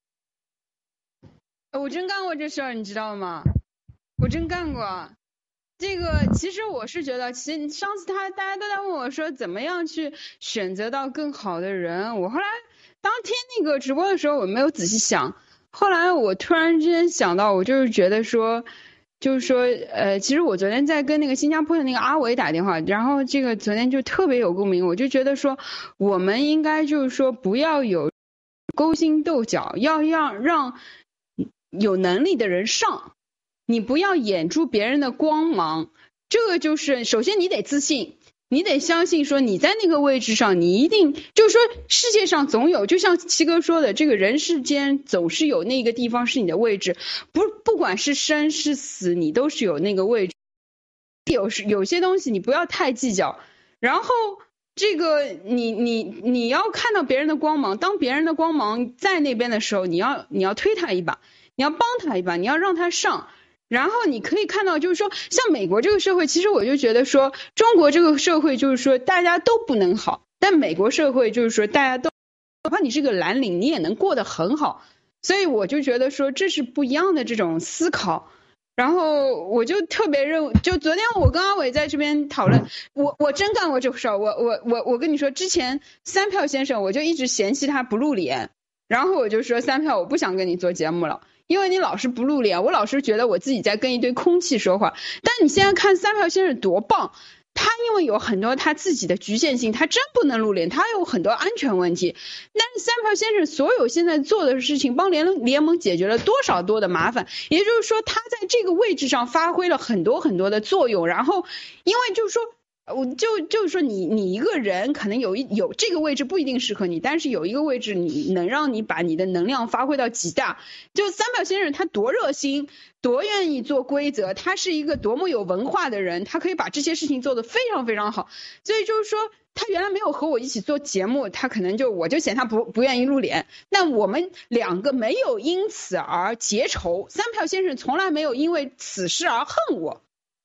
我真干过这事儿，你知道吗？我真干过。这个其实我是觉得，其实上次他大家都在问我说，怎么样去选择到更好的人。我后来当天那个直播的时候，我没有仔细想。后来我突然之间想到，我就是觉得说，就是说，呃，其实我昨天在跟那个新加坡的那个阿伟打电话，然后这个昨天就特别有共鸣。我就觉得说，我们应该就是说，不要有勾心斗角，要让让有能力的人上。你不要掩住别人的光芒，这个就是首先你得自信，你得相信说你在那个位置上，你一定就是说世界上总有，就像七哥说的，这个人世间总是有那个地方是你的位置，不不管是生是死，你都是有那个位置。有时有些东西你不要太计较，然后这个你你你要看到别人的光芒，当别人的光芒在那边的时候，你要你要推他一把，你要帮他一把，你要让他上。然后你可以看到，就是说，像美国这个社会，其实我就觉得说，中国这个社会就是说大家都不能好，但美国社会就是说大家都，哪怕你是个蓝领，你也能过得很好。所以我就觉得说这是不一样的这种思考。然后我就特别认为，就昨天我跟阿伟在这边讨论，我我真干过这个事儿。我我我我跟你说，之前三票先生我就一直嫌弃他不露脸，然后我就说三票我不想跟你做节目了。因为你老是不露脸，我老是觉得我自己在跟一堆空气说话。但你现在看三票先生多棒，他因为有很多他自己的局限性，他真不能露脸，他有很多安全问题。但是三票先生所有现在做的事情，帮联联盟解决了多少多的麻烦，也就是说他在这个位置上发挥了很多很多的作用。然后因为就是说我就就是说你你一个人可能有一有这个位置不一定适合你，但是有一个位置你能让你把你的能量发挥到极大。就三票先生他多热心，多愿意做规则，他是一个多么有文化的人，他可以把这些事情做得非常非常好。所以就是说他原来没有和我一起做节目，他可能就我就嫌他不不愿意露脸，那我们两个没有因此而结仇，三票先生从来没有因为此事而恨我。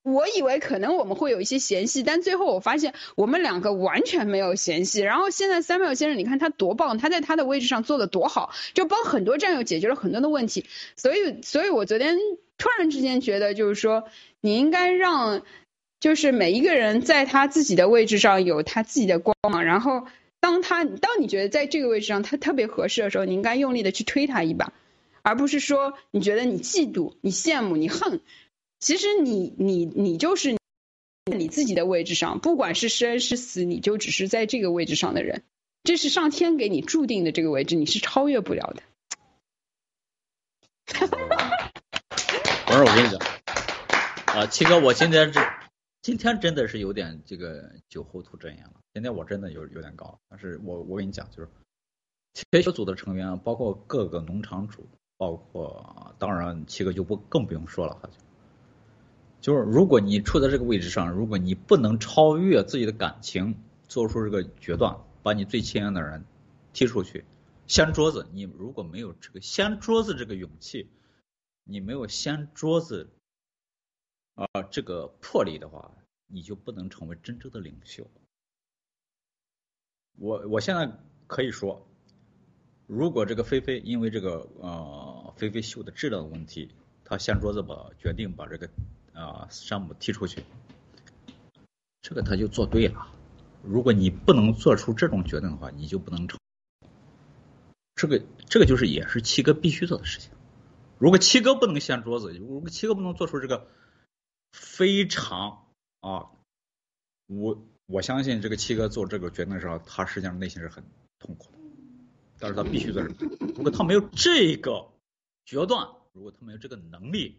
我以为可能我们会有一些嫌隙，但最后我发现我们两个完全没有嫌隙。然后现在Samuel先生，你看他多棒，他在他的位置上做的多好，就帮很多战友解决了很多的问题。所以，所以我昨天突然之间觉得，就是说你应该让，就是每一个人在他自己的位置上有他自己的光芒，然后当他当你觉得在这个位置上他特别合适的时候，你应该用力的去推他一把，而不是说你觉得你嫉妒、你羡慕、你恨。其实你你你就是你自己的位置上，不管是生是死，你就只是在这个位置上的人，这是上天给你注定的这个位置，你是超越不了的。 不是我跟你讲，啊，七哥，我今天这今天真的是有点这个酒后吐真言了。今天我真的有有点高，但是我我跟你讲，就是铁血组的成员，包括各个农场主，包括当然七哥就不更不用说了，好像。就是如果你处在这个位置上，如果你不能超越自己的感情，做出这个决断，把你最亲爱的人踢出去，掀桌子，你如果没有这个掀桌子这个勇气，你没有掀桌子啊、呃、这个魄力的话，你就不能成为真正的领袖。我我现在可以说，如果这个菲菲因为这个呃菲菲秀的质量的问题，他掀桌子把决定把这个啊，山姆踢出去，这个他就做对了。如果你不能做出这种决定的话，你就不能成。这个这个就是也是七哥必须做的事情。如果七哥不能掀桌子，如果七哥不能做出这个非常啊，我我相信这个七哥做这个决定的时候，他实际上内心是很痛苦的，但是他必须做。如果他没有这个决断，如果他没有这个能力。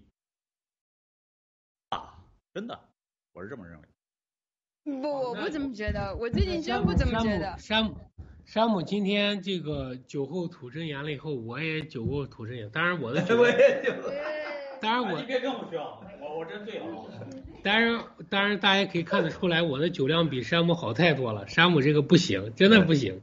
真的，我是这么认为。 不，我不这么觉得，我最近真不这么觉得。 山姆，山姆今天这个酒后吐真言了以后，我也酒后吐真言。当然我的酒， 我也酒。 当然我。 你别跟我说，我我真醉了。 当然，当然大家可以看得出来，我的酒量比山姆好太多了。山姆这个不行，真的不行。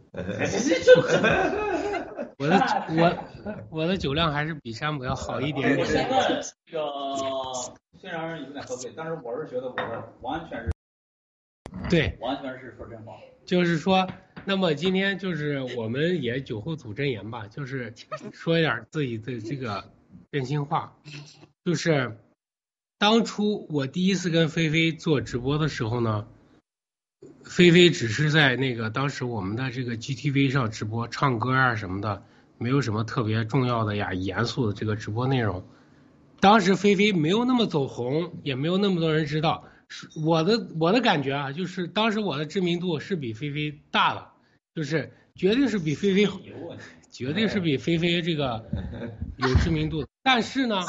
我的我我的酒量还是比山姆要好一点点。 我现在这个虽然有点喝醉，但是我是觉得我的完全是对， 完全是说真话。 就是说，那么今天就是我们也酒后吐真言吧，就是说一点自己的这个真心话。就是当初我第一次跟菲菲做直播的时候呢，菲菲只是在那个当时我们的这个 G T V 上直播唱歌啊什么的，没有什么特别重要的呀严肃的这个直播内容。当时菲菲没有那么走红，也没有那么多人知道。我的我的感觉啊，就是当时我的知名度是比菲菲大的，就是绝对是比菲菲绝对是比菲菲这个有知名度的。但是呢，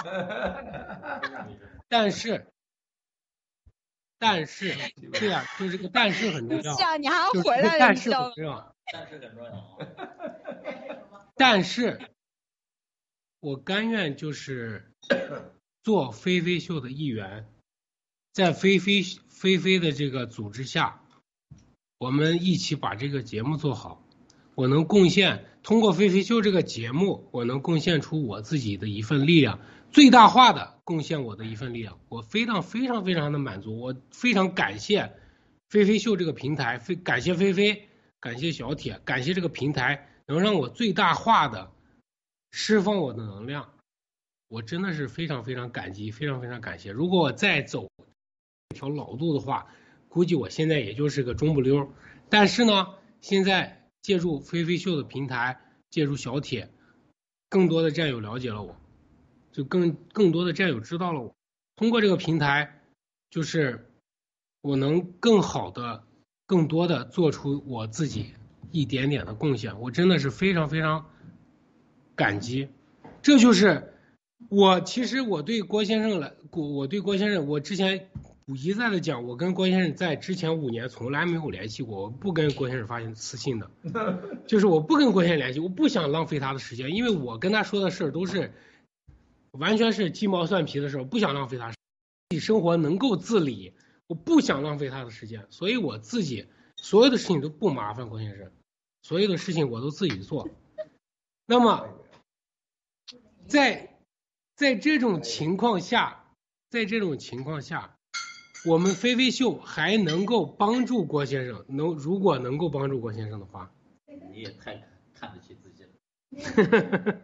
但是但是这样就这个但是很重要。 你还要回来了， 但是很重要。 但是很重要。 但是我甘愿就是做菲菲秀的一员，在菲菲菲菲的这个组织下，我们一起把这个节目做好。我能贡献，通过菲菲秀这个节目，我能贡献出我自己的一份力量，最大化的贡献我的一份力量。我非常非常非常的满足，我非常感谢菲菲秀这个平台，非感谢菲菲，感谢小铁，感谢这个平台能让我最大化的释放我的能量。我真的是非常非常感激，非常非常感谢。如果我再走一条老路的话，估计我现在也就是个中不溜。但是呢，现在借助菲菲秀的平台，借助小铁，更多的战友了解了我，就更更多的战友知道了我。通过这个平台，就是我能更好的、更多的做出我自己一点点的贡献。我真的是非常非常感激。这就是我其实我对郭先生来，我对郭先生，我之前一再的讲，我跟郭先生在之前五年从来没有联系过，我不跟郭先生发私信的，就是我不跟郭先生联系，我不想浪费他的时间，因为我跟他说的事儿都是完全是鸡毛蒜皮的事儿，不想浪费他，自己生活能够自理，我不想浪费他的时间，所以我自己所有的事情都不麻烦郭先生，所有的事情我都自己做。那么在在这种情况下，在这种情况下， 我们飞飞秀还能够帮助郭先生，能如果能够帮助郭先生的话， 你也太看得起自己了。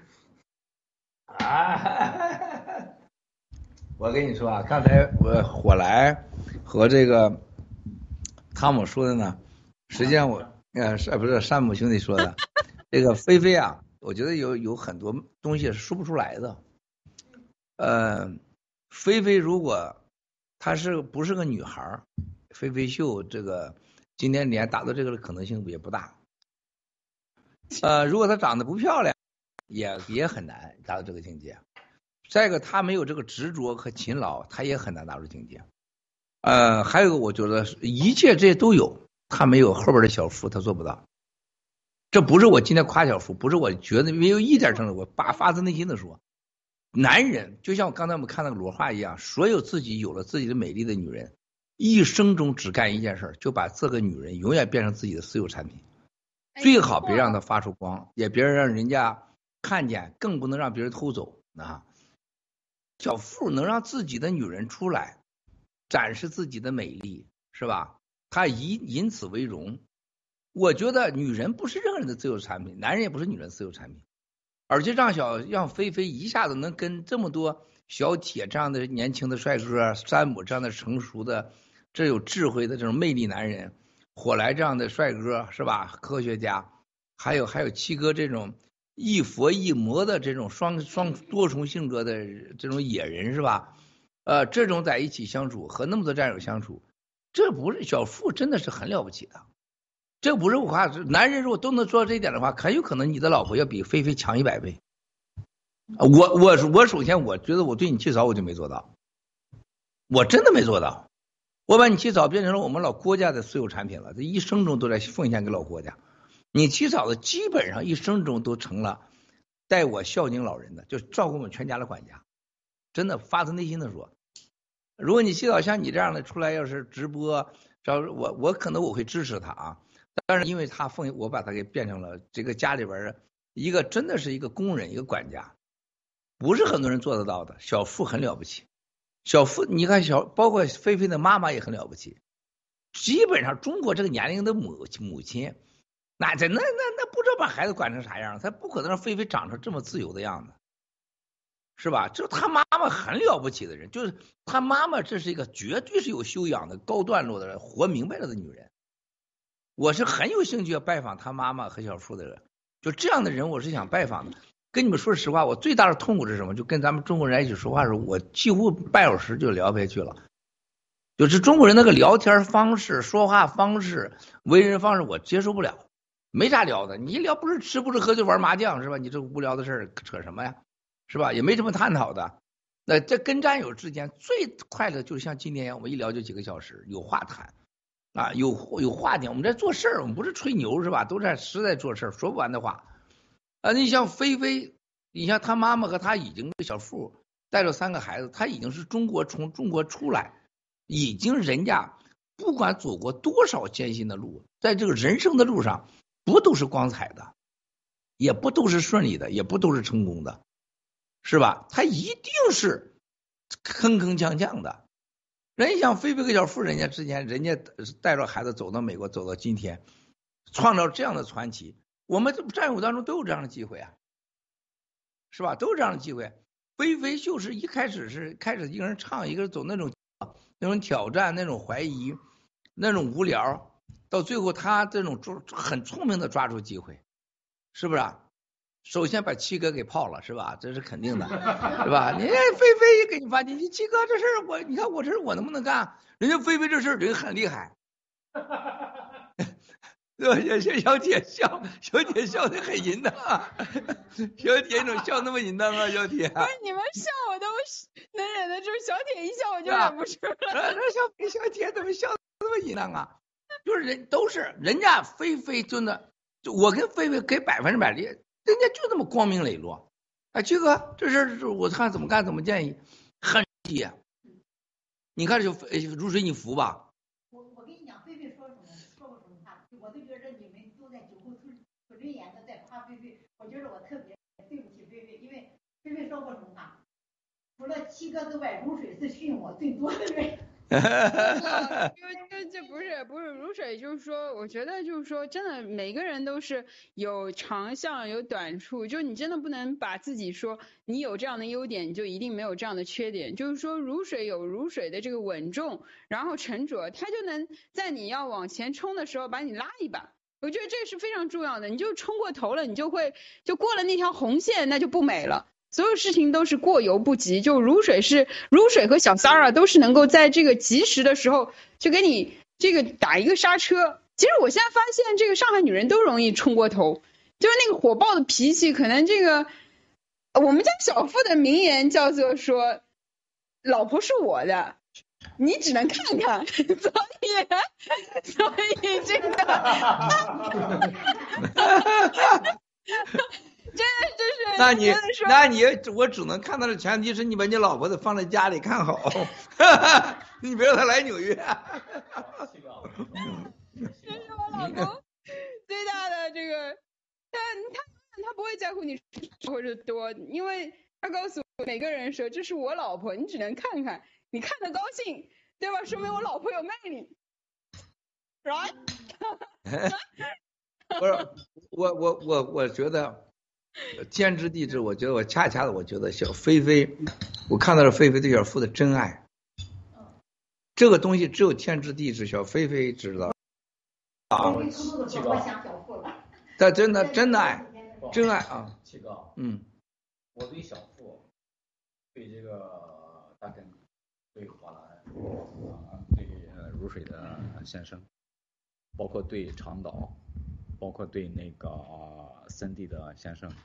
啊，我跟你说啊，刚才我火来和这个汤姆说的呢，实际上我呃是不是山姆兄弟说的，这个菲菲啊，我觉得有有很多东西是说不出来的。呃，菲菲如果她是不是个女孩，菲菲秀这个今天连达到这个的可能性也不大。呃，如果她长得不漂亮，也也很难达到这个境界。再一个，她没有这个执着和勤劳，她也很难达到境界。呃，还有一个，我觉得一切这些都有，她没有后边的小福，她做不到。这不是我今天夸小福，不是我觉得没有一点成就，我发发自内心的说。男人就像刚才我们看那个裸话一样，所有自己有了自己的美丽的女人，一生中只干一件事，就把这个女人永远变成自己的私有产品，最好别让她发出光，也别让人家看见，更不能让别人偷走啊。小富能让自己的女人出来展示自己的美丽，是吧？他以以此为荣。我觉得女人不是任何人的自有产品，男人也不是女人的自有产品。而且让小让菲菲一下子能跟这么多小铁这样的年轻的帅哥，山姆这样的成熟的、这有智慧的这种魅力男人，火来这样的帅哥，是吧？科学家，还有还有七哥这种一佛一魔的这种双双多重性格的这种野人，是吧？呃，这种在一起相处，和那么多战友相处，这不是小富真的是很了不起的。这不是我话，男人如果都能做到这一点的话，很有可能你的老婆要比菲菲强一百倍。我我我首先我觉得我对你起早我就没做到，我真的没做到。我把你起早变成了我们老郭家的私有产品了，这一生中都在奉献给老郭家。你起早的基本上一生中都成了带我孝敬老人的，就照顾我们全家的管家。真的发自内心的说，如果你起早像你这样的出来，要是直播，我我可能我会支持他啊。但是因为他奉我把他给变成了这个家里边一个真的是一个工人，一个管家，不是很多人做得到的。小富很了不起，小富你看小包括菲菲的妈妈也很了不起。基本上中国这个年龄的母母亲，那这那那那不知道把孩子管成啥样，他不可能让菲菲长成这么自由的样子，是吧？就是他妈妈很了不起的人，就是他妈妈这是一个绝对是有修养的高段落的人，活明白了的女人。我是很有兴趣要拜访他妈妈和小富的人，就这样的人我是想拜访的。跟你们说实话，我最大的痛苦是什么？就跟咱们中国人一起说话的时候，我几乎半小时就聊不下去了。就是中国人那个聊天方式、说话方式、为人方式，我接受不了，没啥聊的。你一聊不是吃不是喝就玩麻将，是吧？你这无聊的事儿扯什么呀？是吧？也没什么探讨的。那这跟战友之间最快乐，就像今天我们一聊就几个小时，有话谈。啊，有有话讲，我们在做事儿，我们不是吹牛是吧？都在实在做事儿，说不完的话。啊，你像菲菲，你像他妈妈和他已经小富带着三个孩子，他已经是中国从中国出来，已经人家不管走过多少艰辛的路，在这个人生的路上，不都是光彩的，也不都是顺利的，也不都是成功的，是吧？他一定是铿铿锵锵的。人像菲菲和小富人家之前，人家带着孩子走到美国，走到今天，创造这样的传奇。我们战友当中都有这样的机会啊，是吧？都有这样的机会。菲菲就是一开始是开始一个人唱，一个人走那种那种挑战，那种怀疑，那种无聊，到最后他这种很聪明的抓住机会，是不是啊？首先把七哥给泡了，是吧？这是肯定的，是吧？你菲菲也给你发你你七哥这事儿我，你看我这事我能不能干？人家菲菲这事儿人很厉害，对吧？小小铁笑，小铁笑得很淫荡，小铁你怎么笑那么淫荡啊？小铁， 不是你们笑我都能忍得住，小铁一笑我就忍不住了。 这小小铁怎么笑那么淫荡啊？就是人都是人家菲菲真的，就我跟菲菲给百分之百的。人家就这么光明磊落，哎，七哥，这事儿我看怎么干怎么建议，很低。你看就如水你服吧。 我我跟你讲，菲菲说什么说过什么话，我都觉得你们都在酒后吐吐真言的在夸菲菲，我觉得我特别对不起菲菲，因为菲菲说过什么话，除了七哥之外，如水是训我最多的人。 就这不是不是如水，就是说，我觉得就是说，真的每个人都是有长项有短处，就你真的不能把自己说你有这样的优点，你就一定没有这样的缺点。就是说，如水有如水的这个稳重，然后沉着，它就能在你要往前冲的时候把你拉一把。我觉得这是非常重要的，你就冲过头了，你就会就过了那条红线，那就不美了。所有事情都是过犹不及，就如水是如水和小三儿啊，都是能够在这个及时的时候就给你这个打一个刹车。其实我现在发现，这个上海女人都容易冲过头，就是那个火爆的脾气，可能这个我们家小付的名言叫做说，老婆是我的。你只能看看，所以所以这个真的就是， 那你那你我只能看到的前提是你把你老婆的放在家里看好，你别让她来纽约。 这是我老公最大的这个，但他他不会在乎你或者多，因为他告诉每个人说，这是我老婆，你只能看看。你看得高兴，对吧？说明我老婆有魅力 ，right？ 不是，我我我我觉得天知地知，我觉得我恰恰的，我觉得小菲菲，我看到了菲菲对小付的真爱。这个东西只有天知地知，小菲菲知道啊。但真的真的爱，真爱啊！ 七哥， 嗯， 我对小付，对这个大根。对华兰啊，对呃如水的先生，包括对长岛，包括对那个呃森地的先生，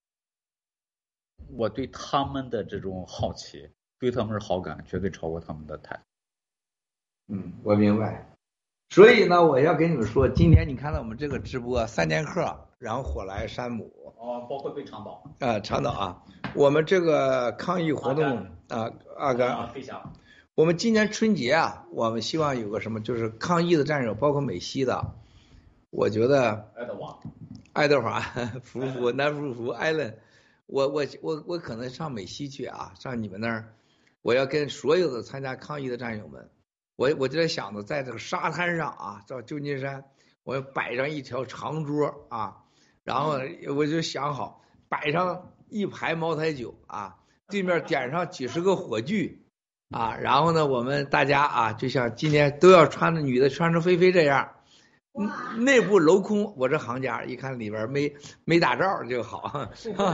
我对他们的这种好奇，对他们的好感，绝对超过他们的态度。 嗯，我明白。所以呢，我要跟你们说，今天你看到我们这个直播三剑客，然后火来山姆， 哦，包括对长岛啊、呃，长岛啊，我们这个抗疫活动啊，阿甘啊， 飞翔。 我们今年春节啊，我们希望有个什么，就是抗疫的战友，包括美西的，我觉得爱德华， 爱德华，福福，南福福，艾伦，我我我我可能上美西去啊，上你们那儿，我要跟所有的参加抗疫的战友们。我我就在想着，在这个沙滩上啊，到旧金山，我要摆上一条长桌啊，然后我就想好摆上一排茅台酒啊，对面点上几十个火炬啊，然后呢，我们大家啊，就像今天都要穿着女的穿成菲菲这样，内部镂空，我这行家一看里边没没打罩就好，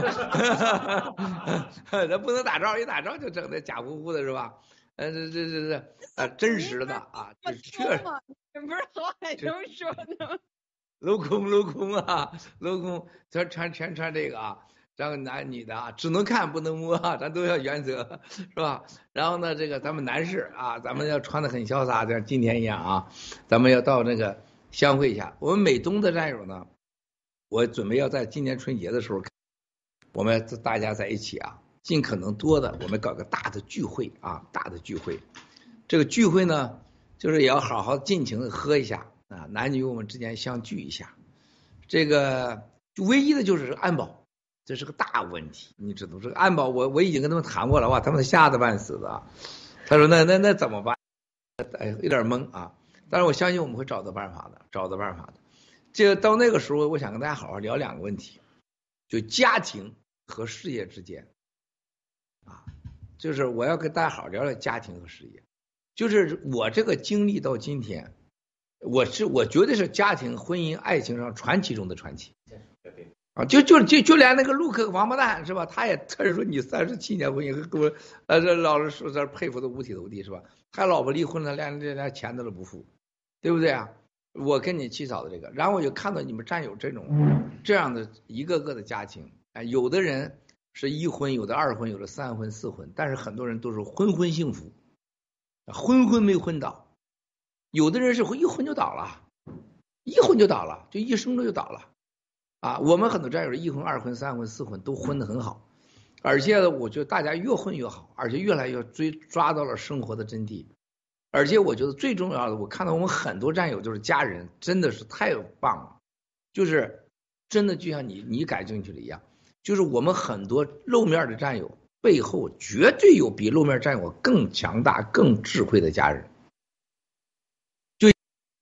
咱不能打罩，一打罩就整的假乎乎的是吧？呃，这这这这啊，真实的啊，这确实不是郝海东说的， 镂空镂空啊，镂空，全穿全穿这个啊，这个男女的啊，只能看不能摸啊，咱都要原则，是吧？然后呢，这个咱们男士啊，咱们要穿的很潇洒，像今天一样啊，咱们要到那个相会一下。我们美东的战友呢，我准备要在今年春节的时候，我们大家在一起啊。尽可能多的，我们搞个大的聚会啊，大的聚会。这个聚会呢，就是也要好好尽情的喝一下啊，男女我们之间相聚一下。这个唯一的就是安保，这是个大问题，你知道这个安保，我我已经跟他们谈过了，哇，他们吓得半死的。他说那那那怎么办？哎，有点懵啊。但是我相信我们会找到办法的，找到办法的。这个到那个时候，我想跟大家好好聊两个问题，就家庭和事业之间。啊，就是我要跟大家好好聊聊家庭和事业。就是我这个经历到今天，我是我绝对是家庭、婚姻、爱情上传奇中的传奇。啊，就就就就连那个陆克王八蛋是吧？他也他是说你三十七年婚姻，给我呃这老是说这佩服的五体投地是吧？他老婆离婚了，连连钱都不付，对不对啊？我跟你起草的这个，然后我就看到你们战友这种这样的一个个的家庭，哎，有的人。是一婚，有的二婚，有的三婚四婚，但是很多人都是婚婚幸福，婚婚没婚倒，有的人是一婚就倒了，一婚就倒了，就一生就倒了啊！我们很多战友一婚、二婚、三婚、四婚都婚得很好，而且呢，我觉得大家越混越好，而且越来越追抓到了生活的真谛，而且我觉得最重要的，我看到我们很多战友就是家人，真的是太棒了，就是真的就像你你感兴趣的一样。就是我们很多露面的战友背后绝对有比露面战友更强大、更智慧的家人，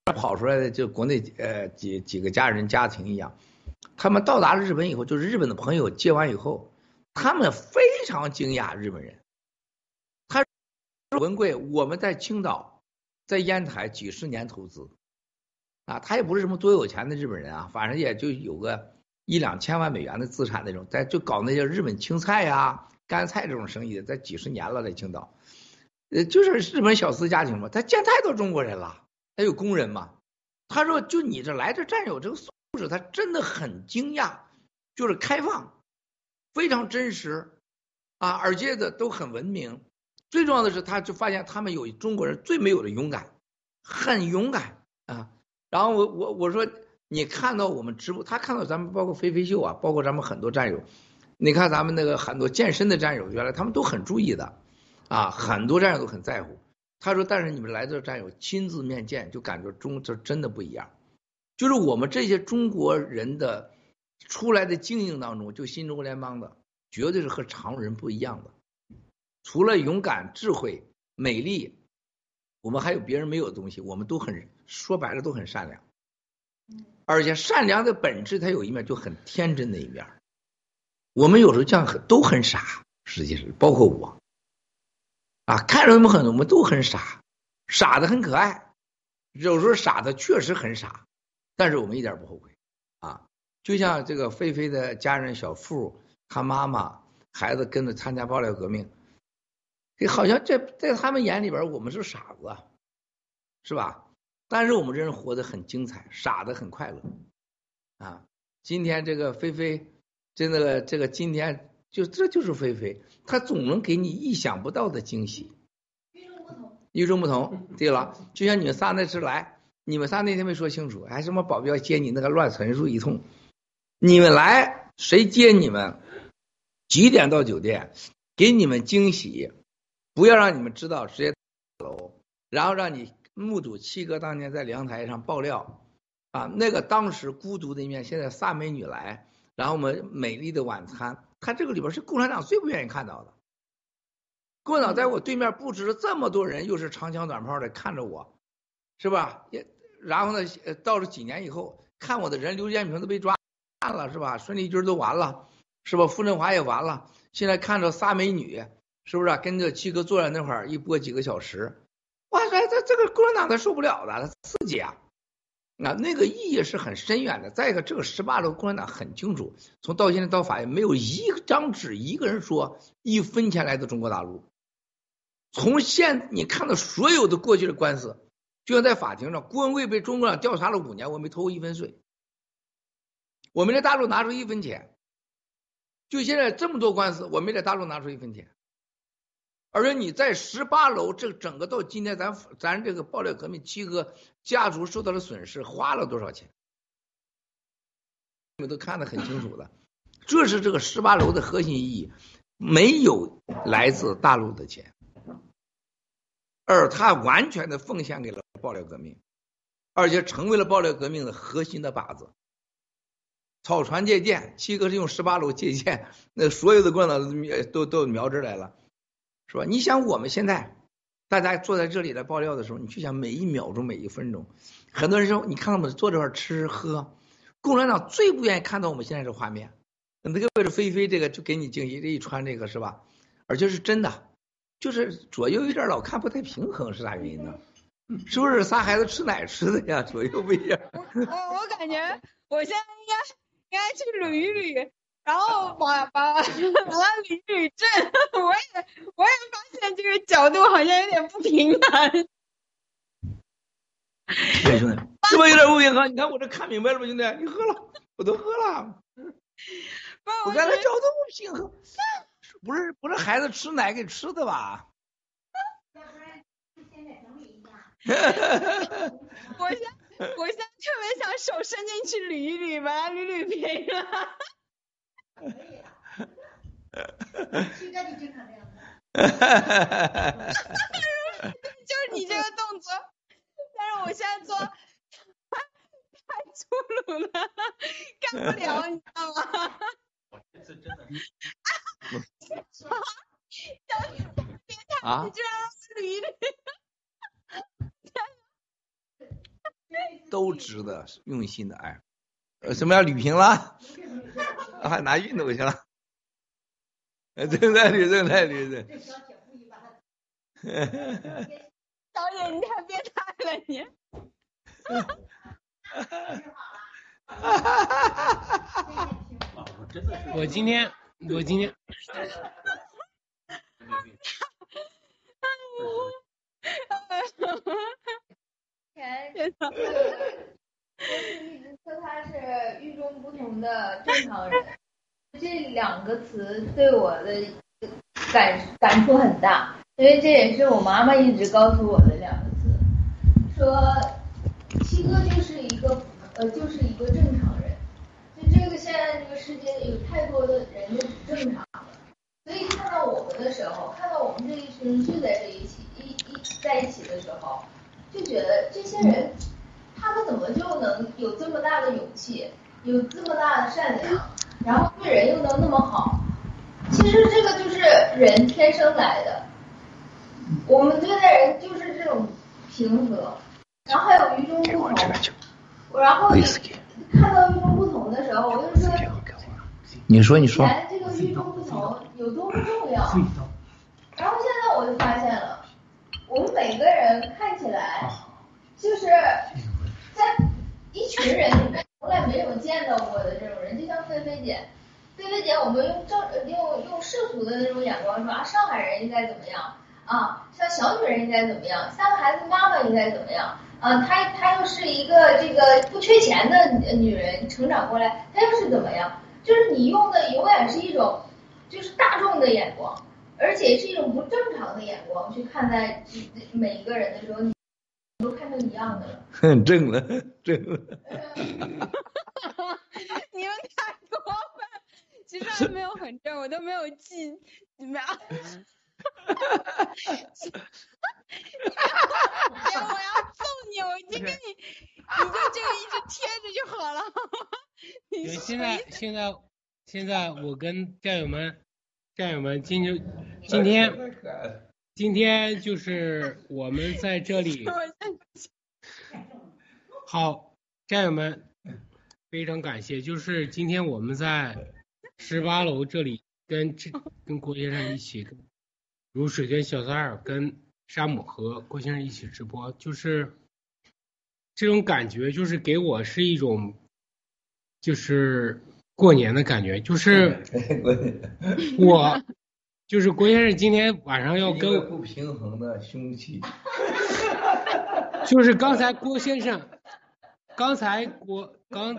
跑出来的就国内呃几几个家人家庭一样，他们到达了日本以后，就是日本的朋友接完以后，他们非常惊讶日本人。他文贵，我们在青岛，在烟台几十年投资，啊，他也不是什么多有钱的日本人啊，反正也就有个一两千万美元的资产那种，在就搞那些日本青菜呀、啊、干菜这种生意的，在几十年了，在青岛，呃，就是日本小资家庭嘛，他见太多中国人了。还有工人嘛？他说：“就你这来这战友这个素质，他真的很惊讶，就是开放，非常真实啊，而且的都很文明。最重要的是，他就发现他们有中国人最没有的勇敢，很勇敢啊。然后我我我说，你看到我们直播，他看到咱们包括飞飞秀啊，包括咱们很多战友，你看咱们那个很多健身的战友，原来他们都很注意的啊，很多战友都很在乎。”他说：“但是你们来这战友亲自面见，就感觉中这真的不一样。就是我们这些中国人的出来的精英当中，就新中国联邦的，绝对是和常人不一样的。除了勇敢、智慧、美丽，我们还有别人没有的东西。我们都很说白了都很善良，而且善良的本质，它有一面就很天真的一面。我们有时候这样很都很傻，实际上包括我。”啊，看着我们很，我们都很傻，傻的很可爱，有时候傻的确实很傻，但是我们一点不后悔啊。就像这个菲菲的家人小付，他妈妈、孩子跟着参加爆料革命，好像这在他们眼里边我们是傻子，是吧？但是我们这人活得很精彩，傻的很快乐啊。今天这个菲菲，真的这个今天。就这就是菲菲，她总能给你意想不到的惊喜，与众不同。与众不同。对了，就像你们仨那次来，你们仨那天没说清楚，还什么保镖接你那个乱陈述一通。你们来，谁接你们？几点到酒店？给你们惊喜，不要让你们知道，直接楼，然后让你目睹七哥当年在阳台上爆料啊，那个当时孤独的一面，现在仨美女来，然后我们美丽的晚餐。他这个里边是共产党最不愿意看到的。共产党在我对面布置了这么多人，又是长枪短炮的看着我，是吧？也然后呢，到了几年以后，看我的人，刘建平都被抓了，是吧？孙立军都完了，是吧？傅振华也完了。现在看着仨美女，是不是、啊、跟着七哥坐在那会儿一播几个小时？哇塞，这这个共产党他受不了了，他刺激啊！啊，那个意义是很深远的。再一个，这个十八楼共产党很清楚，从到现在到法院没有一张纸一个人说一分钱来自中国大陆。从现你看到所有的过去的官司，就像在法庭上，郭文贵被中国党调查了五年，我没投过一分税，我没在大陆拿出一分钱。就现在这么多官司，我没在大陆拿出一分钱。而且你在十八楼，这整个到今天咱咱这个爆料革命七哥家族受到的损失花了多少钱，你们都看得很清楚的。这是这个十八楼的核心意义，没有来自大陆的钱，而他完全的奉献给了爆料革命，而且成为了爆料革命的核心的靶子。草船借箭，七哥是用十八楼借箭，那所有的共产党都都瞄这来了。是吧？你想我们现在大家坐在这里来爆料的时候，你去想每一秒钟每一分钟，很多人说你看我们坐这块吃喝，共产党最不愿意看到我们现在这画面。那个为了菲菲这个就给你惊喜，这一穿这个是吧？而且是真的，就是左右有点老看不太平衡，是啥原因呢？是不是仨孩子吃奶吃的呀？左右不一样。 我我感觉我现在应该应该去捋一捋。然后把把把它捋捋正，我也我也发现这个角度好像有点不平衡。 对兄弟，是不是有点不平衡？你看我这看明白了吧，兄弟？你喝了，我都喝了。我刚才角度不平衡，不是不是孩子吃奶给吃的吧？ 我现我现在特别想手伸进去捋一捋，把它捋捋平了。 可以啊，七哥你经常这样子。 就是你这个动作，但是我现在做太粗鲁了，干不了，你知道吗？ 这次真的。 啊！ 你居然让我捋一捋。 都值得用心的爱。呃，什么要捋平了？还拿熨斗去了？呃，正在捋，正在捋的。 导演，你太变态了你！ 我今天，我今天。 前我一直说他是与众不同的正常人，这两个词对我的感感触很大，因为这也是我妈妈一直告诉我的两个词，说七哥就是一个呃就是一个正常人，就这个现在这个世界有太多的人是正常的，所以看到我们的时候，看到我们这一群人聚在这一起一一在一起的时候，就觉得这些人他们怎么就能有这么大的勇气，有这么大的善良，然后对人又能那么好？其实这个就是人天生来的，我们对待人就是这种平和，然后还有与众不同。然后看到与众不同的时候，我就说， 你说你说， 这个与众不同有多么重要。然后现在我就发现了，我们每个人看起来就是在一群人里面从来没有见到过的这种人，就像菲菲姐，菲菲姐，我们用正用用世俗的那种眼光说啊，上海人应该怎么样啊，像小女人应该怎么样，三个孩子妈妈应该怎么样啊，她她又是一个这个不缺钱的女人，成长过来，她又是怎么样？就是你用的永远是一种就是大众的眼光，而且是一种不正常的眼光去看待每一个人的时候，你都看成一样的了。 很正了，正了。 你们太过分，其实还没有很正，我都没有记你们。姐，我要揍你！我已经跟你，你就这个一直贴着就好了。 对，现在现在现在我跟战友们战友们今天今天今天就是我们在这里。好，战友们，非常感谢，就是今天我们在十八楼这里跟跟郭先生一起，跟如水跟小三儿跟沙姆和郭先生一起直播，就是这种感觉，就是给我是一种就是过年的感觉，就是我就是郭先生今天晚上要跟不平衡的凶器， 就是刚才郭先生，刚才郭刚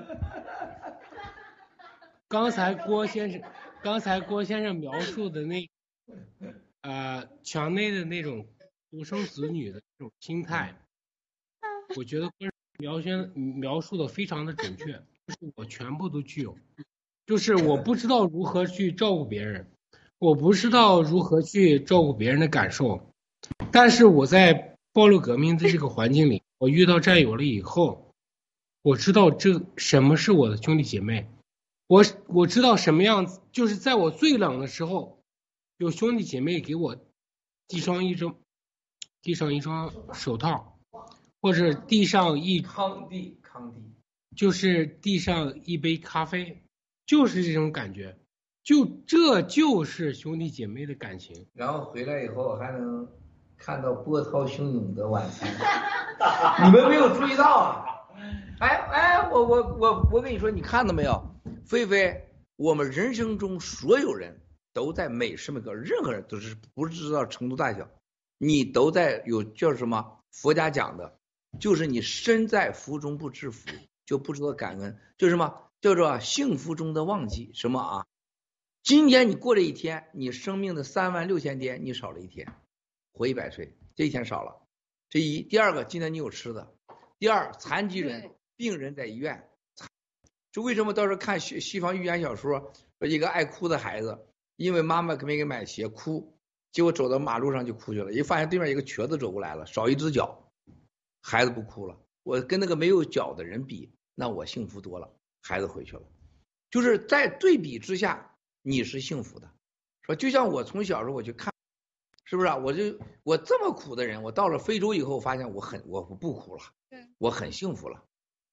刚才郭先生刚才郭先生描述的那呃墙内的那种独生子女的这种心态，我觉得描写描述的非常的准确，就是我全部都具有，就是我不知道如何去照顾别人，我不知道如何去照顾别人的感受，但是我在暴露革命的这个环境里，我遇到战友了以后，我知道这什么是我的兄弟姐妹，我我知道什么样子，就是在我最冷的时候，有兄弟姐妹给我递上一张递上一双手套，或者递上一康帝康帝， 就是递上一杯咖啡，就是这种感觉，就这就是兄弟姐妹的感情。 然后回来以后还能看到波涛汹涌的晚餐，你们没有注意到啊？哎哎，我我我我跟你说，你看到没有，菲菲，我们人生中所有人都在每时每刻，任何人都是不知道程度大小，你都在有叫什么？佛家讲的，就是你身在福中不知福，就不知道感恩，就是什么叫做幸福中的忘记什么啊？今天你过了一天，你生命的三万六千天，你少了一天，活一百岁，这一天少了。这一，第二个，今天你有吃的。第二，残疾人、病人在医院，就为什么到时候看西西方寓言小说，一个爱哭的孩子，因为妈妈没给买鞋哭，结果走到马路上就哭去了，一发现对面一个瘸子走过来了，少一只脚，孩子不哭了。我跟那个没有脚的人比，那我幸福多了，孩子回去了。就是在对比之下，你是幸福的，是吧？就像我从小时候我去看，是不是啊？我就我这么苦的人，我到了非洲以后，发现我很我不苦了，我很幸福了。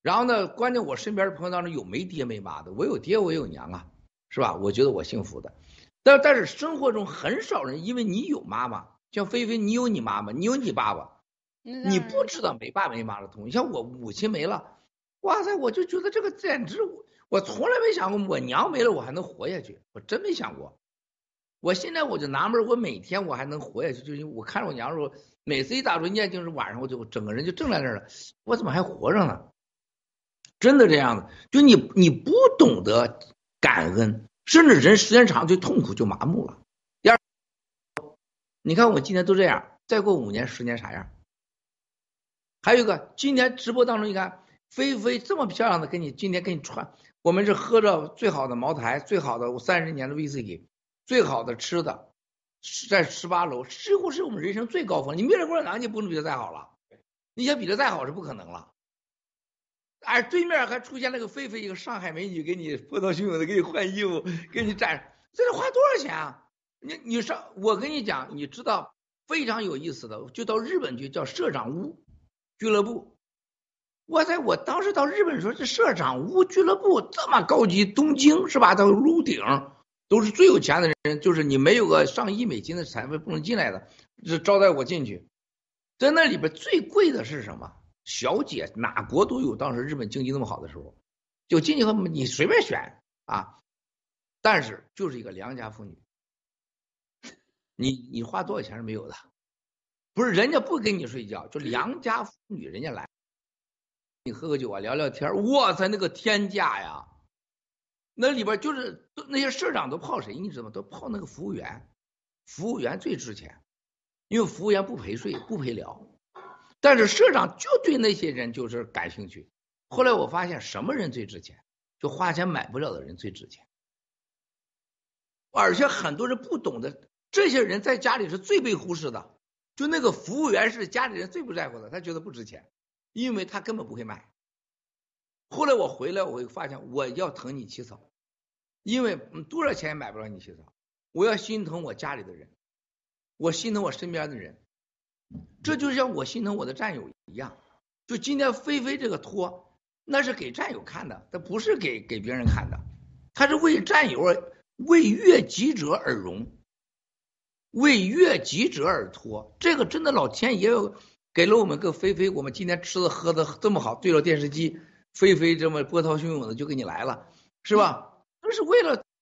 然后呢，关键我身边的朋友当中有没爹没妈的，我有爹我有娘啊，是吧？我觉得我幸福的。但但是生活中很少人，因为你有妈妈，像菲菲，你有你妈妈，你有你爸爸，你不知道没爸没妈的痛。像我母亲没了，哇塞，我就觉得这个简直，我从来没想过我娘没了我还能活下去，我真没想过。我现在我就纳闷，我每天我还能活下去，就因为我看着我娘的时候，每次一打盹念经是晚上，我就整个人就怔在那儿了，我怎么还活着呢？真的这样的，就你你不懂得感恩，甚至人时间长就痛苦就麻木了。第二，你看我今天都这样，再过五年十年啥样？还有一个，今天直播当中，你看菲菲这么漂亮的给你，今天给你穿，我们是喝着最好的茅台，最好的三十年的威士忌，最好的吃的，在十八楼，几乎是我们人生最高峰。你别人共产党你不能比这再好了，你想比这再好是不可能了。而对面还出现了个菲菲，一个上海美女，给你波涛汹涌的给你换衣服，给你展，这得花多少钱啊？你你上，我跟你讲，你知道非常有意思的，就到日本去叫社长屋俱乐部。我在我当时到日本说，这社长屋俱乐部这么高级，东京是吧？到楼顶都是最有钱的人，就是你没有个上亿美金的产品不能进来的，就招待我进去。在那里边最贵的是什么？小姐哪国都有，当时日本经济那么好的时候，就进去后你随便选啊，但是就是一个良家妇女，你你花多少钱是没有的，不是人家不跟你睡觉，就良家妇女人家来，你喝个酒啊聊聊天，哇塞那个天价呀，那里边就是那些社长都泡谁你知道吗？都泡那个服务员，服务员最值钱，因为服务员不陪睡不陪聊。但是社长就对那些人就是感兴趣。后来我发现什么人最值钱？就花钱买不了的人最值钱。而且很多人不懂得，这些人在家里是最被忽视的。就那个服务员是家里人最不在乎的，他觉得不值钱，因为他根本不会卖。后来我回来，我会发现我要疼你起草，因为多少钱也买不了你起草。我要心疼我家里的人，我心疼我身边的人。这就像我心疼我的战友一样，就今天菲菲这个托，那是给战友看的，那不是给给别人看的，他是为战友而为悦己者而容，为悦己者而托。这个真的老天爷给了我们个菲菲，我们今天吃的喝的这么好，对着电视机，菲菲这么波涛汹涌的就给你来了，是吧？这是为了。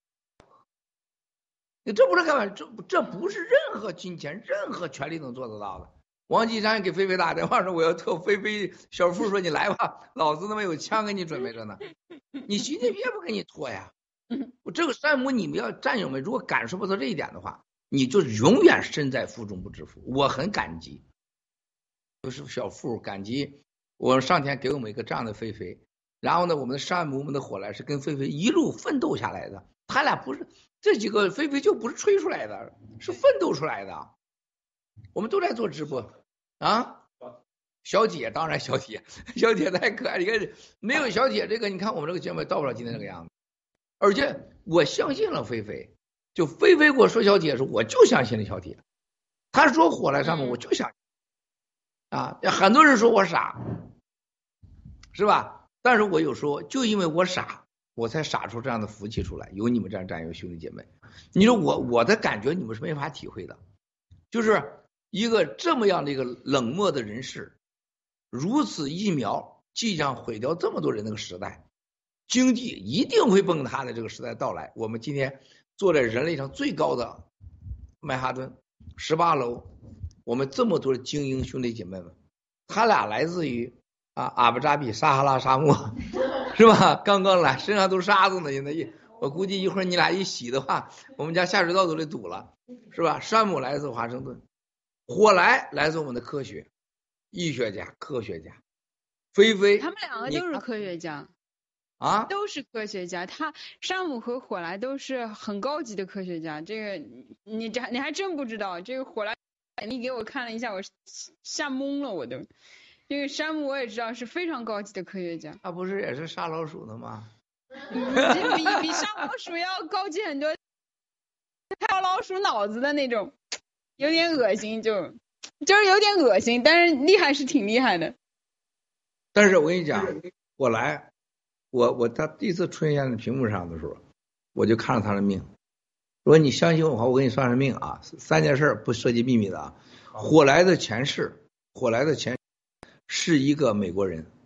你这不是开玩笑，这这不是任何金钱、任何权利能做得到的。王岐山给菲菲打电话说：“我要特菲菲。”小付说：“你来吧，老子他妈有枪给你准备着呢。”你习近平也不给你拖呀。我这个山姆，你们要战友们如果感受不到这一点的话，你就永远身在福中不知福。我很感激，就是小付感激我上天给我们一个这样的菲菲。然后呢，我们的山姆、我们的火来是跟菲菲一路奋斗下来的，他俩不是。这几个菲菲就不是吹出来的，是奋斗出来的。我们都在做直播啊，小铁当然小铁，小铁太可爱。你看没有小铁这个，你看我们这个节目到不了今天这个样子。而且我相信了菲菲，就菲菲给我说小铁的时候，我就相信了小铁。他说火来上面，我就相信啊。很多人说我傻，是吧？但是我有时候就因为我傻。我才傻出这样的福气出来，有你们这样战友兄弟姐妹，你说我我的感觉你们是没法体会的，就是一个这么样的一个冷漠的人士，如此一秒即将毁掉这么多人的时代，经济一定会崩塌的这个时代到来。我们今天坐在人类上最高的曼哈顿十八楼，我们这么多的精英兄弟姐妹们，他俩来自于啊阿布扎比撒哈拉沙漠。是吧？刚刚来，身上都是沙子呢。现在一，我估计一会儿你俩一洗的话，我们家下水道都得堵了，是吧？山姆来自华盛顿，火来来自我们的科学、医学家、科学家，菲菲， 他们两个都是科学家啊， 都是科学家。他山姆和火来都是很高级的科学家。这个你这你还真不知道，这个火来你给我看了一下，我吓懵了，我都。这个山姆我也知道是非常高级的科学家， 他不是也是杀老鼠的吗？ 比比杀老鼠要高级很多，挑老鼠脑子的那种，有点恶心，就就是有点恶心，但是厉害是挺厉害的。 但是我跟你讲，我来，我我他第一次出现在屏幕上的时候，我就看了他的命。如果你相信我的话，我给你算算命啊，三件事不涉及秘密的啊。火来的前世，火来的前是一个美国人。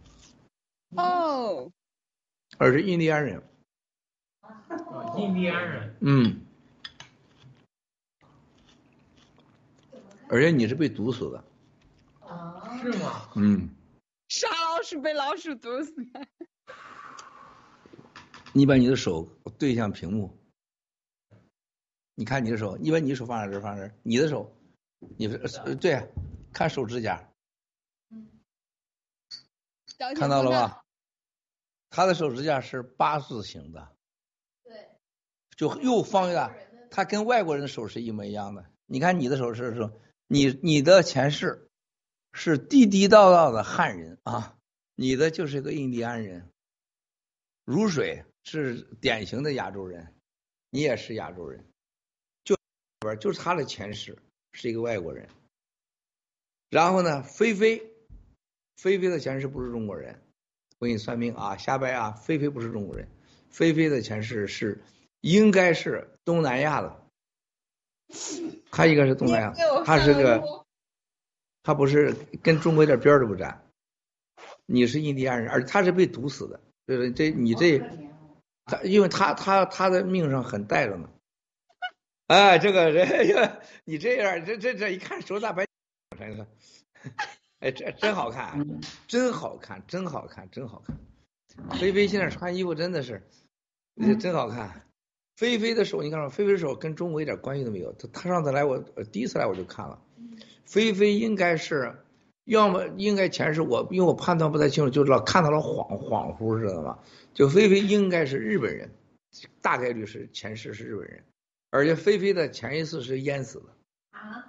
哦。 而是印第安人。 哦，印第安人。 嗯。而且你是被毒死的。 哦，是吗？ 嗯。 杀老鼠被老鼠毒死的。 你把你的手对向屏幕，你看你的手，你把你的手放在这儿，放在这儿，你的手，你呃对、啊，看手指甲。看到了吧？他的手指甲是八字形的。 对。 就又放大，他跟外国人的手是一模一样的。你看你的手是说，你你的前世是地地道道的汉人啊，你的就是个印第安人。如水是典型的亚洲人，你也是亚洲人，就就是他的前世是一个外国人。然后呢，菲菲，菲菲的前世不是中国人。我给你算命啊，瞎掰啊！菲菲不是中国人，菲菲的前世是应该是东南亚的，他应该是东南亚，他是个，他不是跟中国一点边都不沾。你是印第安人，而他是被毒死的，就是这你这，他因为他他他的命上很带着呢。哎，这个人你这样，这这这一看手大白，真是。哎，这真好看，真好看，真好看，真好看。菲菲现在穿衣服真的是，真好看。菲菲的手，你看到菲菲的手跟中国一点关系都没有。他他上次来我第一次来我就看了，菲菲应该是，要么应该前世我因为我判断不太清楚，就知道看到了恍恍惚知道吗？就菲菲应该是日本人，大概率是前世是日本人，而且菲菲的前一次是淹死的。 啊？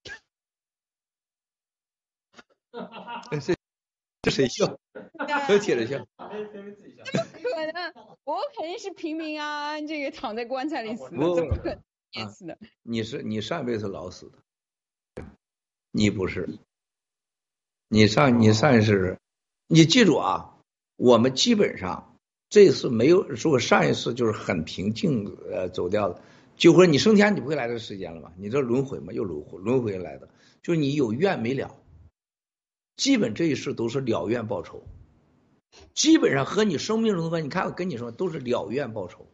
这这谁笑？都贴着笑。 怎么可能？我肯定是平民啊，这个躺在棺材里死的，怎么可能淹死的？ 你是你上辈子老死的，你不是。你上你上一世，你记住啊，我们基本上这次没有，如果上一次就是很平静呃走掉的，就或者你升天你不会来这个世间了嘛？你这轮回嘛，又轮回轮回来的，就是你有怨没了。基本这一世都是了怨报仇，基本上和你生命中的，你看我跟你说都是了怨报仇，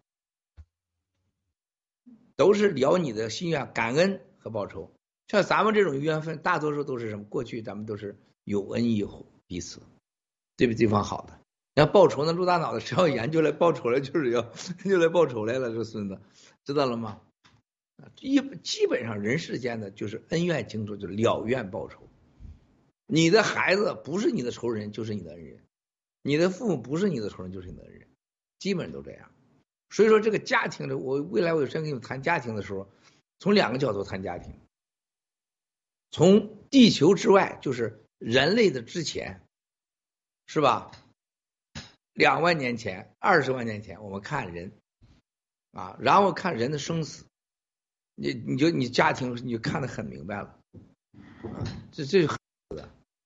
都是了你的心愿、感恩和报仇。像咱们这种缘分，大多数都是什么？过去咱们都是有恩义彼此，对比对方好的。要报仇呢，露大脑袋，谁要研究来报仇来，就是要就来报仇来了，这孙子知道了吗？一基本上人世间的就是恩怨情仇，就是了怨报仇。你的孩子不是你的仇人，就是你的恩人；你的父母不是你的仇人，就是你的恩人，基本都这样。所以说，这个家庭的，我未来我有时间跟你们谈家庭的时候，从两个角度谈家庭。从地球之外，就是人类的之前，是吧？两万年前、二十万年前，我们看人啊，然后看人的生死，你你就你家庭你就看得很明白了，啊，这这很的。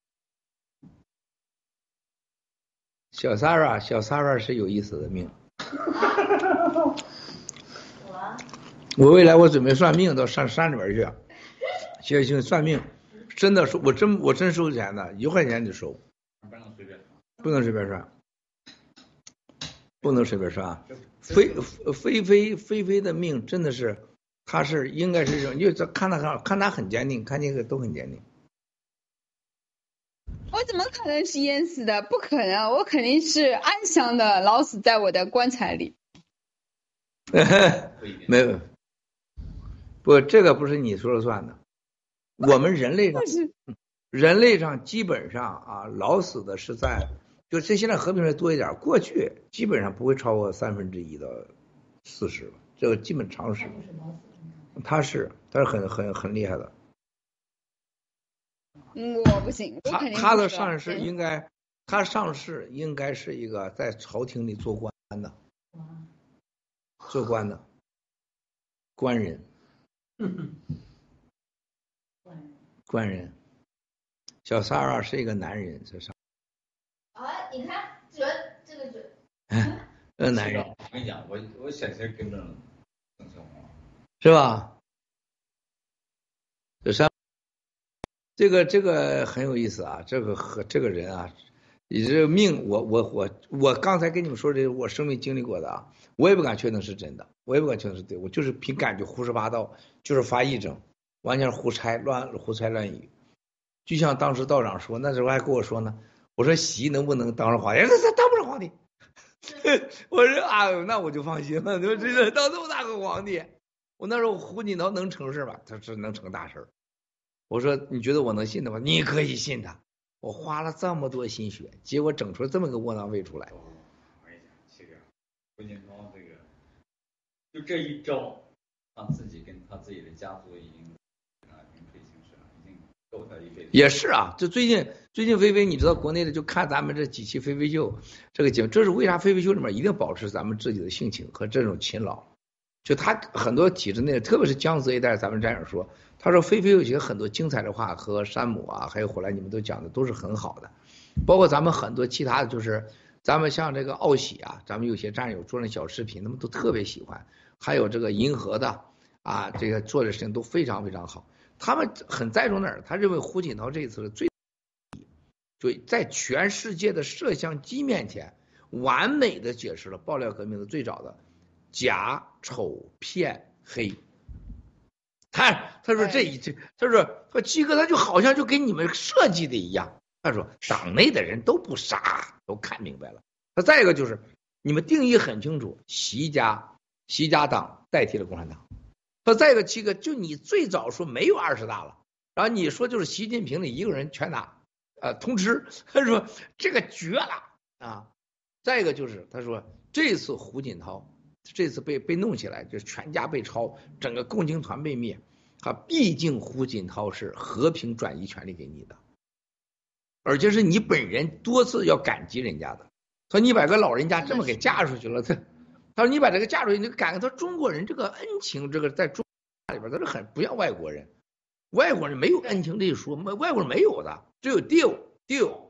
小 Sara， 小 Sara 是有意思的命。我未来我准备算命，到上山里边去。学习算命，真的收，我真我真收钱的，一块钱就收。不能随便算，不能随便算，不能随便算。菲菲菲菲菲的命真的是，他是应该是这种，因为这看他很看他很坚定，看这个都很坚定。 我怎么可能是淹死的？不可能，我肯定是安详的老死在我的棺材里。 没有，不，这个不是你说了算的。我们人类上，人类上基本上啊，老死的是在，就这现在和平人多一点，过去基本上不会超过三分之一到四十，这个基本常识。他是，他是很很很厉害的。 嗯，我不行，我肯定不他他的上世应该，他上世应该是一个在朝廷里做官的，做官的官人，官人。小Sara是一个男人，这上你看准这个准。 这男人， 我跟你讲，我我选择跟着邓小平， 是吧？这山，这个这个很有意思啊，这个和这个人啊，你这个命，我我我我刚才跟你们说这我生命经历过的啊，我也不敢确定是真的，我也不敢确定是对，我就是凭感觉胡说八道，就是发癔症，完全是胡猜乱胡猜乱语。就像当时道长说，那时候还跟我说呢，我说习能不能当上皇帝？他他当不上皇帝。我说啊，那我就放心了，就真的当这么大个皇帝。我那时候胡锦涛能成事吧？他是能成大事。我说你觉得我能信他吗？你可以信他。我花了这么多心血，结果整出这么个窝囊废出来。 我跟你讲，这个胡锦涛这个，就这一招，他自己跟他自己的家族已经啊名垂青史了，已经够他一辈子。 也是啊，就最近最近菲菲，你知道国内的就看咱们这几期菲菲秀这个节目，这是为啥菲菲秀里面一定保持咱们自己的性情和这种勤劳。就他很多体制内，特别是江浙一带，咱们战友说，他说菲菲有些很多精彩的话和山姆啊，还有后来你们都讲的都是很好的，包括咱们很多其他的，就是咱们像这个奥喜啊，咱们有些战友做那小视频，他们都特别喜欢，还有这个银河的啊，这个做的事情都非常非常好。他们很在重哪儿？他认为胡锦涛这一次是最，就在全世界的摄像机面前，完美的解释了爆料革命的最早的假丑骗黑。他他说这一这，他说说七哥他就好像就跟你们设计的一样。他说党内的人都不傻，都看明白了。他再一个就是你们定义很清楚，习家习家党代替了共产党。他再一个七哥，就你最早说没有二十大了，然后你说就是习近平的一个人全打呃通吃，他说这个绝了啊。再一个就是他说这次胡锦涛这次被被弄起来，就全家被抄，整个共青团被灭啊，毕竟胡锦涛是和平转移权利给你的，而且是你本人多次要感激人家的。他说你把个老人家这么给嫁出去了，他他说你把这个嫁出去，你感恩他中国人这个恩情，这个在中国里边他是很不像外国人，外国人没有恩情这一说，外国人没有的，只有 deal deal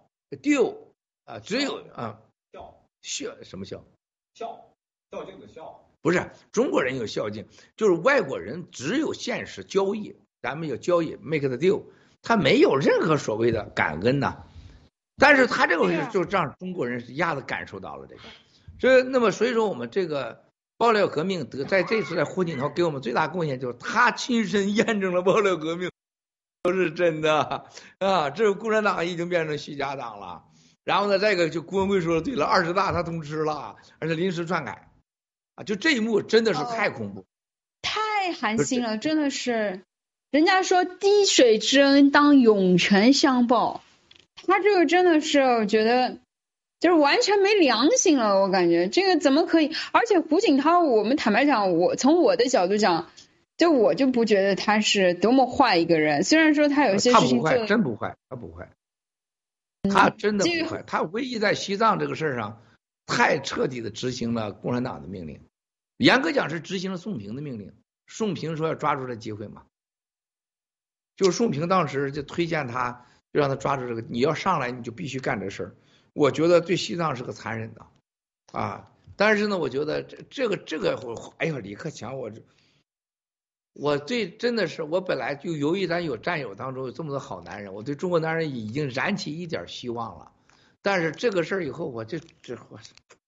deal 啊，只有啊孝什么孝孝孝敬的孝， 不是中国人有孝敬，就是外国人只有现实交易，咱们有交易 make the deal， 他没有任何所谓的感恩呐。但是他这个就让中国人是一下子感受到了这个，所以那么所以说我们这个爆料革命得在这次在胡锦涛给我们最大贡献，就是他亲身验证了爆料革命都是真的啊，这个共产党已经变成习家党了。然后呢，再一个就郭文贵说的对了，二十大他通吃了，而且临时篡改啊，就这一幕真的是太恐怖，哦、 太寒心了，真的是。人家说滴水之恩当涌泉相报，他这个真的是我觉得就是完全没良心了，我感觉这个怎么可以？而且胡锦涛，我们坦白讲，我从我的角度讲，就我就不觉得他是多么坏一个人，虽然说他有些事情做他不坏，真不坏，他不坏。他真的不坏，他唯一在西藏这个事上太彻底的执行了共产党的命令，严格讲是执行了宋平的命令。宋平说要抓住这机会嘛，就是宋平当时就推荐他，就让他抓住这个，你要上来你就必须干这事儿。我觉得对西藏是个残忍的啊，但是呢，我觉得这这个这个，哎呀，李克强，我我对真的是，我本来就由于咱有战友当中有这么多好男人，我对中国男人已经燃起一点希望了。但是这个事儿以后，我这这我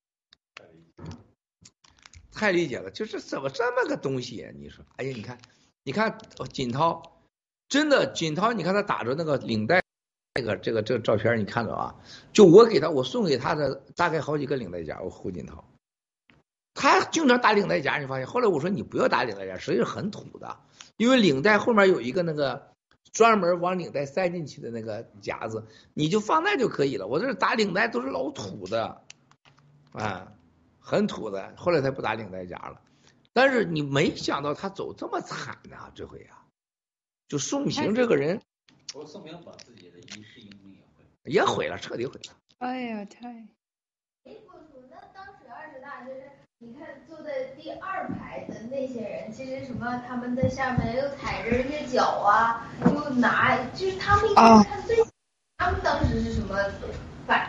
太理解了，就是怎么这么个东西、啊？你说，哎呀，你看，你看锦涛，真的锦涛，你看他打着那个领带，那个这个这个照片你看到啊？就我给他，我送给他的大概好几个领带夹，我胡锦涛。他经常打领带夹，你发现后来我说你不要打领带夹，实际上很土的，因为领带后面有一个那个专门往领带塞进去的那个夹子，你就放那就可以了。我这打领带都是老土的，啊，很土的。后来他不打领带夹了，但是你没想到他走这么惨啊，这回啊，就宋平这个人， 我宋平把自己的一世英名也毁了， 也毁了，彻底毁了。 哎呀，太。 哎，不不，那当时二十大就是。你看坐在第二排的那些人，其实什么他们在下面又踩着人家脚啊，又拿，就是他们一看最，啊、他们当时是什么感感受？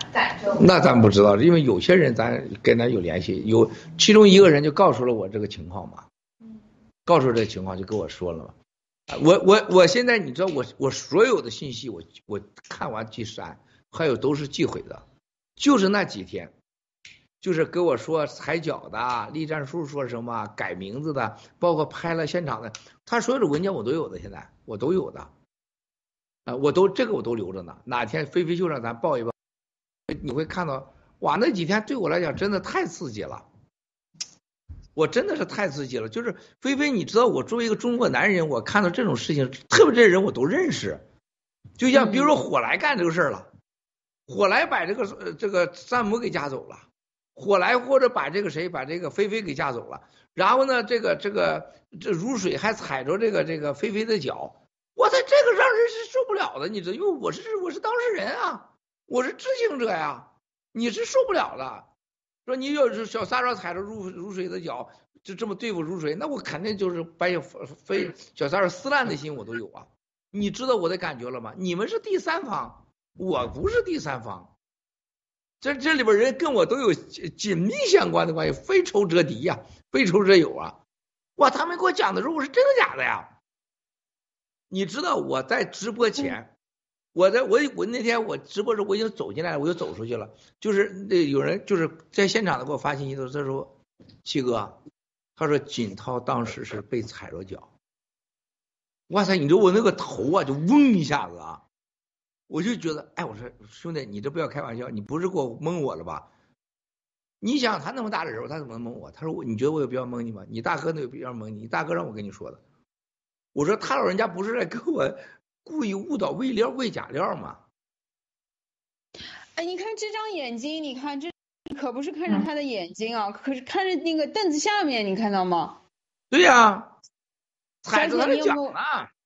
那咱不知道，因为有些人咱跟他有联系，有其中一个人就告诉了我这个情况嘛，告诉这个情况就跟我说了嘛。我我我现在你知道我我所有的信息我我看完即删，还有都是寄回的，就是那几天，就是跟我说踩脚的、栗战书说什么改名字的，包括拍了现场的，他所有的文件我都有的，现在我都有的，啊、呃，我都这个我都留着呢。哪天飞飞秀让咱报一报，你会看到哇，那几天对我来讲真的太刺激了。我真的是太刺激了，就是菲菲，你知道我作为一个中国男人，我看到这种事情，特别这人我都认识，就像比如说火来干这个事儿了，火来把这个呃这个山姆给架走了，火来或者把这个谁把这个菲菲给架走了，然后呢这个这个这如水还踩着这个这个菲菲的脚，我操，这个让人是受不了的，你知道，因为我是我是当事人啊，我是知情者呀，你是受不了的。说你要是小撒手踩着如如水的脚，就这么对付如水，那我肯定就是把非小撒手撕烂的心我都有啊。你知道我的感觉了吗？你们是第三方，我不是第三方，这这里边人跟我都有紧密相关的关系，非仇则敌呀、啊，非仇则友啊。哇，他们给我讲的时候，我是真的假的呀？你知道我在直播前。我在我我那天我直播时候我已经走进来了，我就走出去了。就是那有人就是在现场的给我发信息的时候，他说：“七哥，他说锦涛当时是被踩着脚。”哇塞，你说我那个头啊就嗡一下子啊，我就觉得，哎，我说兄弟，你这不要开玩笑，你不是给我蒙我了吧？你想他那么大的人，他怎么能蒙我？他说你觉得我有必要蒙你吗？你大哥那有必要蒙你？你大哥让我跟你说的。我说他老人家不是在跟我。故意误导喂料喂假料嘛？ 哎，你看这张眼睛，你看这可不是看着他的眼睛啊，嗯、可是看着那个凳子下面，你看到吗？ 对呀、啊，踩着他的脚呢。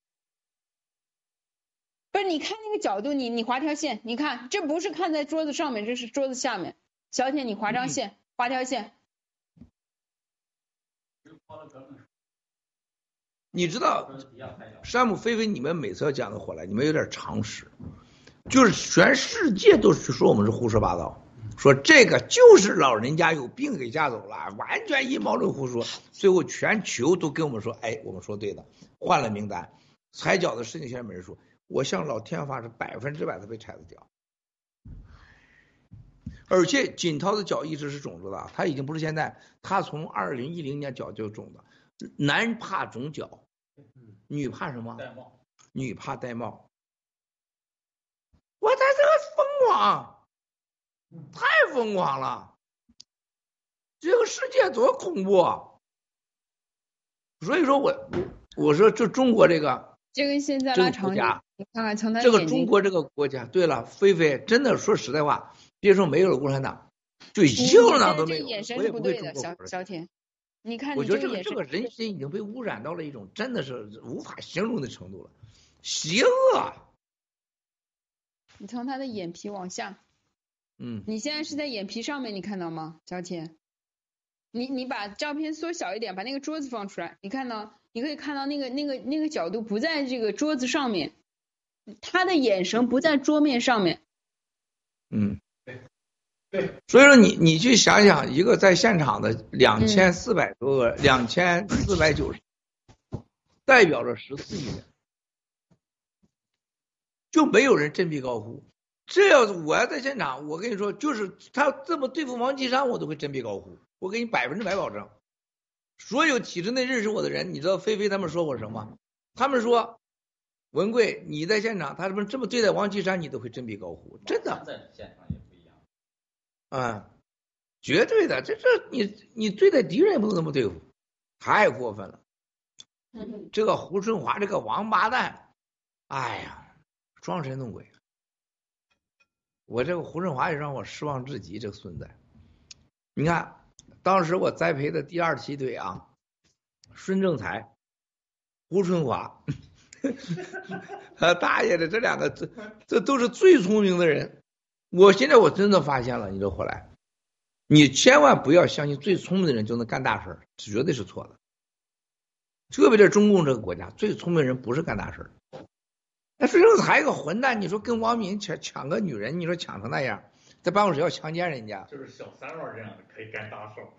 不是，你看那个角度，你你划条线，你看这不是看在桌子上面，这是桌子下面。小铁，你划张线，嗯、划条线。 你知道山姆菲菲，你们每次要讲的火来，你们有点常识，就是全世界都是说我们是胡说八道，说这个就是老人家有病给架走了，完全阴谋论胡说，最后全球都跟我们说，哎，我们说对的，换了名单，踩脚的事情现在没人说，我向老天发誓百分之百的被踩的脚，而且锦涛的脚一直是肿着的，他已经不是现在，他从二零一零年脚就肿的，男怕肿脚。女怕什么？女怕戴帽。我在这个疯狂，太疯狂了，这个世界多恐怖啊！所以说我我我说这中国这个这个现在拉长一点，你看看从他这个中国这个国家，对了，菲菲真的说实在话，别说没有了共产党，就一个党都没有， 眼神是不对的，小小铁。你看你我觉得这个这个人心已经被污染到了一种真的是无法形容的程度了，邪恶。 你从他的眼皮往下， 嗯， 你现在是在眼皮上面，你看到吗，小铁？你你把照片缩小一点，把那个桌子放出来，你看到，你可以看到那个那个那个角度不在这个桌子上面，他的眼神不在桌面上面。 嗯。对，所以说你你去想想，一个在现场的两千四百多个，两千四百九十，代表着十四亿人，就没有人振臂高呼。这要是我要在现场，我跟你说，就是他这么对付王岐山，我都会振臂高呼，我给你百分之百保证。所有体制内认识我的人，你知道菲菲他们说我什么？他们说文贵你在现场，他们这么对待王岐山，你都会振臂高呼，真的。 在现场也嗯，绝对的，这这你你对待敌人也不能这么对付，太过分了。这个胡春华这个王八蛋，哎呀，装神弄鬼。我这个胡春华也让我失望至极，这个孙子。你看，当时我栽培的第二梯队啊，孙政才、胡春华，和大爷的这两个，这这都是最聪明的人。我现在我真的发现了，你这回来，你千万不要相信最聪明的人就能干大事，绝对是错的。特别是中共这个国家，最聪明的人不是干大事。那孙政才一个混蛋，你说跟王敏抢抢个女人，你说抢成那样， 在办公室要强奸人家。 就是小三儿这样的可以干大事儿。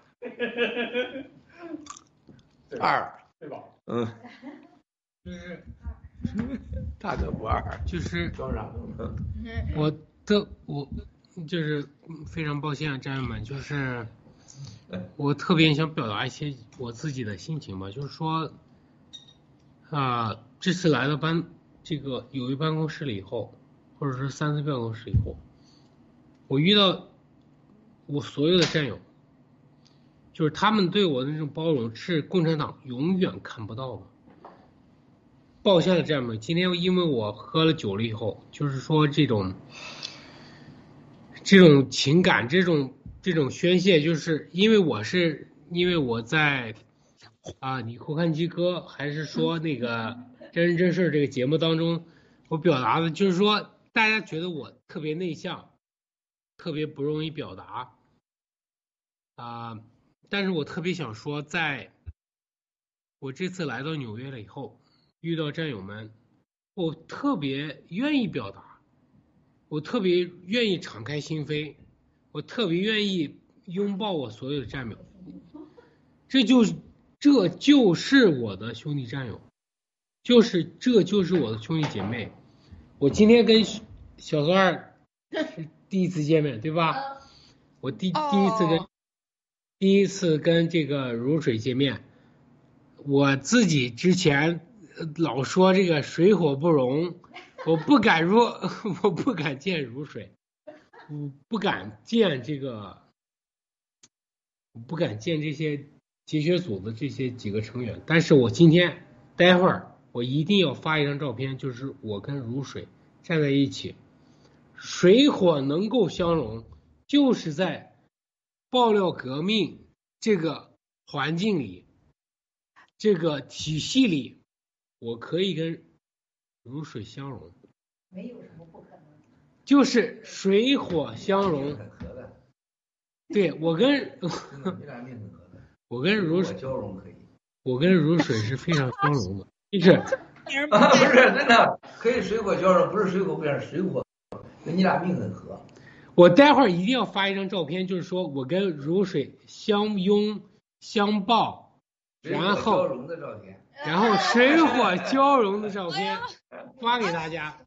二， 对吧？ 嗯， 就是大哥不二， 就是装傻。 我的我就是非常抱歉啊，战友们，就是我特别想表达一些我自己的心情吧，就是说啊、呃，这次来到办这个友谊办公室了以后，或者是三 C 办公室以后，我遇到我所有的战友，就是他们对我的那种包容是共产党永远看不到的。抱歉的战友们，今天因为我喝了酒了以后，就是说这种这种情感，这种这种宣泄，就是因为我是因为我在啊，你扣看鸡哥还是说那个真人真事这个节目当中，我表达的就是说，大家觉得我特别内向，特别不容易表达啊，但是我特别想说，在我这次来到纽约了以后，遇到战友们，我特别愿意表达，我特别愿意敞开心扉，我特别愿意拥抱我所有的战友，这就是这就是我的兄弟战友，就是这就是我的兄弟姐妹。我今天跟小三儿是第一次见面，对吧？我第第一次跟第一次跟这个如水见面，我自己之前老说这个水火不容，我不敢入，我不敢见如水，我不敢见这个，我不敢见这些结学组的这些几个成员。但是我今天待会儿我一定要发一张照片，就是我跟如水站在一起，水火能够相融，就是在爆料革命这个环境里，这个体系里，我可以跟如水相融， 没有什么不可能， 就是水火相融。对，我跟我跟如水交融可以， 我跟如水是非常相融的，就是啊，不是真的可以水火交融，不是水火不相，水火，你俩命很合。 我待会儿一定要发一张照片，就是说我跟如水相拥相抱，然后然后水火交融的照片发给大家。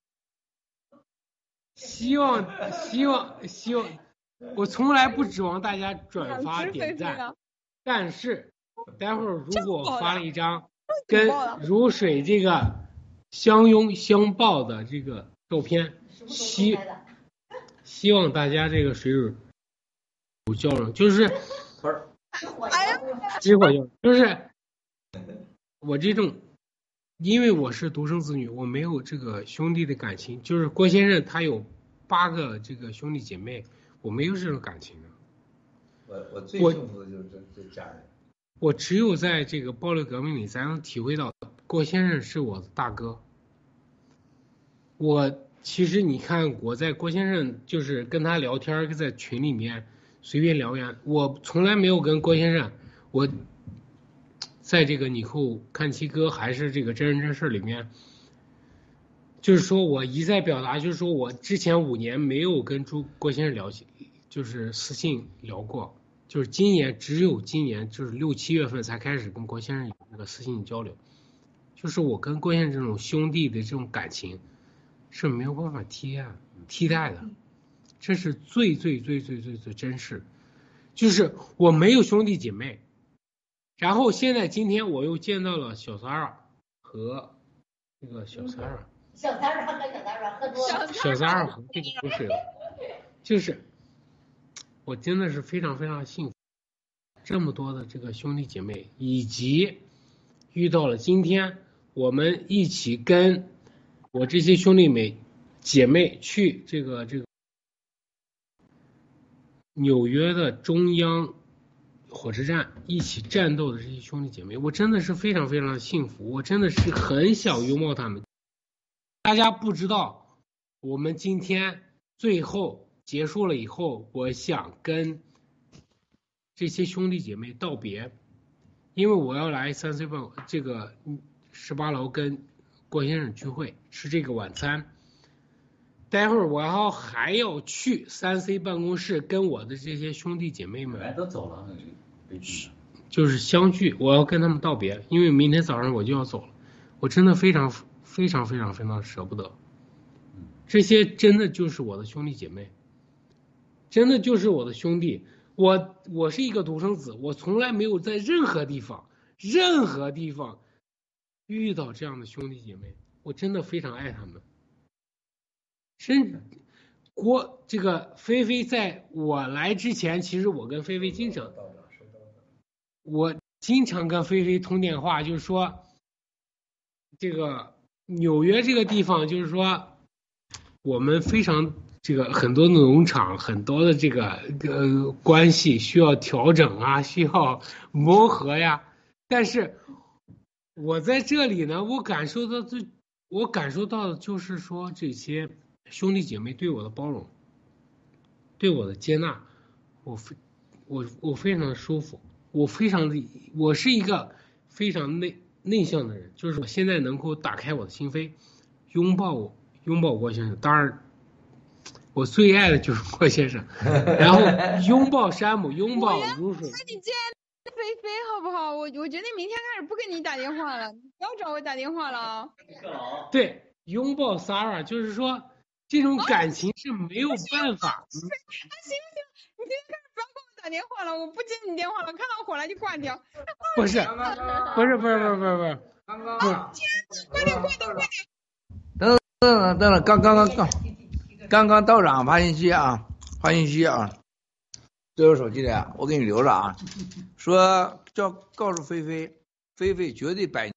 希望希望希望，我从来不指望大家转发点赞，但是待会儿如果我发了一张跟如水这个相拥相抱的这个照片，希希望大家这个水乳交融，就是水火交融，就是我这种，因为我是独生子女，我没有这个兄弟的感情，就是郭先生他有八个这个兄弟姐妹，我没有这种感情的。 我我最幸福的就是这这家人。 我只有在这个暴力革命里才能体会到郭先生是我的大哥。我其实你看我在郭先生就是跟他聊天，在群里面随便聊天，我从来没有跟郭先生，我在这个你后看七哥还是这个真人真事里面，就是说我一再表达，就是说我之前五年没有跟朱郭先生聊起，就是私信聊过，就是今年只有今年就是六七月份才开始跟郭先生有那个私信交流，就是我跟郭先生这种兄弟的这种感情是没有办法替代替代的，这是最最最最最最真实，就是我没有兄弟姐妹，然后现在今天我又见到了小三儿和这个小三儿， 小三儿和小三儿喝多了， 小三儿和这个不是，就是我真的是非常非常幸福，这么多的这个兄弟姐妹，以及遇到了今天我们一起跟我这些兄弟妹姐妹去这个这个纽约的中央火车站一起战斗的这些兄弟姐妹，我真的是非常非常的幸福，我真的是很想拥抱他们。大家不知道，我们今天最后结束了以后，我想跟这些兄弟姐妹道别，因为我要来三 C 办这个十八楼跟郭先生聚会，吃这个晚餐。 待会儿我要还要去三 C 办公室跟我的这些兄弟姐妹们都走了， 就是相聚，我要跟他们道别，因为明天早上我就要走了，我真的非常非常非常非常舍不得。这些真的就是我的兄弟姐妹，真的就是我的兄弟。我我是一个独生子，我从来没有在任何地方任何地方遇到这样的兄弟姐妹，我真的非常爱他们。甚国这个菲菲在我来之前，其实我跟菲菲经常，我经常跟菲菲通电话，就是说这个纽约这个地方，就是说我们非常这个很多的农场，很多的这个呃关系需要调整啊，需要磨合呀。但是我在这里呢，我感受到最我感受到的就是说这些兄弟姐妹对我的包容，对我的接纳，我非我我非常的舒服，我非常的我是一个非常内内向的人，就是我现在能够打开我的心扉，拥抱我拥抱郭先生，当然我最爱的就是郭先生，然后拥抱山姆，拥抱如水。 那你接菲菲好不好？我我决定明天开始不给你打电话了，不要找我打电话了啊。 对，拥抱 Sarah， 就是说这种感情是没有办法。 行不行？你今天开始不要给我打电话了，我不接你电话了，看到火来就挂掉。 不是，不是，不是，不是，不是，不是。 刚刚啊，快点，快点，快点！ 等等等等，刚刚刚刚刚刚道长发信息啊，发信息啊，这有手机的呀，我给你留着啊。说叫告诉菲菲，菲菲绝对百。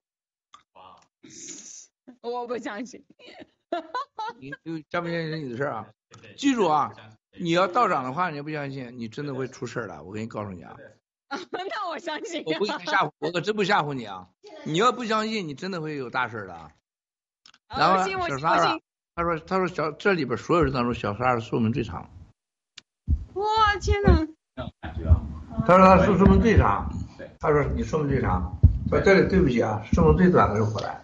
我不相信。 你就相不相信是你的事啊？记住啊，你要道长的话，你要不相信，你真的会出事的。我给你告诉你啊。 那我相信、啊。 我不给你吓唬，我可真不吓唬你啊！你要不相信，你真的会有大事的啊。然后小莎莎，他说他说小这里边所有人当中，小莎莎寿命最长。 哇天哪！ 他说他寿寿命最长，他说你寿命最长。说这里对不起啊，寿命最短的是火来。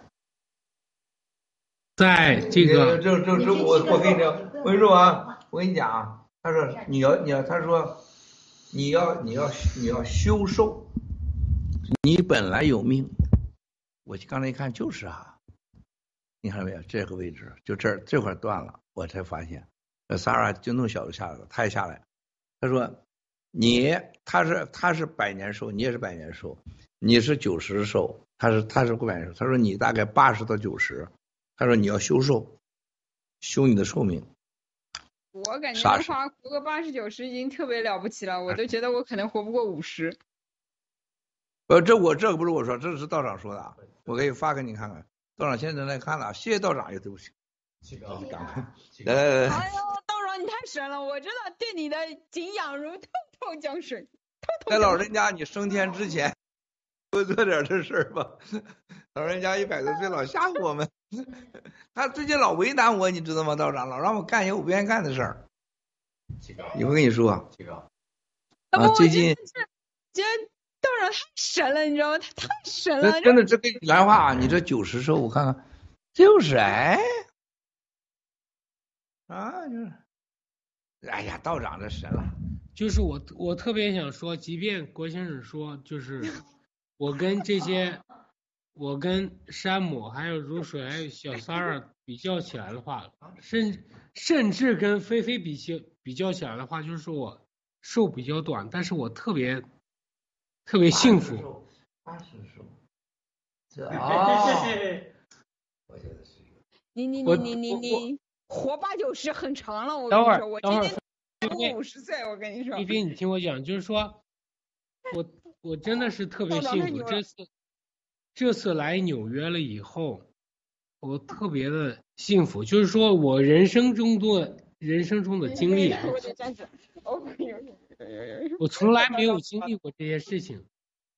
在这个这这这我我跟你讲，我跟你说啊，我跟你讲啊，他说你要你要他说你要你要你要修寿，你本来有命。我刚才一看就是啊，你看到没有？这个位置就这儿这块断了，我才发现，呃，萨拉就弄小就下来了，他也下来。他说你他是他是百年寿，你也是百年寿，你是九十寿，他是他是过百年寿。他说你大概八十到九十。他说你要修寿，修你的寿命。 我感觉的话，活个八十九十已经特别了不起了，我都觉得我可能活不过五十。 呃，这我这个不是我说，这是道长说的，我可以发给你看看。道长现在正在看了，谢谢道长，也对不起。来来来， 哎呦，道长你太神了，我真的对你的敬仰如滔滔江水。 在老人家你升天之前，多做点这事儿吧。老人家一百多岁老吓唬我们。他最近老为难我，你知道吗？道长老让我干一些我不愿意干的事儿。以后跟你说，啊，最近觉得道长太神了，你知道吗？他太神了。 真的，这跟你来话啊，你这九十寿，我看看，就是哎，啊，就是，哎呀，道长这神了。 就是我，我特别想说，即便郭先生说，就是我跟这些。我跟山姆还有如水还有小三儿比较起来的话，甚甚至跟菲菲比起比较起来的话，就是说我寿比较短，但是我特别特别幸福。 八十寿，这啊！你你你你你你活八九十很长了，我跟你说，我今年五十岁，我跟你说。 菲菲，你听我讲，就是说我我真的是特别幸福，这次。这次来纽约了以后，我特别的幸福，就是说我人生中的人生中的经历，我从来没有经历过这些事情。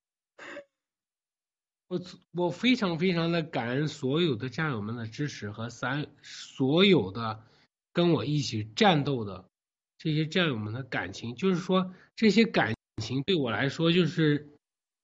我我非常非常的感恩所有的战友们的支持和三所有的跟我一起战斗的这些战友们的感情，就是说这些感情对我来说就是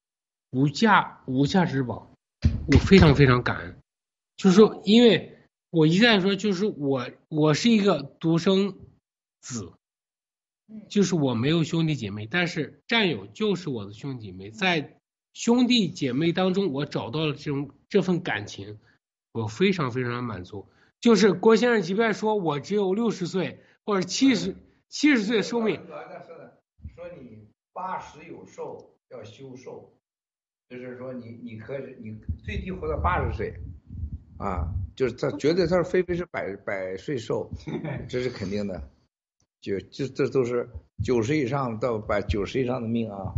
无价无价之宝，我非常非常感恩。就是说，因为我一再说，就是我我是一个独生子，就是我没有兄弟姐妹，但是战友就是我的兄弟姐妹，在兄弟姐妹当中，我找到了这种这份感情，我非常非常满足。就是郭先生，即便说我只有六十岁或者七十七十岁的寿命， 说你八十有寿要修寿，就是说你你可以你最低活到八十岁，啊，就是他绝对他是非非是百百岁寿，这是肯定的，就这这都是九十以上到百九十以上的命啊，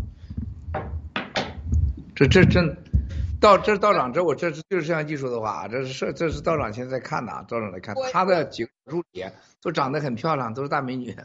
这这真。道这道长，这我这是就是像艺术的话，这是这是道长现在看的，道长来看他的几个助理都长得很漂亮，都是大美女。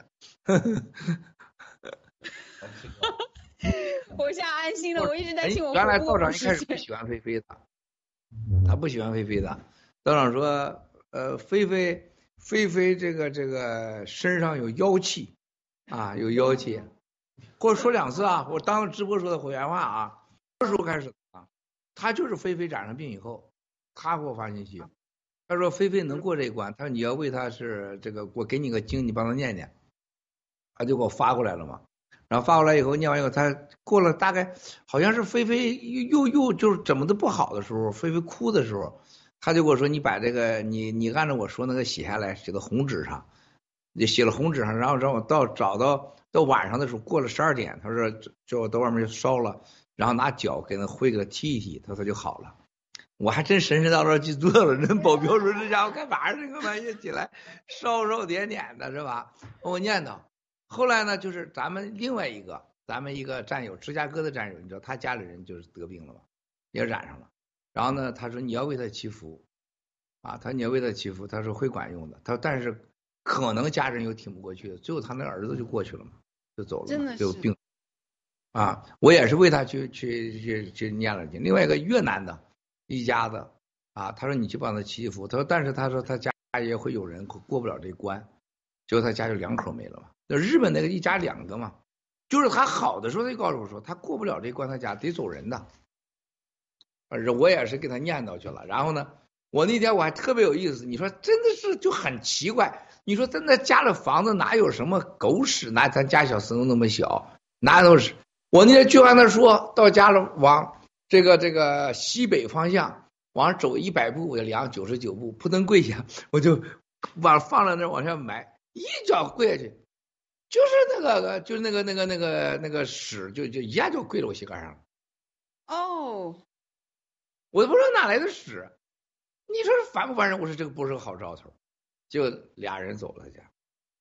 我现在安心了，我一直在听我。 原来道长一开始不喜欢菲菲的，他不喜欢菲菲的。道长说，呃，菲菲菲菲这个这个身上有妖气啊，有妖气。或者说两次啊，我当直播说的回原话啊，这时候开始。他就是菲菲染上病以后，他给我发信息，他说菲菲能过这一关，他说你要为他是这个，我给你个经，你帮他念念，他就给我发过来了嘛。然后发过来以后念完以后，他过了大概好像是菲菲又又又就是怎么都不好的时候，菲菲哭的时候，他就跟我说你把这个你你按照我说那个写下来，写到红纸上，你写了红纸上，然后让我到找到到晚上的时候过了十二点，他说就我到外面就烧了。然后拿脚给那灰给他踢一踢，他他就好了。我还真神神叨叨去做了。人保镖说这家伙干嘛这个玩意起来烧烧点点的是吧？我念叨。后来呢，就是咱们另外一个，咱们一个战友，芝加哥的战友，你知道他家里人就是得病了嘛，也染上了。然后呢，他说你要为他祈福，啊，他说你要为他祈福，他说会管用的。他说但是可能家人又挺不过去的，最后他那儿子就过去了嘛，就走了嘛， 真的是就病。啊，我也是为他去去去去念了经。另外一个越南的一家子啊，他说你去帮他祈福，他说但是他说他家也会有人过不了这关，结果他家就两口没了嘛。那日本那个一家两个嘛，就是他好的时候他就告诉我说他过不了这关，他家得走人的。而我也是给他念叨去了。然后呢，我那天我还特别有意思，你说真的是就很奇怪，你说真的家里房子哪有什么狗屎，哪咱家小森那么小，哪都是。我那天去完那说到家了，往这个这个西北方向往走一百步，我就量九十九步，扑腾跪下，我就往放在那往下埋，一脚跪下去，就是那个就是那个那个那个那个屎，就就一下就跪到我膝盖上了。 哦， 我都不知道哪来的屎，你说是烦不烦人？我说这个不是个好兆头，就俩人走了他家。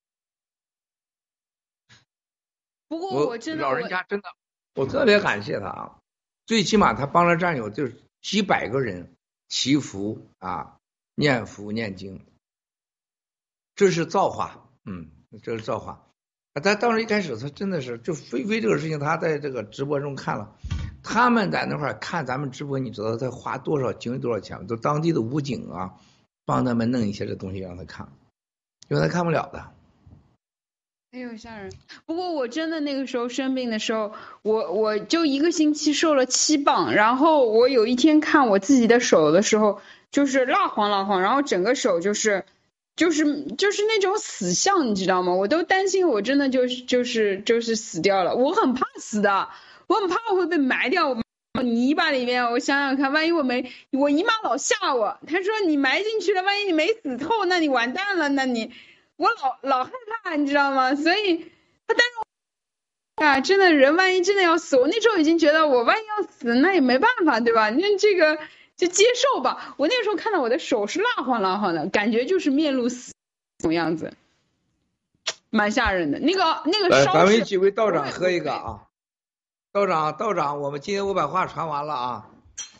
不过我真的老人家真的，我特别感谢他啊！最起码他帮了战友，就是几百个人祈福啊、念福念经，这是造化，嗯，这是造化。他当时一开始他真的是就菲菲这个事情，他在这个直播中看了，他们在那块看咱们直播，你知道他花多少精力多少钱吗？都当地的武警啊，帮他们弄一些这东西让他看，因为他看不了的。 哎呦吓人！不过我真的那个时候生病的时候，我我就一个星期瘦了七磅，然后我有一天看我自己的手的时候，就是蜡黄蜡黄，然后整个手就是就是就是那种死相，你知道吗？我都担心我真的就是就是就是死掉了，我很怕死的，我很怕我会被埋掉泥巴里面。我想想看，万一我没，我姨妈老吓我，她说你埋进去了，万一你没死透，那你完蛋了，那你。我老老害怕，你知道吗？所以，但是我啊，真的人万一真的要死，我那时候已经觉得我万一要死，那也没办法，对吧？那这个就接受吧。我那个时候看到我的手是蜡黄蜡黄的，感觉就是面露死这种样子，蛮吓人的。那个那个烧， 咱们几位道长喝一个啊！道长道长，我们今天我把话传完了啊！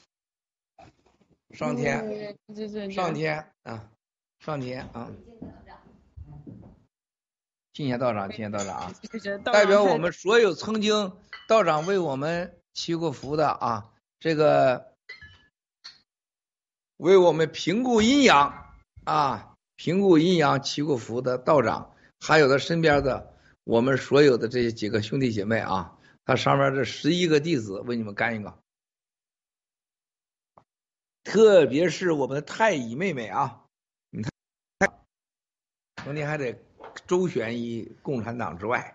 上天，上天啊，上天啊！敬谢道长，敬谢道长啊！代表我们所有曾经道长为我们祈过福的啊，这个为我们评估阴阳啊，评估阴阳祈过福的道长，还有他身边的我们所有的这几个兄弟姐妹啊，他上面这十一个弟子为你们干一个，特别是我们的太乙妹妹啊，你太。 成天还得周旋于共产党之外。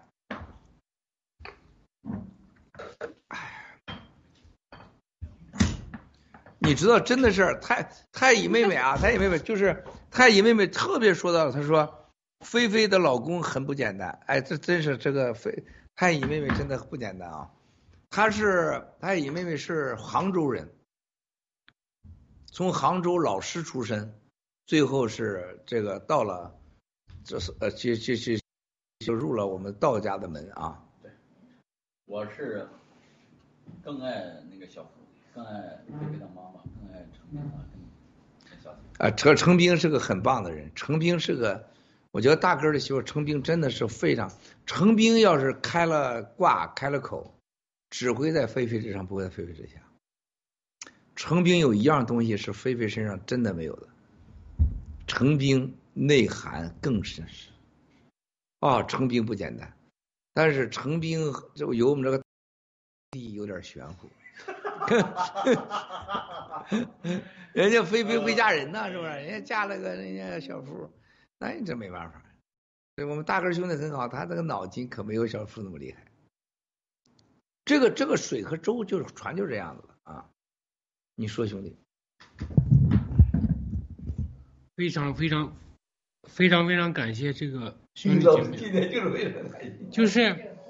你知道，真的是太太乙妹妹啊，太乙妹妹就是太乙妹妹特别说到，她说菲菲的老公很不简单，哎，这真是这个菲太乙妹妹真的不简单啊。她是太乙妹妹是杭州人，从杭州老师出身，最后是这个到了，这是呃，就就就就入了我们道家的门啊。 对，我是更爱那个小福。更爱菲菲的妈妈，更爱程兵啊，更小姐。 啊，程程兵是个很棒的人，程兵是个，我觉得大哥的媳妇程兵真的是非常，程兵要是开了挂开了口，只会在菲菲之上，不会在菲菲之下。程兵有一样东西是菲菲身上真的没有的，程兵内涵更深实。啊，程兵不简单，但是程兵就有我们这个地有点玄乎。人家菲菲会嫁人呢，是不是？人家嫁了个人家小富，那你这没办法。对，我们大哥兄弟很好，他这个脑筋可没有小富那么厉害。这个这个水和舟就是船就这样子了啊！你说兄弟， 非常非常非常非常感谢这个兄弟姐妹， 今天就是为了就是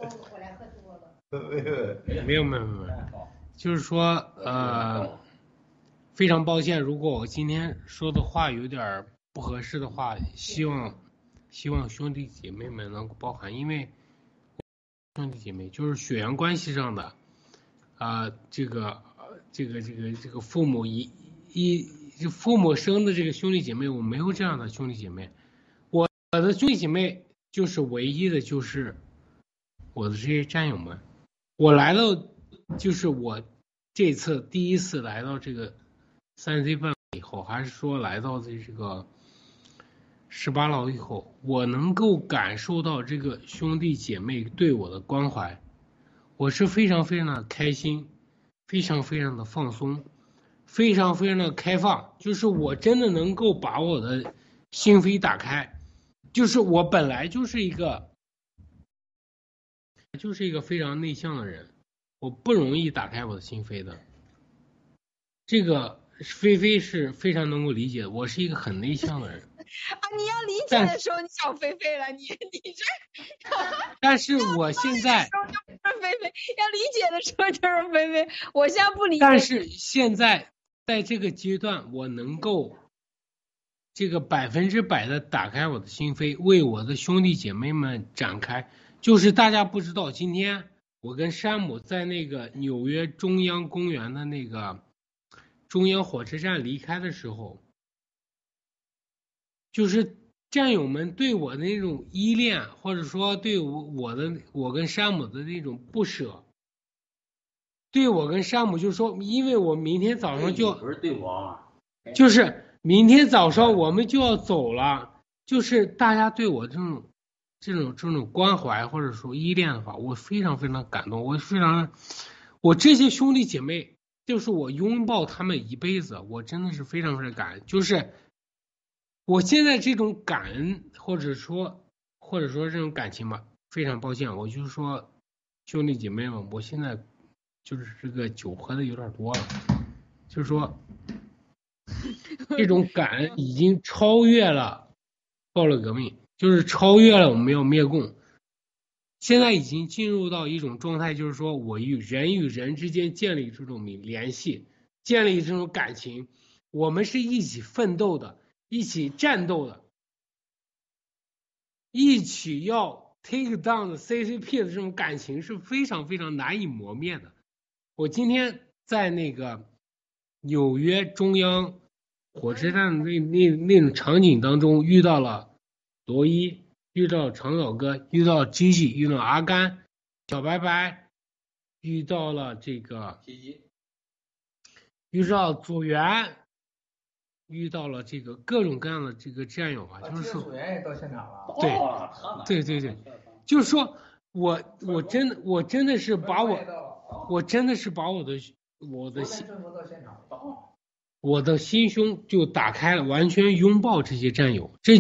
没有没有没有。就是说，呃，非常抱歉，如果我今天说的话有点不合适的话，希望希望兄弟姐妹们能够包涵，因为兄弟姐妹就是血缘关系上的，啊、呃，这个这个这个这个父母一一父母生的这个兄弟姐妹，我没有这样的兄弟姐妹，我我的兄弟姐妹就是唯一的，就是我的这些战友们，我来到。就是我这次第一次来到这个三 C 范围以后，还是说来到这个十八楼以后，我能够感受到这个兄弟姐妹对我的关怀，我是非常非常的开心，非常非常的放松，非常非常的开放，就是我真的能够把我的心扉打开，就是我本来就是一个就是一个非常内向的人。我不容易打开我的心扉的，这个菲菲是非常能够理解的。我是一个很内向的人啊！你要理解的时候，你想菲菲了，你你这。 但是我现在就是菲菲，要理解的时候就是菲菲。我现在不理解。 但是现在在这个阶段，我能够这个百分之百的打开我的心扉，为我的兄弟姐妹们展开。就是大家不知道，今天。我跟山姆在那个纽约中央公园的那个中央火车站离开的时候，就是战友们对我的那种依恋，或者说对我我的我跟山姆的那种不舍，对我跟山姆就说，因为我明天早上就不是对我， 就是明天早上我们就要走了，就是大家对我这种。这种这种关怀或者说依恋的话，我非常非常感动，我非常，我这些兄弟姐妹，就是我拥抱他们一辈子，我真的是非常非常感恩。就是我现在这种感恩或者说或者说这种感情吧，非常抱歉，我就是说兄弟姐妹们，我现在就是这个酒喝的有点多了，就是说这种感恩已经超越了暴力革命。就是超越了我们要灭共，现在已经进入到一种状态，就是说我与人与人之间建立这种联系，建立这种感情，我们是一起奋斗的，一起战斗的，一起要 take down 的 C C P 的这种感情是非常非常难以磨灭的。我今天在那个纽约中央火车站那那那种场景当中遇到了罗伊，遇到长岛哥，遇到 Gigi， 遇到阿甘，小白白，遇到了这个遇到组员，遇到了这个各种各样的这个战友啊，就是说组员也到现场了。 对，对对对，就是说我我真的我真的是把我我真的是把我的我的心我的心胸就打开了，完全拥抱这些战友。这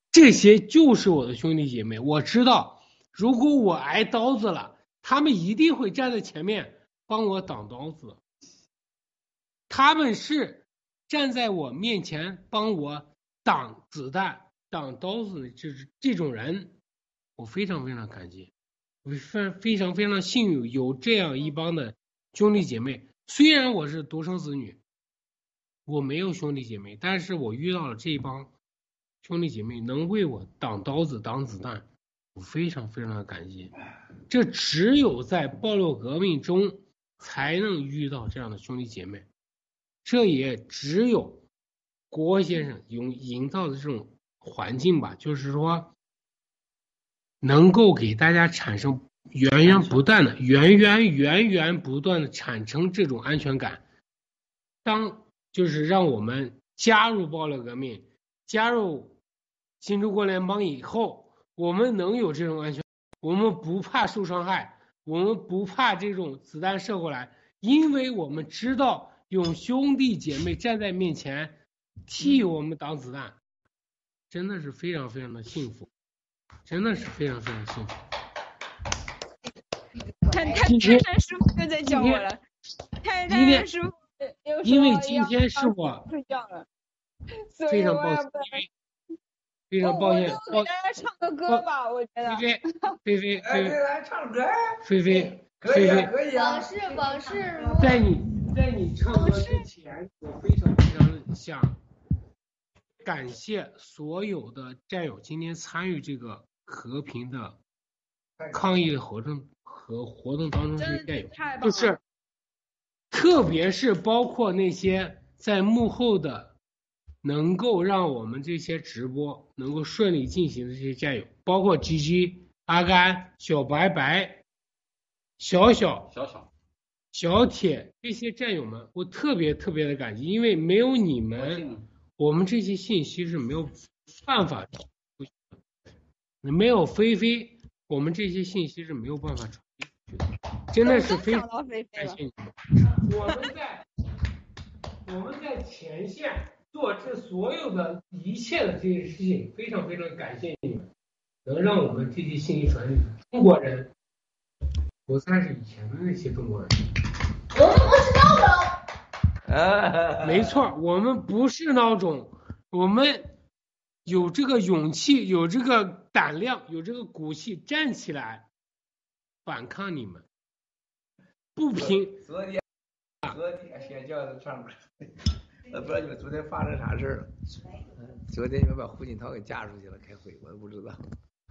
这些就是我的兄弟姐妹。我知道，如果我挨刀子了，他们一定会站在前面帮我挡刀子。他们是站在我面前帮我挡子弹、挡刀子的，就是这种人，我非常非常感激，我非非常非常幸运有这样一帮的兄弟姐妹。虽然我是独生子女，我没有兄弟姐妹，但是我遇到了这一帮兄弟姐妹，能为我挡刀子、挡子弹，我非常非常的感激。这只有在爆料革命中才能遇到这样的兄弟姐妹，这也只有郭先生营营造的这种环境吧，就是说能够给大家产生源源不断的、源源源源不断的产生这种安全感。当就是让我们加入爆料革命、加入新中国联邦以后，我们能有这种安全感，我们不怕受伤害，我们不怕这种子弹射过来，因为我们知道有兄弟姐妹站在面前替我们挡子弹，真的是非常非常的幸福，真的是非常非常幸福。 太太太太师傅又在叫我了，太太师傅又说因为今天是我睡觉了，所以非常抱我要歉，非常抱歉。 我给大家唱个歌吧，我觉得。 菲菲，菲哎， 菲， 来唱歌。 菲菲， 可以啊， 菲菲， 可以啊。 往事往事如在你在你唱歌之前，我非常非常想感谢所有的战友今天参与这个和平的抗议的活动和活动当中这些战友，就是特别是包括那些在幕后的能够让我们这些直播能够顺利进行的这些战友，包括 G G、阿甘、小白白、小小、 小小、 小铁这些战友们，我特别特别的感激，因为没有你们，我们这些信息是没有办法传出去的，没有菲菲，我们这些信息是没有办法传出去的，真的是非常感谢你们。我们在我们在前线做这所有的一切的这些事情，非常非常感谢你们，能让我们这些信息传递。中国人不再是以前的那些中国人， 我们不是孬种。 没错，我们不是孬种，我们有这个勇气，有这个胆量，有这个骨气，站起来反抗你们，不平。 昨天，昨天先叫他唱歌，我不知道你们昨天发生啥事了。昨天你们把胡锦涛给架出去了，开会，我都不知道。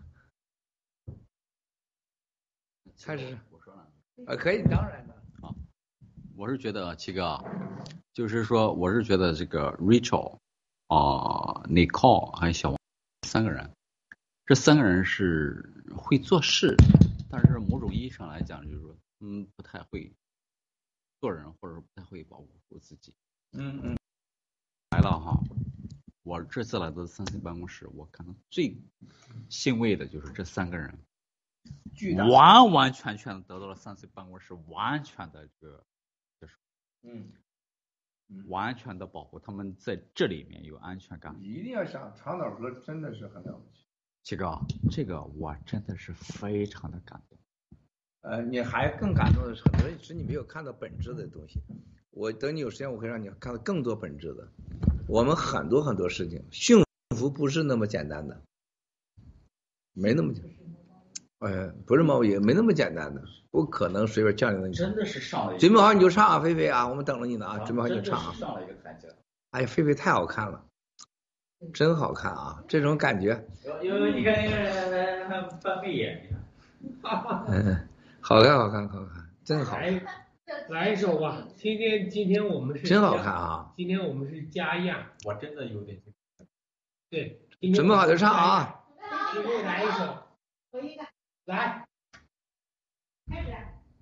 开始， 我说了， 啊，可以，当然的。 啊，我是觉得七哥啊，就是说，我是觉得这个 Rachel 啊、Nicole 还有小王三个人，这三个人是会做事，但是某种意义上来讲，就是说，嗯，不太会做人，或者说不太会保护自己。 嗯嗯。 来了哈，我这次来到三 C 办公室，我感到最欣慰的就是这三个人。完完全全的得到了三 C 办公室完全的这个，就是嗯， 完全的保护，他们在这里面有安全感。 一定要想长岛哥真的是很了不起。 七哥，这个我真的是非常的感动。 呃，你还更感动的是，很多人是你没有看到本质的东西。我等你有时间，我会让你看到更多本质的。我们很多很多事情，幸福不是那么简单的，没那么简单。呃，不是嘛，也没那么简单的，不可能随便降临的。 真的是上了一个， 准备好你就唱啊，菲菲啊，我们等着你呢啊，准备好你就唱啊。 上了一个台阶。 哎呀，菲菲太好看了，真好看啊，这种感觉。 因为你看那个还翻背眼，你看。 嗯，好看好看好看，真好看。 来来一首吧，今天今天我们是真好看啊！ 今天我们是家宴， 我真的有点。 对， 准备好就唱啊！ 准备来一首。来， 开始。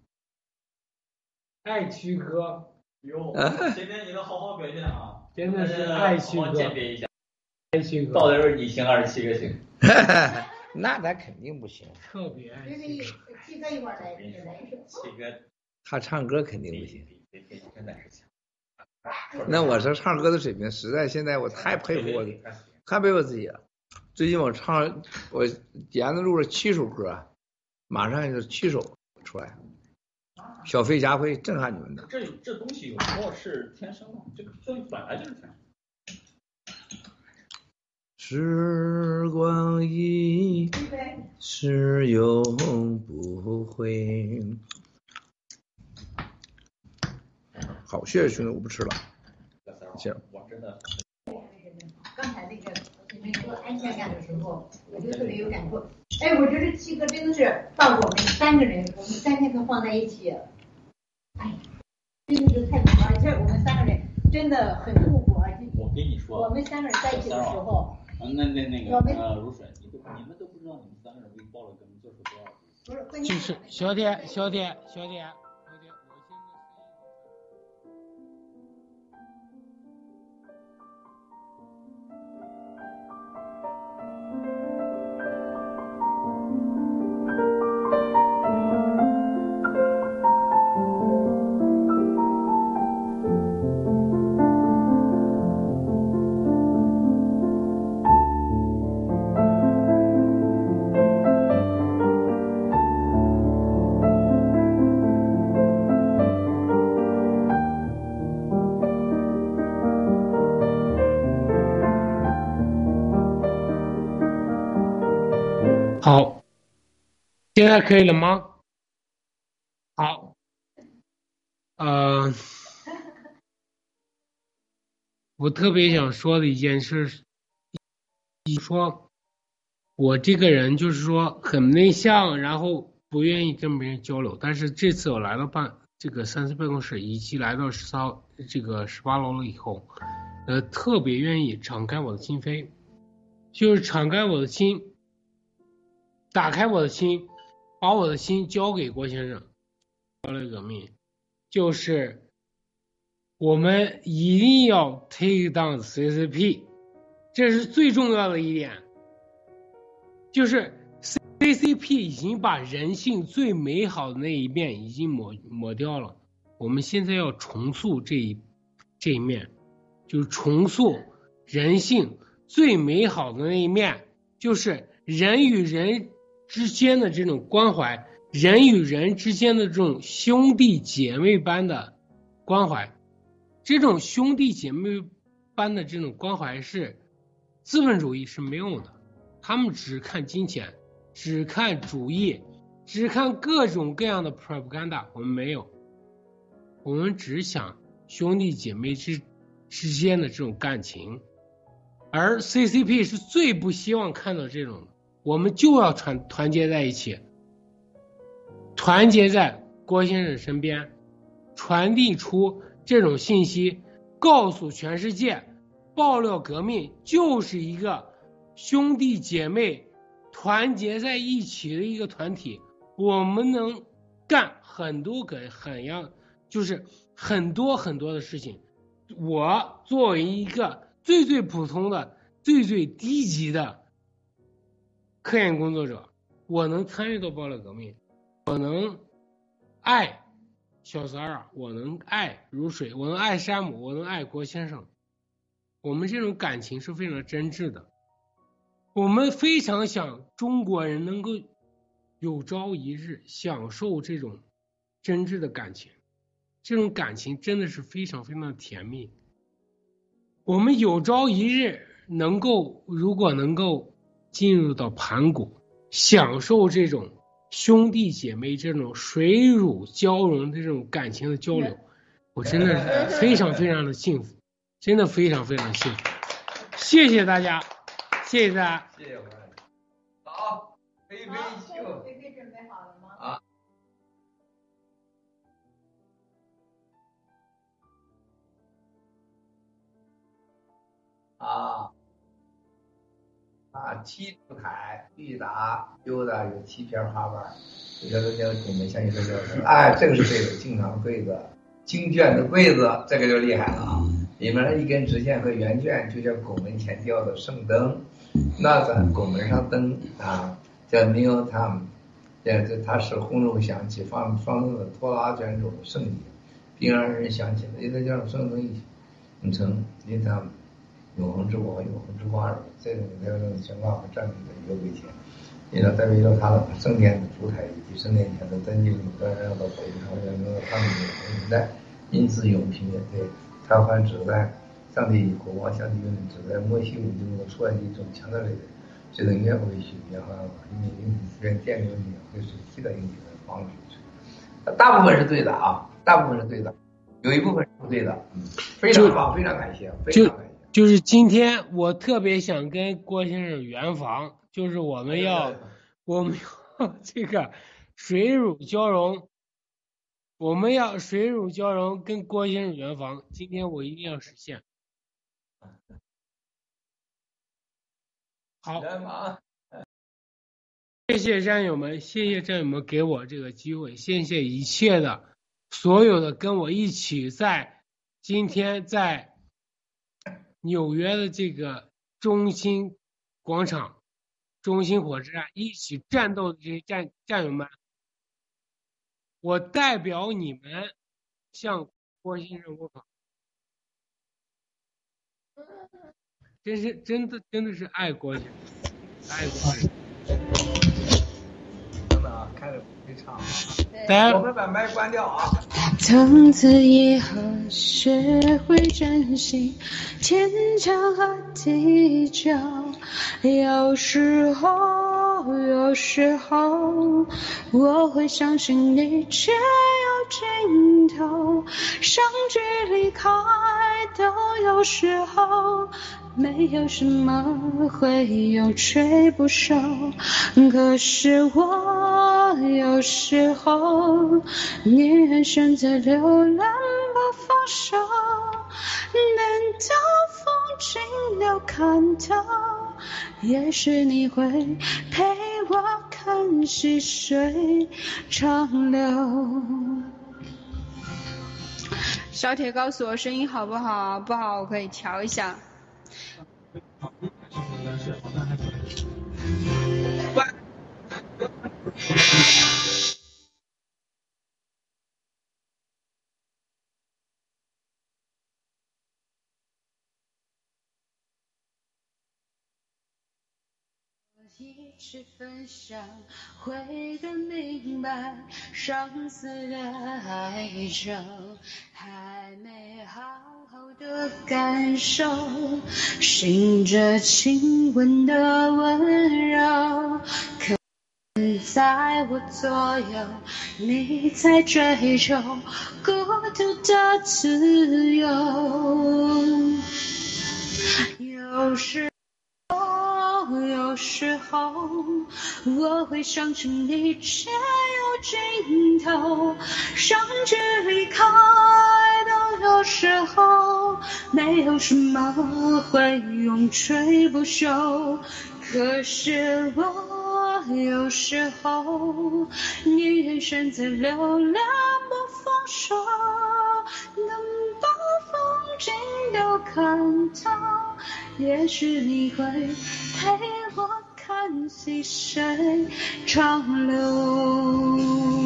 爱曲歌。 哟，今天你能好好表现啊！ 真的是爱曲歌。 鉴别一下。 爱曲歌。 到底是你行还是七哥行？ 那咱肯定不行。 特别爱曲歌。七哥一会儿来来一首。 七哥。 他唱歌肯定不行。 真的是行。 那我说唱歌的水平，实在现在我太佩服我，太佩服自己了。 最近我唱我连着录了七首歌，马上就七首出来，小飞侠会震撼你们的。 这这东西有时候是天生的，这个东西本来就是天生。 时光一逝永不回。好，谢谢兄弟，我不吃了。谢谢。 我真的。 刚才那个你们说安全感的时候，我就特别有感触。哎，我觉得七哥真的是把我们三个人，我们三天都放在一起，哎，真的是太可怕了。这我们三个人真的很互补啊。 我跟你说， 我们三个人在一起的时候。 嗯，那那那个呃，如水，你都你们都不知道你们三个人为报了跟做出多少。 不是，就是小铁，小铁，小铁，小铁，我现在。好，现在可以了吗？好，呃，我特别想说的一件事，你说我这个人就是说很内向，然后不愿意跟别人交流，但是这次我来到办这个三四办公室，以及来到十三这个十八楼了以后，呃，特别愿意敞开我的心扉，就是敞开我的心。打开我的心，把我的心交给郭先生。暴力革命就是我们一定要 take down C C P， 这是最重要的一点。就是 C C P 已经把人性最美好的那一面已经抹抹掉了，我们现在要重塑这一这一面，就是重塑人性最美好的那一面，就是人与人之间的这种关怀，人与人之间的这种兄弟姐妹般的关怀，这种兄弟姐妹般的这种关怀是资本主义是没有的，他们只看金钱，只看主义，只看各种各样的 propaganda， 我们没有，我们只想兄弟姐妹之之间的这种感情，而 C C P 是最不希望看到这种的。我们就要团团结在一起，团结在郭先生身边，传递出这种信息，告诉全世界，爆料革命就是一个兄弟姐妹团结在一起的一个团体，我们能干很多个很样，就是很多很多的事情。我作为一个最最普通的、最最低级的科研工作者，我能参与到爆料革命，我能爱小三儿，我能爱如水，我能爱山姆，我能爱郭先生。我们这种感情是非常真挚的，我们非常想中国人能够有朝一日享受这种真挚的感情，这种感情真的是非常非常甜蜜。我们有朝一日能够，如果能够进入到盘古，享受这种兄弟姐妹这种水乳交融的这种感情的交流，我真的是非常非常的幸福，真的非常非常幸福。谢谢大家，谢谢大家。 谢谢我们。好，飞飞秀。 飞飞准备好了吗？ 啊。啊。啊，七舞台，裕达、优的有七片花瓣，这个都叫你们相信这叫什么？哎，这个是这个经常柜子，经卷的柜子，这个就厉害了啊！里面的一根直线和圆卷就叫拱门前吊的圣灯，那在拱门上灯啊叫 Neon Time， 这它是轰隆响起，放放入了拖拉卷轴的圣礼，并让人想起了一个叫圣灯一成 Neon Time。 永恒之国、永恒之光，这种这种情况和战争的一个危险。为了在为了他的圣殿的烛台以及圣殿前的真经端上的宝座上面，能他们的存在，因此永平面对他还只在上帝国王上帝用只在摩西五经的出埃及中强调的人，这种约会许变化因为因此之间建立问题会使其他引起的防止。大部分是对的啊，大部分是对的，有一部分是不对的。嗯，非常棒，非常感谢，非常感谢。 就是今天我特别想跟郭先生圆房，就是我们要、哎、我们要这个水乳交融，我们要水乳交融跟郭先生圆房，今天我一定要实现。好，谢谢战友们，谢谢战友们给我这个机会，谢谢一切的所有的跟我一起在今天在纽约的这个中心广场、中心火车站一起战斗的这些战战友们，我代表你们向郭先生问好。真是真的真的是爱郭先生，爱郭先生。 真的啊，开始没唱，我们把麦关掉啊。 从此以后学会珍惜天长和地久，有时候有时候我会相信一切有尽头，相聚离开都有时候，没有什么会永垂不朽，可是我有时候宁愿选择流浪不放手，难道风景都看透，也许你会陪我看细水长流。 小铁告诉我声音好不好？不好我可以调一下。 一起分享，会更明白上次的哀愁，还没好好的感受醒着亲吻的温柔，可在我左右，你在追求孤独的自由，有时有时候我会相信一切有尽头，相聚离开都有时候，没有什么会永垂不朽，可是我有时候宁愿选择流浪不放手，能把风景都看透，也许你会陪我看细水长流。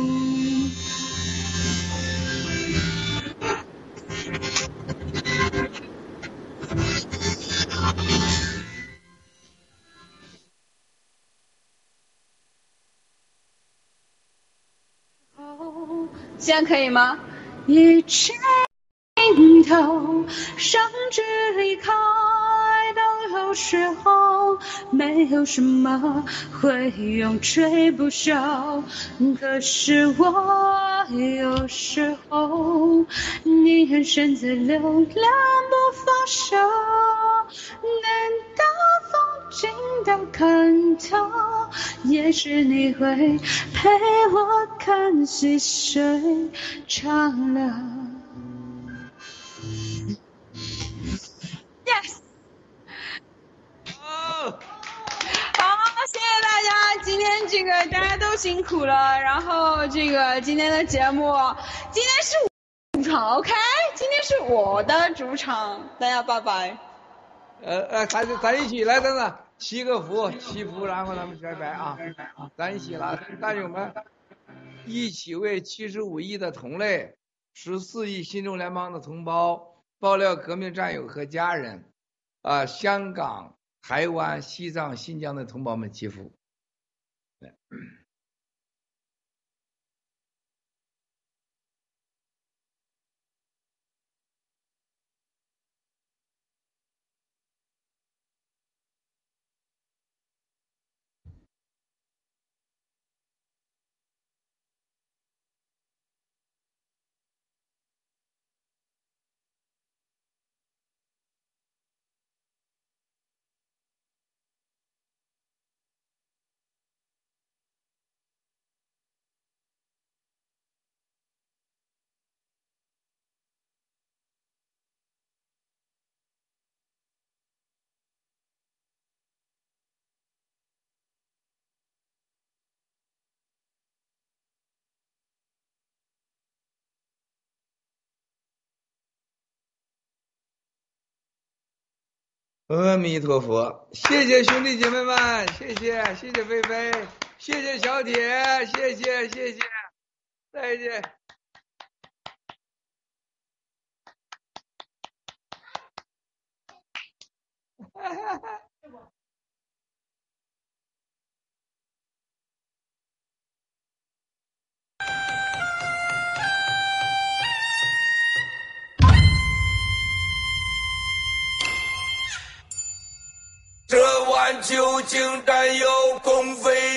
现在可以吗？ 一切尽头，相聚离开都有时候，没有什么会永垂不朽，可是我有时候宁愿选择流浪不放手，难道风景都看透，也许你会陪我看细水长流。 Yes， 好，谢谢大家，今天这个大家都辛苦了，然后这个今天的节目，今天是我主场 ，OK， 今天是我的主场，大家拜拜。 呃呃，咱咱一起来，等等，祈个福，祈福，然后咱们拜拜啊，咱一起来，战友们，一起为七十五亿的同类，十四亿新中联邦的同胞，爆料革命战友和家人， 啊、香港、台湾、西藏、新疆的同胞们祈福。对。阿弥陀佛，谢谢兄弟姐妹们，谢谢谢谢菲菲，谢谢小铁，谢谢谢谢，再见。 这碗究竟沾有共飞